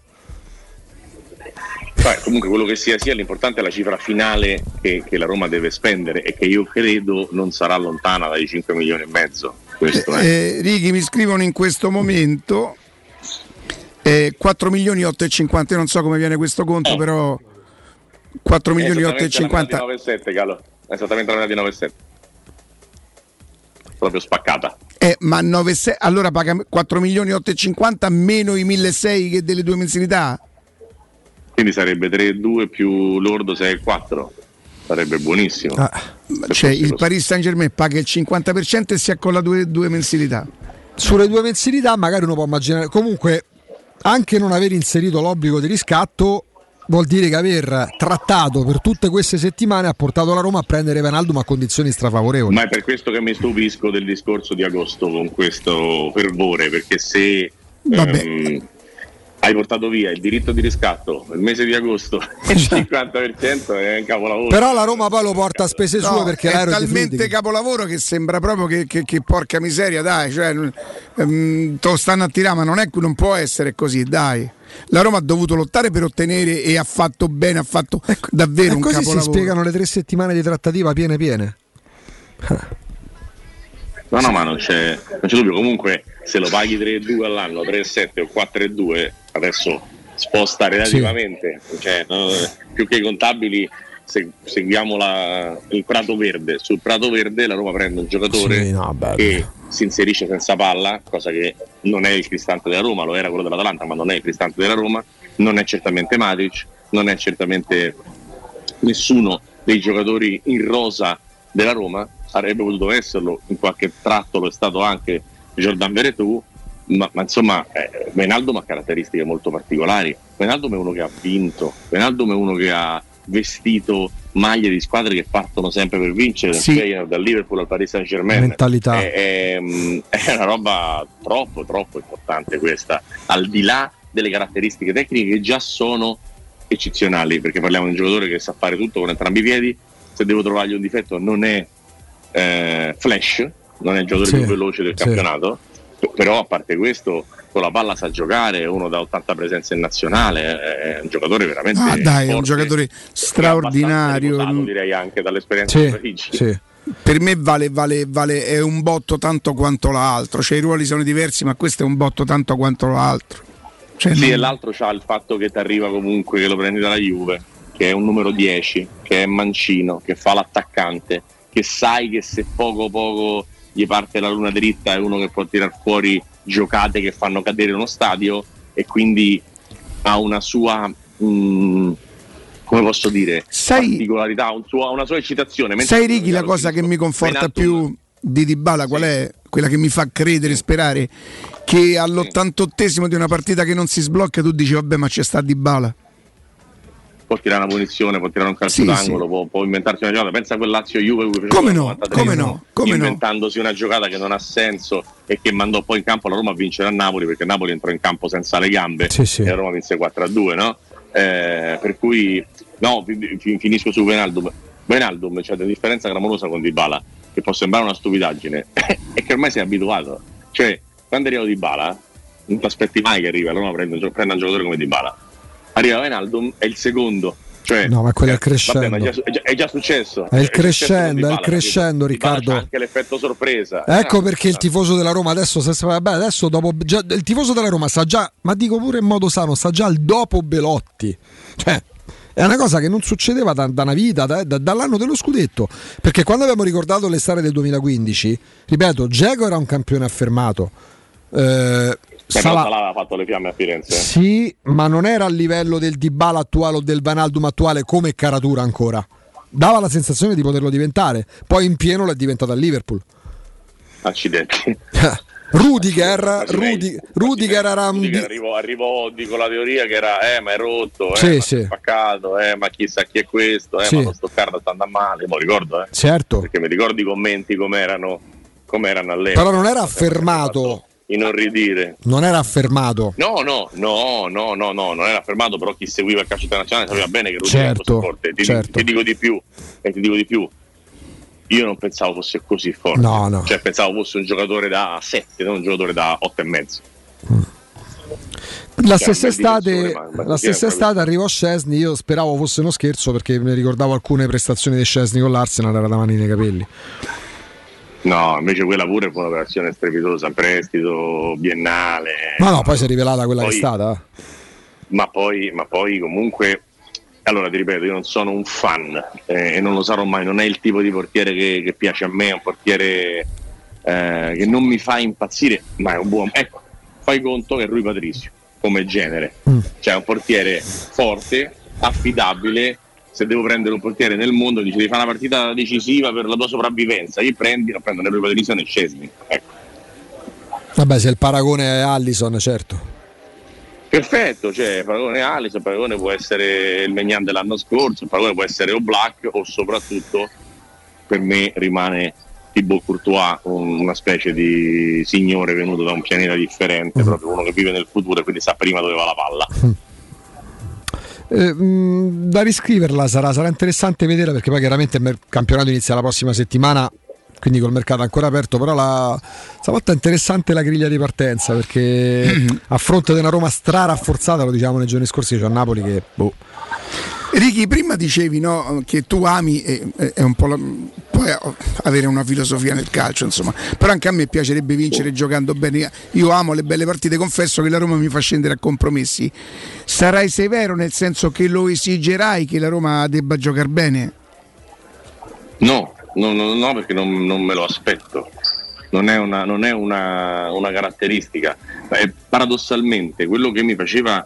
Speaker 5: Beh, comunque quello che sia sia, l'importante è la cifra finale che, che la Roma deve spendere e che io credo non sarà lontana dai cinque milioni e mezzo. Questo
Speaker 4: eh, eh, Righi, mi scrivono in questo momento eh, quattro milioni otto e cinquanta, io non so come viene questo conto, eh. però quattro milioni otto e cinquanta
Speaker 5: nove sette, Galo. È esattamente la metà di nove sette, proprio spaccata.
Speaker 4: Eh, ma nove sei, allora paga quattro milioni otto e cinquanta meno i milleseicento che delle due mensilità?
Speaker 5: Quindi sarebbe tre virgola due più lordo sei virgola quattro, sarebbe buonissimo.
Speaker 4: Ah, Cioè il Paris Saint-Germain paga il cinquanta per cento e si accolla due, due mensilità.
Speaker 2: Sulle due mensilità magari uno può immaginare. Comunque anche non aver inserito l'obbligo di riscatto vuol dire che aver trattato per tutte queste settimane ha portato la Roma a prendere Wijnaldum a condizioni strafavorevoli.
Speaker 5: Ma è per questo che mi stupisco del discorso di agosto con questo fervore, perché se ehm, hai portato via il diritto di riscatto il mese di agosto il cinquanta per cento è un capolavoro.
Speaker 2: Però la Roma poi lo porta a spese
Speaker 4: no,
Speaker 2: sue perché
Speaker 4: è talmente capolavoro che sembra proprio che, che, che porca miseria, dai, cioè, ehm, te lo stanno a tirare, ma non, è, non può essere così, dai. La Roma ha dovuto lottare per ottenere e ha fatto bene, ha fatto ecco, davvero un
Speaker 2: così
Speaker 4: capolavoro.
Speaker 2: Si spiegano le tre settimane di trattativa piene piene.
Speaker 5: No, no, ma non c'è, non c'è dubbio. Comunque, se lo paghi tre virgola due all'anno, tre virgola sette o quattro virgola due, adesso sposta relativamente. Sì. Cioè, no, più che i contabili, se, seguiamo la, il Prato Verde. Sul Prato Verde la Roma prende un giocatore
Speaker 2: sì, no,
Speaker 5: che si inserisce senza palla, cosa che non è il Cristante della Roma, lo era quello dell'Atalanta, ma non è il Cristante della Roma. Non è certamente Matic, non è certamente nessuno dei giocatori in rosa della Roma. Sarebbe potuto esserlo, in qualche tratto lo è stato anche Jordan Veretout, ma, ma insomma eh, Wijnaldum ha caratteristiche molto particolari. Wijnaldum è uno che ha vinto, Wijnaldum è uno che ha vestito maglie di squadre che partono sempre per vincere,
Speaker 2: sì.
Speaker 5: dal, dal Liverpool al Paris Saint-Germain.
Speaker 2: Mentalità.
Speaker 5: È, è, è una roba troppo troppo importante questa, al di là delle caratteristiche tecniche che già sono eccezionali, perché parliamo di un giocatore che sa fare tutto con entrambi i piedi. Se devo trovargli un difetto non è Eh, Flash, non è il giocatore
Speaker 2: sì,
Speaker 5: più veloce del
Speaker 2: sì.
Speaker 5: campionato, però a parte questo con la palla sa giocare, è uno da ottanta presenze in nazionale, è un giocatore veramente
Speaker 4: ah, dai,
Speaker 5: forte,
Speaker 4: è un giocatore straordinario,
Speaker 5: riposato, direi anche dall'esperienza
Speaker 2: sì,
Speaker 5: di Parigi.
Speaker 2: Sì.
Speaker 4: Per me vale, vale, vale, è un botto tanto quanto l'altro, cioè i ruoli sono diversi, ma questo è un botto tanto quanto l'altro. Cioè,
Speaker 5: sì,
Speaker 4: non...
Speaker 5: e l'altro c'ha il fatto che ti arriva comunque, che lo prendi dalla Juve, che è un numero dieci, che è mancino, che fa l'attaccante, che sai che se poco poco gli parte la luna dritta è uno che può tirar fuori giocate che fanno cadere uno stadio, e quindi ha una sua mh, come posso dire
Speaker 4: sai,
Speaker 5: particolarità, un suo, una sua eccitazione.
Speaker 4: Sai Ricky, la cosa che mi conforta più di Dybala qual è? Quella che mi fa credere e sperare che all'ottantottesimo di una partita che non si sblocca tu dici vabbè, ma c'è sta Dybala,
Speaker 5: può tirare una punizione, può tirare un calcio
Speaker 4: sì,
Speaker 5: d'angolo,
Speaker 4: sì.
Speaker 5: Può, può inventarsi una giocata. Pensa a quel Lazio-Juve,
Speaker 4: come no, come no, come
Speaker 5: inventandosi no. una giocata che non ha senso e che mandò poi in campo la Roma a vincere a Napoli, perché Napoli entrò in campo senza le gambe,
Speaker 2: sì, sì.
Speaker 5: e la Roma vinse quattro a due, no? Eh, per cui no, finisco su Wijnaldum. Wijnaldum c'è una differenza clamorosa con Dybala, che può sembrare una stupidaggine, è che ormai sei abituato. Cioè, quando arriva Dybala, non ti aspetti mai che arrivi, la Roma prende un, prende un giocatore come Dybala. Arriva Wijnaldum, è il secondo, cioè,
Speaker 2: no, ma quello è il crescendo.
Speaker 5: Vabbè, ma è, già, è, già, è già successo.
Speaker 2: È il
Speaker 5: è
Speaker 2: crescendo,
Speaker 5: Dybala,
Speaker 2: è il crescendo, Riccardo.
Speaker 5: C'è anche l'effetto sorpresa.
Speaker 2: Ecco
Speaker 5: eh,
Speaker 2: perché il tifoso della Roma adesso, se, vabbè, adesso dopo, già, il tifoso della Roma sa già, ma dico pure in modo sano, sa già il dopo Belotti. Cioè, è una cosa che non succedeva da, da una vita, da, da, dall'anno dello scudetto. Perché quando abbiamo ricordato l'estate del duemilaquindici, ripeto, Dzeko era un campione affermato. Eh,
Speaker 5: Salah aveva fatto le fiamme a Firenze.
Speaker 2: Sì, ma non era a livello del Dybala attuale o del Wijnaldum attuale come caratura ancora. Dava la sensazione di poterlo diventare. Poi in pieno l'è diventato a Liverpool.
Speaker 5: Accidenti.
Speaker 2: Rudiger, Rudi, Rudiger era un...
Speaker 5: Rudiger arrivò, arrivò dico la teoria che era eh ma è rotto, eh,
Speaker 2: sì,
Speaker 5: ma
Speaker 2: sì.
Speaker 5: è spaccato, eh, ma chissà chi è questo, eh,
Speaker 2: sì.
Speaker 5: ma lo Stoccarda sta andando male, mo ricordo, eh.
Speaker 2: Certo.
Speaker 5: Perché mi ricordo i commenti com'erano, com'erano all'epoca.
Speaker 2: Però non era affermato.
Speaker 5: Inorridire.
Speaker 2: Non era affermato.
Speaker 5: No, no, no, no, no, no, non era affermato, però chi seguiva il calcio internazionale sapeva bene che Rudiger
Speaker 2: certo,
Speaker 5: fosse forte. Ti,
Speaker 2: certo.
Speaker 5: ti dico di più, e ti dico di più. Io non pensavo fosse così forte.
Speaker 2: No, no.
Speaker 5: Cioè pensavo fosse un giocatore da sette, non un giocatore da otto e mezzo.
Speaker 2: Mm. La
Speaker 5: cioè,
Speaker 2: stessa estate,
Speaker 5: ma,
Speaker 2: la stessa estate arrivò Szczesny. Io speravo fosse uno scherzo perché mi ricordavo alcune prestazioni di Szczesny con l'Arsenal, era da mani nei capelli.
Speaker 5: No, invece quella pure fu un'operazione strepitosa, prestito biennale.
Speaker 2: Ma no, poi si è rivelata quella
Speaker 5: poi,
Speaker 2: che è stata.
Speaker 5: Ma poi, ma poi comunque, allora ti ripeto, io non sono un fan eh, e non lo sarò mai, non è il tipo di portiere che, che piace a me, è un portiere eh, che non mi fa impazzire, ma è un buon... Ecco, fai conto che è Rui Patricio, come genere. Mm. Cioè un portiere forte, affidabile, se devo prendere un portiere nel mondo, dice devi fare una partita decisiva per la tua sopravvivenza, io prendi, non prendo né Rui Patricio né Szczesny, ecco.
Speaker 2: Vabbè, se il paragone è Allison, certo.
Speaker 5: Perfetto, cioè il paragone è Alisson, il paragone può essere il Maignan dell'anno scorso, il paragone può essere Oblak, o soprattutto per me rimane Thibaut Courtois, un, una specie di signore venuto da un pianeta differente, mm. proprio uno che vive nel futuro e quindi sa prima dove va la palla.
Speaker 2: Mm. Eh, mh, da riscriverla sarà, sarà interessante vederla, perché poi chiaramente il campionato inizia la prossima settimana, quindi col mercato ancora aperto, però la, stavolta è interessante la griglia di partenza, perché mm-hmm. a fronte di una Roma strarafforzata, lo diciamo nei giorni scorsi, c'è a Napoli che boh.
Speaker 4: Ricky, prima dicevi, no, che tu ami e è un po' la, puoi avere una filosofia nel calcio, insomma, però anche a me piacerebbe vincere giocando bene. Io amo le belle partite, confesso che la Roma mi fa scendere a compromessi. Sarai severo nel senso che lo esigerai che la Roma debba giocare bene?
Speaker 5: No, no, no, no, perché non, non me lo aspetto. Non è una, non è una, una caratteristica. Eh, paradossalmente quello che mi faceva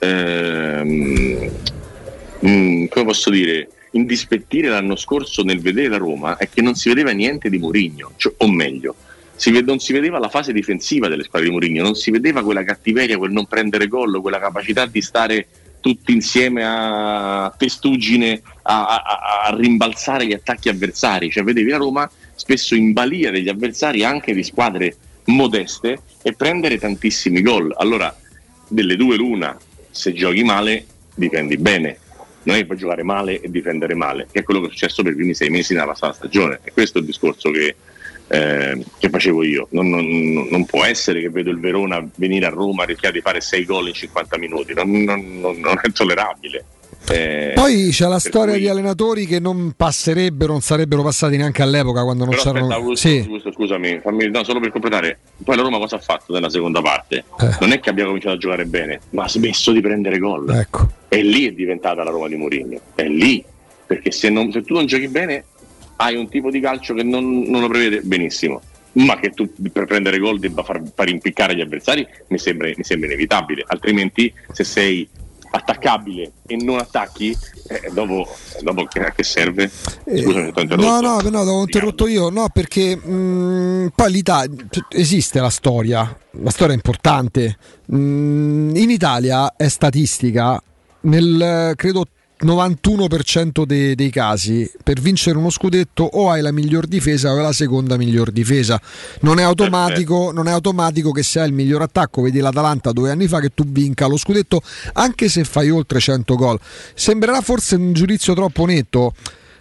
Speaker 5: ehm, Mm, come posso dire, indispettire l'anno scorso nel vedere la Roma è che non si vedeva niente di Mourinho, cioè, o meglio, si ved- non si vedeva la fase difensiva delle squadre di Mourinho, non si vedeva quella cattiveria, quel non prendere gol, quella capacità di stare tutti insieme a testuggine a, a, a rimbalzare gli attacchi avversari, cioè vedevi la Roma spesso in balia degli avversari anche di squadre modeste e prendere tantissimi gol. Allora, delle due l'una, se giochi male difendi bene, non è che puoi giocare male e difendere male, che è quello che è successo per i primi sei mesi nella passata stagione, e questo è il discorso che, eh, che facevo io. Non, non, non può essere che vedo il Verona venire a Roma e rischiare di fare sei gol in cinquanta minuti, non, non, non, non è tollerabile. Eh,
Speaker 2: Poi c'è la storia
Speaker 5: cui...
Speaker 2: di allenatori che non passerebbero, non sarebbero passati neanche all'epoca quando non
Speaker 5: Però
Speaker 2: c'erano.
Speaker 5: Aspetta, Augusto,
Speaker 2: sì.
Speaker 5: Augusto, scusami, fammi, no, solo per completare. Poi la Roma cosa ha fatto nella seconda parte? Eh. Non è che abbia cominciato a giocare bene, ma ha smesso di prendere gol.
Speaker 2: Ecco.
Speaker 5: E lì è diventata la Roma di Mourinho. È lì, perché se, non, se tu non giochi bene hai un tipo di calcio che non, non lo prevede benissimo. Ma che tu per prendere gol debba far, far impiccare gli avversari mi sembra, mi sembra inevitabile. Altrimenti, se sei attaccabile e non attacchi, eh, dopo, dopo che, che serve? Scusami,
Speaker 2: eh,
Speaker 5: ti ho interrotto.
Speaker 2: No, no, no, l'avevo interrotto io, no, perché mh, poi l'Italia, esiste la storia, la storia è importante. Mh, in Italia è statistica, nel credo novantuno per cento dei, dei casi per vincere uno scudetto o hai la miglior difesa o hai la seconda miglior difesa. Non è automatico, non è automatico che se hai il miglior attacco, vedi l'Atalanta due anni fa, che tu vinca lo scudetto anche se fai oltre cento gol. Sembrerà forse un giudizio troppo netto.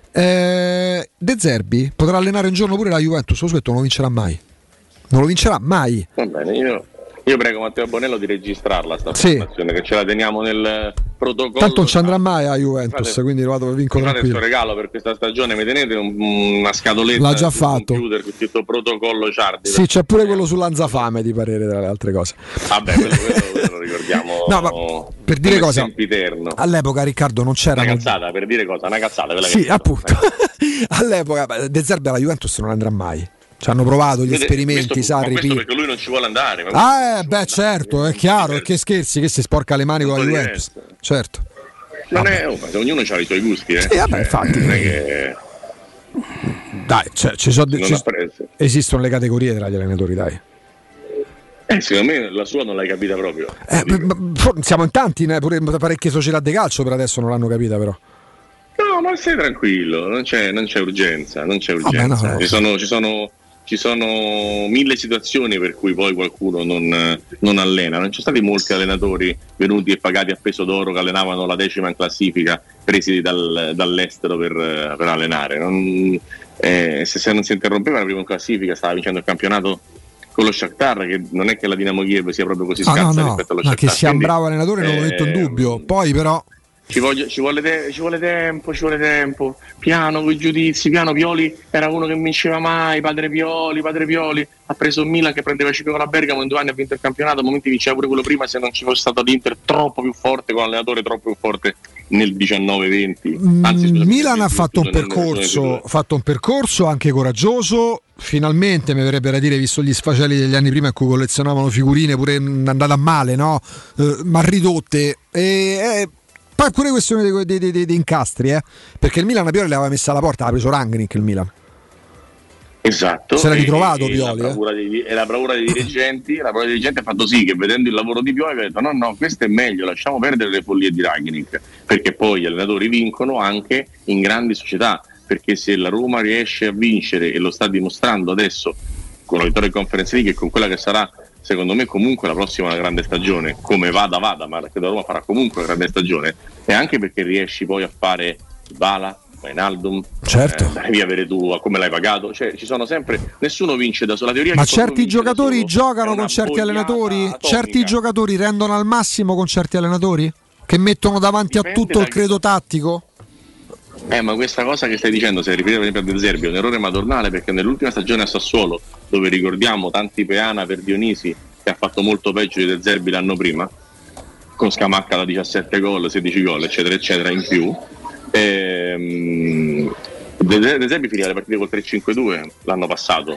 Speaker 2: eh, De Zerbi potrà allenare un giorno pure la Juventus, lo scudetto non lo vincerà mai, non lo vincerà mai.
Speaker 5: Va bene, io Io prego Matteo Bonello di registrarla sta
Speaker 2: sì.
Speaker 5: formazione, che ce la teniamo nel protocollo.
Speaker 2: Tanto non ci andrà mai a Juventus, fate, quindi vado per vinco tranquillo.
Speaker 5: Questo regalo per questa stagione, mi tenete un, una scatoletta?
Speaker 2: L'ha già fatto.
Speaker 5: Computer con scritto protocollo Ciardi.
Speaker 2: Sì, c'è pure quello sull'Anzafame, di parere, tra le altre cose.
Speaker 5: Vabbè, quello, quello, quello lo ricordiamo.
Speaker 2: No, ma per dire cosa? All'epoca, Riccardo, non c'era
Speaker 5: una cazzata, per dire cosa? Una cazzata quella
Speaker 2: sì,
Speaker 5: che
Speaker 2: appunto. All'epoca De Zerbi alla Juventus non andrà mai. Ci hanno provato gli Vede, esperimenti, sa,
Speaker 5: questo perché lui non ci vuole andare.
Speaker 2: Ah, eh, beh, certo, è chiaro, e che scherzi, che si sporca le mani con la Juventus. Certo.
Speaker 5: Non è, oh, ognuno ha i suoi gusti, eh.
Speaker 2: Sì, vabbè, infatti.
Speaker 5: Non è che...
Speaker 2: Dai, cioè, ci sono, ci, esistono le categorie tra gli allenatori, dai.
Speaker 5: Eh, secondo me la sua non l'hai capita proprio.
Speaker 2: Eh, siamo in tanti, pure parecchie società di calcio per adesso non l'hanno capita, però.
Speaker 5: No, ma stai tranquillo, non c'è, non c'è urgenza, non c'è urgenza. Vabbè, no. Ci sono, ci sono, ci sono mille situazioni per cui poi qualcuno non, non allena. Non ci sono stati molti allenatori venuti e pagati a peso d'oro che allenavano la decima in classifica, presi dal, dall'estero per, per allenare. Non, eh, se, se non si interrompeva la prima in classifica, stava vincendo il campionato con lo Shakhtar, che non è che la Dinamo Kiev sia proprio così scarsa, no, no, rispetto allo
Speaker 2: no,
Speaker 5: Shakhtar.
Speaker 2: Che sia un
Speaker 5: Quindi,
Speaker 2: bravo allenatore non l'ho detto in dubbio, poi però
Speaker 5: Ci, voglio, ci, vuole te- ci vuole tempo, ci vuole tempo, piano con i giudizi, piano. Pioli era uno che non vinceva mai, padre Pioli, padre Pioli ha preso il Milan che prendeva cinque con la Bergamo, in due anni ha vinto il campionato, a momenti vinceva pure quello prima, se non ci fosse stato l'Inter troppo più forte, con l'allenatore troppo più forte nel diciannove venti. Anzi, scusate,
Speaker 2: Milan ha fatto un percorso, fatto un percorso anche coraggioso, finalmente mi verrebbe da dire, visto gli sfaceli degli anni prima in cui collezionavano figurine pure andata male, no? Eh, ma ridotte, e eh, poi pure questione dei, dei, dei, dei, dei incastri, eh? Perché il Milan a Pioli l'aveva messa alla porta, ha preso Rangnick il Milan.
Speaker 5: Esatto,
Speaker 2: si era ritrovato
Speaker 5: e,
Speaker 2: Pioli,
Speaker 5: e la,
Speaker 2: eh?
Speaker 5: bravura dei, e la bravura dei dirigenti, la bravura dei dirigenti ha fatto sì che vedendo il lavoro di Pioli ha detto no no, questo è meglio, lasciamo perdere le follie di Rangnick, perché poi gli allenatori vincono anche in grandi società, perché se la Roma riesce a vincere, e lo sta dimostrando adesso con la vittoria in Conference League e con quella che sarà secondo me comunque la prossima grande stagione, come vada vada, ma credo la Roma farà comunque una grande stagione, e anche perché riesci poi a fare Dybala, Wijnaldum,
Speaker 2: certo.
Speaker 5: eh, devi avere tu come l'hai pagato, cioè ci sono sempre, nessuno vince da sola teoria.
Speaker 2: Ma
Speaker 5: che
Speaker 2: certi giocatori giocano con certi allenatori?
Speaker 5: atomica.
Speaker 2: Certi giocatori rendono al massimo con certi allenatori? Che mettono davanti
Speaker 5: Dipende
Speaker 2: a tutto il
Speaker 5: da
Speaker 2: credo tattico?
Speaker 5: Eh, ma questa cosa che stai dicendo, se riferisce per esempio a De Zerbi, è un errore madornale, perché nell'ultima stagione a Sassuolo, dove ricordiamo tanti Peana per Dionisi, che ha fatto molto peggio di De Zerbi l'anno prima, con Scamacca da diciassette gol, sedici gol, eccetera, eccetera, in più. Ehm, De Zerbi finiva le partite col tre cinque due l'anno passato,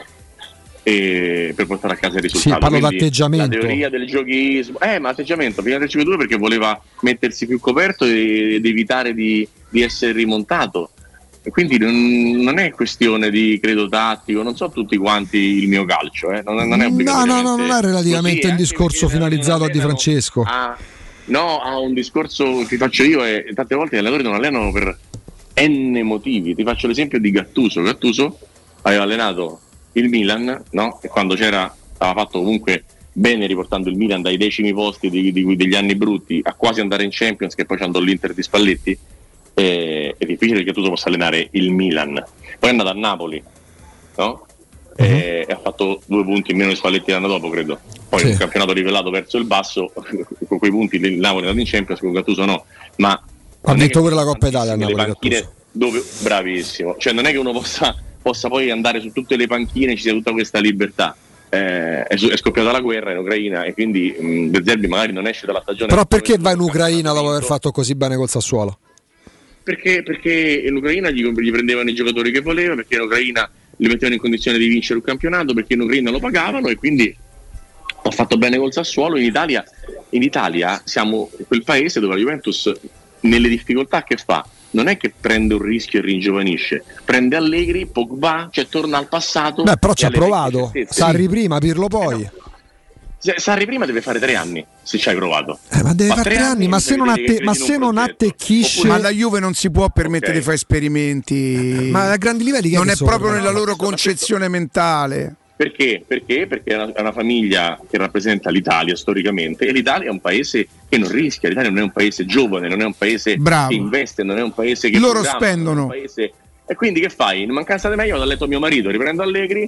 Speaker 5: e per portare a casa il risultato.
Speaker 2: Sì, parlo
Speaker 5: Quindi
Speaker 2: d'atteggiamento.
Speaker 5: la teoria del giochismo, eh, ma atteggiamento, fino al tre cinque due perché voleva mettersi più coperto ed evitare di, di essere rimontato. E quindi non, non è questione di credo tattico, non so tutti quanti il mio calcio, eh. non, non è
Speaker 2: No, no, no, non è relativamente un discorso finalizzato a Di Francesco.
Speaker 5: A, no, a un discorso che faccio io, e tante volte gli allenatori non allenano per n motivi. Ti faccio l'esempio di Gattuso. Gattuso aveva allenato il Milan, no? E quando c'era, aveva fatto comunque bene riportando il Milan dai decimi posti di, di, degli anni brutti a quasi andare in Champions, che poi c'è andato l'Inter di Spalletti. Eh, è difficile che tu possa allenare il Milan. Poi è andato a Napoli, no? Uh-huh. E, e ha fatto due punti in meno di Spalletti l'anno dopo, credo. Poi sì. Un campionato rivelato verso il basso, con quei punti il Napoli è andato in Champions, con Gattuso no. Ma
Speaker 2: ha vinto pure la Coppa Italia a Napoli.
Speaker 5: Dove, bravissimo, cioè non è che uno possa, possa poi andare su tutte le panchine e ci sia tutta questa libertà. Eh, è, è scoppiata la guerra in Ucraina e quindi mh, De Zerbi magari non esce dalla stagione.
Speaker 2: Però perché va in Ucraina dopo aver fatto così bene col Sassuolo?
Speaker 5: Perché, perché in Ucraina gli, gli prendevano i giocatori che voleva, perché in Ucraina li mettevano in condizione di vincere il campionato, perché in Ucraina lo pagavano, e quindi ho fatto bene col Sassuolo. In Italia, in Italia siamo quel paese dove la Juventus nelle difficoltà che fa non è che prende un rischio e ringiovanisce, prende Allegri, Pogba, cioè torna al passato.
Speaker 2: Beh, però ci ha provato, Sarri prima, Pirlo poi.
Speaker 5: Eh no. Sarri prima deve fare tre anni se ci hai provato.
Speaker 2: Eh, ma deve fare tre anni, anni ma se non, atte- ma se non attecchisce.
Speaker 4: Ma la Juve non si può permettere okay. di fare esperimenti.
Speaker 2: Ma a grandi livelli che
Speaker 4: non è
Speaker 2: sono,
Speaker 4: proprio
Speaker 2: no?
Speaker 4: nella loro concezione mentale.
Speaker 5: Perché? Perché? Perché è una, è una famiglia che rappresenta l'Italia storicamente, e l'Italia è un paese che non rischia, l'Italia non è un paese giovane, non è un paese
Speaker 4: Bravo.
Speaker 5: che investe, non è un paese che
Speaker 4: loro spendono.
Speaker 5: Un paese... E quindi che fai? In mancanza di me io vado a letto mio marito, riprendo Allegri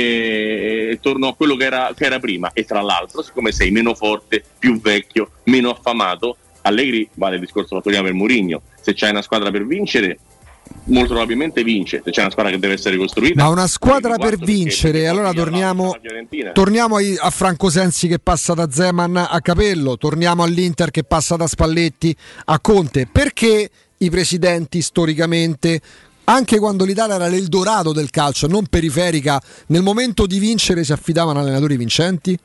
Speaker 5: e, e torno a quello che era, che era prima. E tra l'altro, siccome sei meno forte, più vecchio, meno affamato, Allegri vale il discorso fatto prima per Mourinho: se c'hai una squadra per vincere, molto probabilmente vince. Se c'è una squadra che deve essere costruita,
Speaker 2: ma una squadra per vincere, perché allora torniamo, torniamo a Franco Sensi che passa da Zeman a Capello, torniamo all'Inter che passa da Spalletti a Conte. Perché i presidenti storicamente, anche quando l'Italia era l'Eldorado del calcio, non periferica, nel momento di vincere si affidavano a allenatori vincenti?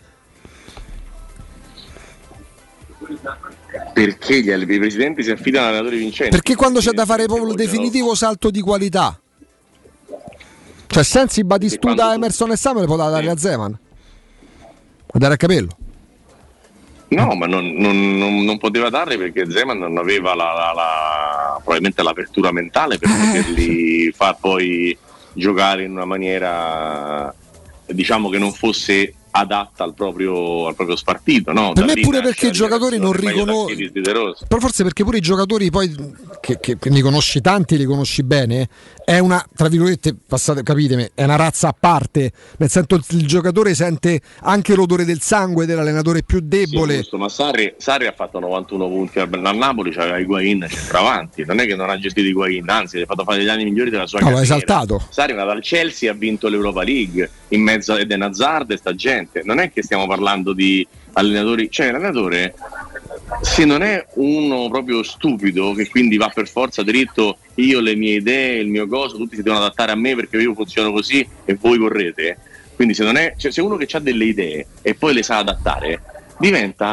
Speaker 5: Perché gli, i presidenti si affidano a allenatori vincenti?
Speaker 2: Perché quando c'è da fare proprio il definitivo salto di qualità, cioè Sensi, Batistuta, tu... Emerson e Samuel poteva dare sì. a Zeman, a dare a Capello.
Speaker 5: No, ma non, non, non, non poteva darli perché Zeman non aveva la, la, la, probabilmente l'apertura mentale per poterli far poi giocare in una maniera, diciamo, che non fosse adatta al proprio, al proprio spartito, no?
Speaker 2: Per da me pure perché i giocatori non riconoscono, però forse perché pure i giocatori poi che, che, che ne conosci tanti, li conosci bene, è una, tra virgolette, passate, capitemi, è una razza a parte, nel senso il giocatore sente anche l'odore del sangue dell'allenatore più debole.
Speaker 5: Sì, giusto, ma Sarri, Sarri ha fatto novantuno punti al Napoli, c'aveva Higuain centravanti, non è che non ha gestito Higuain, anzi ha fatto fare gli anni migliori della sua
Speaker 2: no,
Speaker 5: carriera.
Speaker 2: Esaltato.
Speaker 5: Sarri è andato al Chelsea e ha vinto l'Europa League in mezzo a Eden Hazard e sta gente. Non è che stiamo parlando di allenatori, cioè l'allenatore, se non è uno proprio stupido che quindi va per forza dritto, io le mie idee, il mio coso, tutti si devono adattare a me perché io funziono così e voi vorrete, quindi se non è, cioè, se uno che ha delle idee e poi le sa adattare, diventa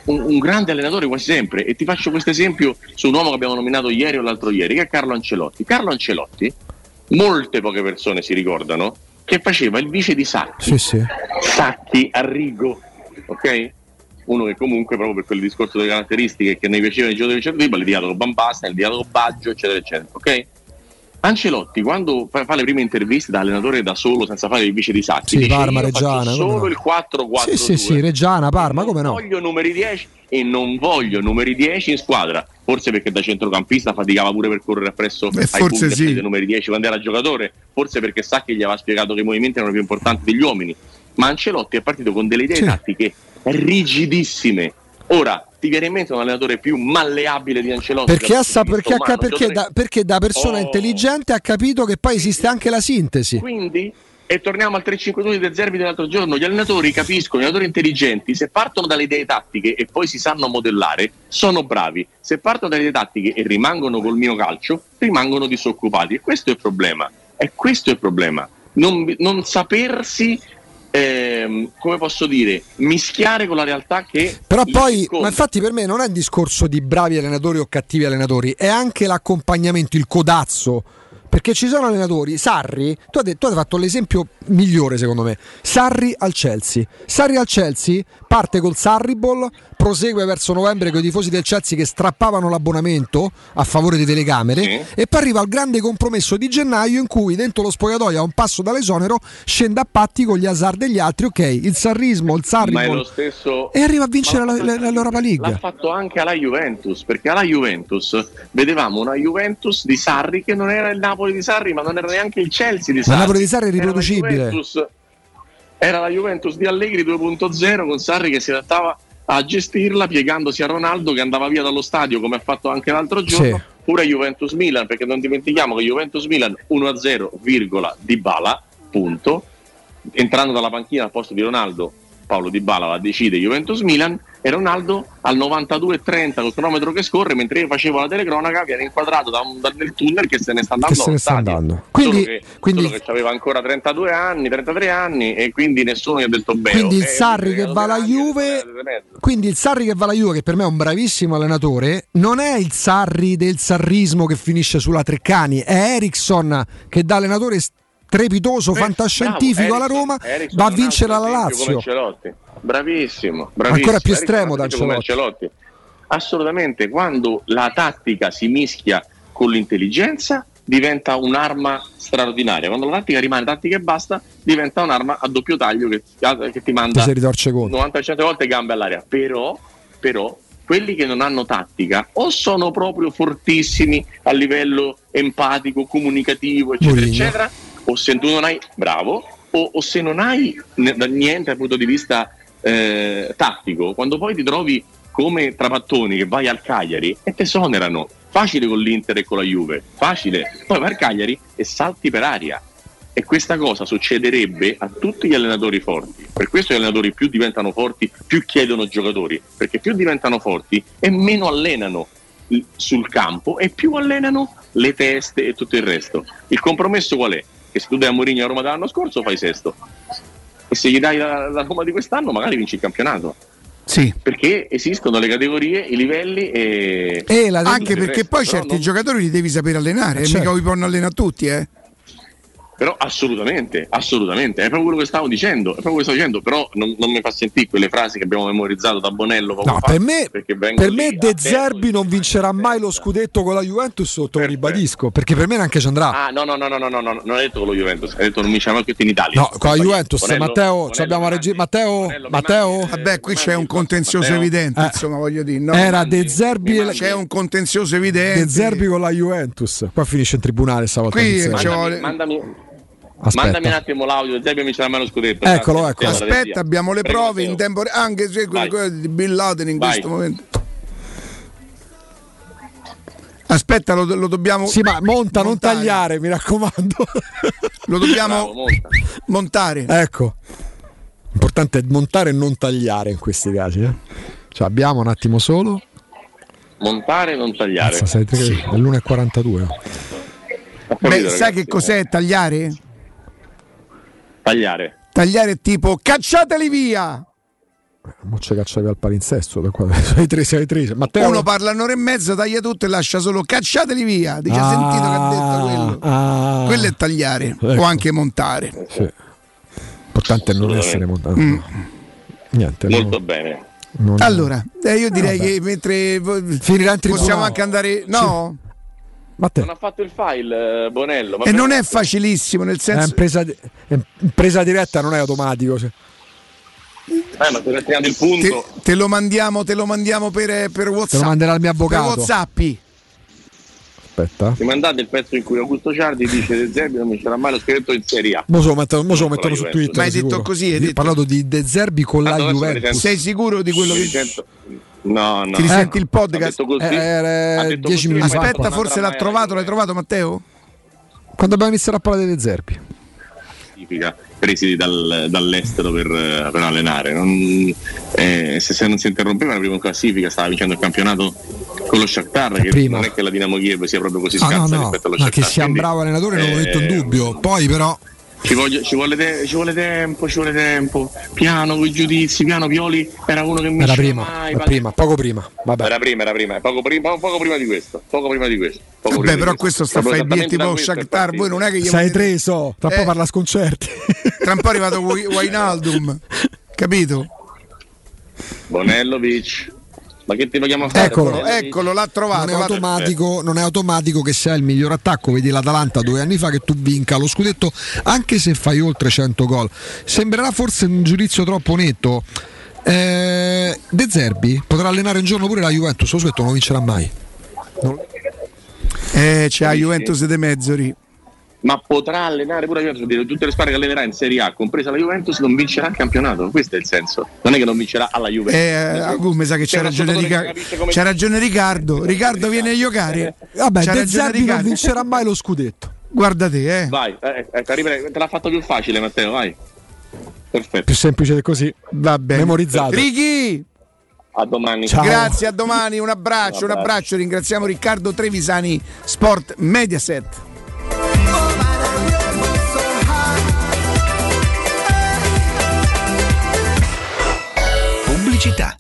Speaker 5: un, un grande allenatore quasi sempre, e ti faccio questo esempio su un uomo che abbiamo nominato ieri o l'altro ieri, che è Carlo Ancelotti. Carlo Ancelotti, molte poche persone si ricordano che faceva il vice di Sacchi,
Speaker 2: sì, sì.
Speaker 5: Sacchi, Arrigo, ok? Uno che comunque proprio per quel discorso delle caratteristiche che ne piaceva nei giocatori di certo tipo, ha litigato con Van Basten, ha litigato con Baggio, eccetera eccetera, ok? Ancelotti, quando fa, fa le prime interviste da allenatore da solo, senza fare il vice di Sacchi,
Speaker 2: sì,
Speaker 5: dice:
Speaker 2: Parma,
Speaker 5: io
Speaker 2: Reggiana,
Speaker 5: faccio solo
Speaker 2: no?
Speaker 5: il quattro quattro due,
Speaker 2: sì, sì, sì, Reggiana, Parma, come no?
Speaker 5: Non voglio numeri dieci e non voglio numeri dieci in squadra, forse perché da centrocampista faticava pure per correre appresso
Speaker 4: Beh,
Speaker 5: ai
Speaker 4: forse
Speaker 5: punti
Speaker 4: sì.
Speaker 5: dei numeri dieci quando era giocatore, forse perché Sacchi gli aveva spiegato che i movimenti erano più importanti degli uomini, ma Ancelotti è partito con delle idee
Speaker 2: sì.
Speaker 5: tattiche rigidissime. Ora ti viene in mente un allenatore più malleabile di Ancelotti?
Speaker 2: Perché, ha, sa, perché,
Speaker 5: umano,
Speaker 2: ha, perché, da, perché da persona
Speaker 5: oh.
Speaker 2: intelligente ha capito che poi esiste anche la sintesi.
Speaker 5: Quindi, e torniamo al tre cinque due di De Zerbi dell'altro giorno, gli allenatori capiscono, gli allenatori intelligenti, se partono dalle idee tattiche e poi si sanno modellare, sono bravi. Se partono dalle idee tattiche e rimangono col mio calcio, rimangono disoccupati. E questo è il problema. E questo è il problema. Non, non sapersi... Ehm, come posso dire, mischiare con la realtà che
Speaker 2: però poi, ma infatti per me non è un discorso di bravi allenatori o cattivi allenatori, è anche l'accompagnamento, il codazzo, perché ci sono allenatori. Sarri, tu hai, detto, tu hai fatto l'esempio migliore secondo me, Sarri al Chelsea. Sarri al Chelsea parte col Sarriball, prosegue verso novembre con i tifosi del Chelsea che strappavano l'abbonamento a favore di telecamere, sì. E poi arriva al grande compromesso di gennaio in cui dentro lo spogliatoio a un passo dall'esonero scende a patti con gli Hazard degli altri, ok, il sarrismo, il Sarriball,
Speaker 5: ma è lo stesso...
Speaker 2: e arriva a vincere la, la, la, l'Europa League.
Speaker 5: L'ha fatto anche alla Juventus, perché alla Juventus vedevamo una Juventus di Sarri che non era il Napoli di Sarri, ma non era neanche il Chelsea di Sarri.
Speaker 2: Ma Napoli di Sarri è riproducibile.
Speaker 5: Era la Juventus, era la Juventus di Allegri due punto zero, con Sarri che si adattava a gestirla piegandosi a Ronaldo che andava via dallo stadio come ha fatto anche l'altro giorno, sì. Pure Juventus-Milan, perché non dimentichiamo che Juventus-Milan uno a zero, virgola, Dybala, punto, entrando dalla panchina al posto di Ronaldo Paolo Dybala la decide Juventus-Milan e Ronaldo al novantadue e trenta col cronometro che scorre, mentre io facevo la telecronaca, viene inquadrato da un, da, nel tunnel che se ne sta andando,
Speaker 2: che se ne sta andando.
Speaker 5: Quindi,
Speaker 2: quindi,
Speaker 5: solo che,
Speaker 2: quindi
Speaker 5: solo che aveva ancora trentadue anni, trentatré anni e quindi nessuno gli ha detto bene.
Speaker 2: Quindi il Sarri che va alla Juve, quindi il Sarri che va alla Juve, che per me è un bravissimo allenatore, non è il Sarri del sarrismo che finisce sulla Treccani, è Eriksson che da allenatore strepitoso, eh, fantascientifico bravo, alla Roma, Eriksson va a vincere alla Lazio.
Speaker 5: Bravissimo, bravissimo,
Speaker 2: ancora più estremo da Ancelotti.
Speaker 5: Ancelotti. Assolutamente, quando la tattica si mischia con l'intelligenza diventa un'arma straordinaria, quando la tattica rimane tattica e basta diventa un'arma a doppio taglio che, che ti manda novanta per cento volte gambe all'aria. Però, però quelli che non hanno tattica o sono proprio fortissimi a livello empatico, comunicativo, eccetera, Mourinho. eccetera, o se tu non hai, bravo, o, o se non hai n- niente dal punto di vista eh, tattico, quando poi ti trovi come Trapattoni che vai al Cagliari e te sonerano, facile con l'Inter e con la Juve, facile, poi vai al Cagliari e salti per aria. E questa cosa succederebbe a tutti gli allenatori forti. Per questo gli allenatori più diventano forti, più chiedono giocatori, perché più diventano forti e meno allenano sul campo e più allenano le teste e tutto il resto. Il compromesso qual è? Che se tu dai a Mourinho a Roma dell'anno scorso fai sesto, e se gli dai la, la Roma di quest'anno magari vinci il campionato.
Speaker 4: Sì.
Speaker 5: Perché esistono le categorie, i livelli e,
Speaker 4: e la anche perché
Speaker 5: resto.
Speaker 4: poi
Speaker 5: Però
Speaker 4: certi
Speaker 5: non...
Speaker 4: giocatori li devi sapere allenare, eh, certo. Mica vi possono allenare tutti, eh.
Speaker 5: Però assolutamente, assolutamente, è proprio quello che stavo dicendo, è proprio quello che stavo dicendo, però non, non mi fa sentire quelle frasi che abbiamo memorizzato da Bonello poco
Speaker 2: no,
Speaker 5: fa,
Speaker 2: per me, per me De Zerbi non vincerà mai lo scudetto con la Juventus, te lo ribadisco, perché per me neanche ci andrà.
Speaker 5: Ah no no no no no no, no non hai detto con lo Juventus, hai detto non vincerà mai in Italia.
Speaker 2: No, con la Juventus, Bonello, Matteo, Bonello, abbiamo regi- Matteo, Bonello, Matteo,
Speaker 4: Matteo. Vabbè, qui c'è un contenzioso Matteo. evidente, eh, insomma, voglio dire, no?
Speaker 2: Era De Zerbi e
Speaker 4: c'è un contenzioso evidente.
Speaker 2: De Zerbi con la Juventus. Qua finisce in tribunale stavolta.
Speaker 4: Qui
Speaker 5: mandami, mandami Aspetta. Mandami un attimo l'audio, Zerbi mi ce l'ha mai lo scudetto.
Speaker 2: Eccolo, ecco.
Speaker 4: Aspetta, abbiamo le Prego, prove in tempo reale, anche se quelle di Bin Laden in Vai. questo momento. Aspetta, lo, lo dobbiamo.
Speaker 2: Sì, ma monta, montare. Non tagliare, mi raccomando.
Speaker 4: Lo dobbiamo Bravo, montare.
Speaker 2: Ecco. L'importante è montare e non tagliare in questi casi. Eh? Cioè, abbiamo un attimo solo.
Speaker 5: Montare e non tagliare.
Speaker 2: Mazza, sei tre, sì. È l'uno e quarantadue.
Speaker 4: Beh, ragazzi, sai che cos'è tagliare?
Speaker 5: Tagliare.
Speaker 4: Tagliare è tipo cacciateli via.
Speaker 2: Mo ci cacciavi al palinsesto da qua. sei tre sei tre Matteo.
Speaker 4: Uno parla un'ora e mezza, taglia tutto e lascia solo cacciateli via. Dice
Speaker 2: Ah,
Speaker 4: sentito che ha detto quello.
Speaker 2: ah.
Speaker 4: Quello è tagliare
Speaker 2: Ecco.
Speaker 4: o anche montare.
Speaker 2: Sì. L'importante è non essere montato.
Speaker 4: Mm.
Speaker 2: Niente.
Speaker 5: Molto
Speaker 2: no.
Speaker 5: bene.
Speaker 2: Non-
Speaker 4: Allora, eh, io direi
Speaker 2: Vabbè.
Speaker 4: che mentre
Speaker 2: Finirà in tribunale.
Speaker 4: possiamo anche andare. No?
Speaker 2: Matteo.
Speaker 5: Non ha fatto il file, eh, Bonello.
Speaker 4: E non è facilissimo, nel
Speaker 2: È
Speaker 4: senso.
Speaker 2: impresa, di- è impresa diretta, non è automatico. Cioè.
Speaker 5: Eh, ma ti hai segnato il punto.
Speaker 4: Te, te lo mandiamo, te lo mandiamo per, per WhatsApp.
Speaker 2: Te lo manderà il mio
Speaker 4: Per
Speaker 2: avvocato.
Speaker 4: WhatsApp.
Speaker 2: Aspetta.
Speaker 5: Ti mandate il pezzo in cui Augusto Ciardi dice De Zerbi non vincerà mai lo scudetto in Serie A.
Speaker 2: Mo se lo mettono, mo se lo
Speaker 5: Con la
Speaker 2: mettono su
Speaker 5: Juventus.
Speaker 2: Twitter.
Speaker 4: Ma hai detto
Speaker 2: sicuro.
Speaker 4: così, hai
Speaker 2: Ho
Speaker 4: detto-
Speaker 2: parlato di De Zerbi con la
Speaker 5: Ah, adesso mi
Speaker 2: Juventus.
Speaker 5: risento.
Speaker 4: Sei sicuro di quello
Speaker 5: Mi
Speaker 4: che.
Speaker 5: risento- No, no.
Speaker 4: Ti risenti il
Speaker 5: Ha
Speaker 4: podcast?
Speaker 5: detto così.
Speaker 2: Eh, era
Speaker 5: Ha detto
Speaker 2: dieci
Speaker 5: così,
Speaker 2: minuti
Speaker 5: poi
Speaker 2: fa.
Speaker 4: Aspetta,
Speaker 5: non
Speaker 4: forse
Speaker 5: andrà
Speaker 4: l'ha
Speaker 5: mai
Speaker 4: trovato,
Speaker 5: alla
Speaker 4: l'hai trovato Matteo?
Speaker 2: Quando abbiamo iniziato a parlare di De Zerbi.
Speaker 5: classifica presi dal, dall'estero per, per allenare. Non, eh, se, se non si interrompeva la prima classifica stava vincendo il campionato con lo Shakhtar, che
Speaker 2: prima.
Speaker 5: non è che la Dinamo Kiev sia proprio così
Speaker 2: Ah,
Speaker 5: scarsa
Speaker 2: no, no,
Speaker 5: rispetto allo
Speaker 2: ma
Speaker 5: Shakhtar.
Speaker 2: che sia un
Speaker 5: Quindi,
Speaker 2: bravo allenatore non l'ho detto in
Speaker 5: eh,
Speaker 2: dubbio. Poi però
Speaker 5: Ci, voglio, ci, vuole te- ci vuole tempo, ci vuole tempo. Piano con i giudizi, piano Pioli era uno che mi
Speaker 2: era
Speaker 5: diceva
Speaker 2: prima,
Speaker 5: mai,
Speaker 2: era
Speaker 5: va-
Speaker 2: prima, poco prima. Vabbè.
Speaker 5: Era prima, era prima, poco prima, poco prima di questo, poco prima di questo. Poco
Speaker 4: Vabbè,
Speaker 5: prima di
Speaker 4: però questo sta a fare il
Speaker 5: Proprio
Speaker 4: biglietti tipo
Speaker 5: esattamente da
Speaker 4: Shakhtar, voi non è che gli
Speaker 2: sei
Speaker 4: volete-
Speaker 2: tre so, tra
Speaker 4: Eh.
Speaker 2: poco parla sconcerti.
Speaker 4: Tra un po' è arrivato Wi- Wijnaldum, capito?
Speaker 5: Bonellovic. Ma che ti vogliamo fare?
Speaker 2: Eccolo,
Speaker 5: Bonellovic?
Speaker 4: Eccolo, l'ha trovato.
Speaker 2: Non è,
Speaker 4: l'ha-
Speaker 2: automatico, non è automatico che sia il miglior attacco. Vedi l'Atalanta due anni fa che tu vinca lo scudetto anche se fai oltre cento gol. Sembrerà forse un giudizio troppo netto. Eh, De Zerbi potrà allenare un giorno pure la Juventus, lo scudetto non lo vincerà mai. Non-
Speaker 4: Eh, c'è la Juventus de Mezzori.
Speaker 5: Ma potrà allenare pure la Juventus, dire tutte le squadre che allenerà in Serie A, compresa la Juventus, non vincerà il campionato. Questo è il senso. Non è che non vincerà alla Juventus.
Speaker 4: Eh, Agu, mi sa che c'ha
Speaker 5: un
Speaker 4: ragione,
Speaker 5: ascoltatore
Speaker 4: Rica-
Speaker 5: che capisce come-
Speaker 4: c'ha ragione Riccardo. Riccardo viene a giocare.
Speaker 2: Vabbè,
Speaker 4: C'ha
Speaker 2: De
Speaker 4: ragione
Speaker 2: Zerbi non
Speaker 4: Riccardo.
Speaker 2: vincerà mai lo scudetto.
Speaker 4: Guarda te, eh.
Speaker 5: Vai, eh, eh, te l'ha fatto più facile, Matteo, vai. Perfetto.
Speaker 2: Più semplice di così.
Speaker 4: Va bene.
Speaker 2: Memorizzato.
Speaker 4: Ricky,
Speaker 5: A domani.
Speaker 2: Ciao.
Speaker 4: grazie, a domani. Un abbraccio, un
Speaker 5: Un abbraccio.
Speaker 4: abbraccio. Ringraziamo Riccardo Trevisani, Sport Mediaset.
Speaker 24: Pubblicità.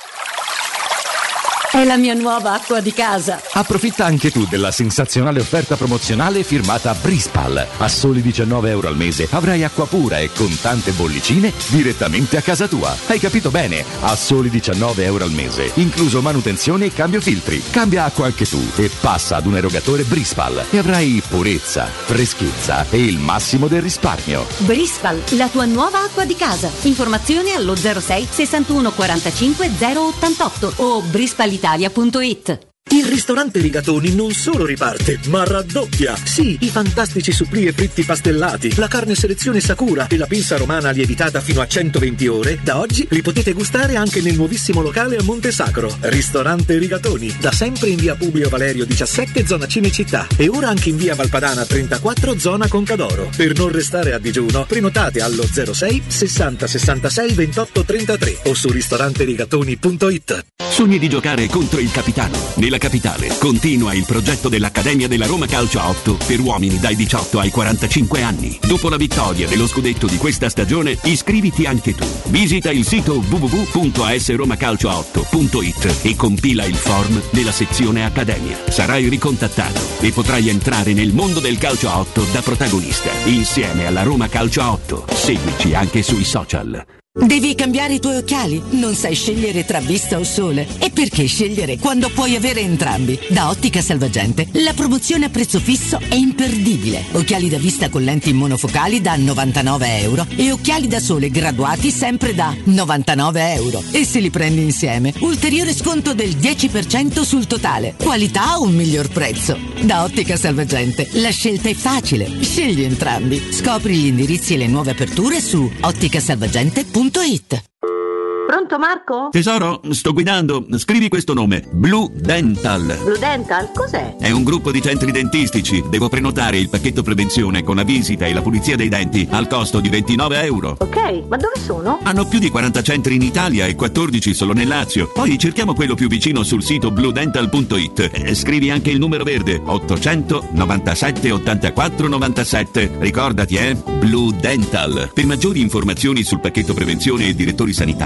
Speaker 1: È la mia nuova acqua di casa.
Speaker 8: Approfitta anche tu della sensazionale offerta promozionale firmata Brispal. A soli diciannove euro al mese avrai acqua pura e con tante bollicine direttamente a casa tua. Hai capito bene? A soli diciannove euro al mese, incluso manutenzione e cambio filtri. Cambia acqua anche tu e passa ad un erogatore Brispal e avrai purezza, freschezza e il massimo del risparmio.
Speaker 1: Brispal, la tua nuova acqua di casa. Informazioni allo zero sei sessantuno quarantacinque zero ottantotto o brispalitalia punto it.
Speaker 3: Il ristorante Rigatoni non solo riparte, ma raddoppia! Sì, i fantastici supplì e fritti pastellati, la carne selezione Sakura e la pinza romana lievitata fino a centoventi ore, da oggi li potete gustare anche nel nuovissimo locale a Monte Sacro. Ristorante Rigatoni, da sempre in via Publio Valerio diciassette, zona Cinecittà, e ora anche in via Valpadana trentaquattro, zona Concadoro. Per non restare a digiuno, prenotate allo zero sei sessanta sessantasei ventotto trentatré o su ristoranterigatoni punto it.
Speaker 15: Sogni di giocare contro il capitano. Nella capitale continua il progetto dell'Accademia della Roma Calcio a otto per uomini dai diciotto ai quarantacinque anni. Dopo la vittoria dello scudetto di questa stagione, iscriviti anche tu. Visita il sito w w w punto a s roma calcio a otto punto it e compila il form nella sezione Accademia. Sarai ricontattato e potrai entrare nel mondo del calcio a otto da protagonista, insieme alla Roma Calcio a otto. Seguici anche sui social.
Speaker 10: Devi cambiare i tuoi occhiali? Non sai scegliere tra vista o sole? E perché scegliere quando puoi avere entrambi? Da Ottica Salvagente la promozione a prezzo fisso è imperdibile. Occhiali da vista con lenti monofocali da novantanove euro e occhiali da sole graduati sempre da novantanove euro. E se li prendi insieme, ulteriore sconto del dieci per cento sul totale. Qualità o un miglior prezzo? Da Ottica Salvagente la scelta è facile. Scegli entrambi. Scopri gli indirizzi e le nuove aperture su otticasalvagente punto it.
Speaker 22: Pronto Marco?
Speaker 15: Tesoro, sto guidando. Scrivi questo nome: Blue Dental.
Speaker 22: Blue Dental, cos'è?
Speaker 15: È un gruppo di centri dentistici. Devo prenotare il pacchetto prevenzione con la visita e la pulizia dei denti al costo di ventinove euro.
Speaker 22: Ok, ma dove sono?
Speaker 15: Hanno più di quaranta centri in Italia e quattordici solo nel Lazio. Poi cerchiamo quello più vicino sul sito blue dental punto it. Eh, Scrivi anche il numero verde: ottocento novantasette ottantaquattro novantasette. Ricordati, eh? Blue Dental. Per maggiori informazioni sul pacchetto prevenzione e direttori sanitari, visita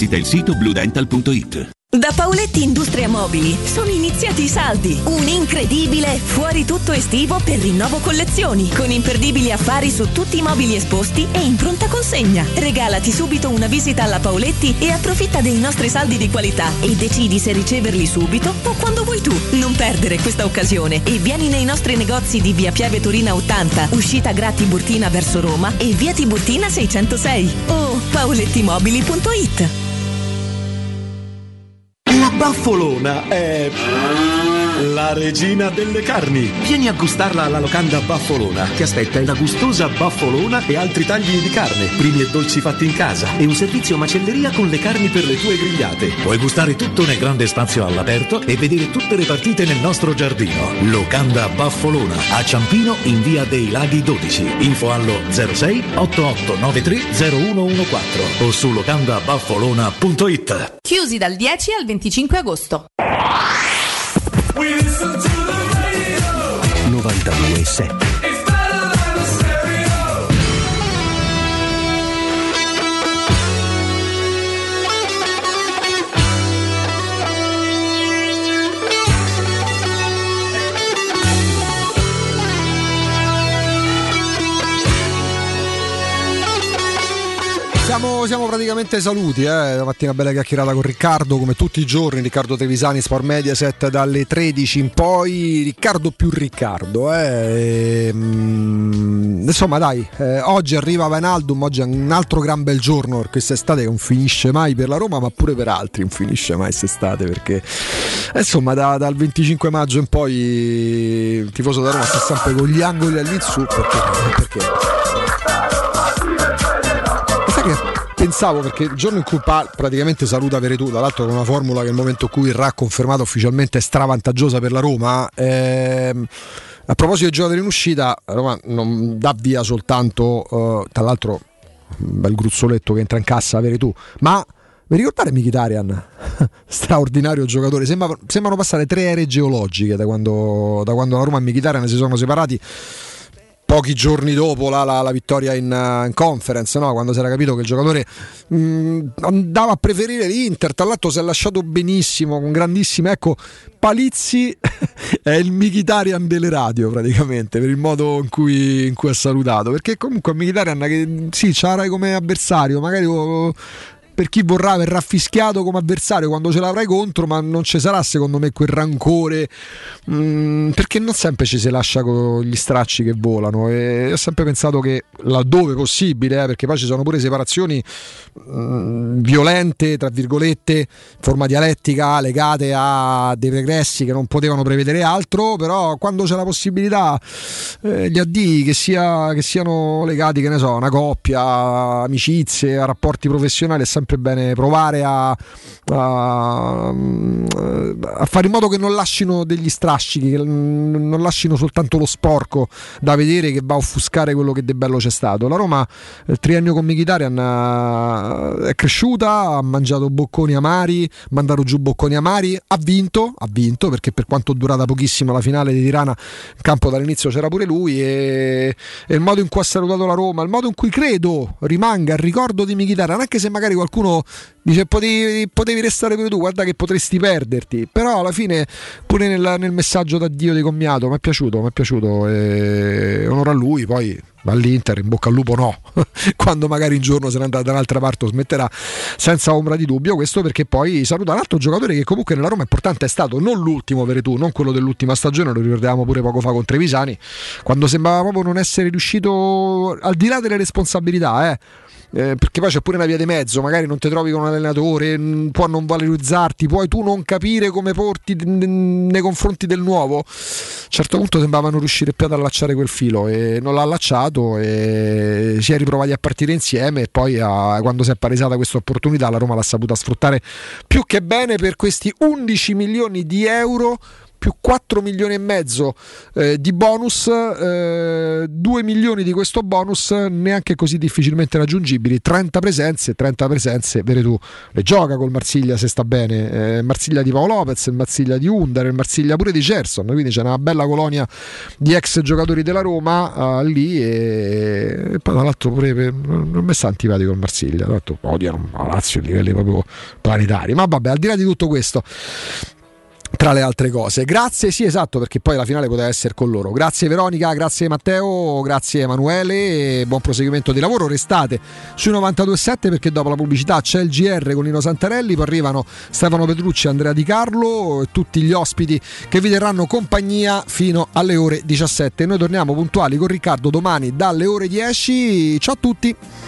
Speaker 15: Visita il sito blue dental punto it.
Speaker 6: Da Paoletti Industria Mobili sono iniziati i saldi, un incredibile fuori tutto estivo per rinnovo collezioni, con imperdibili affari su tutti i mobili esposti e in pronta consegna. Regalati subito una visita alla Paoletti e approfitta dei nostri saldi di qualità e decidi se riceverli subito o quando vuoi tu. Non perdere questa occasione e vieni nei nostri negozi di via Pieve Torina ottanta, uscita Gra Tiburtina verso Roma e via Tiburtina seicentosei o paolettimobili punto it.
Speaker 16: La Baffolona è la regina delle carni. Vieni a gustarla alla locanda Baffolona. Ti aspetta una gustosa baffolona e altri tagli di carne, primi e dolci fatti in casa e un servizio macelleria con le carni per le tue grigliate. Puoi gustare tutto nel grande spazio all'aperto e vedere tutte le partite nel nostro giardino. Locanda Baffolona a Ciampino in via dei Laghi dodici. Info allo zero sei otto otto nove tre zero uno uno quattro o su locanda baffolona punto it.
Speaker 14: Chiusi dal dieci al venticinque agosto.
Speaker 24: novantadue sette.
Speaker 2: Siamo, siamo praticamente saluti, eh. La mattina bella chiacchierata con Riccardo, come tutti i giorni. Riccardo Trevisani, Sport Mediaset, dalle tredici in poi. Riccardo più Riccardo, eh. E, mm, insomma, dai, eh, oggi arriva Wijnaldum, oggi è un altro gran bel giorno per quest'estate che non finisce mai per la Roma, ma pure per altri non finisce mai quest'estate, perché eh, insomma da, dal venticinque maggio in poi il tifoso da Roma sta sempre con gli angoli all'insù, perché, perché pensavo, perché il giorno in cui pa- praticamente saluta Veretù, tra l'altro con una formula che nel momento in cui verrà confermata ufficialmente è stravantaggiosa per la Roma, ehm, a proposito dei giocatori in uscita, la Roma non dà via soltanto uh, tra l'altro un bel gruzzoletto che entra in cassa Veretù, ma vi ricordate Mkhitaryan? Straordinario giocatore. Sembra, sembrano passare tre ere geologiche da quando, da quando la Roma e Mkhitaryan si sono separati pochi giorni dopo la, la, la vittoria in, uh, in conference, no? Quando si era capito che il giocatore mh, andava a preferire l'Inter. Tra l'altro si è lasciato benissimo, con grandissime, ecco, Palizzi è il Mkhitaryan delle radio praticamente, per il modo in cui, in cui ha salutato, perché comunque Mkhitaryan che sì, ce l'avrai come avversario, magari oh, per chi vorrà verrà fischiato come avversario quando ce l'avrai contro, ma non ci sarà secondo me quel rancore, mh, perché non sempre ci si lascia con gli stracci che volano, e ho sempre pensato che laddove possibile, eh, perché poi ci sono pure separazioni mh, violente tra virgolette, in forma dialettica, legate a dei regressi che non potevano prevedere altro, però quando c'è la possibilità eh, gli addii che, sia, che siano legati, che ne so, a una coppia, a amicizie, a rapporti professionali, è sempre bene provare a, a, a fare in modo che non lasciano degli strascichi, che non lasciano soltanto lo sporco da vedere che va a offuscare quello che di bello c'è stato. La Roma il triennio con Mkhitaryan è cresciuta, ha mangiato bocconi amari, mandato giù bocconi amari, ha vinto, ha vinto perché per quanto è durata pochissimo la finale di Tirana, in campo dall'inizio c'era pure lui, e, e il modo in cui ha salutato la Roma, il modo in cui credo rimanga il ricordo di Mkhitaryan, anche se magari qualcuno dice potevi, potevi restare pure tu, guarda che potresti perderti, però alla fine pure nel, nel messaggio d'addio di commiato mi è piaciuto, mi è piaciuto, e onore a lui. Poi all'Inter in bocca al lupo, no quando magari un giorno se ne andrà da un'altra parte o smetterà, senza ombra di dubbio. Questo perché poi saluta un altro giocatore che comunque nella Roma è importante, è stato non l'ultimo Veretù, non quello dell'ultima stagione, lo ricordavamo pure poco fa con Trevisani, quando sembrava proprio non essere riuscito, al di là delle responsabilità, eh Eh, perché poi c'è pure una via di mezzo, magari non ti trovi con un allenatore, mh, può non valorizzarti, puoi tu non capire come porti d- d- nei confronti del nuovo. A un certo punto sembrava non riuscire più ad allacciare quel filo, e non l'ha allacciato, e si è riprovati a partire insieme, e poi a, quando si è palesata questa opportunità la Roma l'ha saputa sfruttare più che bene per questi undici milioni di euro più quattro milioni e mezzo eh, di bonus, eh, due milioni di questo bonus neanche così difficilmente raggiungibili, trenta presenze, trenta presenze, vedi tu, le gioca col Marsiglia se sta bene, eh, Marsiglia di Paolo Lopez, il Marsiglia di Under, il Marsiglia pure di Gerson, quindi c'è una bella colonia di ex giocatori della Roma uh, lì e, e poi tra l'altro pure per, non mi sta antipatico il Marsiglia, tra l'altro odiano la Lazio a livelli proprio planetari, ma vabbè, al di là di tutto questo, tra le altre cose, grazie, sì esatto, perché poi la finale poteva essere con loro. Grazie Veronica, grazie Matteo, grazie Emanuele, buon proseguimento di lavoro. Restate sui novantadue sette perché dopo la pubblicità c'è il G R con Nino Santarelli, poi arrivano Stefano Petrucci, Andrea Di Carlo e tutti gli ospiti che vi terranno compagnia fino alle ore diciassette. Noi torniamo puntuali con Riccardo domani dalle ore dieci. Ciao a tutti.